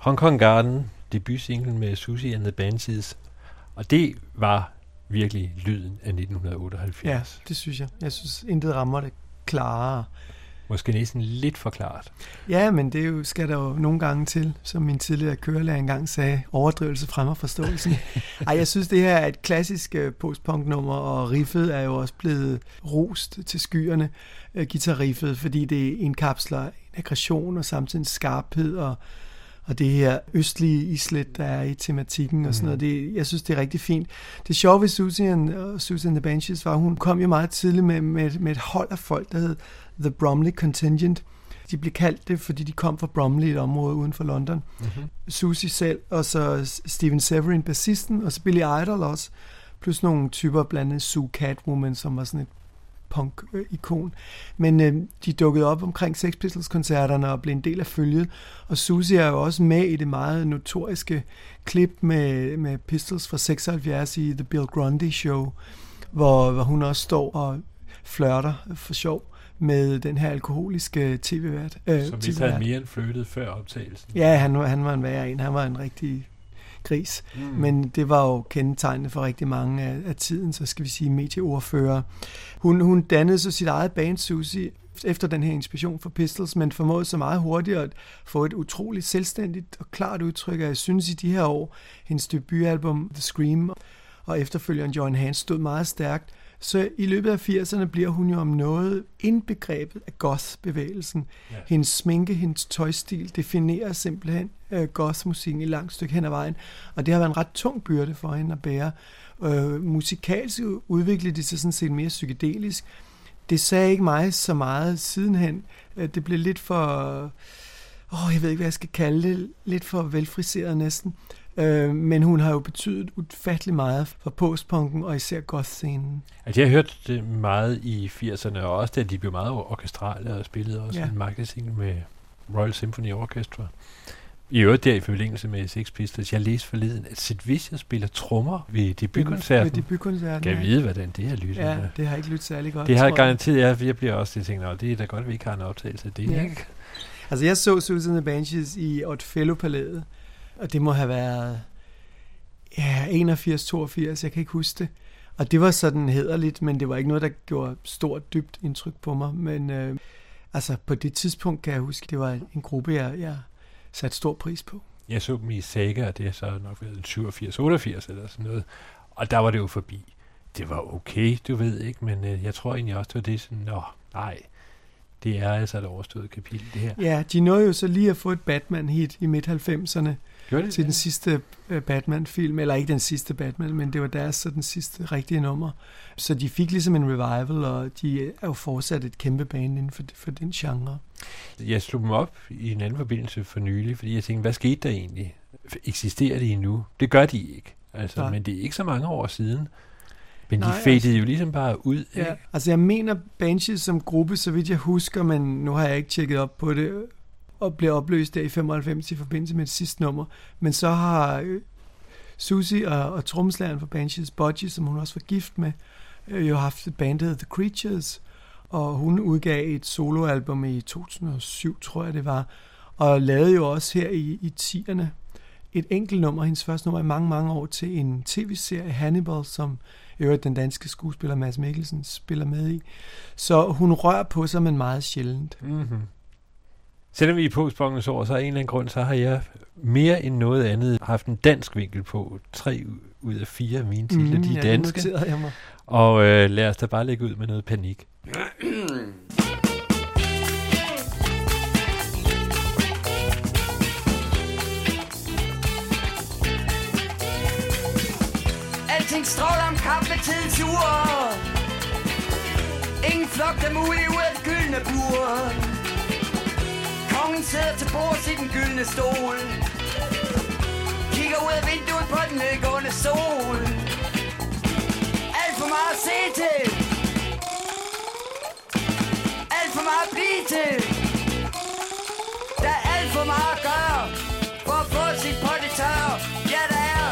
Hong Kong Garden, debutsingle med Susie and the Banshees, og det var virkelig lyden af nitten otteoghalvfjerds. Ja, det synes jeg. Jeg synes, intet rammer det klarere. Måske næsten lidt for klart. Ja, men det jo, skal der jo nogle gange til, som min tidligere kørelærer engang sagde, overdrivelse fremmer forståelsen. Ej, jeg synes, det her er et klassisk uh, postpunk-nummer, og riffet er jo også blevet rost til skyerne, uh, guitarriffet, fordi det indkapsler en aggression og samtidig en skarphed, og, og det her østlige islet, der er i tematikken og sådan noget. Det, jeg synes, det er rigtig fint. Det sjove ved Susie and, uh, Susie and the Banshees var, hun kom jo meget tidligt med, med, med et hold af folk, der hed The Bromley Contingent. De blev kaldt det, fordi de kom fra Bromley, et område uden for London. Mm-hmm. Susie selv, og så Steven Severin, bassisten, og så Billy Idol også, plus nogle typer, blandt andet Sue Catwoman, som var sådan et punk-ikon. Men øh, de dukkede op omkring Sex Pistols-koncerterne og blev en del af følget. Og Susie er jo også med i det meget notoriske klip med, med Pistols fra seksoghalvfjerds i The Bill Grundy Show, hvor, hvor hun også står og flirter for sjov med den her alkoholiske tv-vært. Øh, Som vi havde mere end flyttet før optagelsen. Ja, han, han var en værre en. Han var en rigtig gris. Mm. Men det var jo kendetegnende for rigtig mange af, af tiden, så skal vi sige medieordfører. Hun, hun dannede så sit eget band, Susie, efter den her inspiration for Pistols, men formåede så meget hurtigt at få et utroligt selvstændigt og klart udtryk. Jeg synes i de her år, hendes debutalbum The Scream og efterfølgeren Join Hands stod meget stærkt. Så i løbet af firserne bliver hun jo om noget indbegrebet af goth-bevægelsen. Ja. Hendes sminke, hendes tøjstil definerer simpelthen uh, goth-musikken i langt stykke hen ad vejen. Og det har været en ret tung byrde for hende at bære. Uh, musikalsk udviklede det sig sådan set mere psykedelisk. Det sagde ikke mig så meget sidenhen. Uh, det blev lidt for... Åh, oh, jeg ved ikke, hvad jeg skal kalde det. Lidt for velfriseret næsten. Øh, men hun har jo betydet ufattelig meget for postpunken og især goth-scenen. Altså, jeg har hørt det meget i firserne, og også da de blev meget orkestrale og spillede også ja. en magasin med Royal Symphony Orchestra. I øvrigt der i forbindelse med Sex Pistols, jeg læste forleden, at Sid Vicious spiller trommer ved debutkoncerten. Ved debutkoncerten, Kan jeg vide, hvordan det har lyttet? Ja, det har ikke lyttet særlig godt. Det har garanteret, jeg, jeg bliver også tænkt, at det er da godt, at vi ikke har en optagelse af det. Ja. Ikke? Altså, jeg så Susie and the Banshees i Oddfellow-palæet, og det må have været ja, enogfirs toogfirs, jeg kan ikke huske det. Og det var sådan hæderligt, men det var ikke noget, der gjorde stort, dybt indtryk på mig. Men øh, altså, på det tidspunkt kan jeg huske, det var en gruppe, jeg, jeg satte stor pris på. Jeg så dem i Saga, og det er så nok været syvogfirs otteogfirs eller sådan noget. Og der var det jo forbi. Det var okay, du ved ikke, men øh, jeg tror egentlig også, det var det sådan, nå, nej, det er altså et overstået kapitel, det her. Ja, de nåede jo så lige at få et Batman-hit i midt halvfemserne. Til det? Den sidste uh, Batman-film, eller ikke den sidste Batman, men det var deres så den sidste rigtige nummer. Så de fik ligesom en revival, og de er jo fortsat et kæmpe band inden for, for den genre. Jeg slog dem op i en anden forbindelse for nylig, fordi jeg tænkte, hvad skete der egentlig? Eksisterer de endnu? Det gør de ikke, altså, men det er ikke så mange år siden. Men Nej, de fadede altså, jo ligesom bare ud. Ja, ikke? Altså jeg mener Banshees som gruppe, så vidt jeg husker, men nu har jeg ikke tjekket op på det, og blev opløst der i femoghalvfems i forbindelse med det sidste nummer. Men så har øh, Susie og, og trommeslageren for Banshees, Budgie, som hun også var gift med, øh, jo haft et band, der hedder The Creatures, og hun udgav et soloalbum i to tusind og syv, tror jeg det var, og lavede jo også her i, i tierne et enkelt nummer, hendes første nummer i mange, mange år, til en tv-serie, Hannibal, som i øvrigt den danske skuespiller Mads Mikkelsen spiller med i. Så hun rører på sig, men meget sjældent. Mm-hmm. Selvom vi er i postpunktens år, så er en eller anden grund, så har jeg mere end noget andet haft en dansk vinkel på. Tre ud af fire af mine titler, mm, de er ja, danske. Jeg mig. Og øh, lad os da bare lægge ud med noget panik. Alting stråler om kamp med tidens ure. Ingen flok, der mulig ud af det gyldne bur. Kongen sidder til bords i den gyldne stol. Kigger ud af vinduet på den nedgående sol. Alt for meget at se til. Alt for meget at blive til. Der er alt for meget at gøre for at få sit på det tørre. Ja, der er.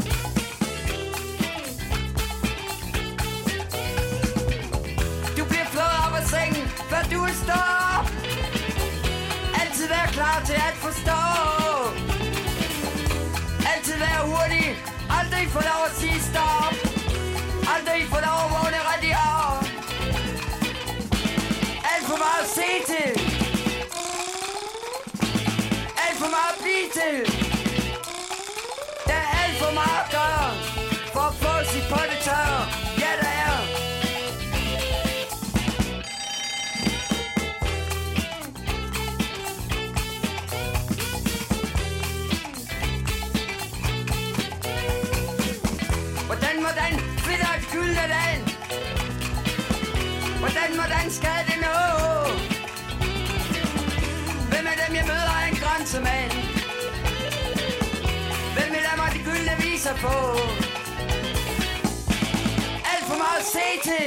Du bliver er klar til at forstå. Altid være hurtig, aldrig få lov at sige stop. Aldrig få lov at vågne rigtig op. Alt for meget at se til. Alt for meget at blive til. Der er alt for meget at gøre for at få sit på det tørre. Ja, der er. Hvordan, hvordan flytter et gyldne land? Hvordan, hvordan skal det nå? Hvem af dem jeg møder er en grænsemand? Hvem af dem har de gyldne viser på? Alt for meget at se til.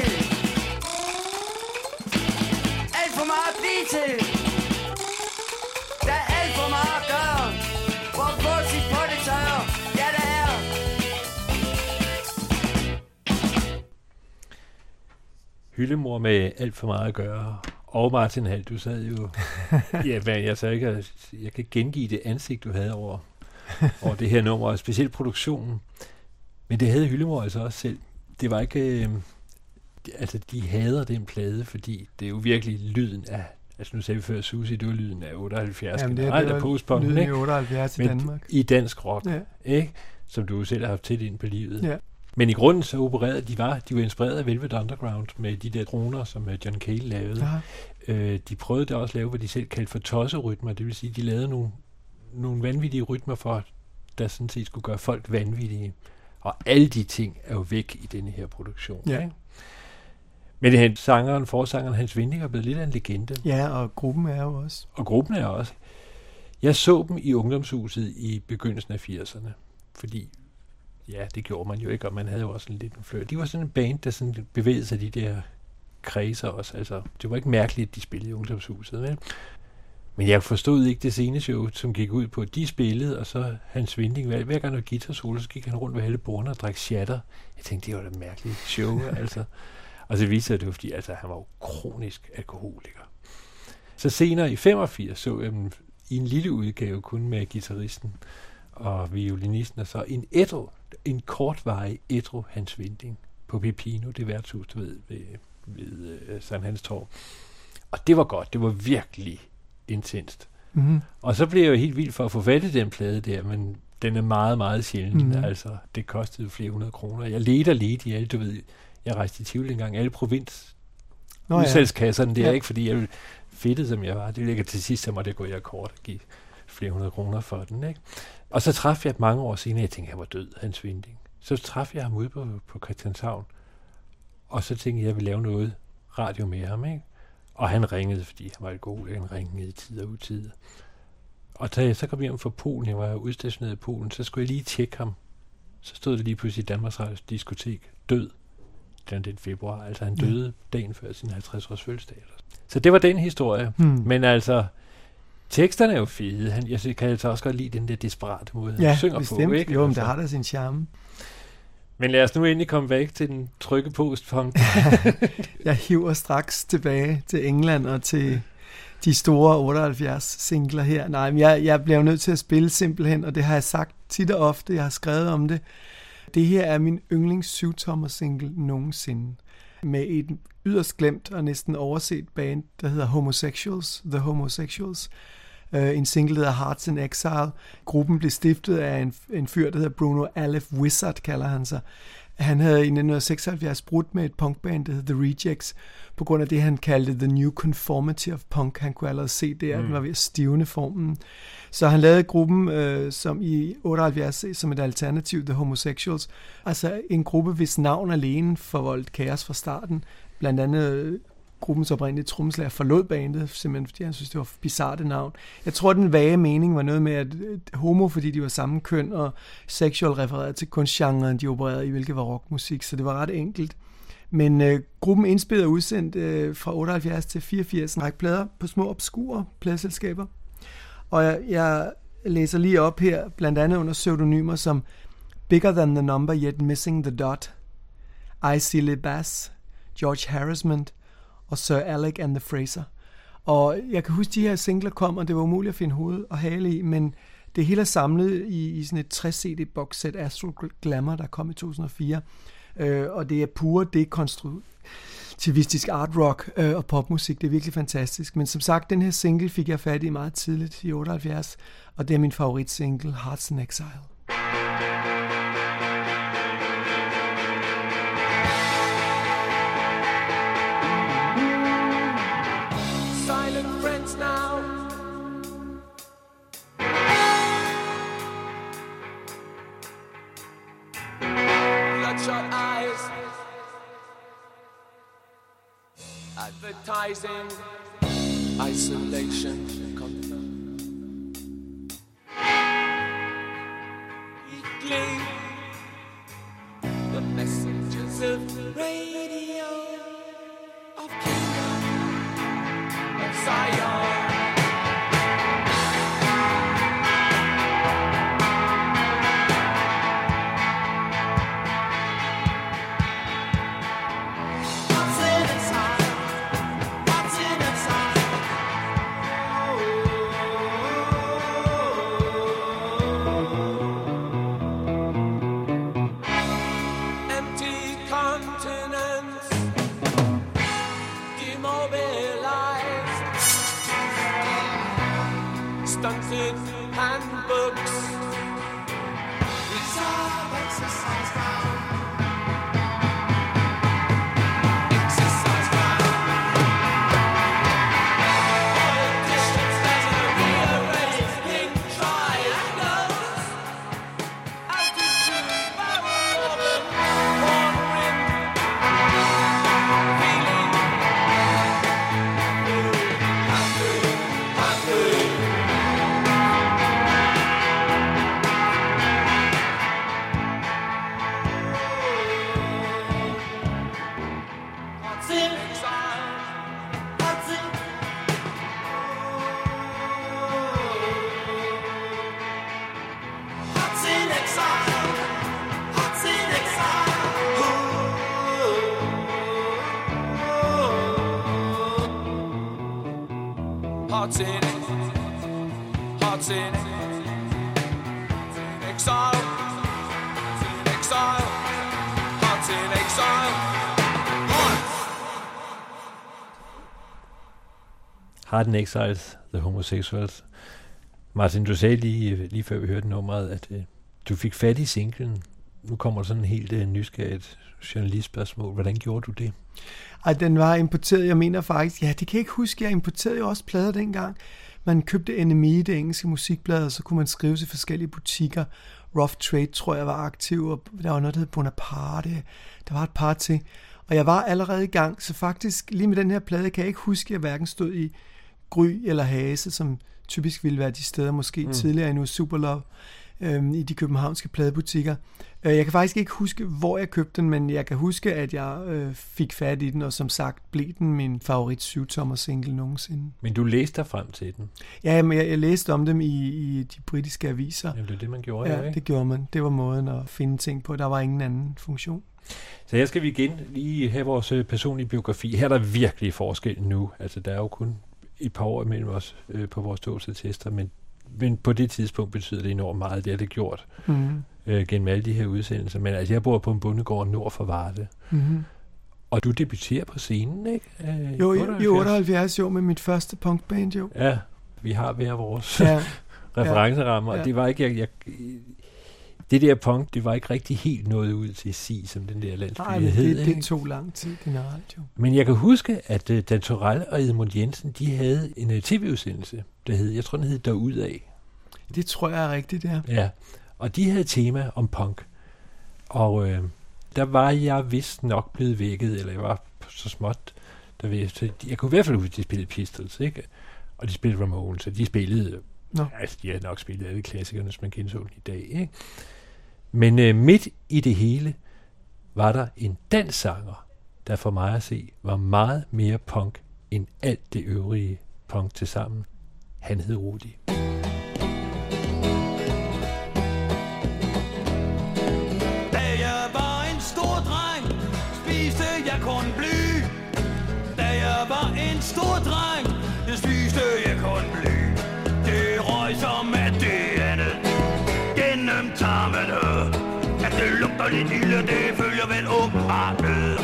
Alt for meget at blive til. Der er alt for meget at gøre for at få sit på det tørre. Ja, der er. Hyldemor med alt for meget at gøre. Og Martin Hall, du sad jo... ja, hvad, jeg, så ikke, jeg kan gengive det ansigt, du havde over, over det her nummer, og specielt produktionen. Men det havde Hyldemor altså også selv. Det var ikke... Øh, altså, de hader den plade, fordi det er jo virkelig lyden af... Altså, nu sagde vi før, Susie, det var lyden af otteoghalvfjerds. Jamen, det, det var lyden i otteoghalvfjerds i Danmark. I dansk rock, ja. Ikke? Som du selv har haft tæt ind på livet. Ja. Men i grunden så opererede de var, de var inspireret af Velvet Underground med de der droner, som John Cale lavede. Øh, de prøvede da også at lave, hvad de selv kaldte for tosserytmer. Det vil sige, de lavede nogle, nogle vanvittige rytmer for, der sådan set skulle gøre folk vanvittige. Og alle de ting er jo væk i denne her produktion. Ja. Ikke? Men det er sangeren, forsangeren Hans Vinding er blevet lidt af en legende. Ja, og gruppen er jo også. Og gruppen er også. Jeg så dem i Ungdomshuset i begyndelsen af firserne, fordi ja, det gjorde man jo ikke, og man havde jo også en lidt fløjt. De var sådan en band, der sådan bevægede sig de der kredser også. Altså, det var ikke mærkeligt, at de spillede i Ungdomshuset. Vel? Men jeg forstod ikke det sceneshow, som gik ud på, at de spillede, og så Hans Vinding, hver, hver gang der var guitar-solo, så gik han rundt ved alle bordene og drak shatter. Jeg tænkte, det var da et mærkeligt show, altså. Og så viste sig, at det var fordi, altså, han var jo kronisk alkoholiker. Så senere i femogfirs så jeg dem i en lille udgave, kun med guitaristen og violinisten, og så en ædru, en kortvarig ædru Hans Vinding på Pepino, det værtshus, du ved, ved, ved uh, Sankt Hans Torv. Og det var godt, det var virkelig intenst. Mm-hmm. Og så blev jeg jo helt vild for at få fat i den plade der, men den er meget, meget sjælden. Mm-hmm. Altså, det kostede flere hundrede kroner. Jeg ledte og ledte i alle, du ved, jeg rejste i Tivoli engang, alle provins Nå, udsalgskasserne, ja. Det er ja. Ikke, fordi jeg fedtet, som jeg var. Det ligger til sidst, så måtte jeg gå i akkord og give flere hundrede kroner for den, ikke? Og så traf jeg mange år senere, jeg tænkte, han var død, Hans Vinding. Så traf jeg ham ude på, på Christianshavn, og så tænkte jeg, jeg ville lave noget radio med ham, ikke? Og han ringede, fordi han var alkoholiker, han ringede i tid og utid. Og da jeg så kom hjem fra Polen, jeg var udstationeret i Polen, så skulle jeg lige tjekke ham. Så stod det lige pludselig i Danmarks Radios diskotek, død, den den februar. Altså han døde ja. Dagen før sin halvtreds års fødselsdag. Så det var den historie. Hmm. Men altså, teksterne er jo fede. Han, jeg kan altså også godt lide den der desperate måde, ja, han synger bestemt. På. Ikke? Jo, men altså. det har da sin charme. Men lad os nu endelig komme væk til den trygge postpunk. Jeg hiver straks tilbage til England og til de store otteoghalvfjerds singler her. Nej, men jeg, jeg bliver jo nødt til at spille simpelthen, og det har jeg sagt tit og ofte, jeg har skrevet om det. Det her er min yndlings syvtommer single nogensinde. Med et yderst glemt og næsten overset band, der hedder Homosexuals, The Homosexuals. Uh, en single, der hedder Hearts in Exile. Gruppen blev stiftet af en, en fyr, der hedder Bruno Aleph Wizard, kalder han sig. Han havde i nitten seksoghalvfjerds brudt med et punkband, der hedder The Rejects, på grund af det, han kaldte The New Conformity of Punk. Han kunne allerede se det, at mm. den var ved at stivne formen. Så han lavede gruppen, øh, som i otteoghalvfjerds, som et alternativ, The Homosexuals. Altså en gruppe, hvis navn alene forvoldt kaos fra starten. Blandt andet øh, gruppens oprindelige trommeslager forlod bandet, simpelthen fordi han synes, det var bizarrt et navn. Jeg tror, den vage mening var noget med, at homo, fordi de var samme køn, og sexual refererede til kunstgenren, de opererede i, hvilket var rockmusik, så det var ret enkelt. Men øh, gruppen indspillede og udsendt øh, fra otteoghalvfjerds til fireogfirs en række plader på små obskure pladeselskaber. Og jeg, jeg læser lige op her, blandt andet under pseudonymer som Bigger Than The Number Yet Missing The Dot, I Silly Bass, George Harassment og Sir Alec and the Fraser. Og jeg kan huske, de her singler kom, og det var umuligt at finde hoved og hale i, men det hele er samlet i, i sådan et tres C D boxsæt, Astral Glamour, der kom i to tusind og fire. Øh, og det er pure dekonstruktivistisk art rock øh, og popmusik. Det er virkelig fantastisk. Men som sagt, den her single fik jeg fat i meget tidligt i otteoghalvfjerds, og det er min favoritsingle, Hearts in Exile. Advertising, isolation, confirmed. Weekly, the messengers of radio, of kingdom, of Zion. Stunted handbooks, reserve exercise ground, exercise ground. Politicians that are rearranging triangles, altitude barrel of one rim, feeling happy, happy. Hearts in hearts in exile, in exile, hearts in exile. Heart in Exiles, The Homosexuals. Martin, du sagde lige, lige før vi hørte nummeret, at uh, du fik fat i singlen. Nu kommer sådan en helt uh, nysgerrigt journalistspørgsmål. Hvordan gjorde du det? Ej, den var importeret. Jeg mener faktisk, ja, det kan jeg ikke huske. Jeg importerede jo også plader dengang. Man købte N M E, det engelske musikblad, og så kunne man skrive til forskellige butikker. Rough Trade, tror jeg, var aktiv, og der var noget, der hed Bonaparte. Der var et par til. Og jeg var allerede i gang, så faktisk lige med den her plade, kan jeg ikke huske, at jeg hverken stod i Gry eller Hase, som typisk ville være de steder, måske mm. tidligere endnu, Superlove, øhm, i de københavnske pladebutikker. Jeg kan faktisk ikke huske, hvor jeg købte den, men jeg kan huske, at jeg øh, fik fat i den, og som sagt blev den min favorit syvtommer single nogensinde. Men du læste dig frem til den? Ja, men jeg, jeg læste om dem i, i de britiske aviser. Jamen, det er det, man gjorde, ja, jo, ikke? det gjorde man. Det var måden at finde ting på. Der var ingen anden funktion. Så her skal vi igen lige have vores personlige biografi. Her er der virkelig forskel nu. Altså, der er jo kun et par år imellem os øh, på vores dåbsattester, men, men på det tidspunkt betyder det enormt meget. Det har det gjort mm. øh, gennem alle de her udsendelser. Men altså, jeg bor på en bondegård nord for Varde. Mm-hmm. Og du debuterer på scenen, ikke? Øh, jo, i otteoghalvfjerds, jo, med mit første punkband, jo. Ja, vi har hver vores ja. referencerammer, ja. Og det var ikke... Jeg, jeg, det der punk, det var ikke rigtig helt nået ud til at sige, som den der landsby hed. Nej, det, det tog lang tid generelt, jo. Men jeg kan huske, at uh, Dan Torell og Edmund Jensen, de havde en uh, tv-udsendelse, der hed, jeg tror, den hed Derudad. Det tror jeg er rigtigt, ja. Ja, og de havde tema om punk. Og uh, der var jeg vist nok blevet vækket, eller jeg var så småt, der ved, så jeg kunne i hvert fald huske, at de spillede Pistols, ikke? Og de spillede Ramones, så de spillede... No. Altså, de har nok spillet alle klassikerne, som man kender sådan i dag, ikke? Men øh, midt i det hele var der en dansk sanger, der for mig at se var meget mere punk end alt det øvrige punk til sammen. Han hed Rudi. Da jeg var en stor dreng, spiste jeg kun bly. Da jeg var en stor dreng, det sygeste jeg kunne blive. Det røg som at det andet gennem tarmene. At det lugter lidt ilde, det følger vel åbenbart med.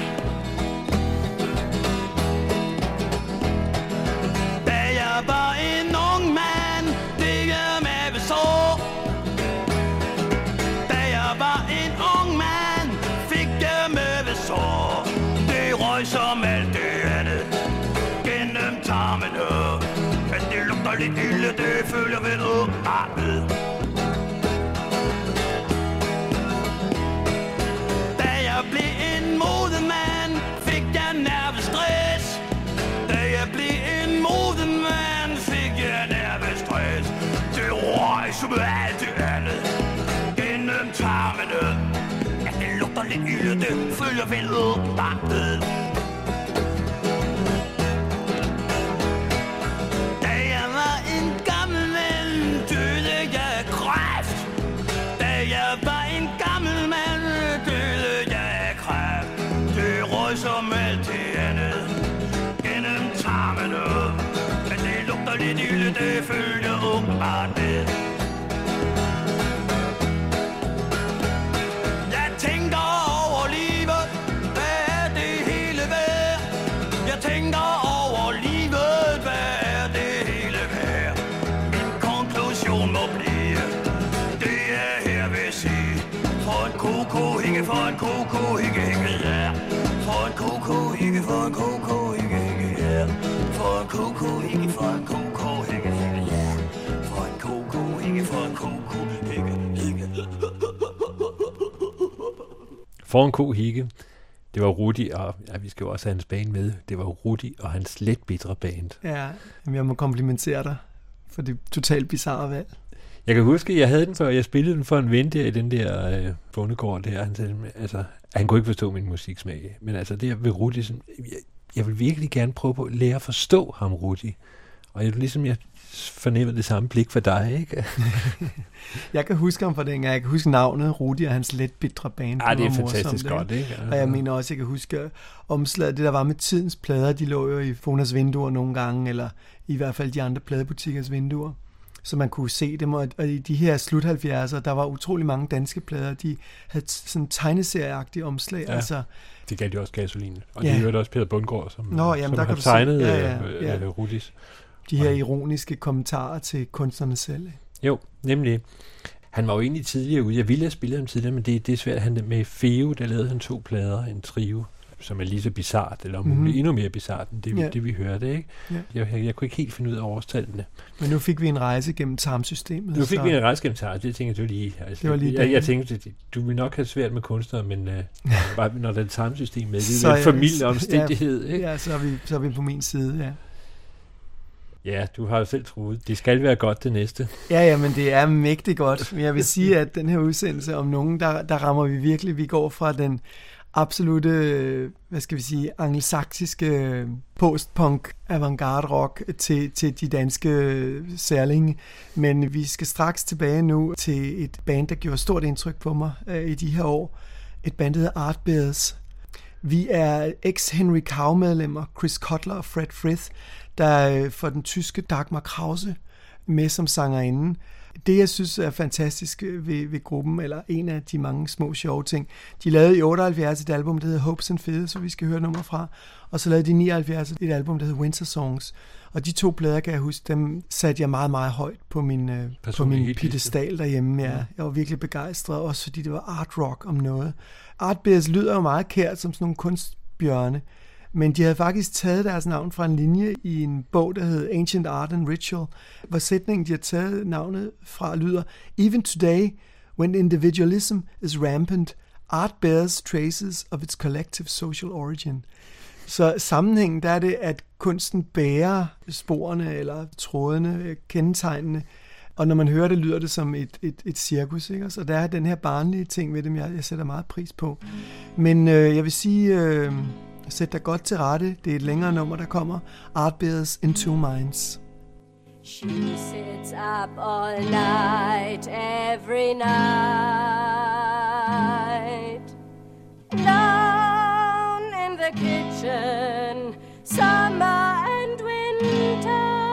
Da jeg var en ung mand, det er mavesår. Da jeg var en ung mand, fik jeg mavesår. Det røg som alt det andet gennem tarmene. At det lugter lidt ilde, det følger vel åbenbart med. Som alt det andet gennem tarmene. At det lugter lidt ilde, det følger vel åbenbart med. Da jeg var en gammel mand, døde jeg af kræft. Da jeg var en gammel mand, døde jeg af kræft. Det røg som alt det andet gennem tarmene. At det lugter lidt ilde, det følger åbenbart med. For en koko, ikke, ikke, ja. For en koko, ikke, for en koko, ikke, ikke, ja. For en koko, ikke, for en koko, ikke, ikke, ja. For en koko, ikke, for en koko, ikke, ikke. For en ko hikke. Det var Rudi, og ja, vi skal jo også have hans band med. Det var Rudi og hans let bitre band. Ja, jeg må komplimentere dig for det totalt bizarre valg. Jeg kan huske, at jeg havde den før, jeg spillede den for en ven der i den der øh, bondegård der. Han sagde, altså, han kunne ikke forstå min musiksmag. Men altså, det ved Rudi, sådan, jeg, jeg vil virkelig gerne prøve på at lære at forstå ham, Rudi. Og jeg, ligesom jeg fornemmede det samme blik for dig, ikke? Jeg kan huske ham fra dengang. Jeg kan huske navnet, Rudi og hans let bitre band. Ja, det er fantastisk godt, ikke? Og jeg mener også, jeg kan huske omslaget, det der var med tidens plader, de lå jo i Fonas vinduer nogle gange, eller i hvert fald de andre pladebutikkers vinduer, så man kunne se dem, og i de her slut halvfjerdser, der var utrolig mange danske plader, de havde sådan tegneserieagtige omslag. Ja, altså, det gav de også gasolin. Og ja. de hørte også Peter Bundgaard, som, Nå, jamen, som der har kan tegnet ja, ja, ja. Øh, Rudis. De her ironiske kommentarer til kunstnerne selv. Jo, nemlig. Han var jo egentlig tidligere ude. Jeg ville have spillet ham tidligere, men det, det er svært. Han med Feo, der lavede han to plader, en trio, som er lige så bizart, eller mm-hmm. muligt endnu mere bizart, end det, ja. det vi hørte, ikke? Ja. Jeg, jeg, jeg kunne ikke helt finde ud af årstallene. Men nu fik vi en rejse gennem tarmsystemet. Nu fik så... vi en rejse gennem tarmsystemet, det tænkte du lige. Altså, det var lige jeg, jeg tænkte, du vil nok have svært med kunstnere, men uh, bare, når der er et tarmsystem med, det er en familieomstændighed, ja, ikke? Ja, så er, vi, så er vi på min side, ja. Ja, du har jo selv troet. Det skal være godt det næste. Ja, ja, men det er mægtigt godt. Men jeg vil sige, at den her udsendelse om nogen, der, der rammer vi virkelig. Vi går fra den absolute, hvad skal vi sige, angelsaksiske postpunk avantgarde rock til, til de danske særlinge. Men vi skal straks tilbage nu til et band, der gjorde stort indtryk på mig øh, i de her år. Et band, der hedder Artbears. Vi er ex-Henry Cow-medlemmer, Chris Cutler og Fred Frith, der får den tyske Dagmar Krause med som sangerinde. Det, jeg synes er fantastisk ved, ved gruppen, eller en af de mange små sjove ting, de lavede i otteoghalvfjerds et album, der hedder Hopes and Fears, som vi skal høre nummer fra, og så lavede de i nioghalvfjerds et album, der hedder Winter Songs. Og de to plader, kan jeg huske, dem satte jeg meget, meget højt på min, på min piedestal derhjemme. Jeg, jeg var virkelig begejstret, også fordi det var art rock om noget. Artbears lyder jo meget kært som sådan nogle kunstbjørne, men de havde faktisk taget deres navn fra en linje i en bog, der hed Ancient Art and Ritual, hvor sætningen, de har taget navnet fra, lyder: Even today, when individualism is rampant, art bears traces of its collective social origin. Så sammenhængen, der er det, at kunsten bærer sporene eller trådene, kendetegnene, og når man hører det, lyder det som et, et, et cirkus, ikke? Så der er den her barnlige ting ved dem, jeg, jeg sætter meget pris på. Men øh, jeg vil sige... Øh, Sæt dig godt til rette. Det er et længere nummer, der kommer. Artbears in Two Minds. She sits up all night, every night, down in the kitchen, summer and winter.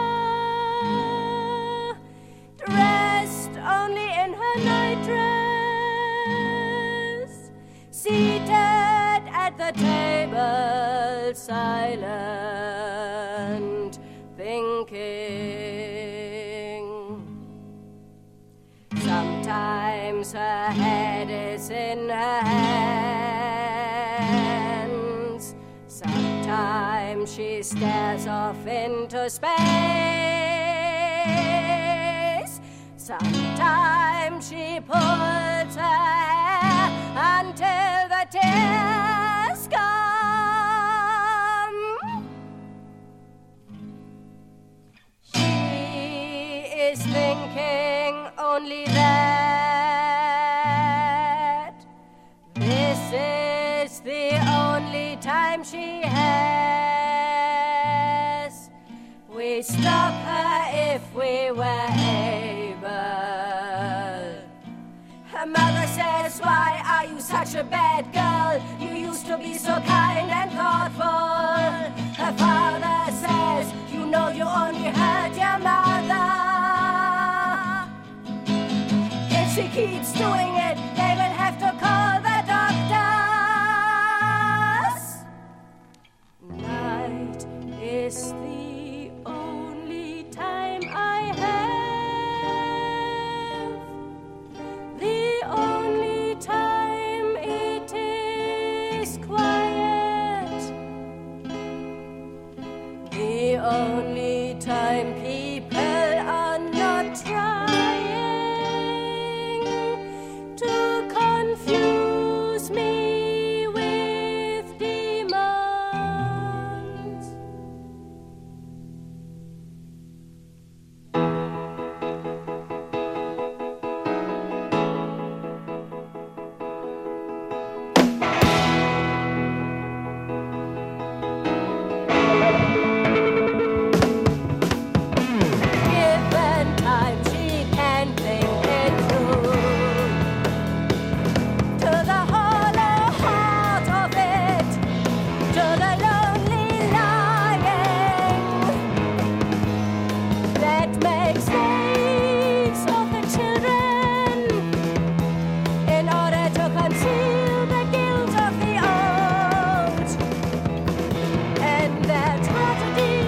the table, silent, thinking. Sometimes her head is in her hands. Sometimes she stares off into space. Sometimes she pulls her hair until the tears come. She is thinking only that this is the only time she has. We stop her if we were able. Her mother says, why are you such a bad girl? You used to be so kind and thoughtful. Her father says, you know you only hurt your mother. If she keeps doing it, they will have to call the doctors. Night is the only time I have, the only time it is quiet, the only time people are not trying to confuse me with demons. Given time, she can think it through. To the hollow heart of it, to the lonely lying that makes slaves of the children in order to conceal the guilt of the old and their tragedy.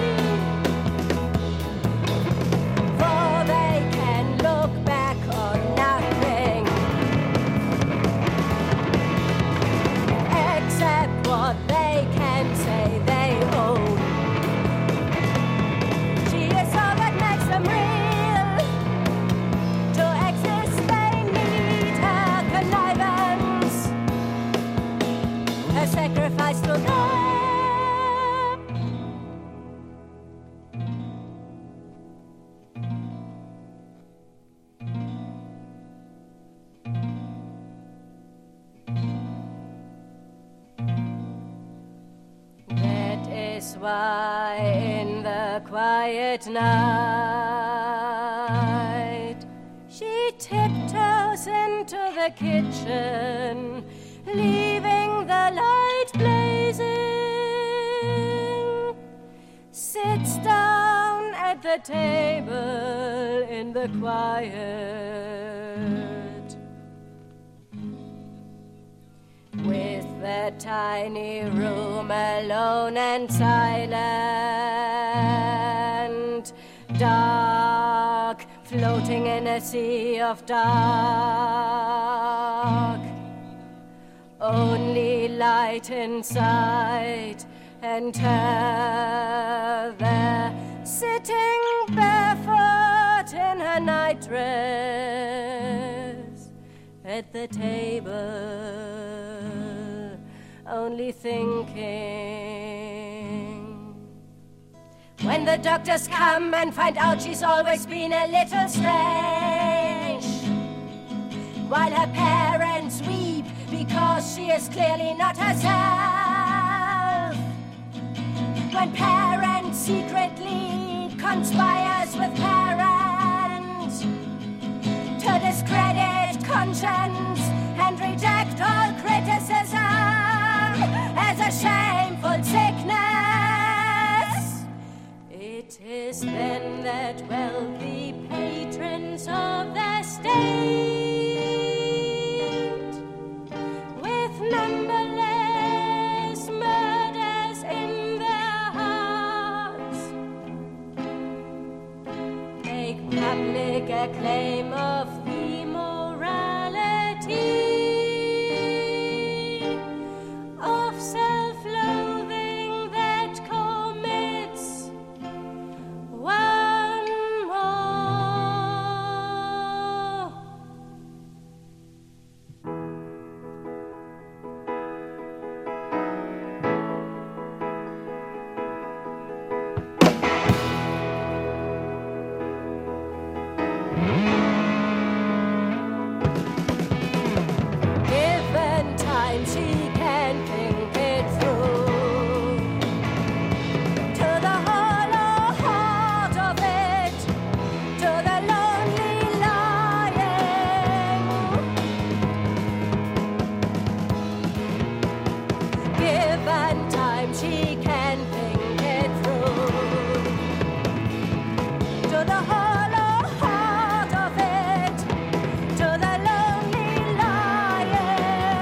For they can look back on nothing except what they can say they own. She is all that makes them real. To exist, they need her connivance, her sacrifice to them. That is why in the quiet night she tiptoes into the kitchen, leaving the light blazing, sits down at the table in the quiet, with the tiny room alone and silent, dark, floating in a sea of dark. Only light inside, and her there, sitting barefoot in her nightdress at the table, only thinking. When the doctors come and find out she's always been a little strange, while her parents weep because she is clearly not herself. When parents secretly conspires with parents to discredit conscience and reject all criticism as a shameful sickness, it is then that wealthy patrons of the state, with numberless make a claim of immorality, of self-loathing that commits one more. Given time, she can think it through to the hollow heart of it, to the lonely lying. Given time, she can think it through to the hollow heart of it, to the lonely lying.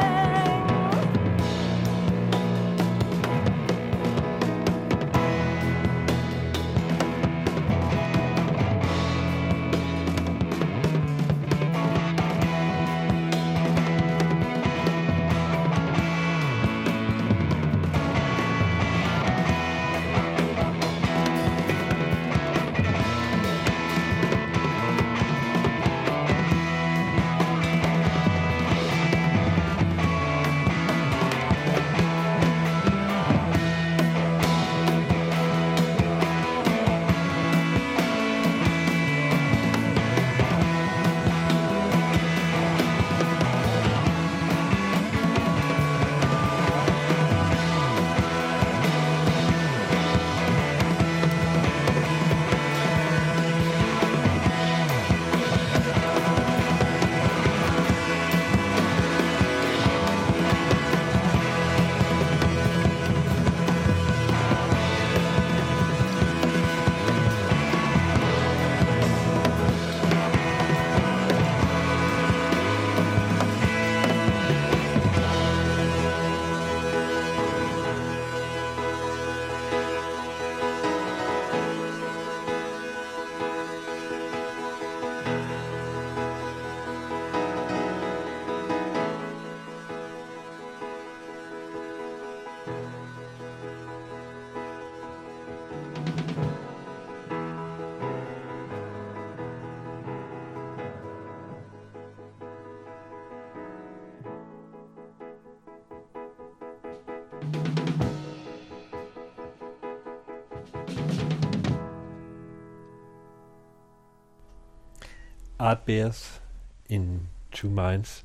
Art Bears in Two Minds.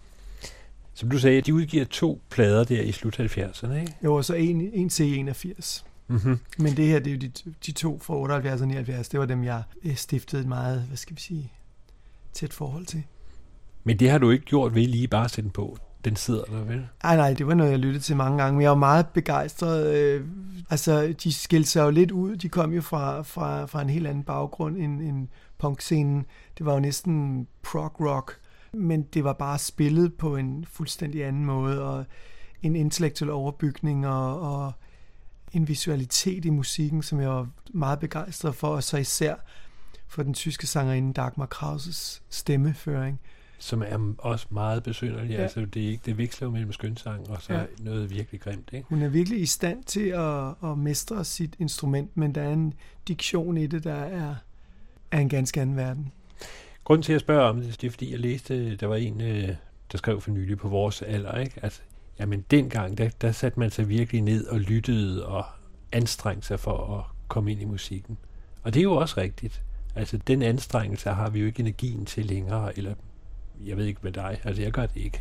Som du sagde, de udgiver to plader der i slut halvfjerdserne, ikke? Jo, og så en, en C enogfirs. Mm-hmm. Men det her, det er jo de, de to fra otteoghalvfjerds og nioghalvfjerds, det var dem, jeg stiftede et meget, hvad skal vi sige, tæt forhold til. Men det har du ikke gjort ved lige bare at sætte den på. Den sidder der, vel? Ej, nej, det var noget, jeg lyttede til mange gange, men jeg var meget begejstret. Øh, altså, de skilte sig jo lidt ud. De kom jo fra, fra, fra en helt anden baggrund end, end punkscenen. Det var jo næsten prog-rock, men det var bare spillet på en fuldstændig anden måde, og en intellektuel overbygning, og, og en visualitet i musikken, som jeg var meget begejstret for, og så især for den tyske sangerinde Dagmar Krauses stemmeføring. Som er også meget besynderlig. Ja. Altså, det er ikke det veksler mellem skønsang og så Ja. noget virkelig grimt, ikke? Hun er virkelig i stand til at, at mestre sit instrument, men der er en diktion i det, der er, er en ganske anden verden. Grunden til, at jeg spørger om det, det er, fordi jeg læste, der var en, der skrev for nylig på vores alder, ikke? Altså, jamen dengang, der, der satte man sig virkelig ned og lyttede og anstrengte sig for at komme ind i musikken. Og det er jo også rigtigt. Altså, den anstrengelse har vi jo ikke energien til længere, eller jeg ved ikke med dig, altså jeg gør det ikke.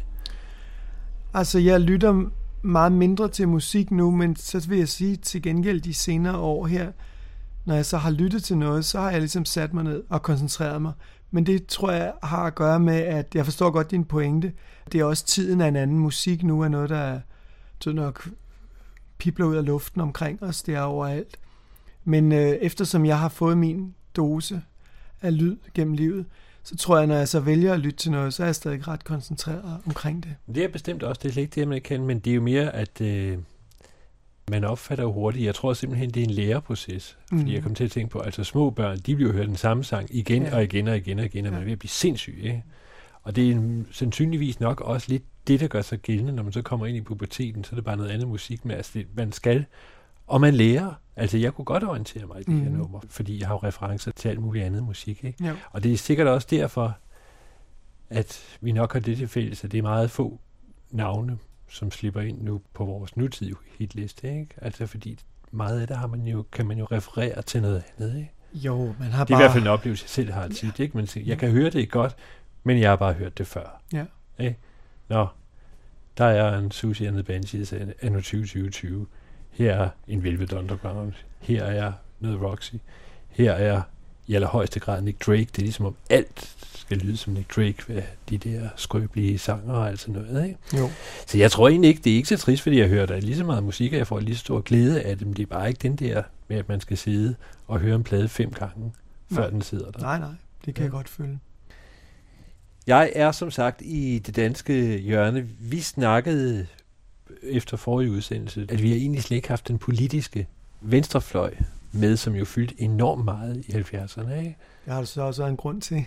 Altså, jeg lytter meget mindre til musik nu, men så vil jeg sige til gengæld de senere år her, når jeg så har lyttet til noget, så har jeg ligesom sat mig ned og koncentreret mig. Men det tror jeg har at gøre med, at jeg forstår godt din pointe. Det er også tiden af en anden musik nu, er noget, der er nok pibler ud af luften omkring os. Det er overalt. Men øh, eftersom jeg har fået min dose af lyd gennem livet, så tror jeg, når jeg så vælger at lytte til noget, så er jeg stadig ret koncentreret omkring det. Det er bestemt også, det er slet ikke det, man kan, men det er jo mere, at øh, Man opfatter jo hurtigt. Jeg tror simpelthen, det er en læreproces. Fordi Mm. jeg kom til at tænke på, altså små børn, de bliver jo hørt den samme sang igen Ja. og igen og igen og igen, og man er ved at blive sindssyg, ikke? Og det er en- sandsynligvis nok også lidt det, der gør sig gældende, når man så kommer ind i puberteten, så er det bare noget andet musik med, altså det, man skal, og man lærer. Altså jeg kunne godt orientere mig i det her Mhm. nummer, fordi jeg har jo referencer til alt muligt andet musik, ikke? Jo. Og det er sikkert også derfor, at vi nok har det til fælles, at det er meget få navne, som slipper ind nu på vores nutidige hitliste, ikke? Altså fordi meget af det har man jo, kan man jo referere til noget andet, ikke? Jo, man har det er bare... i hvert fald en oplevelse, jeg selv har tit, ikke? Men jeg kan høre det godt, men jeg har bare hørt det før. Ja. Ikke? Nå, der er en Susie and the Banshees anno tyve tyve tyve. Her er en Velvet Underground. Her er noget Roxy. Her er i allerhøjeste grad Nick Drake. Det er ligesom om alt skal lyde som Nick Drake, hvad de der skrøbelige sanger og alt sådan noget, ikke? Jo. Så jeg tror egentlig ikke, det er ikke så trist, fordi jeg hører der lige så meget musik, og jeg får lige så stor glæde af det, men det er bare ikke den der med, at man skal sidde og høre en plade fem gange, før Nej. den sidder der. Nej, nej, det kan Ja. jeg godt føle. Jeg er som sagt i det danske hjørne. Vi snakkede efter forrige udsendelse, at vi har egentlig slet ikke haft den politiske venstrefløj med, som jo fyldte enormt meget i halvfjerdserne, ikke? Det har du så også en grund til.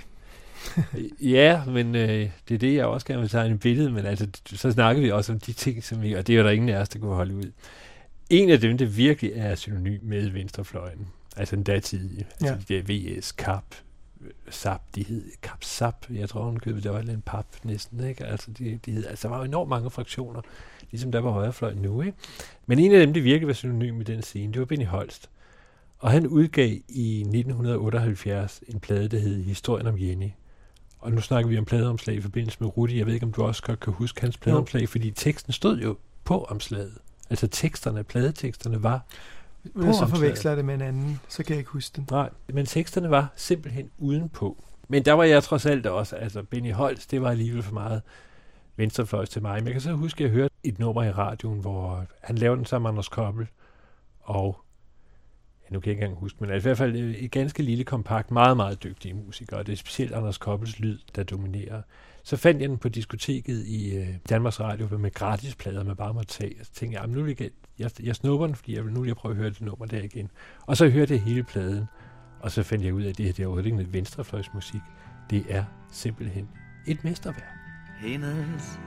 Ja, men øh, det er det, jeg også gerne vil tage en billede, men altså, så snakker vi også om de ting, som vi, og det er jo der ingen af os, der kunne holde ud. En af dem, der virkelig er synonym med venstrefløjen, altså den datidige, Ja. altså de der V S, Kap, S A P, de hed Kap S A P, jeg tror, hun købte, der var et eller andet pap næsten, ikke? Altså, de, de hed, altså, der var jo enormt mange fraktioner, ligesom der var højrefløjen nu, ikke? Men en af dem, der virkelig var synonym med den scene, det var Benny Holst. Og han udgav i nitten otteoghalvfjerds en plade, der hed Historien om Jenny. Og nu snakker vi om pladeomslag i forbindelse med Rudi. Jeg ved ikke, om du også godt kan huske hans pladeomslag, fordi teksten stod jo på omslaget. Altså teksterne, pladeteksterne var Men på så omslaget. forveksler jeg det med en anden, så kan jeg ikke huske den. Nej, men teksterne var simpelthen udenpå. Men der var jeg trods alt også, altså Benny Holst, det var alligevel for meget venstrefløjs til mig. Men jeg kan så huske, at jeg hørte et nummer i radioen, hvor han lavede den sammen med Anders Koppel, og ja, nu kan jeg ikke engang huske, men altså i hvert fald et ganske lille, kompakt, meget, meget dygtige musikere, og det er specielt Anders Koppels lyd, der dominerer. Så fandt jeg den på diskoteket i øh, Danmarks Radio med gratisplader, man bare måtte tage. Og så tænkte jeg, nu vil jeg, jeg, jeg snupper den, fordi jeg vil nu lige prøve at høre det nummer der igen. Og så hørte jeg hele pladen, og så fandt jeg ud af, at det her det er overhovedet ikke noget venstrefløjsmusik. Det er simpelthen et mesterværk. Hendes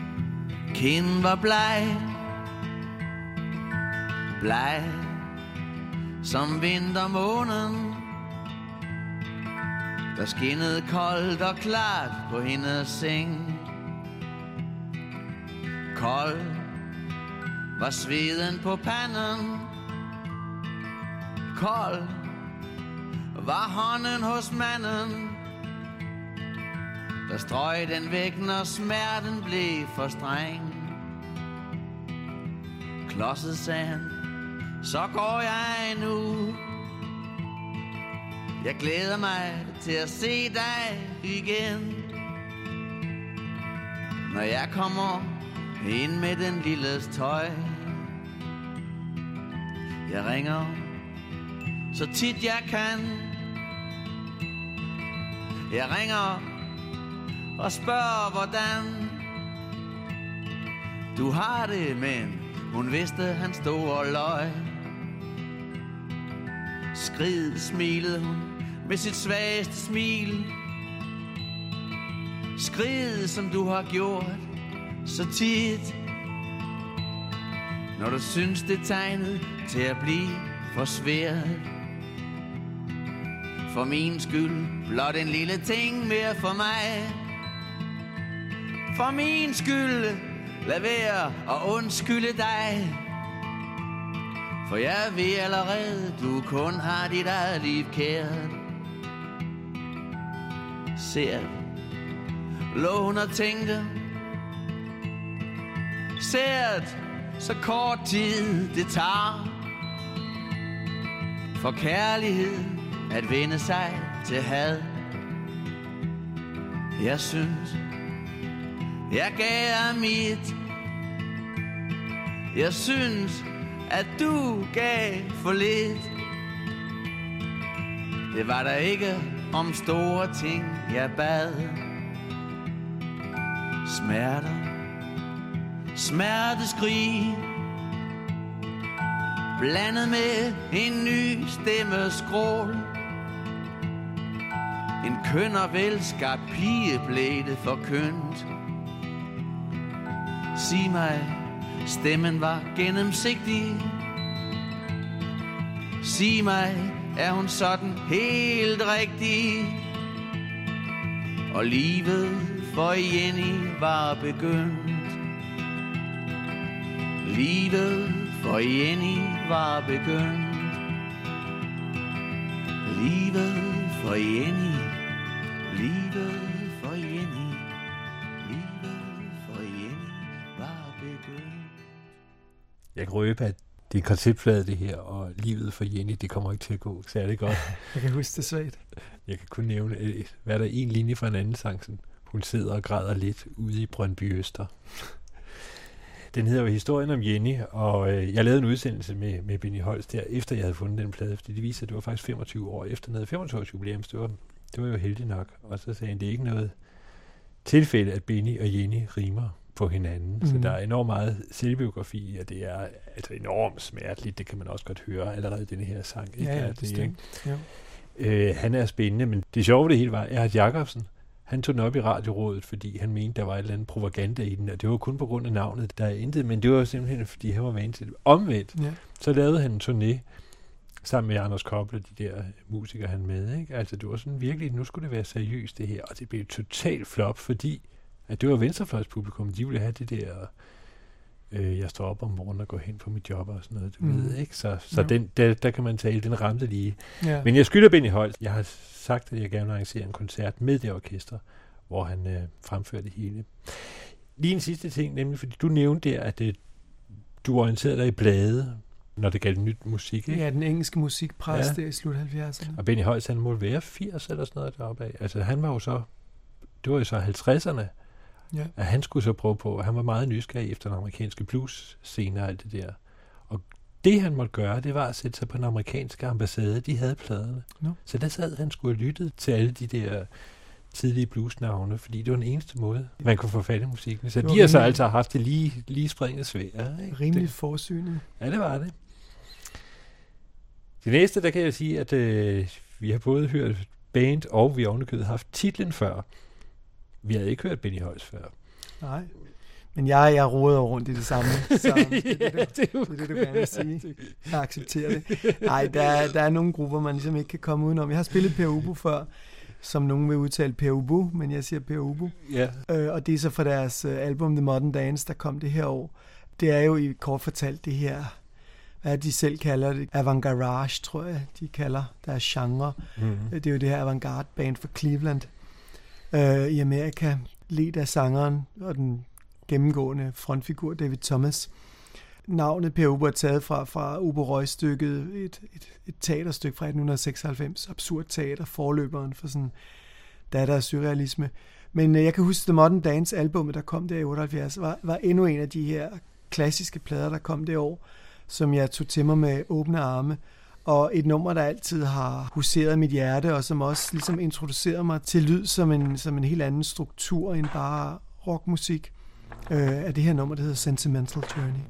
kind var bleg, bleg som vintermånen, der skinnede koldt og klart på hendes seng. Kold var sveden på panden, kold var hånden hos manden, der strøg den væk, når smerten blev for streng. Klodset sagde han, så går jeg nu. Jeg glæder mig til at se dig igen, når jeg kommer ind med den lille tøj. Jeg ringer så tit jeg kan. Jeg ringer og spørger hvordan du har det, men hun vidste han stod og løg. Skrid smilede hun med sit svageste smil. Skrid som du har gjort så tit, når du synes det tegnet til at blive for svært. For min skyld blot en lille ting mere for mig. For min skyld lad være og undskylde dig. For jeg ved allerede du kun har dit eget liv kært. Ser lå hun og tænkte, ser så kort tid det tager for kærlighed at vende sig til had. Jeg synes jeg gav mit. Jeg synes at du gav for lidt. Det var der ikke om store ting jeg bad. Smerter, smerteskrig, blandet med en ny stemmeskrål. En køn og velskabt pige blev det forkyndt. Sig mig, stemmen var gennemsigtig. Sig mig, er hun sådan helt rigtig? Og livet for Jenny var begyndt. Livet for Jenny var begyndt. Livet for Jenny. Livet for Jenny. Livet for Jenny var begyndt. Jeg kan røbe, at det er konceptflade det her, og livet for Jenny, det kommer ikke til at gå særlig godt. Jeg kan huske det svagt. Jeg kan kun nævne, hvad er der en linje fra en anden sang, sådan, hun sidder og græder lidt ude i Brøndby Øster. Den hedder jo Historien om Jenny, og øh, jeg lavede en udsendelse med, med Benny Holst der, efter jeg havde fundet den plade, fordi det viste, at det var faktisk femogtyve år efter noget femogtyve års jubilæum, det var, det var jo heldigt nok. Og så sagde han, det er ikke noget tilfælde, at Benny og Jenny rimer på hinanden. Mm. Så der er enormt meget selvbiografi, og det er altså enormt smerteligt, det kan man også godt høre allerede i denne her sang. Ikke? Ja, ja, det, ikke? Ja. Øh, han er spændende, men det sjove det hele var, Erhard Jacobsen, han tog den op i radiorådet, fordi han mente, der var et eller andet propaganda i den, og det var kun på grund af navnet, der er intet, men det var simpelthen, fordi han var vant til det. Omvendt, ja. Så lavede han en turné sammen med Anders Koble, de der musikere, han med. Ikke? Altså, det var sådan virkelig, nu skulle det være seriøst, det her, og det blev totalt flop, fordi at det var venstrefløjspublikum, de ville have det der, øh, jeg står op om morgenen og går hen på mit job og sådan noget, du mm. ved, ikke? Så, så ja. den, der, der kan man tale, den ramte lige. Ja. Men jeg skylder Benny Holst, jeg har sagt, at jeg gerne vil arrangere en koncert med det orkester, hvor han øh, fremfører det hele. Lige en sidste ting, nemlig, fordi du nævnte der, at det, du orienterede dig i blade, når det galt nyt musik, ikke? Ja, den engelske musikpres, ja. Det er i slut halvfjerdserne. Og Benny Holst, han måtte være firs eller sådan noget deroppe af. Altså, han var jo så, det var jo så halvtredserne, ja. At han skulle så prøve på, han var meget nysgerrig efter den amerikanske blues-scene og alt det der. Og det, han måtte gøre, det var at sætte sig på den amerikanske ambassade, de havde pladerne. No. Så der sad han skulle have lyttet til alle de der tidlige bluesnavne, fordi det var den eneste måde, man kunne få fat i musikken. Så de har så altså haft det lige, lige springet svære. Rimelig forsynet. Ja, det var det. Det næste, der kan jeg sige, at øh, vi har både hørt band, og vi har ovenikøbet haft titlen før. Vi havde ikke hørt Benny Holst før. Nej, men jeg, jeg råder rundt i det samme. Så det, er det, det, det, det, det, du gerne vil sige. Jeg accepterer det. Nej, der, der er nogle grupper, man ligesom ikke kan komme udenom. Jeg har spillet Per Ubu før, som nogen vil udtale Per Ubu, men jeg siger Per Ubu. Ja. Øh, og det er så fra deres uh, album The Modern Dance, der kom det her år. Det er jo i kort fortalt det her, hvad de selv kalder det, avantgarage, tror jeg, de kalder deres genre. Mm-hmm. Det er jo det her avantgarde band fra Cleveland øh, i Amerika, ledt af sangeren og den gennemgående frontfigur David Thomas. Navnet Per Ubu er taget fra, fra Ubo Røg-stykket, et, et, et teaterstykke fra atten seksoghalvfems, absurd teater, forløberen for sådan datter af surrealisme. Men øh, jeg kan huske, The Modern Dance albumet, der kom der i otteoghalvfjerds, var, var endnu en af de her klassiske plader, der kom det år, som jeg tog til mig med åbne arme, og et nummer, der altid har huseret i mit hjerte, og som også ligesom introducerede mig til lyd som en, som en helt anden struktur end bare rockmusik, øh, er det her nummer, der hedder Sentimental Journey.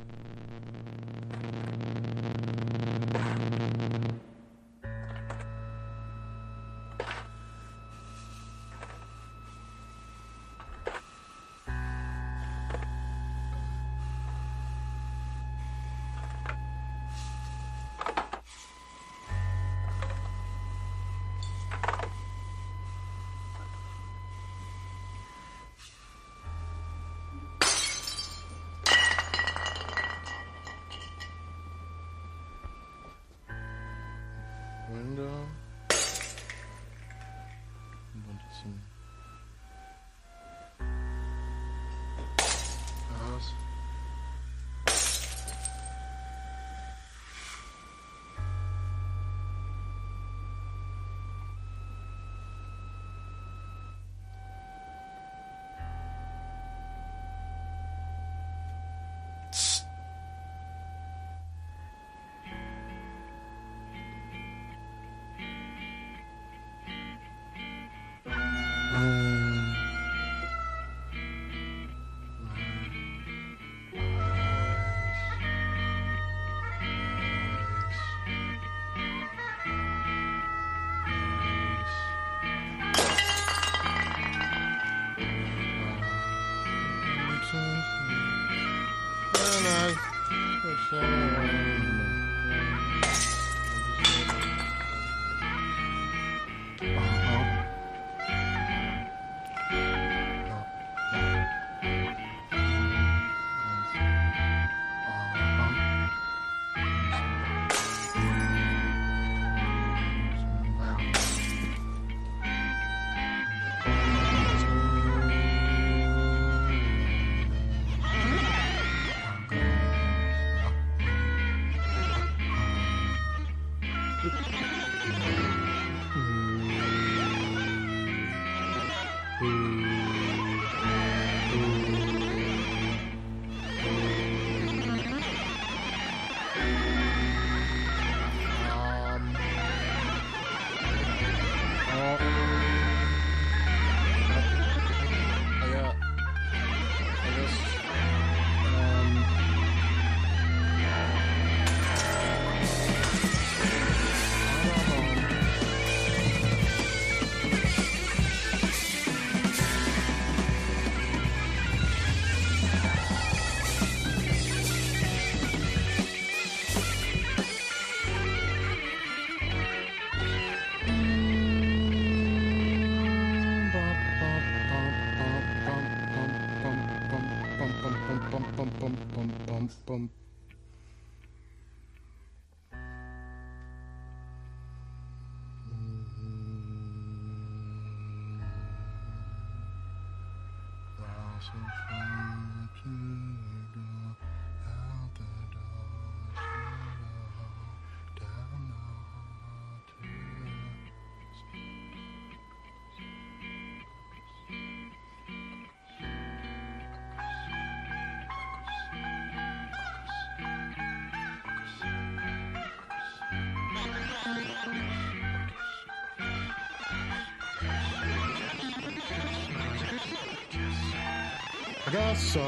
I guess so.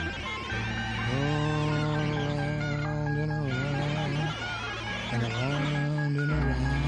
Around and around, and around and around.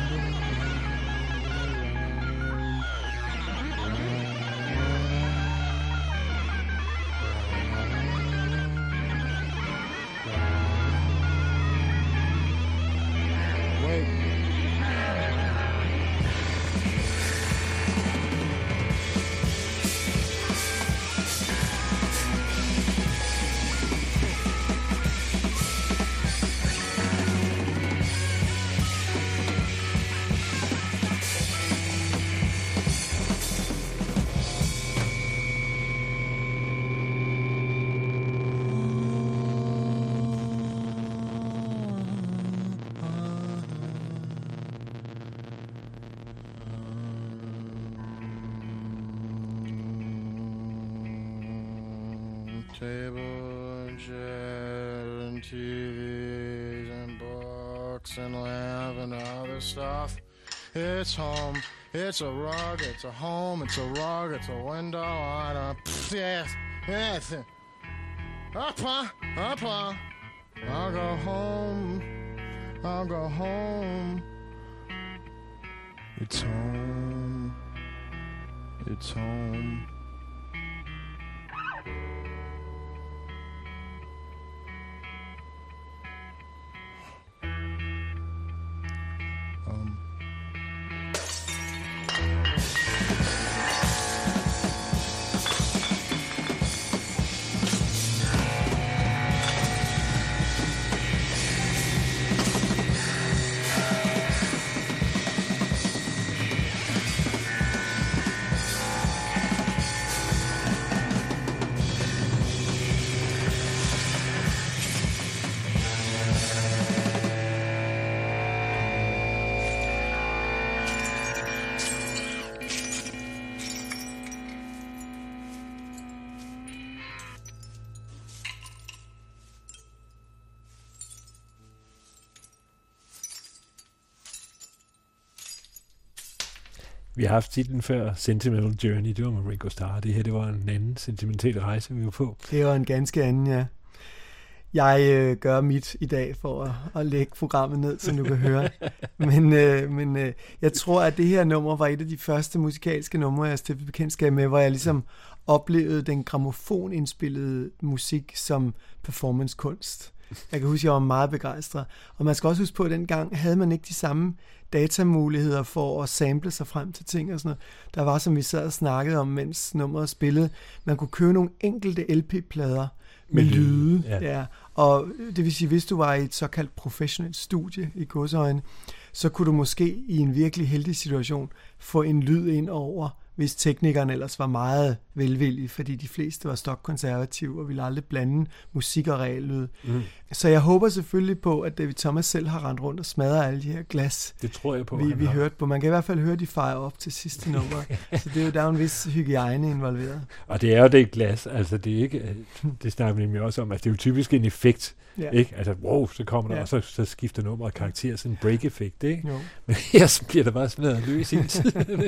Table and chair and T Vs and books and lamp and other stuff. It's home, it's a rug, it's a home, it's a rug, it's a window on a... Yes, yes. Up, uh, up, uh. I'll go home, I'll go home. It's home, it's home. Vi har haft titlen før, Sentimental Journey, det var med Ringo Starr. Det her, det var en anden sentimental rejse, vi var på. Det var en ganske anden, ja. Jeg øh, gør mit i dag for at, at lægge programmet ned, så du kan høre. Men, øh, men øh, jeg tror, at det her nummer var et af de første musikalske numre, jeg stiftede bekendtskab med, hvor jeg ligesom oplevede den grammofonindspillede musik som performancekunst. Jeg kan huske, at jeg var meget begejstret. Og man skal også huske på, at dengang havde man ikke de samme datamuligheder for at sample sig frem til ting og sådan noget. Der var, som vi sad og snakkede om, mens nummeret spillede, man kunne købe nogle enkelte L P-plader med, med lyde. Ja. Ja. Og det vil sige, hvis du var i et såkaldt professionelt studie i godsøjne, så kunne du måske i en virkelig heldig situation få en lyd ind over hvis teknikeren ellers var meget velvillig, fordi de fleste var stokkonservative og ville aldrig blande musik og reallyd. Mm. Så jeg håber selvfølgelig på, at David Thomas selv har rendt rundt og smadret alle de her glas. Det tror jeg på. Vi, vi hørte på. Man kan i hvert fald høre, de fejrer op til sidste nummer. Så det er jo, der er en vis hygiejne involveret. Og det er jo det glas, altså det er ikke, det snakker vi nemlig også om, at det er jo typisk en effekt, ja. Ikke? Altså, wow, så kommer der, ja. Og så, så skifter nummeret karakter, sådan en break-effekt, ikke? Jo. Men her så bliver der bare smadret løs hele tiden.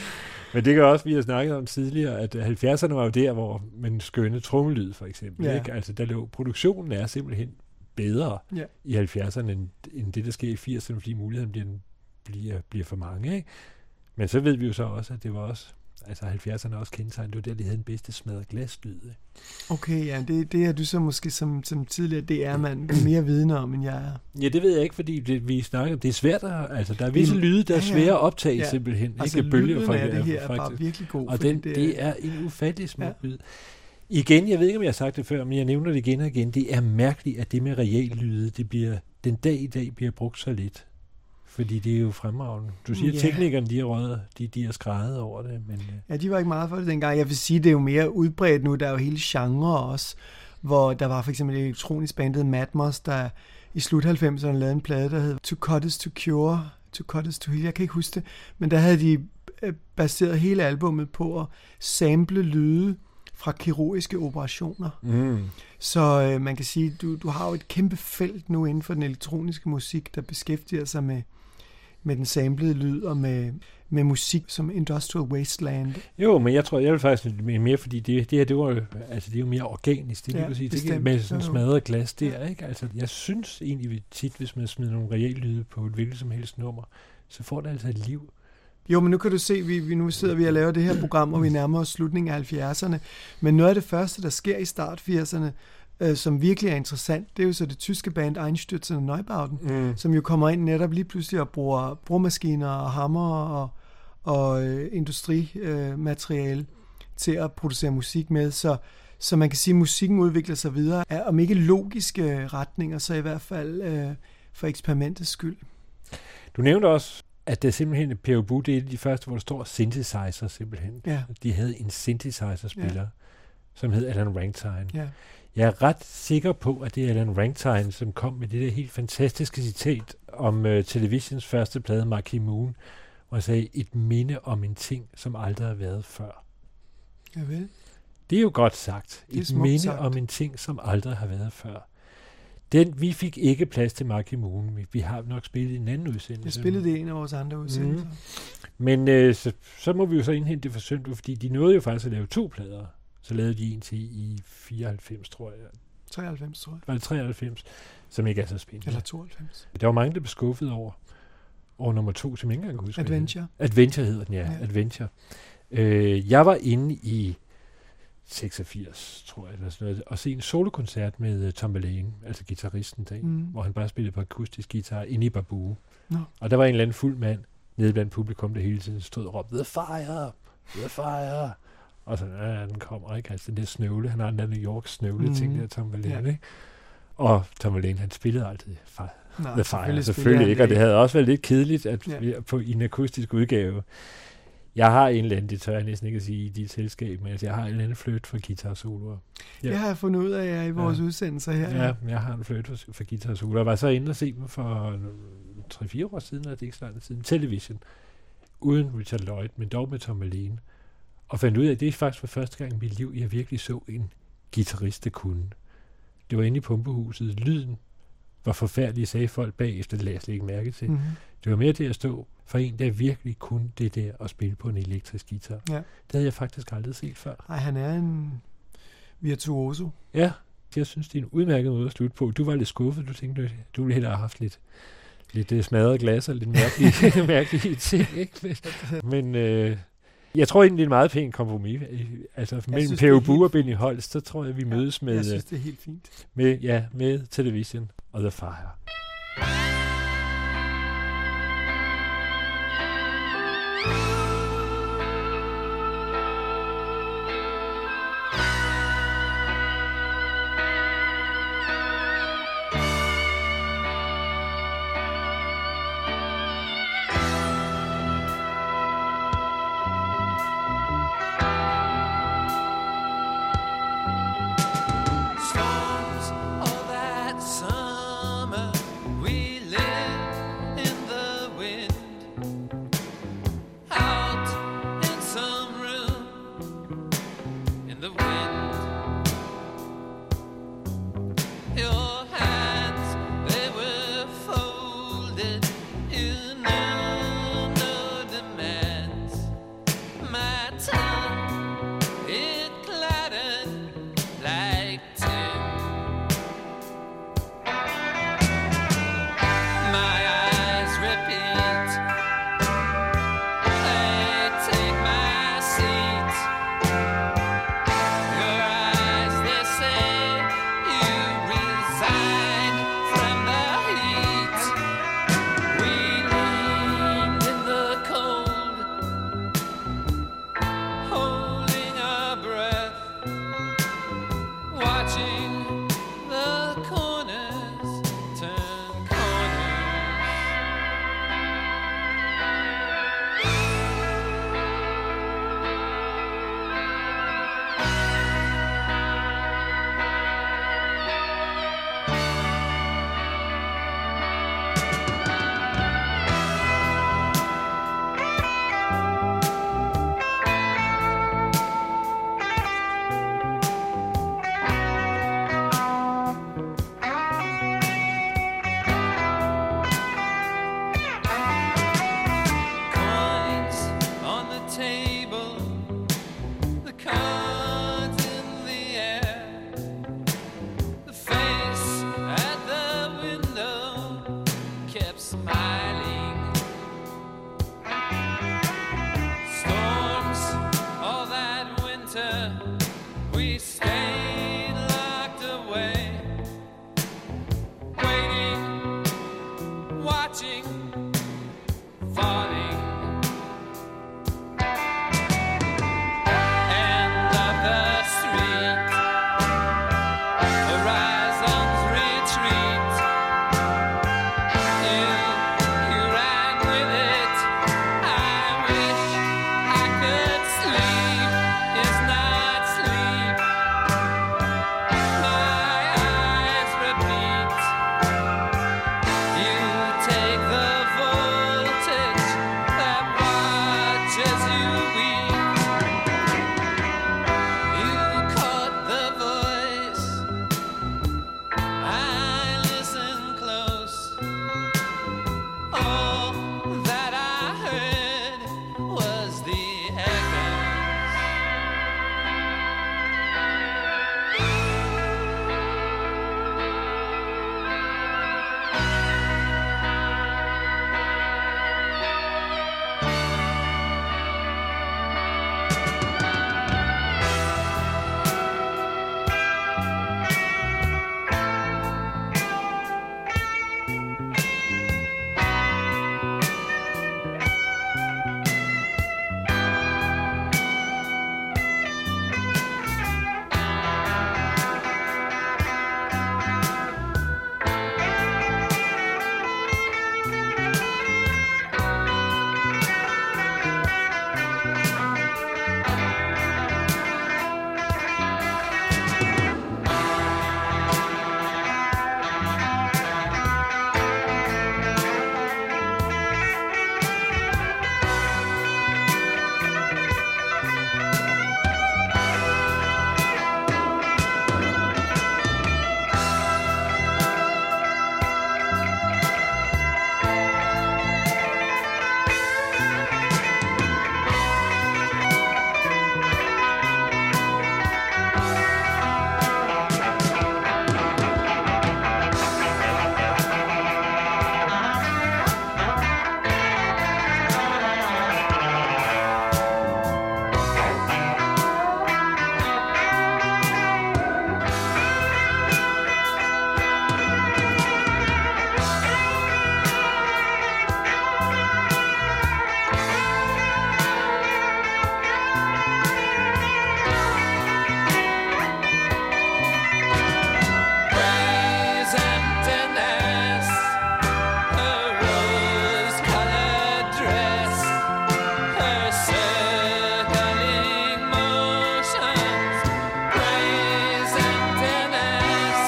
Men det kan også, vi har snakket om tidligere, at halvfjerdserne var jo der, hvor man skønne trommelyd, for eksempel, ja. Ikke? Altså, der lå, produktionen er simpelthen bedre ja. I halvfjerdserne, end, end det, der sker i firserne, fordi muligheden bliver, bliver, bliver for mange, ikke? Men så ved vi jo så også, at det var også, altså halvfjerdserne også kendetegnet, det var der, de havde den bedste smadret glaslyd. Okay, ja, det, det er du så måske som, som tidligere D R-mand mere vidne om, end jeg er. Ja, det ved jeg ikke, fordi det, vi snakker om, det er svært at, altså der er visse lyde, der er svære at optage ja. Simpelthen. Altså ikke bølger fra det her er bare virkelig god. Og den, det, det er en ufattelig smuk ja. Lyd. Igen, jeg ved ikke, om jeg har sagt det før, men jeg nævner det igen og igen, det er mærkeligt, at det med real lyde, det bliver, den dag i dag bliver brugt så lidt. Fordi det er jo fremragende. Du siger, ja. Teknikerne, de er røget, de, de er skrædet over det. Men, ja, de var ikke meget for det dengang. Jeg vil sige, det er jo mere udbredt nu. Der er jo hele genre også, hvor der var for eksempel et elektronisk bandet Matmos, der i slut halvfemserne lavede en plade, der hed To Cut Is To Cure, To Cut Is To Heal. Jeg kan ikke huske det, men der havde de baseret hele albummet på at sample lyde fra kirurgiske operationer. Mm. Så øh, man kan sige, du, du har jo et kæmpe felt nu inden for den elektroniske musik, der beskæftiger sig med med den samlede lyd og med, med musik som Industrial Wasteland. Jo, men jeg tror, jeg vil faktisk mere, fordi det, det her, det var altså det er jo mere organisk, det, ja, sige, det med sådan smadret glas der, ikke? Altså, jeg synes egentlig tit, hvis man smider nogle reelle lyde på et hvilket som helst nummer, så får det altså et liv. Jo, men nu kan du se, vi, vi nu sidder vi og laver det her program, og vi nærmer os slutningen af halvfjerdserne, men noget af det første, der sker i start firserne, øh, som virkelig er interessant, det er jo så det tyske band Einstürzende Neubauten, mm. som jo kommer ind netop lige pludselig og bruger brugmaskiner og hammer og, og øh, industrimateriale øh, til at producere musik med, så, så man kan sige, at musikken udvikler sig videre, er, om ikke logiske retninger, så i hvert fald øh, for eksperimentets skyld. Du nævnte også, at det er simpelthen P O. Bu, det er et af de første, hvor der står synthesizer simpelthen. Ja. De havde en synthesizer-spiller, ja. Som hed Alan Ragtime. Ja. Jeg er ret sikker på, at det er Alan Ragtime, som kom med det der helt fantastiske citat om uh, televisions første plade, Marquee Moon, hvor han sagde, et minde om en ting, som aldrig har været før. Ja vel. Det er jo godt sagt. Et minde sagt. om en ting, som aldrig har været før. Den, vi fik ikke plads til Marquee Moon. Vi, vi har nok spillet en anden udsendelse. Jeg spillede det i en af vores andre udsendelser. Mm. Men øh, så, så må vi jo så indhente det forsømt, fordi de nåede jo faktisk at lave to plader. Så lavede de en til i fireoghalvfems, tror jeg. treoghalvfems, tror jeg. Var det treoghalvfems, som ikke er så spændende. Eller tooghalvfems. Der var mange, der blev skuffet over, over nummer to, som jeg ikke engang kan huske. Adventure. Adventure hedder den, ja. ja. Adventure. Øh, jeg var inde i seksogfirs, tror jeg, eller sådan noget, og se en solokoncert med uh, Tom Verlaine, altså guitaristen der, mm. hvor han bare spillede på akustisk guitar inde i Babu. No. Og der var en eller anden fuld mand nede blandt publikum, der hele tiden stod og råbte, The Fire! The Fire! Og så, ja, den kommer, ikke? Altså den der snøvle, han har den der New York snøvle, mm. ting der, Tom Verlaine, ja. Ikke? Og Tom Verlaine, han spillede altid for Nej, The Fire, selvfølgelig, selvfølgelig ikke, og det havde også været lidt kedeligt at ja. på, i en akustisk udgave. Jeg har en eller anden, det tør jeg næsten ikke at sige i dit selskab, men altså, jeg har en eller anden fløjt for guitar-soloer. Ja. Jeg har fundet ud af jer i vores ja. udsendelser her. Ja, jeg har en fløjt for, for guitar-soloer. Jeg var så inde og se dem for tre fire år siden, eller det ikke så lang siden, Television, uden Richard Lloyd, men dog med Tom Verlaine. Og fandt ud af, at det er faktisk for første gang i mit liv, jeg virkelig så en guitarist, der kunne. Det var inde i Pumpehuset. Lyden var forfærdelig, sagde folk bagefter, det lagde jeg slet ikke mærke til. Mm-hmm. Det var mere det at stå for en, der virkelig kunne det der at spille på en elektrisk guitar. Ja. Det havde jeg faktisk aldrig set før. Ej, han er en virtuoso. Ja, jeg synes, det er en udmærket måde at slutte på. Du var lidt skuffet, du tænkte, du ville hellere have haft lidt, lidt smadret glas og lidt mærkelige, mærkelige ting, ikke? Men øh, jeg tror egentlig, det er en meget pæn kompromis. Altså mellem P O. Bu og Benny Holst, så tror jeg, vi ja, mødes med... Jeg synes, det er helt fint. Med, ja, med Television og The Fire. stayed locked away, waiting, watching, falling. End of the street, horizon's retreat. You, you ran with it. I wish I could sleep. Is not sleep. My eyes repeat. You take the voltage that watches you weep. You caught the voice. I listen close. All that I heard was the echoes. Praise emptiness, her rose-colored dress, her circling motions. Praise emptiness,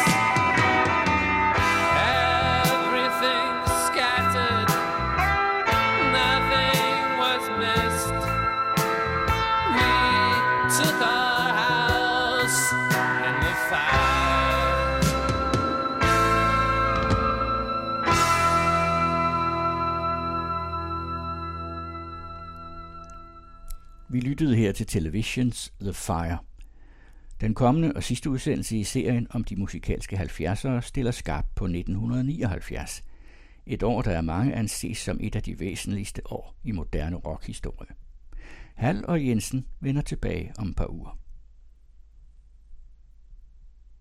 everything scattered, nothing was missed. We took our house in the fire. Vi lyttede her til Televisions The Fire. Den kommende og sidste udsendelse i serien om de musikalske halvfjerdsere stiller skarpt på nitten nioghalvfjerds. Et år, der er mange anses som et af de væsentligste år i moderne rockhistorie. Hall og Jensen vender tilbage om et par uger.